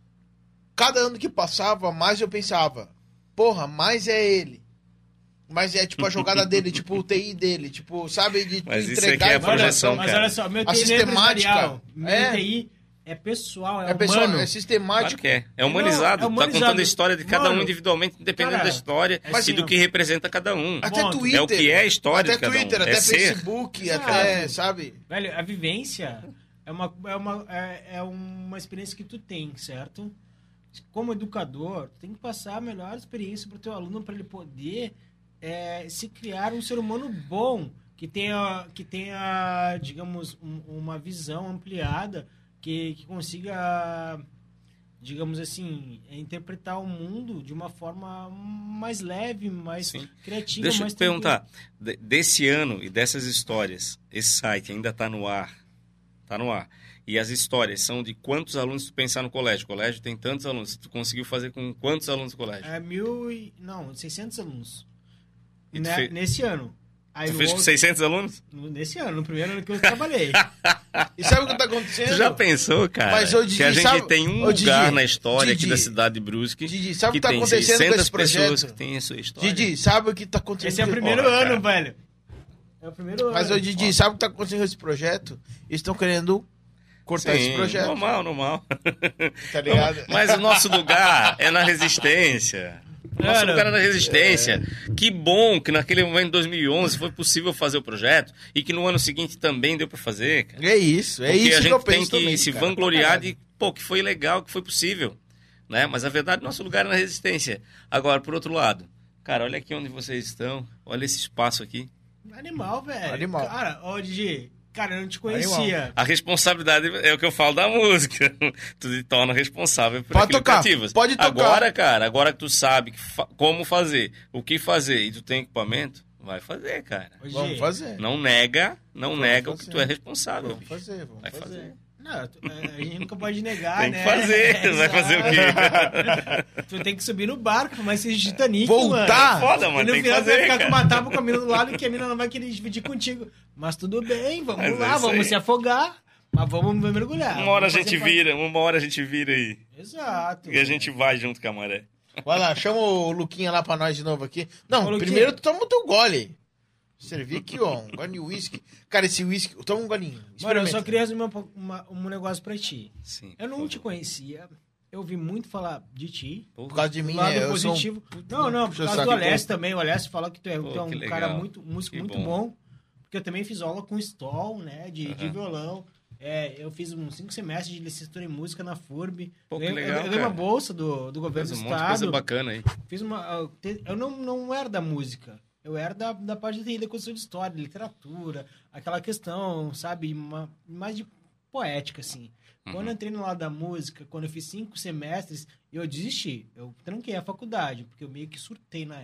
Cada ano que passava, mais eu pensava, porra, mais é ele. Mas é, tipo, a jogada dele, tipo, o TI dele, tipo, sabe, de Mas isso entregar aqui é a informação. projeção, Mas cara. olha só, meu A TI não é sistemática, empresarial. Meu é. TI é pessoal, É pessoal, humano. é sistemático. Claro que é. É humanizado. Não, é humanizado. Tá contando a história de cada um Mano, individualmente, independente cara, da história é e assim, do ó. que representa cada um. Até Ponto. Twitter. É o que é a história até de cada Twitter, um. até É ser. Facebook, Exato. até, sabe? Velho, a vivência é uma experiência que tu tem, certo? Como educador, tu tem que passar a melhor experiência pro teu aluno para ele poder se criar um ser humano bom, que tenha digamos, uma visão ampliada, que consiga, digamos assim, interpretar o mundo de uma forma mais leve, mais Sim. criativa, Deixa eu mais te perguntar, desse ano e dessas histórias, esse site ainda está no ar? Está no ar. E as histórias são de quantos alunos tu pensar no colégio? O colégio tem tantos alunos. Tu conseguiu fazer com quantos alunos no colégio? 600 alunos. E tu fez- Nesse ano. Aí Tu no fez com outro- 600 alunos? Nesse ano, no primeiro ano que eu trabalhei. E sabe o que tá acontecendo? Tu já pensou, cara? Mas, ô, Didi, que a gente sabe- tem um ô, Didi, lugar na história Didi, aqui da cidade de Brusque Didi, sabe o que que tá tem acontecendo com 600 esse pessoas projeto? que têm a sua história. Didi, sabe o que tá acontecendo? Esse é o com- primeiro Porra, ano, cara. velho. É o primeiro ano. Mas, ô, Didi, sabe o que tá acontecendo com esse projeto? Eles estão querendo cortar esse projeto, Normal. tá ligado? Mas o nosso lugar é na resistência. O nosso Cara, lugar é na resistência. Que bom que naquele momento, em 2011, foi possível fazer o projeto e que no ano seguinte também deu pra fazer, cara. É isso Porque que a eu gente tem penso que também, se cara. vangloriar de, pô, que foi legal, que foi possível. Né? Mas a verdade, nosso lugar é na resistência. Agora, por outro lado, cara, olha aqui onde vocês estão. Olha esse espaço aqui. Animal, velho. Animal. Cara, ó, Didi, cara, eu não te conhecia. A responsabilidade é o que eu falo da música. Tu te torna responsável por Pode aquilo tocar, que ativas. pode tocar. Agora, cara, agora que tu sabe como fazer, o que fazer e tu tem equipamento, vai fazer, cara. Ô, Didi, Vamos fazer. Não nega o que fazer. tu é responsável. Vamos fazer, vamos Vai fazer. fazer. Não, a gente nunca pode negar, Tem né? que fazer. Vai fazer o quê? Tu tem que subir no barco, mas ser Titanic, Voltar? mano. Foda, E mano. no Tem que final tu vai fazer, ficar com cara. uma tábua com a mina do lado que a mina não vai querer dividir contigo. Mas tudo bem, vamos Mas é lá, isso vamos aí. se afogar, mas vamos mergulhar. Uma hora a Vamos gente fazer vira, uma hora a gente vira aí. Exato. E a gente vai junto com a maré. Vai lá, chama o Luquinha lá pra nós de novo aqui. Não, Ô, Luquinha. primeiro tu toma o teu gole. Servi aqui, ó, um gole de uísque. Cara, esse uísque, toma um golinho. Mano, eu Experimenta. só queria resumir um negócio pra ti. Sim. Eu não por te favor. conhecia, eu ouvi muito falar de ti. Por causa de mim, Do lado eu sou positivo. Não, por puxa causa saco. do Alessio também. O Alessio falou que tu é, Pô, tu é um que legal. cara músico Que muito bom. bom. Porque eu também fiz aula com Stoll, né? De violão. Eu fiz uns 5 semestres de licenciatura em música na FURB. Pô, que Eu legal, ganhei uma cara. bolsa do governo Fez do um monte de coisa estado. bacana aí. Fiz eu não era da música. Eu era da parte de TI, da construção de história, de literatura, aquela questão, sabe? Mais de poética, assim. Quando eu entrei no lado da música, quando eu fiz 5 semestres, eu desisti. Eu tranquei a faculdade, porque eu meio que surtei na época.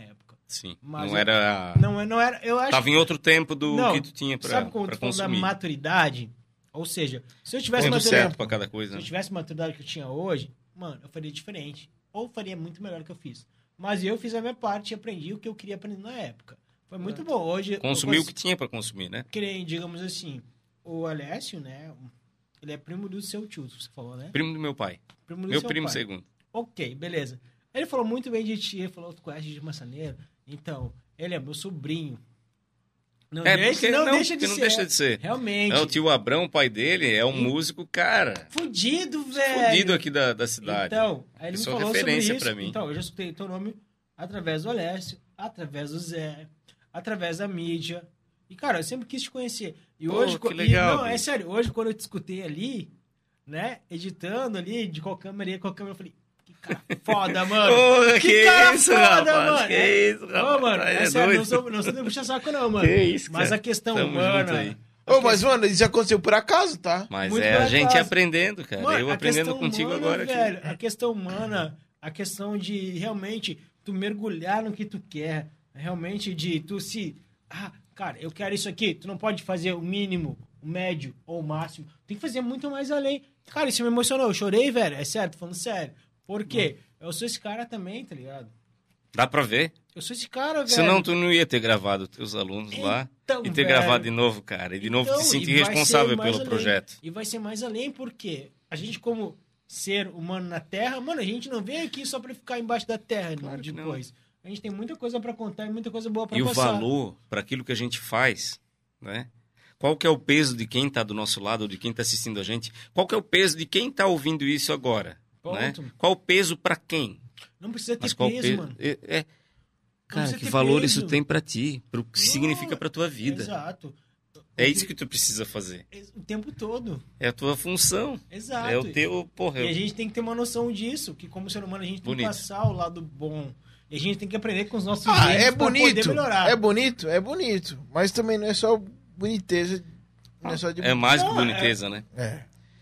Sim. Mas Não era. Não era. Eu acho. Tava em outro tempo do Não, que tu tinha pra, sabe como pra tu falou da consumir. maturidade? Ou seja, se eu tivesse Tempo maturidade, certo pra cada coisa. se eu tivesse a maturidade que eu tinha hoje, mano, eu faria diferente. Ou faria muito melhor do que eu fiz. Mas eu fiz a minha parte e aprendi o que eu queria aprender na época. Foi muito bom. Hoje Consumir o que tinha pra consumir, né? criei, digamos assim, o Alessio, né? Ele é primo do seu tio, você falou, né? Primo do meu pai. Primo do Meu seu primo pai. segundo. Ok, beleza. Ele falou muito bem de ti, ele falou, tu conhece de Massaneiro? Então, ele é meu sobrinho. Não Porque deixa de não ser. deixa de ser. Realmente. É o tio Abrão, o pai dele, é um músico, cara. Fudido, velho. Fudido aqui da cidade. Então, aí ele me Isso é falou sobre referência isso. pra mim. Então, eu já escutei teu nome através do Alessio, através do Zé, através da mídia. E, cara, eu sempre quis te conhecer. E Pô, hoje... que legal, não, é bicho. sério. Hoje, quando eu te escutei ali, né, editando ali, de qual câmera ia, qual câmera, eu falei, que cara foda, mano. Porra, que cara isso, foda, rapaz, mano. que isso, rapaz. Ô, mano, É é sério, doido. não sou de puxar saco, não, mano. Que isso, Mas cara. a questão Tamo humana... junto aí. Ô, mas, mano, isso aconteceu por acaso, tá? Mas Muito é a por gente acaso. aprendendo, cara. Mano, Eu a aprendendo questão contigo humana, agora. velho, Aqui. a questão humana, a questão de realmente tu mergulhar no que tu quer, realmente de tu se... Ah, cara, eu quero isso aqui. Tu não pode fazer o mínimo, o médio ou o máximo. Tem que fazer muito mais além. Cara, isso me emocionou. Eu chorei, velho. É sério, tô falando sério. Por quê? Eu sou esse cara também, tá ligado? Dá pra ver. Eu sou esse cara, velho. Senão tu não ia ter gravado teus alunos lá Então, e ter velho. gravado de novo, cara. E de novo Então, te sentir e vai responsável ser mais pelo além. projeto. E vai ser mais além, porque a gente, como ser humano na Terra, mano, a gente não vem aqui só pra ficar embaixo da Terra Claro que não. depois. A gente tem muita coisa pra contar e muita coisa boa pra E o passar. valor para aquilo que a gente faz, né? Qual que é o peso de quem tá do nosso lado ou de quem tá assistindo a gente? Qual que é o peso de quem tá ouvindo isso agora? Né? Ponto. Qual o peso para quem? Não precisa ter Mas qual peso, peso? mano. Cara, precisa que ter valor peso. isso tem para ti? Pro que Não, significa para tua vida? Exato. É isso que tu precisa fazer. O tempo todo. É a tua função. Exato. É o teu, porra. E a gente tem que ter uma noção disso, que como ser humano a gente tem Bonito. que passar o lado bom. E a gente tem que aprender com os nossos Ah, erros é pra poder bonito. melhorar. É bonito. Mas também não é só boniteza. Não é só de É mais que Não, boniteza, né? É.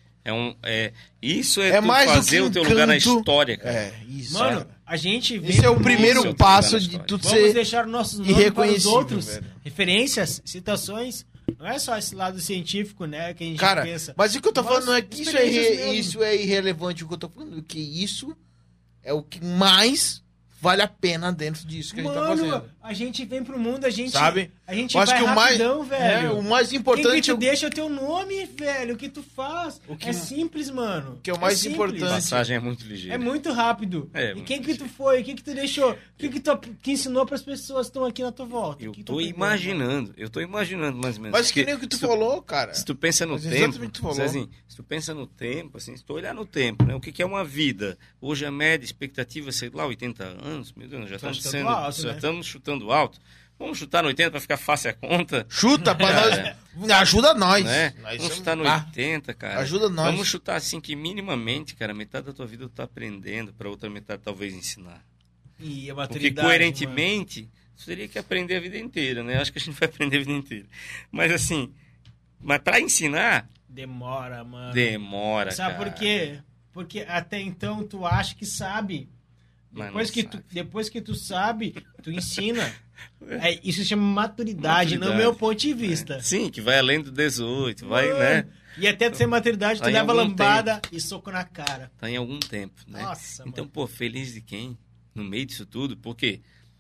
Isso é, É tu mais do fazer que o teu lugar na encanto. história, cara. É, isso. Mano, cara. a gente vem Esse é o pro primeiro mundo. passo Isso, de cara. tu Vamos ser deixar nossos nomes para os irreconhecível, outros. velho. Referências, citações. Não é só esse lado científico, né, que a gente Cara, pensa. mas o que eu tô Mas falando não é que experiências mesmo. isso é irrelevante. O que eu tô falando é que isso é o que mais vale a pena dentro disso que a gente tá Mano, fazendo. a gente vem pro mundo, a gente... Sabe? A gente Eu acho vai que o mais, rapidão, velho. o mais Quem que importante tu é o deixa é o teu nome, velho, o que tu faz. O que- É simples, mano. que é o mais simples. importante. A passagem é muito ligeira. É muito rápido. É, e muito quem que tu foi? O que que tu deixou? O que que tu que ensinou pras pessoas que estão aqui na tua volta? Eu O que tu tô aprendeu, imaginando mais ou menos. Mas que Porque nem o que tu se tu- falou, cara. Se tu pensa no Mas tempo, exatamente o que tu falou. Zezinho, se tu pensa no tempo, assim, se tu olhar no tempo, né, o que é uma vida? Hoje a média expectativa, sei lá, 80 anos, meu Deus, já Estamos estamos chutando alto, já né? estamos chutando alto. Vamos chutar no 80 para ficar fácil a conta, Chuta pra Cara, nós. Ajuda nós. né? Nós Vamos somos- chutar no Ah, 80, cara. ajuda nós. Vamos chutar assim que minimamente, cara, metade da tua vida tu tá aprendendo, para outra metade talvez ensinar. E a Porque maturidade, coerentemente, tu teria que aprender a vida inteira, né? Acho que a gente vai aprender a vida inteira. Mas assim, mas para ensinar, mano. Demora, mano. demora, Sabe cara. por quê? Porque até então tu acha que sabe. Mas Depois não que, sabe. depois que tu sabe, tu ensina. Isso se chama maturidade, no Maturidade. meu ponto de vista. Sim, que vai além do 18, vai, Mano, né? E até tu ser maturidade, tu Tá em leva algum lambada e soco na cara. Tá em algum tempo, né? Nossa, Então, mano. pô, feliz de quem? No meio disso tudo, porque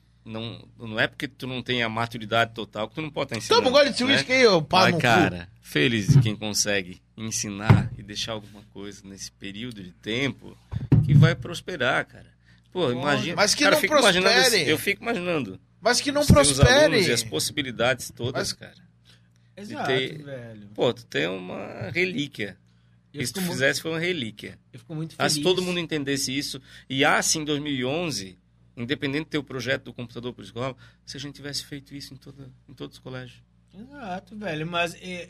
não é porque tu não tem a maturidade total que tu não pode estar ensinando. Toma um gole desse né? uísque aí, ô pau Mas, no cu. cara, feliz de quem consegue ensinar e deixar alguma coisa nesse período de tempo que vai prosperar, cara. Pô, imagina. Mas que cara, não eu fico imaginando prospere. eu fico imaginando Mas que não os teus prospere. alunos e as possibilidades todas, Mas- cara. Exato, ter- velho. Pô, tu tem uma relíquia. Eu Isso que tu fico mu- fizesse foi uma relíquia. Eu fico muito Ah, feliz. se todo mundo entendesse isso, e assim em 2011, independente do teu projeto do computador por escola, se a gente tivesse feito isso em todos os colégios. Exato, velho. Mas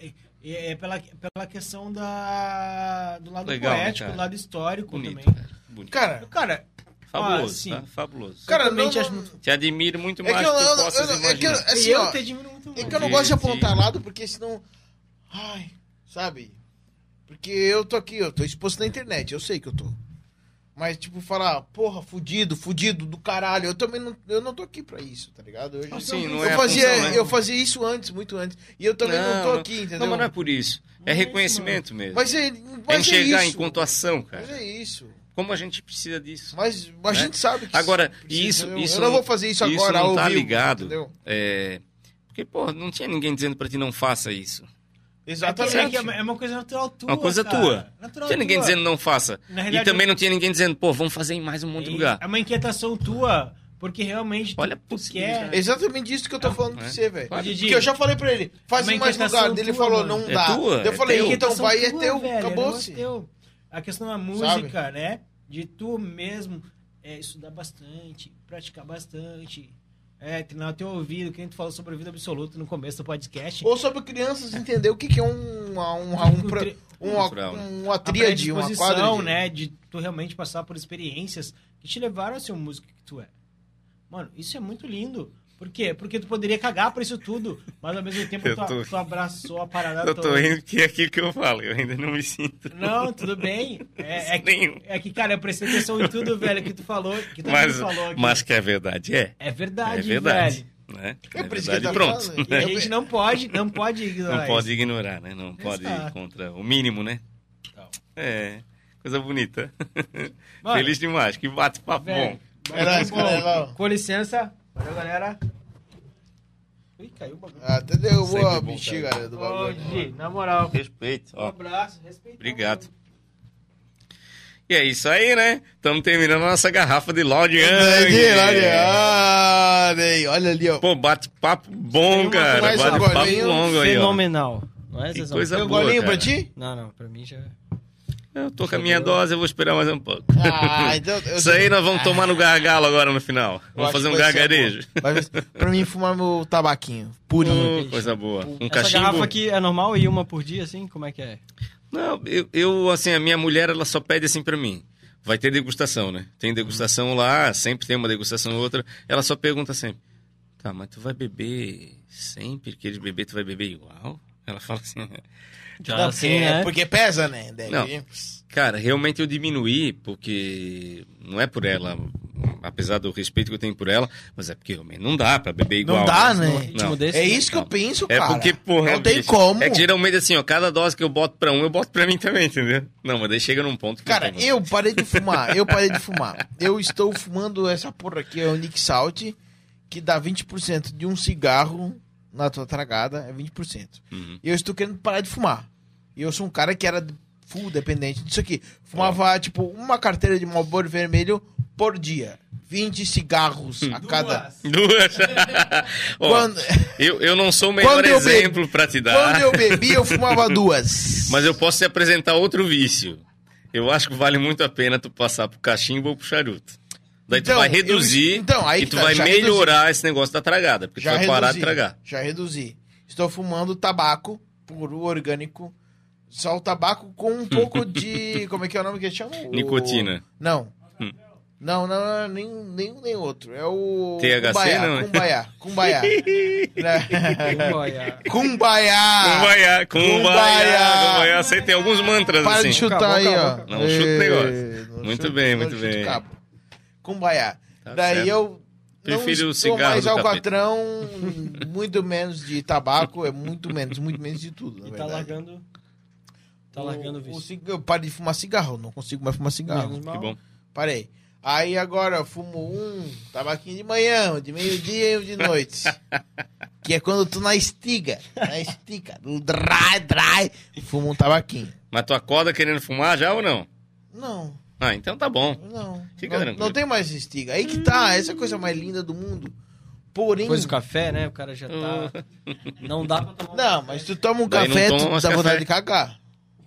é pela questão do lado Legal, né, poético, cara? do lado histórico Bonito, também. cara. Bonito. Cara, Fabuloso, sim. tá? Fabuloso. Cara, Realmente não- acho muito... Te admiro muito é mais que do eu, que tu possas é que eu, imaginar. assim, eu ó, te admiro muito mais. é que eu não gosto de Sim. apontar lado, porque senão... Ai, sabe? Porque eu tô aqui, eu tô exposto na internet, eu sei que eu tô. Mas, tipo, falar, porra, fudido do caralho. Eu não tô aqui pra isso, tá ligado? Sim, não é a função, né? Eu fazia isso antes, muito antes. E eu também não tô aqui, entendeu? Não, mas não é por isso. É reconhecimento mesmo. Mas é é enxergar isso. enquanto ação, cara. Mas é isso. Como a gente precisa disso. Mas a gente sabe que agora, precisa, isso eu não vou fazer isso agora não ao tá vivo, ligado. entendeu? Porque, pô, não tinha ninguém dizendo pra ti não faça isso. Exatamente. É uma coisa natural tua, Uma coisa cara. tua. Natural Não tinha ninguém tua. dizendo não faça. Na realidade, E também não tinha ninguém dizendo, pô, vamos fazer em mais um monte de lugar. É uma inquietação tua, porque realmente Olha, tu quer... Exatamente isso que eu tô falando pra você, velho. Didi, Porque eu já falei pra ele, faz uma em mais inquietação lugar. Ele tua, falou, mano. não É dá. tua, Eu é falei, teu. então vai, é tua, teu, velho, acabou-se. é teu. A questão da música, né? De tu mesmo estudar bastante, praticar bastante, treinar o teu ouvido, que a gente falou sobre o ouvido absoluto no começo do podcast. Ou sobre crianças entender o que é uma tríade, uma predisposição, quadra. né? De tu realmente passar por experiências que te levaram a ser o músico que tu é. Mano, isso é muito lindo. Por quê? Porque tu poderia cagar pra isso tudo, mas ao mesmo tempo tu abraçou a parada Eu toda. tô rindo que é aquilo que eu falo, eu ainda não me sinto. Não, tudo bem. Nenhum. É que, cara, eu prestei atenção em tudo, velho, que tu falou. Que tu falou aqui. Mas que é verdade, é. É verdade, É verdade. velho. Né? É É por isso que verdade, ele tá pronto. falando. E a gente não pode ignorar Não pode isso. ignorar, né? Não pode ir Exato. contra o mínimo, né? Então. Coisa bonita. Mano, Feliz demais, que bate-papo velho, bom. É nóis, bom. cara. Com licença. Valeu, galera. Ui, caiu o bagulho. Até derrubou Sempre a bom, bexiga cara. do Ô, bagulho. Didi, na moral. Respeito, Um ó. abraço, respeito. Obrigado. E é isso aí, né? Estamos terminando a nossa garrafa de Loud Olha ali, ó. Pô, bate-papo bom, cara. mais um Bate-papo golinho longo aí, ó. Fenomenal. Não é, Que Zezão? coisa Tem um boa, golinho cara. pra ti? Não, pra mim já... Eu tô com a minha dose, eu vou esperar mais um pouco. Então... Isso aí nós vamos tomar no gargalo agora no final. Vamos fazer um gargarejo. Pra mim fumar meu tabaquinho, purinho. Coisa boa. Um Essa cachimbo. garrafa aqui é normal e uma por dia, assim? Como é que é? Não, eu, assim, a minha mulher, ela só pede assim pra mim. Vai ter degustação, né? Tem degustação lá, sempre tem uma degustação ou outra. Ela só pergunta sempre, tá, mas tu vai beber sempre? Que eles beber, tu vai beber igual? Ela fala assim... Já assim, né? Porque pesa, né? Deve. Não. Cara, realmente eu diminuí, porque não é por ela, apesar do respeito que eu tenho por ela, mas é porque realmente não dá pra beber igual. Não dá, Num né? ritmo desse, É né? isso que eu Não. penso, É cara. porque, porra, não tem bicho, como. É que geralmente assim, ó, cada dose que eu boto pra um, eu boto pra mim também, entendeu? Não, mas daí chega num ponto que... Cara, eu parei de fumar. Eu estou fumando essa porra aqui, é o Nick Salt, que dá 20% de um cigarro na tua tragada, é 20%. Uhum. E eu estou querendo parar de fumar. E eu sou um cara que era full dependente disso aqui. Fumava, tipo, uma carteira de Marlboro vermelho por dia. 20 cigarros a cada... Duas. Ó, Quando- eu não sou o melhor Quando eu exemplo pra te dar, Quando eu bebi, eu fumava duas. mas eu posso te apresentar outro vício. Eu acho que vale muito a pena tu passar pro cachimbo ou pro charuto. Daí tu Então, vai reduzir aí e que tu tá, vai já melhorar esse negócio da tragada, porque tu vai parar de tragar. Já reduzi. Estou fumando tabaco puro, orgânico. Só o tabaco com um pouco de... Como é que é o nome que eles chamam? Nicotina. Não. Hum. Não, nem outro. É o... THC, Kumbaya, não, né? Kumbaya. Olha, Kumbaya. Kumbaya. Você tem alguns mantras Para assim. de chutar Acabou, aí, acabou, ó. Não chuta o negócio. Não Muito chuta- bem, não muito chuta o bem. cabo. Kumbaya. Tá Daí certo. eu não Prefiro o estou cigarro mais do capeta. alcatrão, muito menos de tabaco, é muito menos de tudo, na e tá verdade. largando... Tá largando o vício. Eu parei de fumar cigarro, não consigo mais fumar cigarro. Menos mal. Que bom. Parei. Aí agora eu fumo um tabaquinho de manhã, de meio-dia e um de noite. Que é quando eu tô na estiga, no dry, fumo um tabaquinho. Mas tu acorda querendo fumar já ou não? Não, Ah, então tá bom. não. Fica tranquilo. Não tem mais estiga. Aí que tá, essa é a coisa mais linda do mundo. Porém... Depois do café, né? O cara já tá... Não dá pra tomar Não, mas tu toma um Daí não café, toma tu mais dá café. vontade de cagar.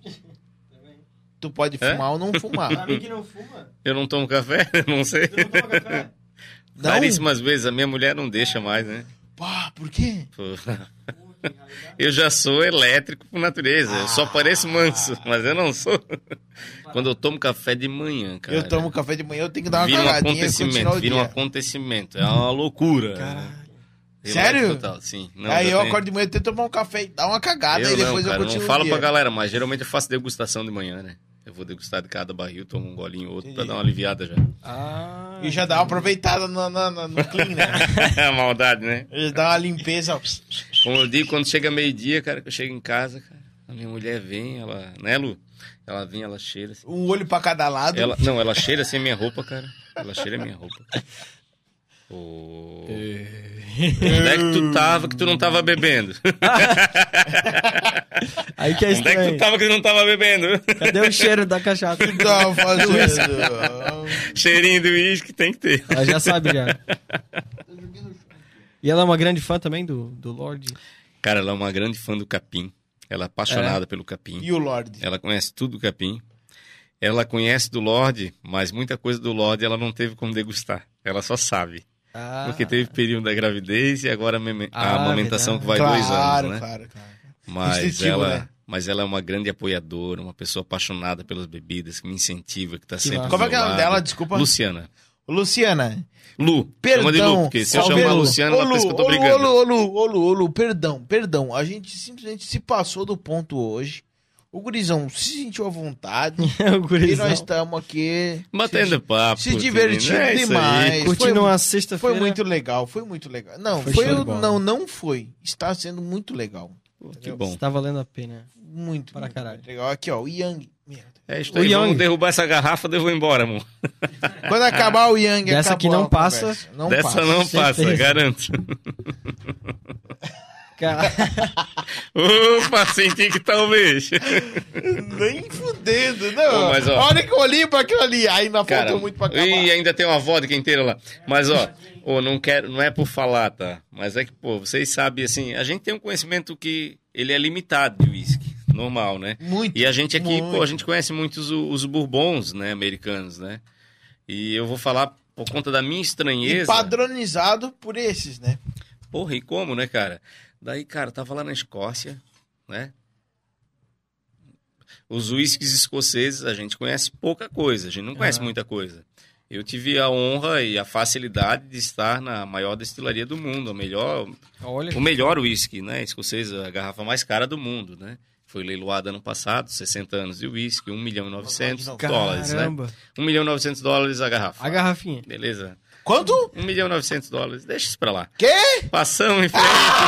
Tu pode É? fumar ou não fumar. Pra mim que não fuma, Eu não tomo café? Não sei. tu não toma café? Não? Raríssimas vezes. A minha mulher não deixa mais, né? Pá, por quê? Pô. Eu já sou elétrico por natureza. Eu só pareço manso, mas eu não sou. Quando eu tomo café de manhã, cara. Eu tomo café de manhã, eu tenho que dar uma Vira um cagadinha e continuar acontecimento, o vira um dia. acontecimento. É uma loucura. Caralho. Sério? Elétrico total, sim. Não, Aí eu tenho- acordo de manhã, eu tento tomar um café e dar uma cagada, Eu e depois não, cara, eu continuo não falo o dia. pra galera, mas geralmente eu faço degustação de manhã, né? Eu vou degustar de cada barril, tomo um golinho ou outro pra Entendi. dar uma aliviada já. E já dá uma aproveitada no clean, né? A maldade, né? Já dá uma limpeza. Como eu digo, quando chega meio-dia, cara, que eu chego em casa, cara, a minha mulher vem, ela... Né, Lu? Ela vem, ela cheira assim. Um olho pra cada lado. Ela cheira assim a minha roupa, cara. Ela cheira a minha roupa. Onde é que tu tava que tu não tava bebendo? Aí que é Onde é que tu estranho. tava que tu não tava bebendo? Cadê o cheiro da cachaça? Tá fazendo. Cheirinho do uísque tem que ter. Ela já sabe já. E ela é uma grande fã também do Lorde? Cara, ela é uma grande fã do capim. Ela é apaixonada pelo capim. E o Lorde? Ela conhece tudo do capim. Ela conhece do Lorde, mas muita coisa do Lorde ela não teve como degustar. Ela só sabe. Ah, Porque teve período da gravidez e agora a amamentação verdade. que vai 2 anos, né? Claro. Mas ela é uma grande apoiadora, uma pessoa apaixonada pelas bebidas, que me incentiva, que tá sempre massa. do Como é que é o meu nome lado. dela? Desculpa. Luciana. Luciana, Lu. perdão. Chama de Lu, porque se eu Salve, chamar Lu. Luciana, ela pensa que eu tô Ô, brigando. Lu, perdão. A gente simplesmente se passou do ponto hoje. O gurizão se sentiu à vontade. o E gurizão. nós estamos aqui Batendo papo. se divertindo é isso aí. demais. Curtindo uma Foi sexta-feira. muito legal. Não, Foi show de bola. não foi. Está sendo muito legal. Pô, que bom. Tá valendo a pena. Muito, Para muito, caralho. muito legal. Aqui, ó, o Yang. Merda. É isso O aí, vamos Yang. derrubar essa garrafa, eu vou embora, amor. Quando acabar o Yang, Dessa acabou aqui não a passa. conversa. Não Dessa passa. não passa, certeza. garanto. Cara, Opa, senti que talvez. Nem fudendo, não. Ô, mas, ó. A hora que eu olhei pra aquilo ali, ainda Cara, faltou muito pra acabar. e ainda tem uma vodka inteira lá. Mas, ó, não é por falar, tá? Mas é que, pô, vocês sabem, assim, a gente tem um conhecimento que ele é limitado de uísque, normal, né? Muito. E a gente aqui, muito. pô, a gente conhece muito os bourbons, né, americanos, né? E eu vou falar por conta da minha E estranheza. padronizado por esses, né? Porra, e como, né, cara? Daí, cara, tava lá na Escócia, né? Os uísques escoceses a gente conhece pouca coisa, a gente não conhece muita coisa. Eu tive a honra e a facilidade de estar na maior destilaria do mundo, olha. o melhor uísque, né? Escocês, a garrafa mais cara do mundo, né? Foi leiloada ano passado, 60 anos de uísque, $1.900.000, né? Caramba. $1.900.000 a garrafa. A garrafinha. Beleza. Quanto? $1.900.000. Deixa isso pra lá. Quê? Passamos em frente.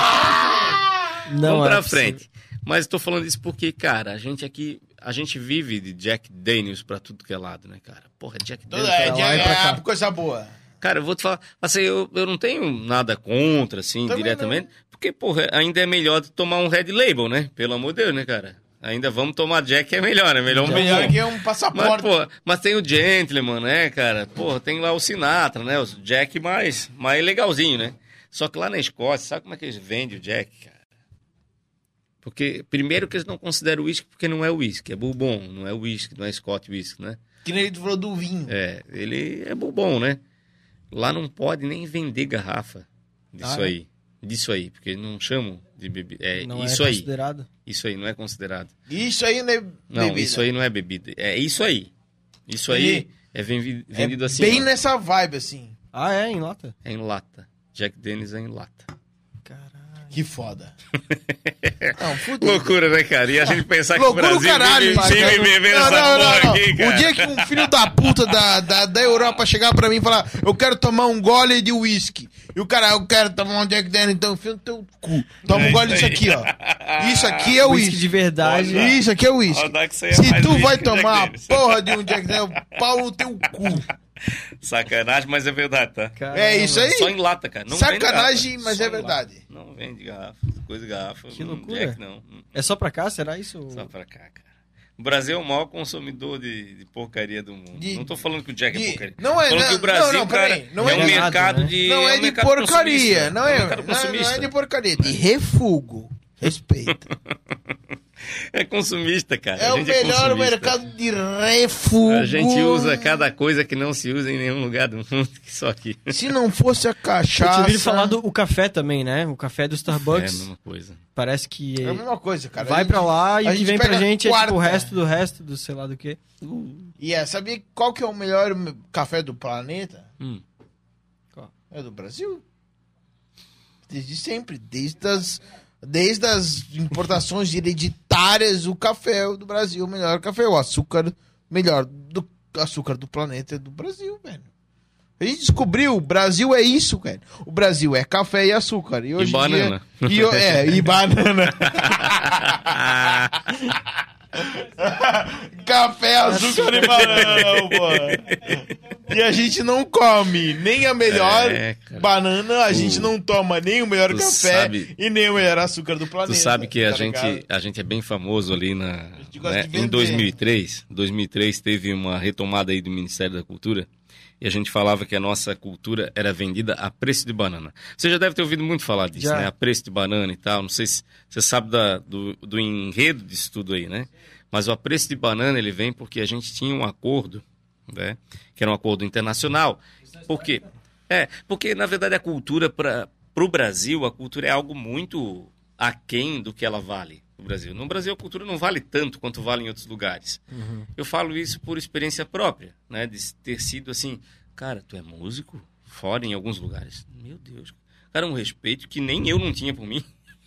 Não, Vamos é pra possível. frente. Mas tô falando isso porque, cara, a gente aqui, a gente vive de Jack Daniels pra tudo que é lado, né, cara? Porra, Jack Tudo Daniels. pra lá e pra cá. coisa boa. Cara, eu vou te falar, assim, eu não tenho nada contra, assim, Também diretamente, porque, porra, ainda é melhor tomar um Red Label, né? Pelo amor de Deus, né, cara? Ainda vamos tomar Jack, é melhor, né? Melhor um Melhor bourbon. que um Mas, passaporte. pô, mas tem o Gentleman, né, cara? Porra, tem lá o Sinatra, né? O Jack mais legalzinho, né? Só que lá na Escócia, sabe como é que eles vendem o Jack, cara? Porque, primeiro que eles não consideram uísque porque não é uísque, é bourbon, não é uísque, não é Scott whisky, né? Que nem ele falou do vinho. É, ele é bourbon, né? Lá não pode nem vender garrafa disso Ah, é? aí. Disso aí, porque eles não chamam de bebida. É Não isso é aí. considerado. Isso aí não é considerado. Isso aí não é Não, bebida. isso aí não é bebida. É isso aí. Isso Entendi. aí é vendido É assim. bem ó. nessa vibe, assim. Ah, é? Em lata? É em lata. Jack Daniels é em lata. Caralho. Que foda. Não, fudido. Loucura, né, cara? E a gente pensar que o Loucura Brasil o caralho, vive mas- bebendo essa Não, porra aqui, cara. O dia que um filho da puta da Europa chegar pra mim e falar, eu quero tomar um gole de uísque. E o cara, eu quero tomar um Jack Daniels, então enfia no teu cu. Toma um gole disso aqui, ó. Isso aqui é Whisky uísque. de verdade. Olha. Isso aqui é uísque. Olha que isso aí é Se mais tu uísque vai que Jack tomar a Daniels. porra de um Jack Daniels, pau no teu cu. Sacanagem, mas é verdade, tá? Caramba. É isso aí. Só em lata, cara. Não Sacanagem, vende garrafa. mas Só é em lata. verdade. Não vende garrafa. Coisa de garrafa. Que não, loucura. Jack, não. É só pra cá? Será isso? Só pra cá, cara. O Brasil é o maior consumidor de porcaria do mundo. De- não tô falando que o Jack é porcaria. Não é, Tô falando que o Brasil, não, cara, peraí, não é é um de- mercado né? de... Não é um de mercado porcaria, consumista. não um é, mercado não consumista. é de porcaria, de refugo. Respeita. É consumista, cara. É A o gente melhor consumista. mercado de refugo. A gente usa cada coisa que não se usa em nenhum lugar do mundo, que só aqui. Se não fosse a Eu cachaça... tinha ouvido falar do café também, né? O café do É a Starbucks. mesma coisa. Parece que É a mesma coisa, cara. vai pra lá e a o que gente vem pra pega gente é tipo quarta. o resto do sei lá do que. E sabia qual que é o melhor café do planeta? Qual? É do Brasil. Desde sempre. Desde as importações hereditárias, o café do Brasil é o melhor café. O açúcar melhor do açúcar do planeta é do Brasil, velho. A gente descobriu, o Brasil é isso, velho. O Brasil é café e açúcar. E hoje banana. E banana. Café, açúcar e banana, pô. E a gente não come nem a melhor banana, a gente não toma nem o melhor café e nem o melhor açúcar do planeta. Tu sabe que a gente é bem famoso ali em 2003. 2003 teve uma retomada aí do Ministério da Cultura. E a gente falava que a nossa cultura era vendida a preço de banana. Você já deve ter ouvido muito falar disso, né? A preço de banana e tal. Não sei se você sabe do enredo disso tudo aí, né? Mas o apreço de banana, ele vem porque a gente tinha um acordo, né? Que era um acordo internacional. Por quê? Porque, na verdade, a cultura, para o Brasil, a cultura é algo muito aquém do que ela vale no Brasil. No Brasil, a cultura não vale tanto quanto vale em outros lugares. Uhum. Eu falo isso por experiência própria, né? De ter sido assim, cara, tu é músico? Fora em alguns lugares. Meu Deus. Cara, um respeito que nem eu não tinha por mim.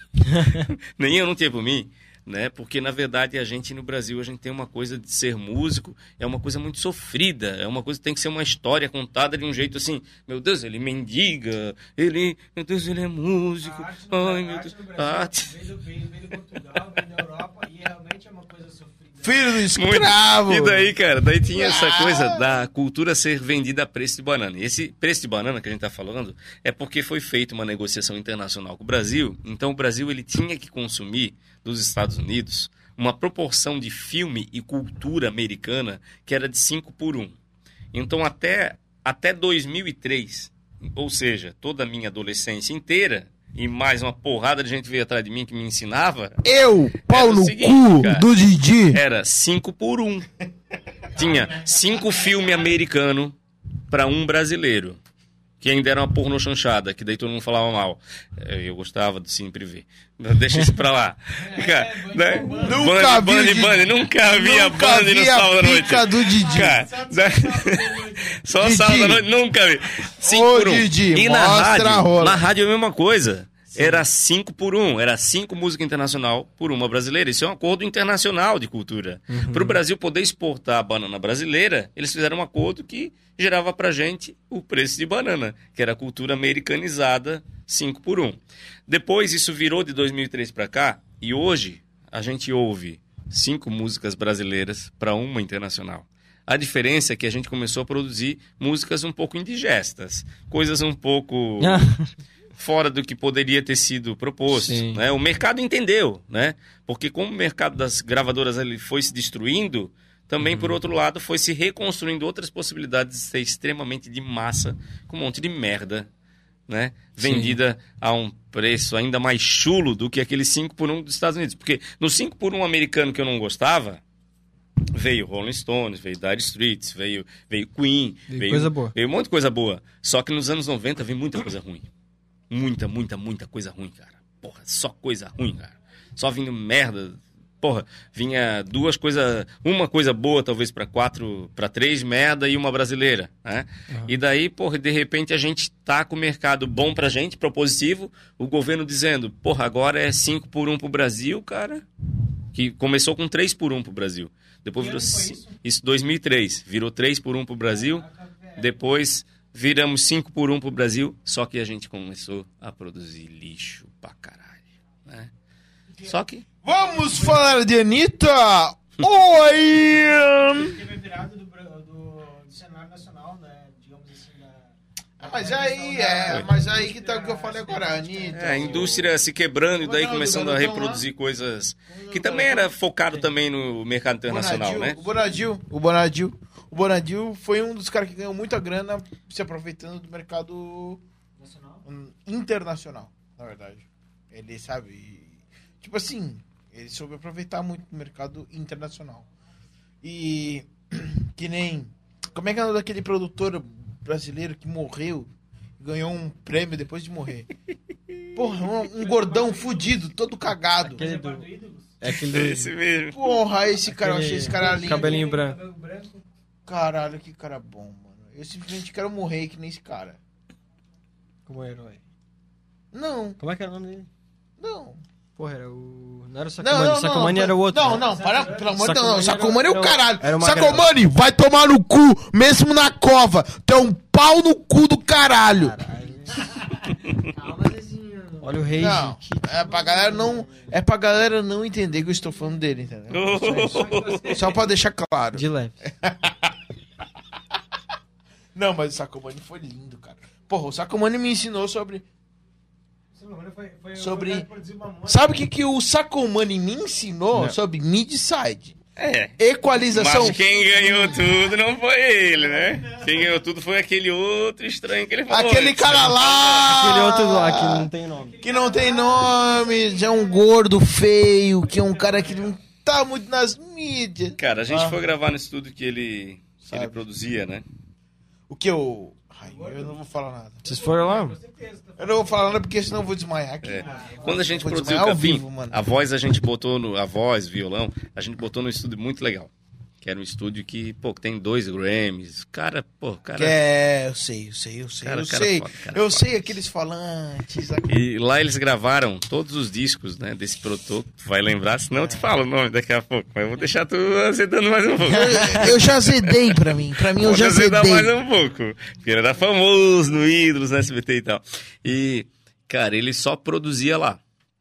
Nem eu não tinha por mim. Né? Porque, na verdade, a gente no Brasil, a gente tem uma coisa de ser músico, é uma coisa muito sofrida, é uma coisa que tem que ser uma história contada de um jeito assim, meu Deus, ele mendiga, meu Deus, ele é músico, ai, meu Deus, arte. Vem do Portugal, vem da Europa, e realmente é uma coisa sofrida. Filho do escravo! E daí, cara, tinha essa coisa da cultura ser vendida a preço de banana. E esse preço de banana que a gente tá falando é porque foi feita uma negociação internacional com o Brasil, então o Brasil ele tinha que consumir dos Estados Unidos uma proporção de filme e cultura americana que era de 5:1. Então até 2003, ou seja, toda a minha adolescência inteira, e mais uma porrada de gente veio atrás de mim que me ensinava. Pau no cu do Didi. Era 5:1. Tinha 5 filmes americanos para um brasileiro. Que ainda era uma pornô chanchada, que daí todo mundo falava mal. Eu gostava do Cine Privé. Deixa isso pra lá. Nunca vi a Band no sábado da noite. Pica do Didi. Cara, só sábado da noite, nunca vi. 5:1. Didi, e na rádio é a mesma coisa. Era 5:1, era 5 músicas internacional por uma brasileira. Isso é um acordo internacional de cultura. Para o Brasil poder exportar a banana brasileira, eles fizeram um acordo que gerava pra gente o preço de banana, que era a cultura americanizada 5:1. Depois isso virou de 2003 para cá, e hoje a gente ouve 5 músicas brasileiras para uma internacional. A diferença é que a gente começou a produzir músicas um pouco indigestas, coisas um pouco fora do que poderia ter sido proposto. Né? O mercado entendeu, né? Porque como o mercado das gravadoras ele foi se destruindo, também, por outro lado, foi se reconstruindo outras possibilidades de ser extremamente de massa, com um monte de merda, né? Vendida a um preço ainda mais chulo do que aquele 5:1 dos Estados Unidos. Porque no 5:1 americano que eu não gostava, veio Rolling Stones, veio Dire Straits, veio Queen, coisa boa. Veio um monte de coisa boa. Só que nos anos 90 veio muita coisa ruim. Muita coisa ruim, cara. Porra, só coisa ruim, cara. Só vindo merda. Porra, vinha uma coisa boa, talvez para 3 merda e uma brasileira, né? E daí, porra, de repente a gente tá com o mercado bom pra gente, propositivo, o governo dizendo, porra, agora é 5:1 pro Brasil, cara, que começou com 3:1 pro Brasil. Depois virou isso 2003, virou 3:1 pro Brasil, depois viramos 5:1 pro Brasil, só que a gente começou a produzir lixo pra caralho, né? Só que vamos falar de Anitta! Oi! Teve a virada do cenário nacional, né? Digamos assim, mas aí que tá o que eu falei agora, Anitta. A indústria se quebrando e daí começando a reproduzir coisas que também era focado também no mercado internacional, né? O Bonadil foi um dos caras que ganhou muita grana se aproveitando do mercado internacional, na verdade. Ele sabe... Tipo assim, ele soube aproveitar muito do mercado internacional. E que nem... Como é que é o nome daquele produtor brasileiro que morreu e ganhou um prêmio depois de morrer? Porra, um gordão fudido, todo cagado. Esse mesmo. Porra, esse cara, eu achei esse cara lindo. Cabelinho branco. Caralho, que cara bom, mano. Eu simplesmente quero morrer que nem esse cara. Como herói. Não. Como é que era o nome dele? Não. Porra, era o... Não era o Sacomani, o Sacomani era o outro. Não, para, pelo amor de Deus, não. O Sacomani é o era caralho. uma Sacomani, vai tomar no cu, mesmo na cova. Tem um pau no cu do caralho. Calma, Zezinho. Olha o rei. Não, é pra galera não entender que eu estou falando dele, entendeu? Só pra deixar claro. De leve. Não, mas o Sacomani foi lindo, cara. Porra, o Sacomani me ensinou sobre... Sabe o que o Sacomani me ensinou? Sobre mid-side. Equalização. Mas quem ganhou tudo não foi ele, né? Quem ganhou tudo foi aquele outro estranho que ele falou. Aquele antes, cara né? lá. Aquele outro lá que não tem nome. Que não tem nome, é um gordo feio, que é um cara que não tá muito nas mídias. Cara, a gente foi gravar no estúdio que ele Sabe. produzia, né? O que eu... Ai, eu não vou falar nada. Vocês foram lá? Eu não vou falar nada porque senão eu vou desmaiar aqui. Quando a gente Vou produziu o desmaiar ao Capim, vivo, mano. a voz a gente botou no... A voz, violão, a gente botou no estúdio muito legal. Que era um estúdio que, pô, tem 2 Grammys. Cara, pô, cara... Eu sei. Cara, eu cara sei, foda, cara eu foda. sei aqueles falantes. E lá eles gravaram todos os discos, né, desse produtor. Tu vai lembrar, senão eu te falo o nome daqui a pouco. Mas eu vou deixar tu azedando mais um pouco. Eu já azedei pra mim eu Vou já azedar mais azedei. um pouco. Porque ele era famoso no Ídolos, no SBT e tal. E, cara, ele só produzia lá.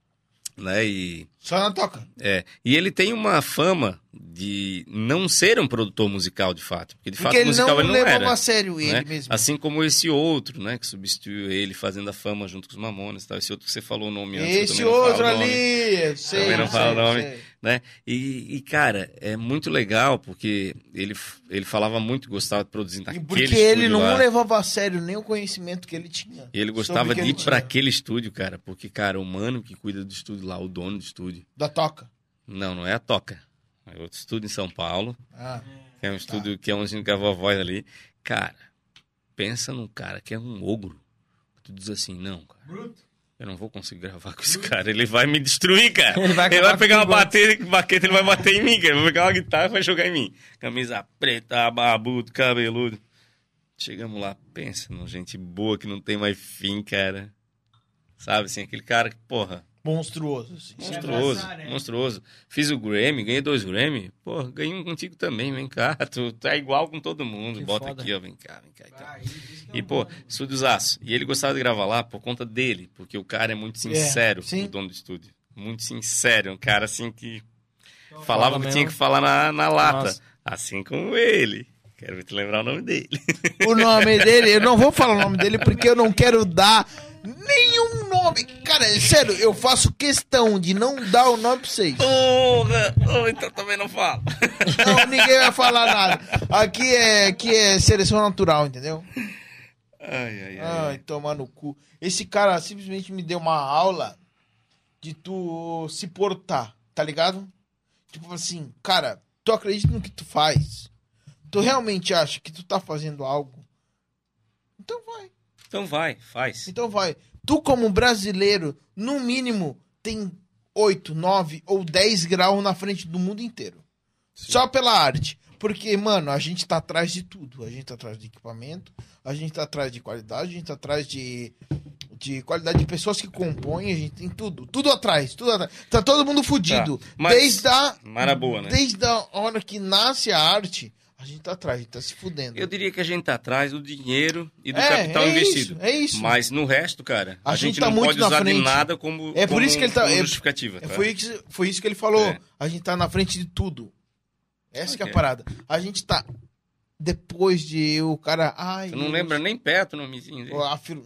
Né, Só na toca. E ele tem uma fama de não ser um produtor musical, de fato. Porque, de Porque fato, ele musical não ele não levava era. a sério ele Né? mesmo. Assim como esse outro, né, que substituiu ele fazendo a fama junto com os Mamonas e tal. Esse outro que você falou o nome antes. eu Esse também não falo outro o nome, ali, eu sei. Também não fala o nome. sei. né? E, cara, é muito legal porque ele falava muito, gostava de produzir E naquele porque estúdio ele não lá. levava a sério nem o conhecimento que ele tinha. E ele sobre gostava o que de ele ir pra tinha. aquele estúdio, cara, porque, cara, o mano que cuida do estúdio lá, o dono do estúdio, Da toca. não é a Toca. É outro estúdio em São Paulo, Ah. que é um estúdio que é onde a gente gravou a voz ali. Cara, pensa num cara que é um ogro. Tu diz assim, não, cara. Eu não vou conseguir gravar com esse cara. Ele vai me destruir, cara. Ele vai acabar pegar uma comigo. baqueta, ele vai bater em mim, cara. Ele vai pegar uma guitarra e vai jogar em mim. Camisa preta, barbudo, cabeludo. Chegamos lá, pensa numa gente boa que não tem mais fim, cara. Sabe, assim, aquele cara que, porra, Monstruoso. Assim. monstruoso, abraçar, né? monstruoso. Fiz o Grammy, ganhei 2 Grammy. Pô, ganhei um contigo também, vem cá. Tu tá igual com todo mundo. Que Bota foda. aqui, ó, vem cá e tal. Ah, isso que é E, um pô, bom. estúdiozaço. E ele gostava de gravar lá por conta dele, porque o cara é muito sincero, sim. o dono do estúdio. Muito sincero, um cara assim que falava o que mesmo. tinha que falar na lata. Nossa. Assim como ele. Quero ver tu lembrar o nome dele. O nome dele, eu não vou falar o nome dele porque eu não quero dar nenhum nome. Cara, é sério, eu faço questão de não dar o nome pra vocês. Porra! Oh, então também não falo. Não, ninguém vai falar nada. Aqui é seleção natural, entendeu? Ai. Ai, tomar no cu. Esse cara simplesmente me deu uma aula de tu se portar, tá ligado? Tipo assim, cara, tu acredita no que tu faz? Tu realmente acha que tu tá fazendo algo? Então vai. Então vai, faz. Então vai. Tu, como brasileiro, no mínimo, tem 8, 9 ou 10 graus na frente do mundo inteiro. Só pela arte. Porque, mano, a gente tá atrás de tudo. A gente tá atrás de equipamento, a gente tá atrás de qualidade, a gente tá atrás de qualidade de pessoas que compõem, a gente tem tudo. Tudo atrás, tudo atrás. Tá todo mundo fudido. Tá, mas- Desde Mas na boa, né? desde a hora que nasce a arte, a gente tá atrás, a gente tá se fudendo. Eu diria que a gente tá atrás do dinheiro e do capital investido. É isso. Mas no resto, cara, A a gente gente tá não muito pode na usar de frente. nada como, É por como isso que ele tá- como é- justificativa. Tá? Foi isso que ele falou. É. A gente tá na frente de tudo. Essa que é a Ok. parada. A gente tá depois de o cara... Ai, Você não lembra nem perto o nomezinho dele.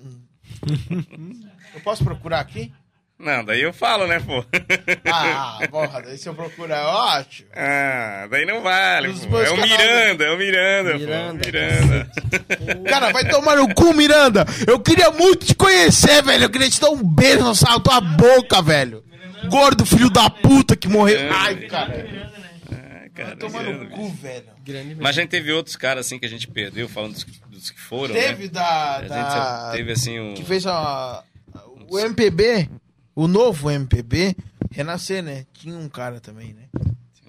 Eu posso procurar aqui? Não, daí eu falo, né, pô? Ah, porra, daí se eu procurar, eu acho. Ah, daí não vale, Nos pô. meus É o canais- Miranda, pô. Miranda. Miranda. Cara, vai tomar no cu, Miranda. Eu queria muito te conhecer, velho. Eu queria te dar um beijo na tua boca, velho. Gordo filho da puta que morreu. Ai, cara. Ah, cara, Vai tomar Miranda, no bicho. cu, velho. Grande mesmo. Mas a gente teve outros caras, assim, que a gente perdeu, falando dos que foram, Teve né? da... A gente teve, assim, um... Que fez o MPB, o novo MPB, renascer, né? Tinha um cara também, né?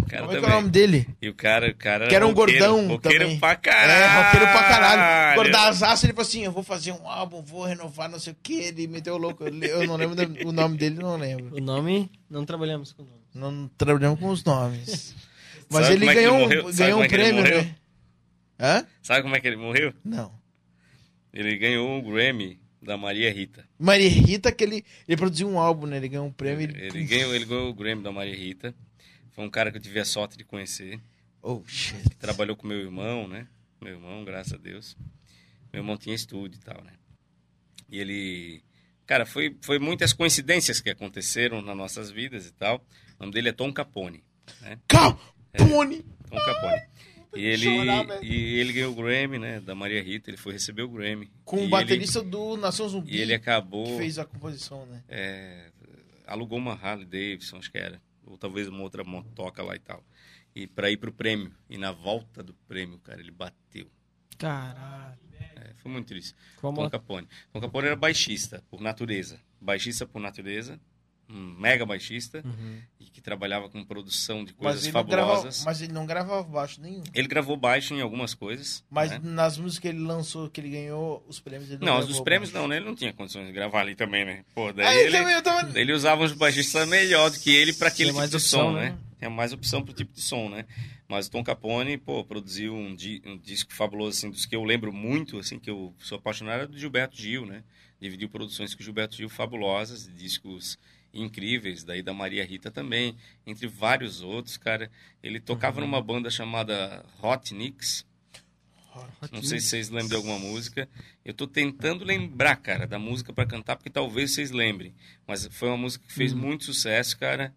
cara Como é que é também. o nome dele? E o cara Que era um gordão roqueiro também. pra caralho. Roqueiro pra caralho. Gordaçaço, ele falou assim, eu vou fazer um álbum, vou renovar, não sei o que. Ele meteu o louco. Eu não lembro o nome dele, não lembro. O nome, não trabalhamos com o nome. Não trabalhamos com os nomes. Mas Sabe ele como é que ganhou, ele morreu? Sabe ganhou como um é que ele prêmio, morreu? né? Hã? Sabe como é que ele morreu? Não. Ele ganhou um Grammy da Maria Rita. Maria Rita, que ele produziu um álbum, né? Ele ganhou um prêmio. Ele ganhou o Grammy da Maria Rita. Foi um cara que eu tive a sorte de conhecer. Oh, shit. Que trabalhou com meu irmão, né? Meu irmão, graças a Deus. Meu irmão tinha estúdio e tal, né? E ele... Cara, foi muitas coincidências que aconteceram nas nossas vidas e tal. O nome dele é Tom Capone, né? Capone! Tom Capone. E ele, chorar, velho. e ele ganhou o Grammy, né? Da Maria Rita. Ele foi receber o Grammy. Com o baterista do Nação Zumbi. E ele acabou... Que fez a composição, né? alugou uma Harley Davidson, acho que era. Ou talvez uma outra motoca lá e tal. E pra ir pro prêmio. E na volta do prêmio, cara, ele bateu. Caralho. Foi muito triste. Como... Tom Capone. Tom Capone era baixista, por natureza. Baixista por natureza. Um mega baixista. E que trabalhava com produção de coisas fabulosas. Mas ele não gravava baixo nenhum. Ele gravou baixo em algumas coisas. Mas né? nas músicas que ele lançou, que ele ganhou, os prêmios ele Não, gravou os prêmios baixo. não, né? Ele não tinha condições de gravar ali também, né? Pô, daí Aí ele, também, eu tava... ele usava uns baixistas melhor do que ele para aquele Tinha tipo mais de opção, som, né? né? Tinha mais opção pro tipo de som, né? Mas o Tom Capone, pô, produziu um disco fabuloso, assim, dos que eu lembro muito, assim, que eu sou apaixonado, é do Gilberto Gil, né? Dividiu produções com o Gilberto Gil fabulosas, discos incríveis, daí da Maria Rita também, entre vários outros, cara. Ele tocava numa banda chamada Hot Nicks. Não sei se vocês lembram de alguma música. Eu tô tentando lembrar, cara, da música para cantar, porque talvez vocês lembrem. Mas foi uma música que fez muito sucesso, cara.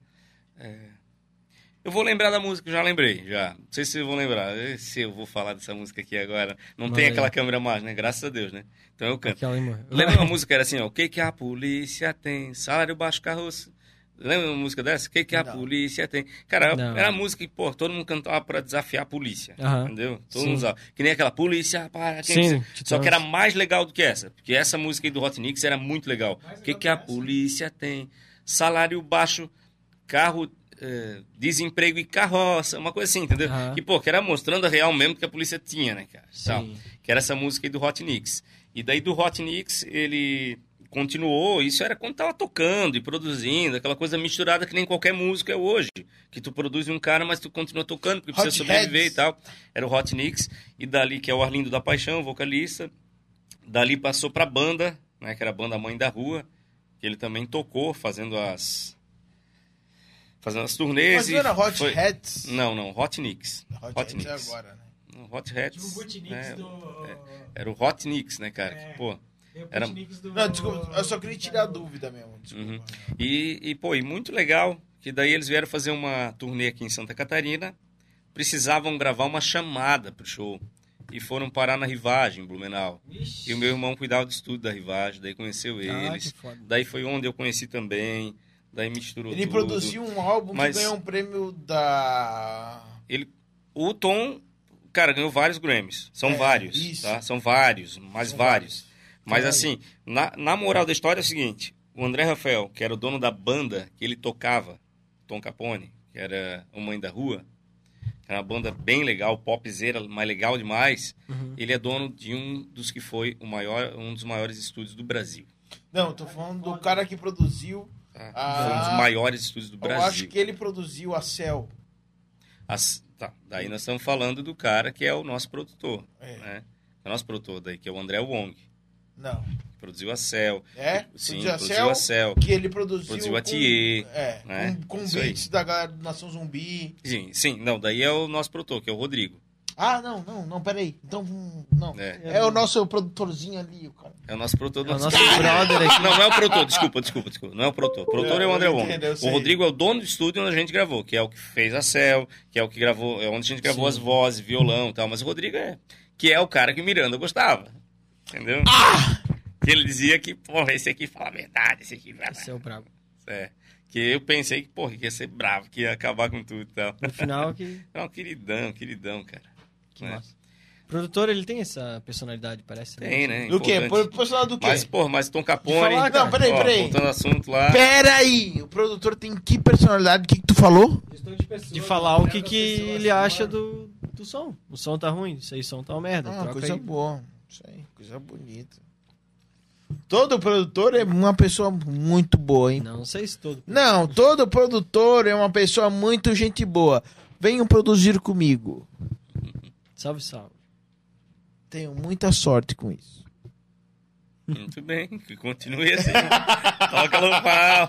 Eu vou lembrar da música, já lembrei, já. Não sei se vocês vão lembrar. Se eu vou falar dessa música aqui agora. Não tem aquela câmera mágica, né? Graças a Deus, né? Então eu canto. Lembra uma música que era assim, ó. O que que a polícia tem? Salário baixo, carroça. Lembra uma música dessa? O que que a polícia tem? Cara, era a música que, pô, todo mundo cantava pra desafiar a polícia. Entendeu? Todo mundo usava. Que nem aquela polícia para quem Sim, Só que era mais legal do que essa. Porque essa música aí do Hot Nicks era muito legal. O que que a polícia tem? Salário baixo, carro... desemprego e carroça, uma coisa assim, entendeu? Que, pô, que era mostrando a real mesmo que a polícia tinha, né, cara? Então, que era essa música aí do Hot Nicks. E daí do Hot Nicks, ele continuou, isso era quando tava tocando e produzindo, aquela coisa misturada que nem qualquer música é hoje, que tu produz um cara, mas tu continua tocando, porque precisa sobreviver e tal. Era o Hot Nicks, e dali, que é o Arlindo da Paixão, vocalista, dali passou pra banda, né, que era a banda Mãe da Rua, que ele também tocou, fazendo as turnês. Mas não era Hot Hats? Não, Hot Nicks. Hot Nicks é agora, né? Hot Hats. Tipo o Hot Nicks era o Hot Nicks, né, cara? Pô, era... Não, desculpa, eu só queria tirar a dúvida mesmo. Desculpa. E muito legal, que daí eles vieram fazer uma turnê aqui em Santa Catarina, precisavam gravar uma chamada pro show. E foram parar na Rivagem, em Blumenau. Ixi. E o meu irmão cuidava do estúdio da Rivagem, daí conheceu eles. Daí foi onde eu conheci também. Daí misturou tudo. Ele produziu um álbum que ganhou um prêmio da... O Tom, cara, ganhou vários Grammys. São vários, tá? São vários, mas vários. Mas assim, na moral da história é o seguinte. O André Rafael, que era o dono da banda que ele tocava, Tom Capone, que era o Mãe da Rua, era uma banda bem legal, popzera, mas legal demais. Ele é dono de um dos que foi um dos maiores estúdios do Brasil. Não, tô falando do cara que produziu... Foi um dos maiores estúdios do Brasil. Eu acho que ele produziu a Cell. Daí nós estamos falando do cara que é o nosso produtor. Né? É o nosso produtor daí, que é o André Wong. Não. Produziu a Cell. Sim, produziu a Cell. Que ele produziu a Thier. Né? Com beats da galera do Nação Zumbi. Sim. Não, daí é o nosso produtor, que é o Rodrigo. Ah, não, peraí. Então, não. É o nosso produtorzinho ali, o cara. É o nosso produtor. É o nosso brother aqui. Não é o produtor, desculpa. Não é o produtor. O produtor é o André Wong. O Rodrigo é o dono do estúdio onde a gente gravou, que é o que fez a Cell, que é o que gravou, é onde a gente gravou as vozes, violão e tal. Mas o Rodrigo que é o cara que Miranda gostava. Entendeu? Que ele dizia que, porra, esse aqui fala a verdade, esse aqui... Esse é o brabo. Que eu pensei que, porra, que ia ser bravo, que ia acabar com tudo e tal. No final que... É um queridão, cara. Que massa. O produtor, ele tem essa personalidade, parece. Tem, né? Do quê? Personalidade do quê? Mas Tom Capone... Não, peraí. Voltando ao assunto lá... Peraí! O produtor tem que personalidade? O que tu falou? Gestão de de falar o que ele acha do som. O som tá ruim, isso aí, som tá uma merda. Troca Coisa aí. boa. Isso aí, coisa bonita. Todo produtor é uma pessoa muito boa, hein? Não sei se todo. Não, todo produtor é uma pessoa muito gente boa. Venham produzir comigo. Salve, salve. Tenho muita sorte com isso. Muito bem, que continue assim. Toca no pau.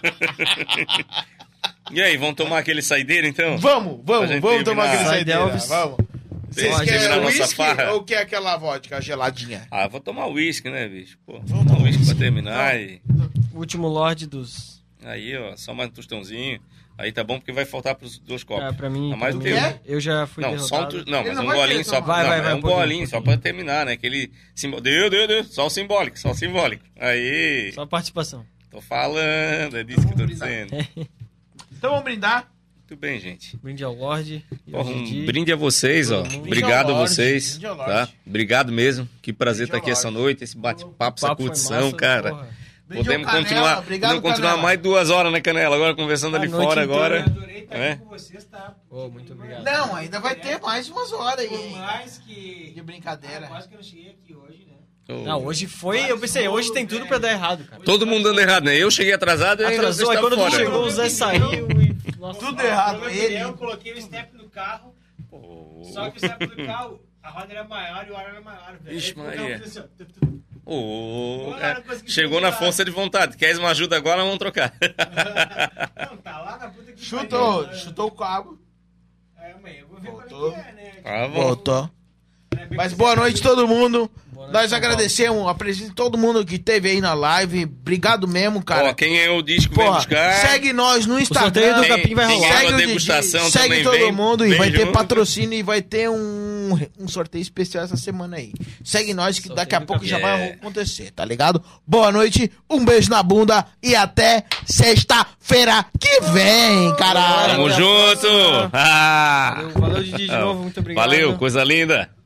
E aí, vamos tomar aquele saideiro então? Vamos tomar aquele saideira. Elvis. Vamos. Vocês Vamos terminar querem nossa uísque farra? ou quer aquela vodka geladinha? Ah, vou tomar uísque, né, bicho? Pô, vou tomar uísque pra terminar e... O último Lorde dos. Aí, ó, só mais um tostãozinho. Aí tá bom porque vai faltar pros 2 copos. Pra mim, Tá mais pra do mim, que É? eu já fui Não, só um derrotado. Não, Ele mas não um vai bolinho querer só. tomar. Não, Vai, é um um pouquinho, bolinho só pra terminar, né? Aquele deu, só o simbólico, só o simbólico. Aí, Só participação. tô falando, é disso que eu tô dizendo. Então vamos brindar. Muito bem, gente. Brinde ao Lorde. e ao Porra, um Didi. brinde a vocês, ó. Todo mundo. Obrigado a Brinde ao vocês, Lorde, brinde ao tá? Lorde. Obrigado mesmo. Que prazer Brinde estar aqui ao essa Lorde. noite, esse bate-papo, essa Papo foi curtição, massa, cara. porra. Brinde Podemos ao Canela, continuar, obrigado, podemos continuar Canela. mais 2 horas, né, Canela? Agora conversando A ali noite fora inteira. agora. Adorei estar É? aqui com vocês, tá? Pô, muito obrigado. Não, ainda vai ter mais umas horas aí, Por hein? mais que... De brincadeira. Quase que eu não cheguei aqui hoje, né? Não, hoje foi. Eu pensei, hoje tem tudo pra dar errado, cara. Todo mundo dando errado, né? Eu cheguei atrasado e ainda Atrasou, aí está quando tu fora. chegou, o Zé saiu e. Nossa, Tudo errado. No meu Ele. pneu, eu coloquei o step no carro, só que o step do carro, a roda era maior e o ar era maior, velho. Ixi, Aí o carro Maria. fez assim, ó, Ô, Agora cara, eu consegui chegou na trocar. força de vontade. Queres uma ajuda agora? Vamos trocar. Não, tá lá na puta que Chutou, pariu, né? chutou o cabo. É, amanhã eu vou ver Voltou. como é que é, né? Ah, bom. Voltou. É bem Mas boa noite todo mundo. Boa noite, Nós São Paulo. agradecemos a presença de todo mundo que esteve aí na live. Obrigado mesmo, cara. Ó, quem é o disco vem Porra, buscar. segue nós no sorteio Instagram. do Capim vai Quem rolar. quer Segue uma o Didi, degustação segue também todo vem, mundo e vem vai ter junto. patrocínio e vai ter um sorteio especial essa semana aí. Segue nós que Sorteio daqui a do pouco já Capim. vai acontecer, tá ligado? Boa noite, um beijo na bunda e até sexta-feira que vem, caralho. Tamo Até a junto. próxima. Ah. Valeu, Didi, de novo. Muito obrigado. Valeu, coisa linda.